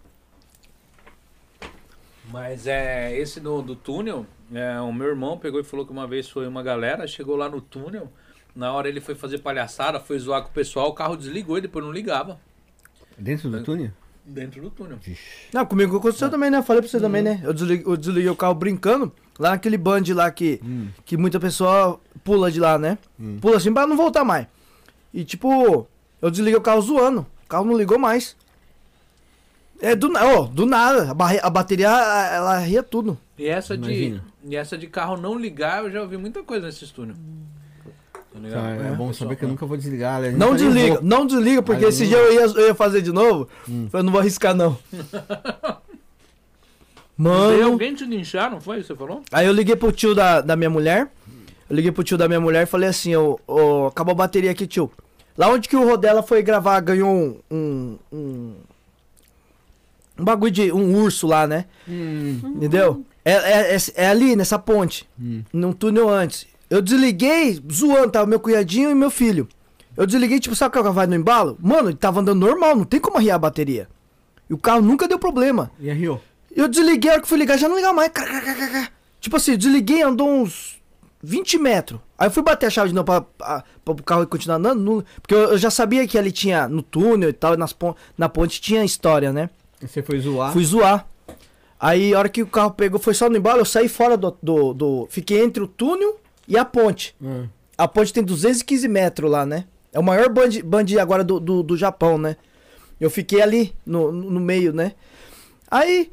Mas é esse do, do túnel, é, o meu irmão pegou e falou que uma vez foi uma galera, chegou lá no túnel, na hora ele foi fazer palhaçada, foi zoar com o pessoal, o carro desligou e depois não ligava. Dentro do túnel? Dentro do túnel. Não, comigo aconteceu também, né? Falei pra você também, né? Eu desliguei, eu desliguei o carro brincando, lá naquele band lá que, Hum. que muita pessoa pula de lá, né? Hum. Pula assim pra não voltar mais. E tipo, eu desliguei o carro zoando. O carro não ligou mais. É do, na- ó, do nada. A, barre- a bateria, a- ela ria tudo. E essa, de, Imagina. e essa de carro não ligar, eu já ouvi muita coisa nesses túnel. Tá ligado? Tá, é, É. bom saber que eu nunca vou desligar. aliás, Não nunca nem desliga, vou. não desliga, porque Aí esse não- dia eu ia, eu ia fazer de novo. Hum. Eu não vou arriscar, não. Veio Mano. alguém te linchar, não foi? Você falou? Aí eu liguei pro tio da, da minha mulher. Eu liguei pro tio da minha mulher e falei assim, ô, ô, acabou a bateria aqui, tio. Lá onde que o Rodela foi gravar, ganhou um. Um, um, um bagulho de. Um urso lá, né? Hum, Entendeu? É, é, é, é ali, nessa ponte. hum. Num túnel antes. Eu desliguei, zoando, tava meu cunhadinho e meu filho. Eu desliguei, tipo, sabe o carro vai no embalo? Mano, ele tava andando normal, não tem como arriar a bateria. E o carro nunca deu problema. E a Rio? Eu desliguei, a hora que fui ligar, já não ligava mais. Cra, cra, cra, cra, cra. Tipo assim, desliguei, andou uns vinte metros. Aí eu fui bater a chave de novo pra, pra, pra o carro continuar andando. não- porque eu, eu já sabia que ali tinha, no túnel e tal, nas pon na ponte tinha história, né? Você foi zoar? Fui zoar. Aí a hora que o carro pegou, foi só no embalo, eu saí fora do... do, do fiquei entre o túnel e a ponte. Hum. A ponte tem duzentos e quinze metros lá, né? É o maior band, band agora do, do, do Japão, né? Eu fiquei ali, no, no no meio, né? Aí,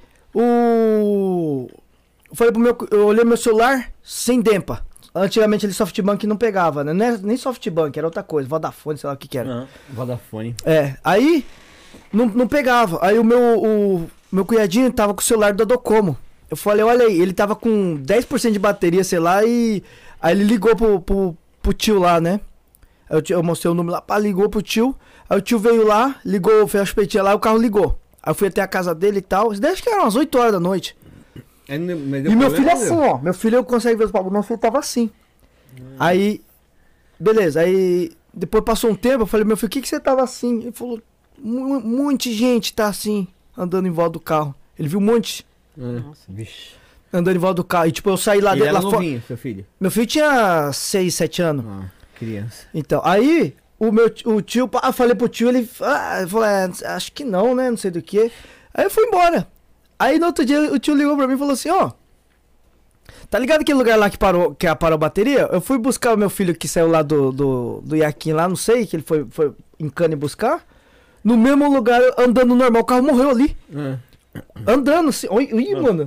o... Eu falei pro meu... Eu olhei meu celular, sem dempa. Antigamente ele Softbank não pegava, né? Não é nem Softbank, era outra coisa. Vodafone, sei lá o que que era. Não. Vodafone. É, aí... Não, não pegava. Aí o meu... O meu cunhadinho tava com o celular do Docomo. Eu falei, olha aí, ele tava com dez por cento de bateria, sei lá, e... Aí ele ligou pro, pro, pro tio lá, né? Aí eu, ti- eu mostrei o número lá, pá, ligou pro tio. Aí o tio veio lá, ligou, fez a chupetinha lá, o carro ligou. Aí eu fui até a casa dele e tal. Isso daí acho que era umas oito horas da noite. Aí não- mas deu E meu problema, filho é não assim, deu? ó. Meu filho eu consigo ver os bagulhos. Meu filho tava assim. Aí, beleza. Aí, depois passou um tempo, eu falei, meu filho, o que que você tava assim? Ele falou, "Mu- um monte de gente tá assim, andando em volta do carro. Ele viu um monte Ah, vixe. andando em volta do carro. E tipo, eu saí lá Ele dentro. era Lá fora. novinho, seu filho? Meu filho tinha seis, sete anos. Ah, criança. Então, aí, o meu ti- o tio, pá, eu falei pro tio, ele, ah, ele falou, é, acho que não, né, não sei do que. Aí eu fui embora. Aí no outro dia o tio ligou pra mim e falou assim, ó, tá ligado aquele lugar lá que parou, que parou a bateria? Eu fui buscar o meu filho que saiu lá do, do, do Iaquim lá, não sei, que ele foi, foi em Cane buscar. No mesmo lugar, andando normal, o carro morreu ali. Ah. Andando assim, oi, oi mano.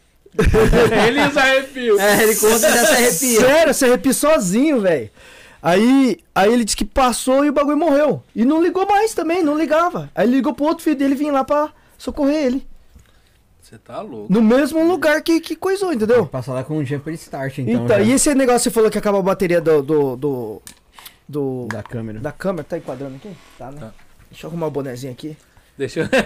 Ele se arrepiou. É, ele conta e já se arrepia. Sério, se arrepia sozinho, velho. Aí, aí ele disse que passou e o bagulho morreu. E não ligou mais também, não ligava. Aí ele ligou pro outro filho dele vir lá pra socorrer ele. Você tá louco. No mesmo lugar que, que coisou, entendeu? Passar lá com um jumper start, então. Então, já. e esse negócio que você falou que acaba a bateria do. do. do. do- Da câmera. da câmera, tá enquadrando aqui? Tá, né? Tá. Deixa eu arrumar o bonezinho aqui. Deixa eu...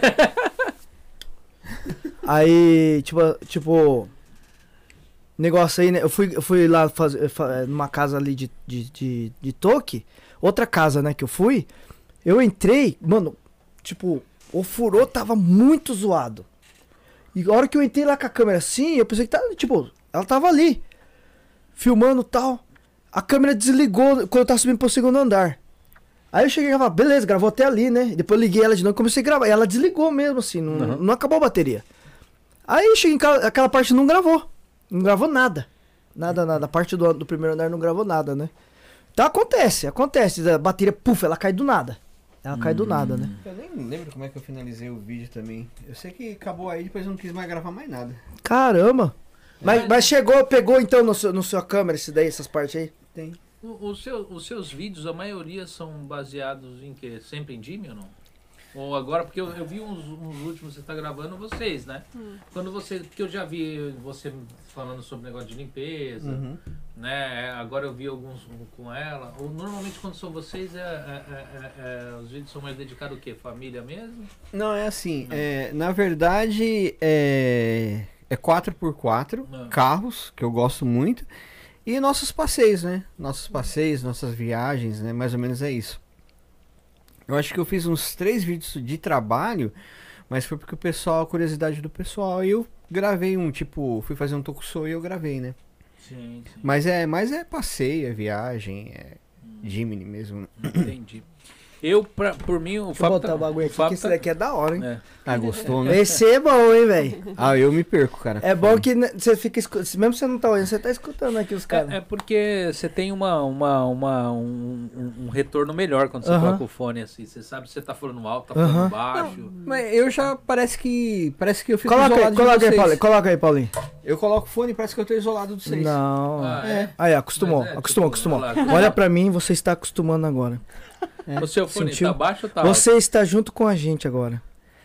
Aí, tipo, tipo. Negócio aí, né? Eu fui, eu fui lá fazer fa- numa casa ali de, de, de, de Toque. Outra casa, né, que eu fui. Eu entrei, mano, tipo, o furô tava muito zoado. E a hora que eu entrei lá com a câmera assim, eu pensei que tava, tipo, ela tava ali. Filmando e tal. A câmera desligou quando eu tava subindo pro segundo andar. Aí eu cheguei e falei, beleza, gravou até ali, né? Depois eu liguei ela de novo e comecei a gravar. E ela desligou mesmo, assim, não, Uhum. não acabou a bateria. Aí eu cheguei em casa, aquela parte não gravou. Não gravou nada. Nada, nada. A parte do, do primeiro andar não gravou nada, né? Então acontece, acontece. A bateria, puf, ela cai do nada. Ela cai do nada, né? Eu nem lembro como é que eu finalizei o vídeo também. Eu sei que acabou aí, depois eu não quis mais gravar mais nada. Caramba! Mas, mas chegou, pegou então no seu, no sua câmera esse daí, essas partes aí? Tem. O, o seu, os seus vídeos, a maioria são baseados em quê? Sempre em Jimmy ou não? Ou agora, porque eu, eu vi uns, uns últimos que você tá gravando vocês, né? Hum. Quando você, porque eu já vi você falando sobre negócio de limpeza, Uhum. né? Agora eu vi alguns com ela. Ou, normalmente quando são vocês, é, é- é- é- os vídeos são mais dedicados ao quê? Família mesmo? Não, é assim, é, na verdade é, é quatro por quatro, Ah. carros, que eu gosto muito, e nossos passeios, né? Nossos passeios, nossas viagens, né? Mais ou menos é isso. Eu acho que eu fiz uns três vídeos de trabalho, mas foi porque o pessoal, a curiosidade do pessoal, e eu gravei um, tipo, fui fazer um tokusou e eu gravei, né? Sim, sim. Mas é, mas é passeio, é viagem, é Jimny mesmo, né? Entendi. Eu, pra, por mim, o Deixa eu Fábio botar tá, o bagulho aqui, Fábio que esse tá- daqui é da hora, hein? é. Ah, gostou, né? Esse é bom, hein, velho? Ah, eu me perco, cara. É bom que né, você fica escutando, mesmo você não tá olhando, você tá escutando aqui os caras. É, é porque você tem uma, uma, uma, um, um- um retorno melhor quando você Aham. coloca o fone assim. Você sabe se você tá falando alto, tá falando Aham. baixo. Mas eu já, parece que, parece que eu fico Coloca aí, isolado de coloca aí, vocês. Paulinho. Coloca aí, Paulinho. Eu coloco o fone e parece que eu tô isolado de vocês. Não. Ah, É. é? Aí, acostumou, Mas é, acostumou, tipo, acostumou. olha lá. Olha pra mim, você está acostumando agora. O seu fone Sentiu? tá baixo ou tá alto? Você está junto com a gente agora.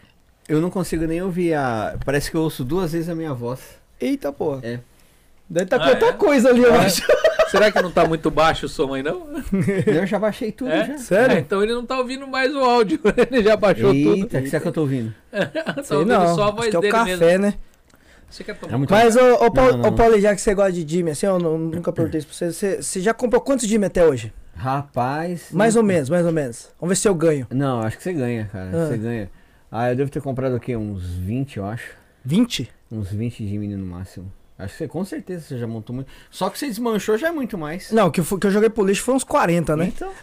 Eu não consigo nem ouvir a... Parece que eu ouço duas vezes a minha voz. Eita, porra. É. Deve estar Ah, com outra é? coisa ali, eu É? acho. Será que não tá muito baixo o som aí, não? Eu já baixei tudo É? já. Sério? É, então ele não tá ouvindo mais o áudio. Ele já baixou Eita, o que será que eu tô ouvindo? tudo. Tá Sei ouvindo não, só a acho voz que é o dele café, mesmo. né? Você quer É tomar? muito- Mas, ô, ô, Paulo, Não, não, ô, Paulo, já que você gosta de Jimmy, assim, eu não- nunca perguntei isso pra você, você. Você já comprou quantos Jimmy até hoje? Rapaz... Mais não- ou menos, mais ou menos. Vamos ver se eu ganho. Não, acho que você ganha, cara. Ah. Você ganha. Ah, eu devo ter comprado o quê? Uns vinte, eu acho. vinte? Uns vinte de menino no máximo. Acho que você, com certeza, você já montou muito. Só que você desmanchou já é muito mais. Não, o que, eu fu- que eu joguei pro lixo foi uns quarenta, né? Então.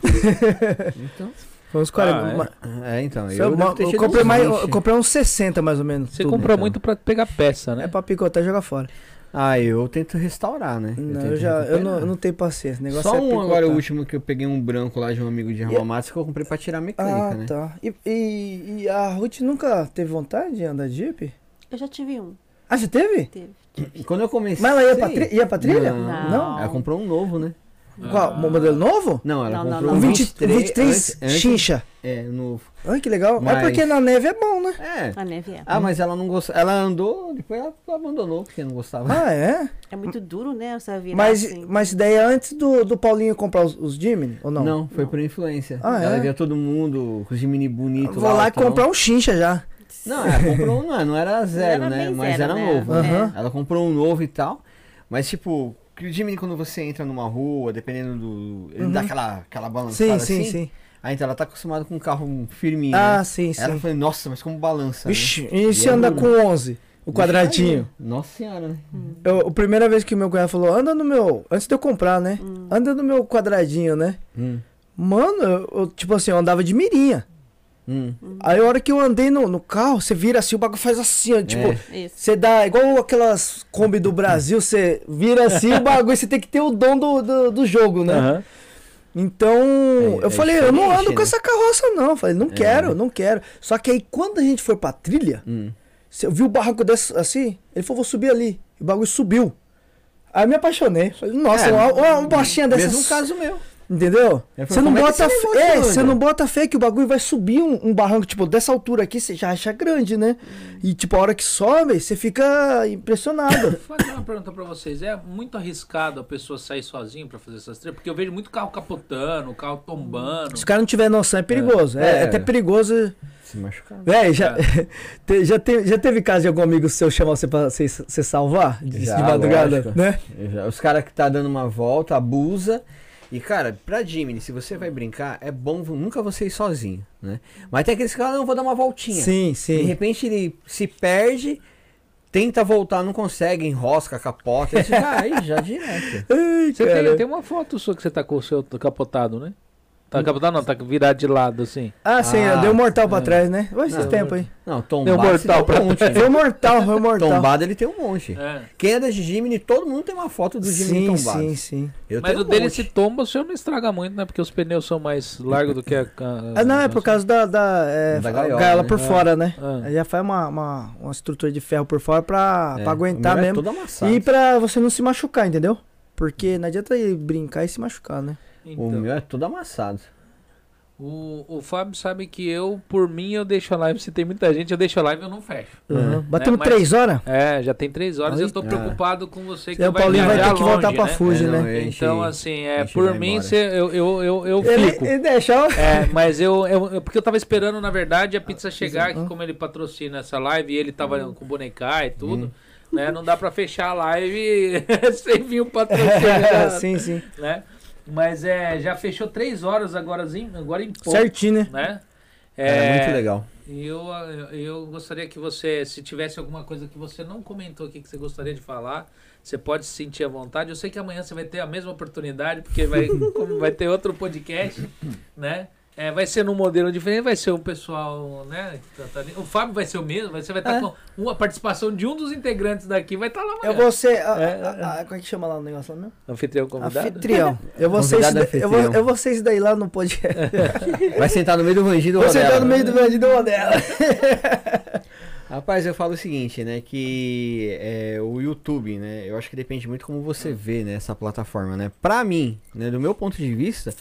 então. Foi uns quarenta. Ah, é? Ma- É, então. Se Eu, eu, devo ma- ter eu tido comprei uns mais, vinte. eu comprei uns sessenta mais ou menos. Você tudo. comprou então. muito pra pegar peça, né? É pra picotar e jogar fora. Ah, eu tento restaurar, né? Não, tento eu já. Eu recuperar. não, eu não tenho paciência. O negócio Só é um picotar. agora, o último que eu peguei um branco lá de um amigo de Ramamatsu que eu comprei pra tirar a mecânica, Ah, né? tá. E, e, e a Ruth nunca teve vontade de andar de Jeep? Eu já tive um. Ah, já teve? Teve. E quando eu comecei... Mas ela ia pra, tri- ia pra trilha? Não. Não. Ela comprou um novo, né? Qual? Um modelo novo? Não, ela Não, não, comprou não. Um um vinte, vinte e três... um vinte e três antes- antes- chincha. É, novo. Ai, que legal. Mas Mas- porque na neve é bom, né? É. A neve é. Ah, mas ela não gostou. Ela andou, depois ela abandonou porque não gostava. Ah, é? É muito duro, né? Você virar Mas, assim. mas daí é antes do, do Paulinho comprar os, os Jimny? Ou não? Não, foi por influência. Ah, ela é? via todo mundo com os Jimny bonitos Vou lá e então- comprar um chincha já. Não, ela comprou um, não, não era zero, era né? bem Mas zero, era né? novo. Aham. né? Ela comprou um novo e tal. Mas tipo, que o Jimny quando você entra numa rua, dependendo do. Ele Uhum. dá aquela, aquela Sim, balançada sim, assim. sim. Aí então ela tá acostumada com um carro firminho. Ah, né? sim, sim. Ela falou, nossa, mas como balança. Vixe, né? e se E é anda duro. com onze? O quadradinho. Nossa senhora, né? Eu, a primeira vez que o meu cunhado falou, anda no meu. Antes de eu comprar, né? Anda no meu quadradinho, né? Hum, Mano, eu, eu, tipo assim, eu andava de mirinha. hum. Aí a hora que eu andei no, no carro, você vira assim, o bagulho faz assim, ó, tipo, É. Isso. você dá, igual aquelas Kombi do Brasil, você vira assim, o bagulho, você tem que ter o dom do, do, do jogo, né? Aham. Então, É- eu é falei, eu não diferente, ando com né? essa carroça não, eu falei, não É. quero, não quero. Só que aí quando a gente foi pra trilha, Hum. você viu o barranco desse, assim, ele falou, vou subir ali, e o bagulho subiu. Aí eu me apaixonei, falei, nossa, É, uma, uma, uma bochinha dessas, Mesmo caso meu. entendeu? Eu falei, Você não como é que bota, esse fé- negócio é, anda? você não bota fé que o bagulho vai subir um, um barranco, tipo, dessa altura aqui, você já acha grande, né? E tipo, a hora que sobe, você fica impressionado. Vou fazer uma pergunta pra vocês. É muito arriscado a pessoa sair sozinho pra fazer essas trilhas? Porque eu vejo muito carro capotando, carro tombando. Se o cara não tiver noção, é perigoso. É, É. é até perigoso. Se machucar. Véi, já, te- já, teve, já teve caso de algum amigo seu chamar você pra você, você salvar? De, Já, de madrugada, lógico. né? Eu já- Os caras que tá dando uma volta, abusa. E, cara, pra Jimny, se você vai brincar, é bom vo- nunca você ir sozinho, né? Mas tem aqueles que falam, não, vou dar uma voltinha. Sim, De sim. repente ele se perde, tenta voltar, não consegue, enrosca, capota. Aí você já, aí já direto. Ai, Você cara. tem, tem uma foto sua que você tá com o seu capotado, né? Tá capotado não, tá virado de lado, assim. Ah, sim, Ah, deu mortal pra é. trás, né? Olha esses Não, tempos aí. Não, tombado Deu mortal você tem pra um monte. Foi mortal, foi mortal. Tombado ele tem um monte. É. Quem é da Jimny, todo mundo tem uma foto do Jimny Sim, tombado. sim, sim. Eu Mas tenho o um dele monte. se tomba, o seu não estraga muito, né? Porque os pneus são mais largos do que a... a- Ah, não, é por causa da, da, é, Da a gaiola, gaiola né? por É. fora, né? Ah. Aí já faz uma, uma, uma estrutura de ferro por fora pra, É, pra o aguentar meu é mesmo. todo amassado. E pra você não se machucar, entendeu? Porque não adianta ir brincar e se machucar, né? Então, O meu é todo amassado. o, o Fábio sabe que eu, por mim, eu deixo a live. Se tem muita gente, eu deixo a live e eu não fecho. Uhum. Batemos Mas- três horas? É, já tem três horas e eu tô Ah. preocupado com você que E o vai Paulinho vai viajar ter que longe, voltar pra né? Fuji, É, não, né? eu enchi- Então, assim, é, enchi por vai mim, embora. cê, eu, eu, eu, eu Ele, fico. ele deixa, ó. É, mas eu, eu, eu- Porque eu tava esperando, na verdade, a pizza chegar, que Uhum. como ele patrocina essa live e ele tava com bonecar e tudo, né? Não dá pra fechar a live sem vir o patrocínio, sim, sim. né? Mas é, já fechou três horas agora, agora em pouco, Certinho, né? né? É, muito legal. E eu, eu, eu gostaria que você, se tivesse alguma coisa que você não comentou aqui que você gostaria de falar, você pode se sentir à vontade. Eu sei que amanhã você vai ter a mesma oportunidade, porque vai, como vai ter outro podcast, né? É, vai ser num modelo diferente, vai ser um pessoal, né? que tá- tá ali. O Fábio vai ser o mesmo, você vai estar É. com uma participação de um dos integrantes daqui, vai estar lá amanhã. Eu vou ser. a- É, a- a- como é que chama lá o negócio lá mesmo? Anfitrião convidado? Anfitrião. Eu vou, ser esse, Convidado daí- eu, vou, anfitrião. eu vou ser esse daí lá no podcast. Vai sentar no meio do Vangido Vou sentar Rodela. no meio do bandido dela. Rapaz, eu falo o seguinte, né, que é, o YouTube, né, eu acho que depende muito como você vê, né, essa plataforma, né. Pra mim, né, do meu ponto de vista,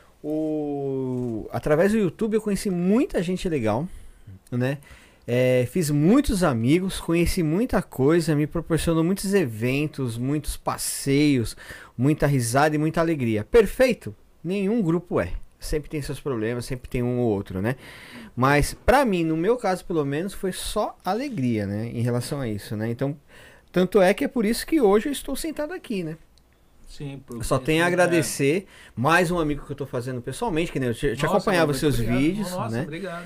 o... através do YouTube eu conheci muita gente legal, né, é, fiz muitos amigos, conheci muita coisa, me proporcionou muitos eventos, muitos passeios, muita risada e muita alegria. Perfeito? Nenhum grupo é. Sempre tem seus problemas, sempre tem um ou outro, né? Mas pra mim, no meu caso pelo menos, foi só alegria, né? Em relação a isso, né? Então, tanto é que é por isso que hoje eu estou sentado aqui, né? Sim, Eu só tenho a agradecer mais um amigo que eu tô fazendo pessoalmente, que nem eu te, te Nossa, acompanhava muito os seus obrigado. vídeos, Nossa, né? obrigado.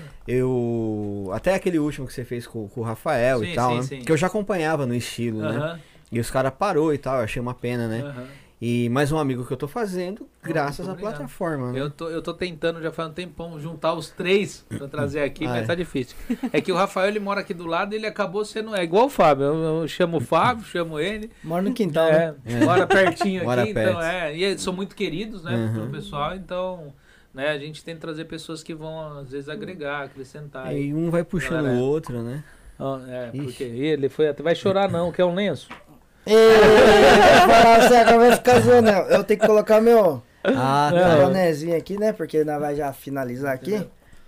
Eu até aquele último que você fez com, com o Rafael Sim, e tal, sim, né? sim. Que eu já acompanhava no estilo, né? Aham, E os caras parou e tal, eu achei uma pena, né? aham. E mais um amigo que eu tô fazendo, graças muito à obrigado. plataforma, né? Eu tô, eu tô tentando já faz um tempão juntar os três pra trazer aqui, Ah, mas é. tá difícil. É que o Rafael ele mora aqui do lado e ele acabou sendo. É igual o Fábio. Eu, eu chamo o Fábio, chamo ele. Mora no quintal, né? É, mora pertinho Mora aqui, perto. então é. E eles são muito queridos, né, Uhum. pro pessoal, então. Né, a gente tem que trazer pessoas que vão, às vezes, agregar, acrescentar. E um vai puxando Galera. o outro, né? Ó, é, Ixi. porque ele foi até. Vai chorar não, quer um lenço? Ei, vai falar assim, agora vai ficar zoando. né? Eu tenho que colocar meu Ah, É. tá. bonezinho aqui, né? Porque nós vai já finalizar aqui.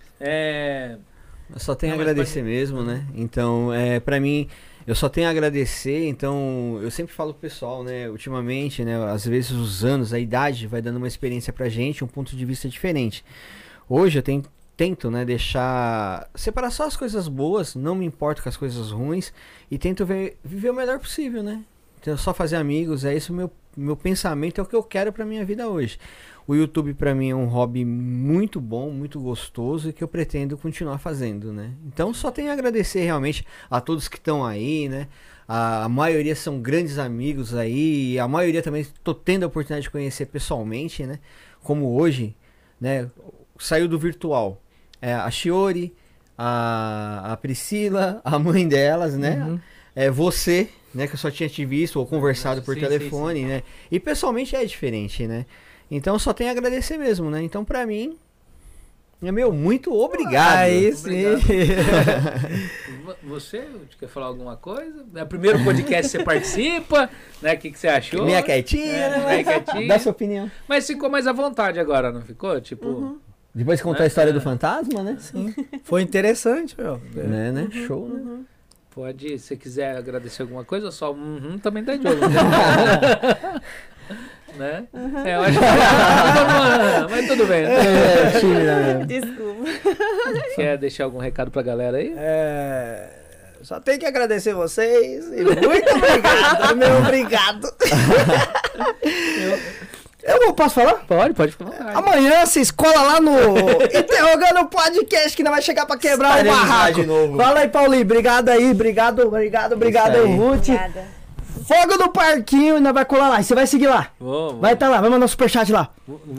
É. Eu só tenho a Não, mas agradecer mesmo, né? Então, é, pra mim, eu só tenho a agradecer. Então, eu sempre falo pro pessoal, né? Ultimamente, né? Às vezes os anos, a idade vai dando uma experiência pra gente, um ponto de vista diferente. Hoje eu tenho, tento, né? Deixar... Separar só as coisas boas, não me importo com as coisas ruins. E tento ver, viver o melhor possível, né? Então, só fazer amigos, é isso o meu, meu pensamento, é o que eu quero pra minha vida hoje. O YouTube pra mim é um hobby muito bom, muito gostoso e que eu pretendo continuar fazendo, né? Então só tenho a agradecer realmente a todos que estão aí, né? A, a maioria são grandes amigos aí, a maioria também tô tendo a oportunidade de conhecer pessoalmente, né? Como hoje, né? Saiu do virtual. É, a Shiori, a, a Priscila, a mãe delas, né? Uhum. É você, né? Que eu só tinha te visto ou conversado por Sim, telefone, sim, sim. né? E pessoalmente é diferente, né? Então só tenho a agradecer mesmo, né? Então pra mim, é meu, muito obrigado. Aí sim. Vo- Você quer falar alguma coisa? É o primeiro podcast que você participa, né? O que, que você achou? Meia quietinha, É, né? meia quietinha. Dá sua opinião. Mas ficou mais à vontade agora, não ficou? Tipo, Depois de contar É, a história é. do fantasma, né? Sim. Foi interessante, meu. Né, né? Show, né? pode, se quiser agradecer alguma coisa, só uhum, também tá de olho. Né? É, eu acho que... Mas tudo bem. É, tímida mesmo. Desculpa. Quer deixar algum recado pra galera aí? É, só tenho que agradecer vocês e muito obrigado, meu obrigado. Eu não posso falar? Pode, pode ficar à vontade. Amanhã vocês colam lá no Interrogando o Podcast que não vai chegar pra quebrar Estaremos o lá barraco. de novo. Fala aí, Paulinho. Obrigado aí, obrigado, obrigado, obrigado Isso aí, aí. Ruth. Obrigada. Fogo no Parquinho e nós vai colar lá. E você vai seguir lá. Vou, vou. Vai estar tá lá, vai mandar um superchat lá.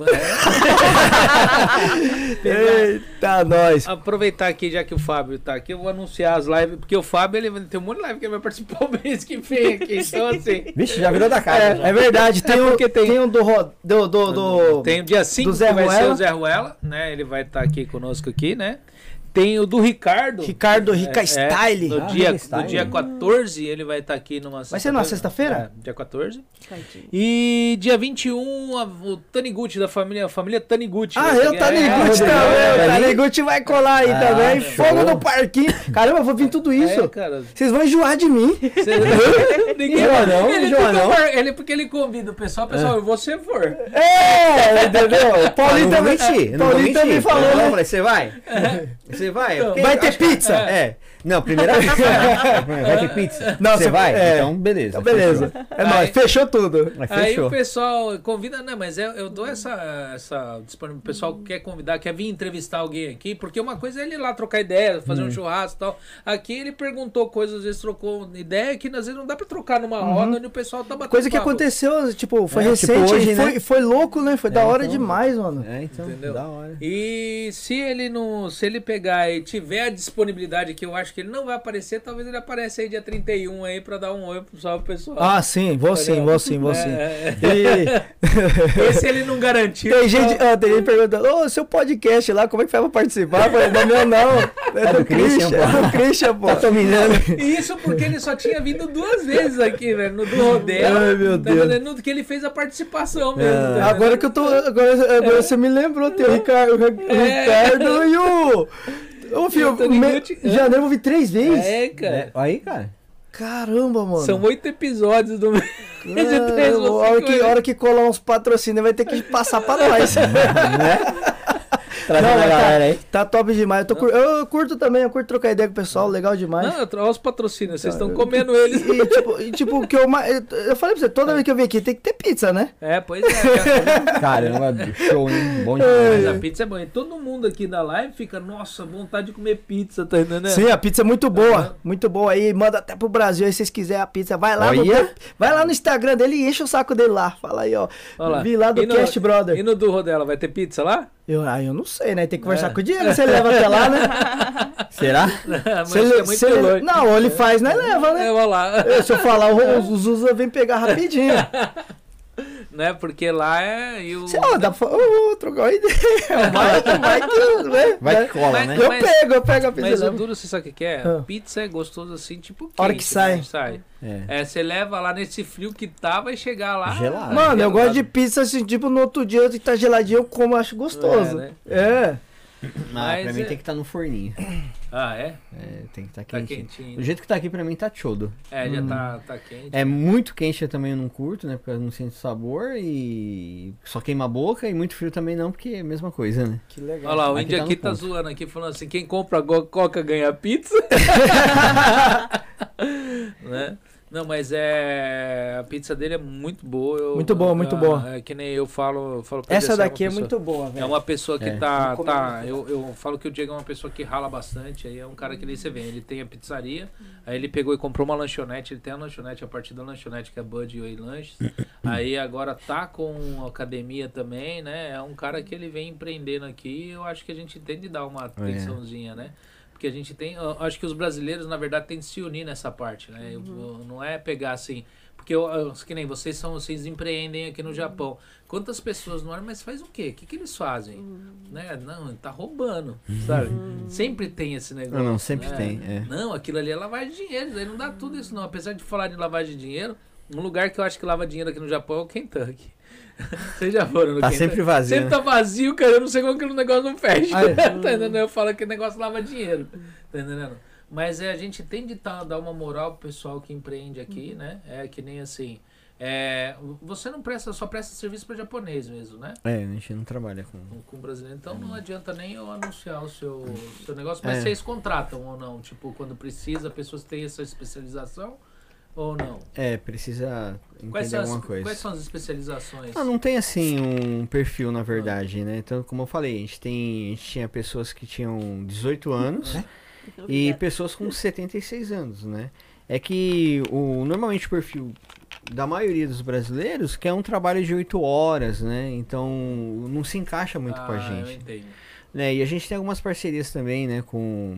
Eita, nós. Aproveitar aqui, já que o Fábio tá aqui, eu vou anunciar as lives, porque o Fábio, ele vai ter um monte de live que ele vai participar o mês que vem aqui, então assim... Vixe, já virou da casa. já. É, é verdade, tem, É um, porque tem- tem um do, Ro- do, do, do... Tem o dia cinco do Zé que vai ser Ruela. o Zé Ruela, né, ele vai estar aqui conosco aqui, né. Tem o do Ricardo. Ricardo Rica É, Style. No, Ah, dia, Rica Style. no dia quatorze ele vai estar aqui numa Vai ser numa sexta-feira? É, dia quatorze. Tadinho. E dia vinte e um, a- o Taniguchi da família, a família Taniguchi. Ah, vai eu, ser- Taniguchi é, também, é, o é, Taniguchi vai colar aí Ah, também. show. Fogo no Parquinho. Caramba, eu vou vir tudo isso. É, cara. Vocês vão enjoar de mim. Cê- Ninguém Enjoa não, ele, enjoa fica não. mar- ele porque ele convida o pessoal, pessoal, eu vou se for. É, entendeu? Eu Paulinho não vou também, mentir, eu não vou Paulinho também mentir. falou, Eu né? falei, você vai? Você vai? Então, Porque vai eu ter acho que- pizza? É. Não, primeira vez. Vai ter pizza? Não, você você- vai? é. Então, beleza. Então, beleza. É nóis, Aí- fechou tudo. Mas Aí fechou. o pessoal convida, não, mas eu, eu dou essa, essa disponibilidade. O pessoal que quer convidar, quer vir entrevistar alguém aqui, porque uma coisa é ele ir lá trocar ideia, fazer Hum. um churrasco e tal. Aqui ele perguntou coisas, às vezes trocou ideia, que às vezes não dá pra trocar numa roda onde o pessoal tá batendo Uhum. Coisa que papo. aconteceu, tipo, foi É, tipo recente, hoje, e foi, né? foi louco, né? Foi da É, hora então- demais, mano. É, então, Entendeu? da hora. E se ele não, se ele pegar e tiver a disponibilidade, que eu acho que ele não vai aparecer, talvez ele apareça aí dia trinta e um aí pra dar um oi pro salve pessoal. Ah, sim, vou sim, vou sim, vou É, sim. é, E... é. Esse ele não garantiu. Tem gente, então- ah, tem gente perguntando, ô, seu podcast lá, como é que faz pra participar? Eu falei, não, meu não, é É do do Christian, Christian, pô. é do Christian, pô. Tá dominando. E isso porque ele só tinha vindo duas vezes aqui, velho. No do Rodel. Ai, meu tá Deus. entendendo? No que ele fez a participação mesmo. tá entendendo? Agora que eu tô, agora, agora você me lembrou, tem o Ricardo, o É. Ricardo e o... Ô, filho, E o Taniguchi, me- em janeiro eu vou vir três vezes. É, cara. É, aí, cara. Caramba, mano. São oito episódios do mês de três. Caramba, a hora que, a hora que colar uns patrocínios vai ter que passar pra nós. Trazendo Não, a mas galera aí. Tá top demais. Eu, tô cur- eu curto também, eu curto trocar ideia com o pessoal, legal demais. Não, eu trouxe os patrocínios, vocês estão comendo eles. E tipo, e, tipo, o que eu mais. Eu falei pra você, toda vez que eu venho aqui tem que ter pizza, né? É, pois é. Cara. Caramba, show, hein? Bom Mas demais. a pizza é boa. E todo mundo aqui da live fica, nossa, vontade de comer pizza, tá entendendo? Sim, a pizza é muito boa. Muito boa aí. Manda até pro Brasil aí se vocês quiserem a pizza. Vai lá, no, Olha. vai lá no Instagram dele e enche o saco dele lá. Fala aí, ó. Olha lá. Vi lá do E no- Cast Brother. E no do Rodela, vai ter pizza lá? Eu, ah, eu não sei, né? Tem que conversar É. com o Diego. Você leva até lá, né? Será? Mas Cê- acho que é muito cê- longe. Não, ou ele faz, né? Leva, né? Eu vou lá. Eu, se eu falar, o, o Zuza vem pegar rapidinho. Né? Porque lá é. E o... Sei lá, dá pra. Eu vou trocar uma ideia. Vai, vai que. Né? Vai que cola, Mas- né? Eu mas- pego, eu pego a pizza. Mas o levo. duro, você sabe o que que é? Ah. Pizza é gostoso assim, tipo quente, A hora que sai. né? sai. É. É, você leva lá nesse frio que tá, vai chegar lá. Gelado. Mano, eu gelado. gosto de pizza assim, tipo, no outro dia que tá geladinho, eu como, eu acho gostoso. É, né? É. Mas Mas pra mim é- tem que estar no forninho. Ah, é? É, tem que estar Tá quentinho. quentinho. Do jeito que tá aqui pra mim tá chodo. É, já tá, tá quente. É muito quente eu também não curto, né? Porque eu não sinto sabor e só queima a boca, e muito frio também não, porque é a mesma coisa, né? Que legal. Olha lá, o Aqui índio tá aqui no tá ponto. zoando aqui, falando assim, quem compra go- coca ganha pizza. Né? Não, mas é... A pizza dele é muito boa. eu- Muito boa, muito ah, boa. É que nem eu falo... eu falo pra ele, Essa assim, uma daqui é pessoa- muito boa, É velho. uma pessoa que É. tá. Vou tá comer. eu, eu falo que o Diego é uma pessoa que rala bastante. Aí é um cara que nem você vê. Ele tem a pizzaria. Aí ele pegou e comprou uma lanchonete. Ele tem a lanchonete a partir da lanchonete, que é Bud Way Lanches. Aí agora tá com academia também, né? É um cara que ele vem empreendendo aqui. Eu acho que a gente tem de dar uma atençãozinha, né? Porque a gente tem. Eu acho que os brasileiros, na verdade, tem de se unir nessa parte, né? Eu vou- não é pegar assim. Porque eu, eu- que nem vocês são, vocês empreendem aqui no Japão. Quantas pessoas não olham, mas faz o quê? O que, que eles fazem? Né? Não, tá roubando, sabe? Sempre tem esse negócio. Não, não, sempre né? tem, é. Não, aquilo ali é lavagem de dinheiro, daí não dá tudo isso não. Apesar de falar de lavagem de dinheiro, um lugar que eu acho que lava dinheiro aqui no Japão é o Kentucky. Vocês já foram no Tá Kentucky? sempre vazio, Sempre né? tá vazio, cara. Eu não sei como que o negócio não fecha. Ah, é? Tá entendendo? Eu falo que o negócio lava dinheiro. Tá entendendo? Mas é, a gente tem de tá, dar uma moral pro pessoal que empreende aqui, né? É que nem assim. É, você não presta, só presta serviço para japonês mesmo, né? É, a gente não trabalha com. Com, com brasileiro. Então não adianta nem eu anunciar o seu, seu negócio, mas É. vocês contratam ou não? Tipo, quando precisa, pessoas têm essa especialização ou não? É, precisa Quais entender são, as, alguma coisa. quais são as especializações? Ah, não tem assim um perfil, na verdade, né? Então, como eu falei, a gente, tem, a gente tinha pessoas que tinham dezoito anos e pessoas com setenta e seis anos, né? É que o, normalmente o perfil da maioria dos brasileiros que é um trabalho de oito horas, né? Então não se encaixa muito ah, com a gente. Eu entendo. Né? E a gente tem algumas parcerias também, né? Com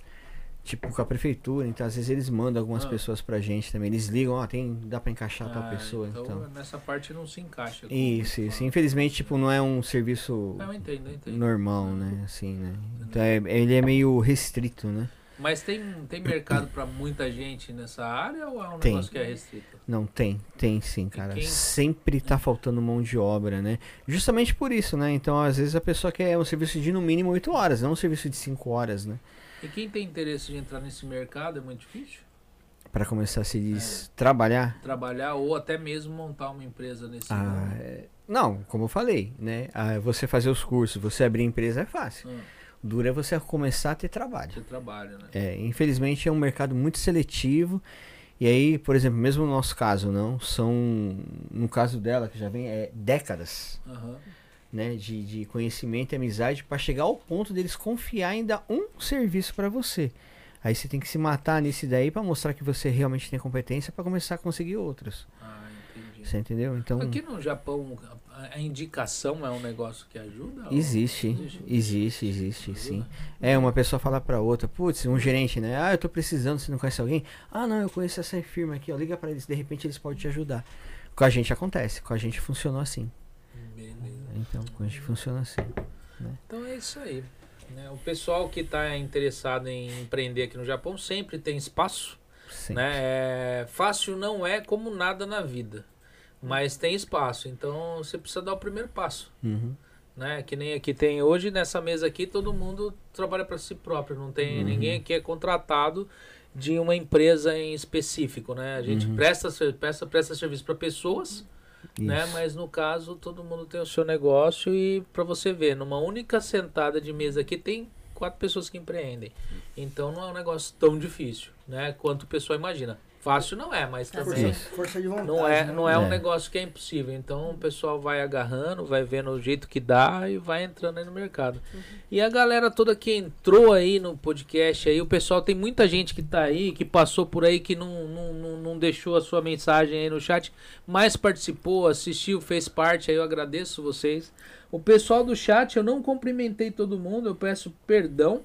tipo com a prefeitura, então às vezes eles mandam algumas ah. pessoas pra gente também. Eles ligam, ó, tem, dá pra encaixar ah, tal pessoa. Então, Então, nessa parte não se encaixa. Isso, isso. Infelizmente, tipo, não é um serviço eu entendo, eu entendo. normal, né? Assim, né? Então é, ele é meio restrito, né? Mas tem, tem mercado pra muita gente nessa área ou é um Tem. negócio que é restrito? Não, tem, tem sim, cara. quem- Sempre tá faltando mão de obra, né? Justamente por isso, né? Então, às vezes a pessoa quer um serviço de no mínimo oito horas, não um serviço de cinco horas, né? E quem tem interesse de entrar nesse mercado é muito difícil? Pra começar a se diz, trabalhar. Trabalhar ou até mesmo montar uma empresa nesse Ah, ramo? é- não, como eu falei, né? Ah, você fazer os cursos, você abrir empresa é fácil. Hum, Duro é você começar a ter trabalho. você trabalha, né? É, infelizmente é um mercado muito seletivo. E aí, por exemplo, mesmo no nosso caso, não, são, no caso dela, que já vem, é décadas, Aham. né, de, de conhecimento e amizade para chegar ao ponto deles confiar em dar um serviço para você. Aí você tem que se matar nisso daí para mostrar que você realmente tem competência para começar a conseguir outros. Ah, entendi. Você entendeu? Então Aqui no Japão, a, a indicação é um negócio que ajuda? ou- existe, Existe? existe, existe, sim. Ajuda? É, uma pessoa fala para outra, putz, um gerente, né? Ah, eu tô precisando, você não conhece alguém? Ah, não, eu conheço essa firma aqui, ó, liga para eles, de repente eles podem te ajudar. Com a gente acontece, com a gente funcionou assim. Beleza. Então, com a gente funciona assim. Então é isso aí. Né? O pessoal que está interessado em empreender aqui no Japão sempre tem espaço. Sim. Né? É, fácil não é como nada na vida, mas tem espaço. Então você precisa dar o primeiro passo. Uhum. Né? Que nem aqui tem hoje nessa mesa aqui, todo mundo trabalha para si próprio. Não tem Uhum. ninguém aqui é contratado de uma empresa em específico. Né? A gente Uhum. presta, ser- presta, presta serviço para pessoas. Né? Isso. Mas no caso, todo mundo tem o seu negócio e para você ver, numa única sentada de mesa aqui tem quatro pessoas que empreendem. Então não é um negócio tão difícil, né? Quanto o pessoal imagina. Fácil não é, mas também Isso. Força de vontade. não é, né? não é um É. negócio que é impossível. Então o pessoal vai agarrando, vai vendo o jeito que dá e vai entrando aí no mercado. E a galera toda que entrou aí no podcast aí, o pessoal tem muita gente que tá aí, que passou por aí, que não, não, não, não deixou a sua mensagem aí no chat, mas participou, assistiu, fez parte, aí eu agradeço vocês. O pessoal do chat, eu não cumprimentei todo mundo, eu peço perdão,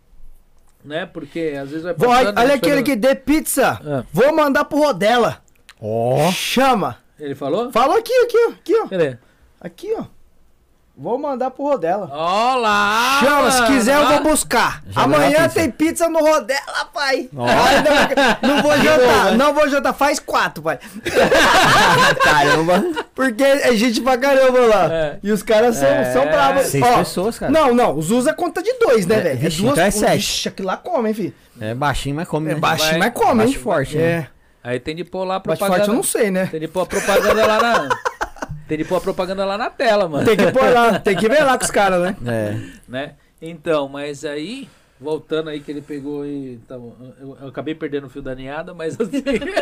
né? Porque às vezes vai Vou, passando, olha a aquele pessoa- que dê pizza. Ah. Vou mandar pro Rodela. Ó. Chama. Ele falou? Falou aqui, aqui, ó. Aqui, ó. Cadê? Aqui, ó. Vou mandar pro Rodela. Olá! Chama, se quiser eu mano. vou buscar. Já Amanhã leva a pizza. tem pizza no Rodela, pai. Ó. Ainda vai- Não vou jantar, não vou jantar. Faz quatro, pai. Caramba. Porque é gente pra caramba lá. É. E os caras são, É. são bravos. Seis Ó, pessoas, cara. Não, não. Os usa conta de dois, né, É, velho? vixe, então é sete. Vixe, aquilo lá come, hein, filho. É baixinho, mas come, É né? baixinho, Vai- mas come, hein? bate forte, né? É. Aí tem de pôr lá a Bate propaganda. forte eu não sei, né? Tem de pôr a propaganda lá na. Tem de pôr a propaganda lá na tela, mano. Tem que pôr lá, tem que ver lá com os caras, né? É. Né? Então, mas aí, voltando aí que ele pegou e. Tá, bom, eu, eu acabei perdendo o fio da ninhada, mas assim.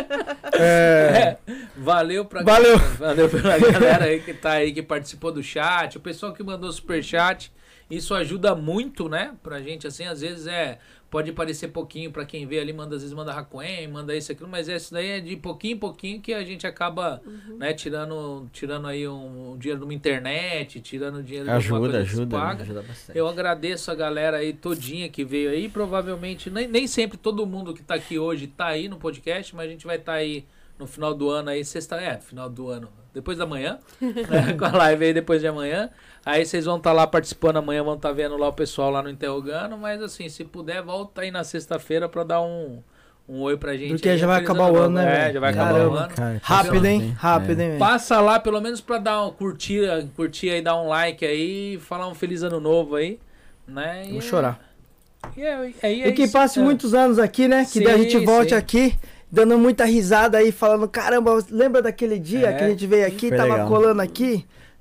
É. é, valeu pra Valeu. valeu pela galera aí que tá aí, que participou do chat, o pessoal que mandou superchat. Isso ajuda muito, né? Pra gente, assim, às vezes é. Pode parecer pouquinho pra quem vê ali, manda, às vezes manda Hakuen, manda isso, aquilo, mas isso daí é de pouquinho em pouquinho que a gente acaba, né, tirando, tirando aí um, um dinheiro de uma internet, tirando dinheiro de alguma Ajuda, coisa que se ajuda. né? paga. Ajuda bastante. Eu agradeço a galera aí todinha que veio aí. Provavelmente, nem, nem sempre todo mundo que tá aqui hoje tá aí no podcast, mas a gente vai estar tá aí no final do ano aí, sexta, é, final do ano, depois da manhã, né, com a live aí depois de amanhã. Aí vocês vão estar tá lá participando amanhã, vão estar tá vendo lá o pessoal lá no Interrogando, mas assim, se puder, volta aí na sexta-feira pra dar um, um oi pra gente. Porque aí. já vai Feliz acabar o ano, né, É, velho? já vai acabar o Caramba, ano. Cara, Rápido, hein? é. Rápido, hein, velho? Passa lá, pelo menos pra dar um curtir, curtir aí, dar um like aí, falar um feliz ano novo aí, né? Vou E- chorar. E, é, é, é E que isso. passe É. muitos anos aqui, né? Que Sim, daí a gente volte sim. aqui, dando muita risada aí, falando, caramba, lembra daquele dia É. que a gente veio aqui, Foi tava legal. colando aqui?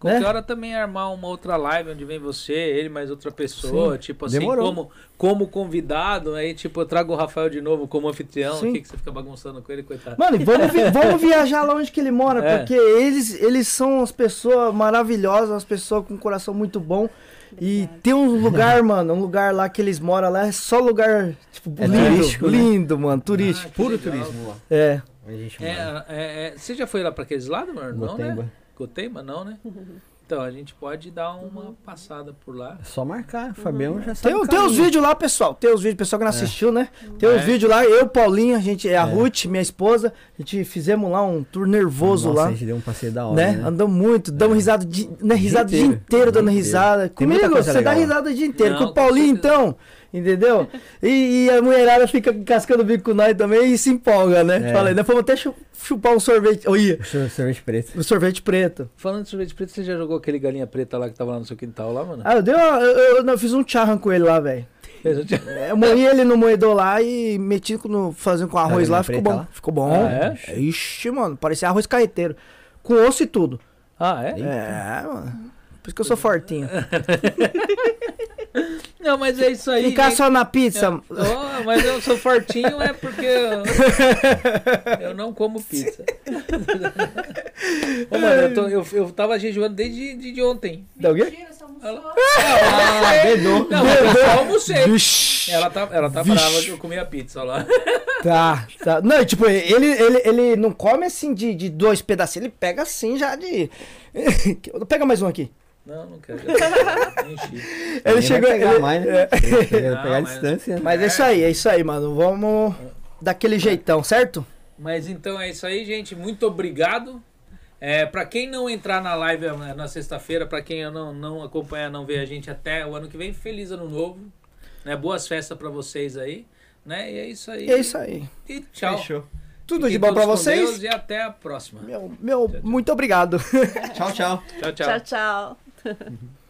Qualquer né? hora também armar uma outra live onde vem você, ele mais outra pessoa, Sim. tipo assim, Demorou. como, como convidado, aí tipo, eu trago o Rafael de novo como anfitrião, Sim. aqui que você fica bagunçando com ele, coitado. Mano, e vamos, vi- vamos viajar lá onde que ele mora, É. porque eles, eles são as pessoas maravilhosas, as pessoas com um coração muito bom. E Obrigada. tem um lugar, mano, um lugar lá que eles moram lá, é só lugar, tipo, É lindo, turístico, né? lindo, mano, turístico. Ah, que Puro legal. turismo lá. É. Onde a gente mora. É, é, é, você já foi lá pra aqueles lados, mano? Não, né? Gotemba. Gotemba, não, né? Então, a gente pode dar uma passada por lá. É só marcar, o Fabião já sabe. Tem, o tem os caminho. vídeos lá, pessoal. Tem os vídeos, pessoal que não assistiu, né? Tem É. os vídeos lá, eu, Paulinho, a gente, é a Ruth, minha esposa, a gente fizemos lá um tour nervoso Nossa, lá. a gente deu um passeio da hora, Né? né? Andamos muito, damos risada, de, né? risada o dia inteiro. inteiro dando O dia inteiro. risada. Tem muita Comigo, coisa você dá legal lá. risada o dia inteiro. Não, com o com Paulinho, certeza. então, entendeu? E, e a mulherada fica cascando o bico com nós também e se empolga, né? É. Falei, nós fomos até chu- chupar um sorvete. Olha, O seu sorvete preto. um sorvete preto. Falando de sorvete preto, você já jogou aquele galinha preta lá que tava lá no seu quintal lá, mano? Ah, eu, dei uma, eu, eu, eu fiz um charran com ele lá, velho. É, Eu moí ele no moedor lá e meti no, fazendo com arroz Galinha lá, ficou preta bom. lá? Ficou bom. Ah, é? Ixi, mano, parecia arroz carreteiro. Com osso e tudo. Ah, é? É, mano. Por isso que eu sou fortinho. Não, mas é isso aí. Ficar gente. só na pizza. Oh, mas eu sou fortinho é porque eu, eu não como pizza. Ô, mano, eu, tô, eu, eu tava jejuando desde de, de ontem. Dá o quê? Mentira, você almoçou. Ah, dedou. Não, mas eu só almocei. Vixe. Ela tá, ela tá Vixe. brava que eu comi a pizza lá. Tá, tá. Não, tipo, ele, ele, ele não come assim de, de dois pedacinhos, ele pega assim já de. Pega mais um aqui. Não, não quero. Já enchi. Ele Ninguém chegou. vai pegar ele- mais, né? é. Ele vai Não, pegar a mas- distância. né? Mas é isso aí, é isso aí, mano. Vamos daquele jeitão, certo? Mas então é isso aí, gente. Muito obrigado. É, para quem não entrar na live na na sexta-feira, para quem não, não acompanha, não vê a gente até o ano que vem, feliz ano novo. Né? Boas festas para vocês aí. Né? E é isso aí. É isso aí. E tchau. Fechou. Tudo de Fiquem bom pra todos com vocês. Deus e até a próxima. Meu, meu, muito obrigado. Tchau, tchau. Tchau, tchau. Tchau, tchau.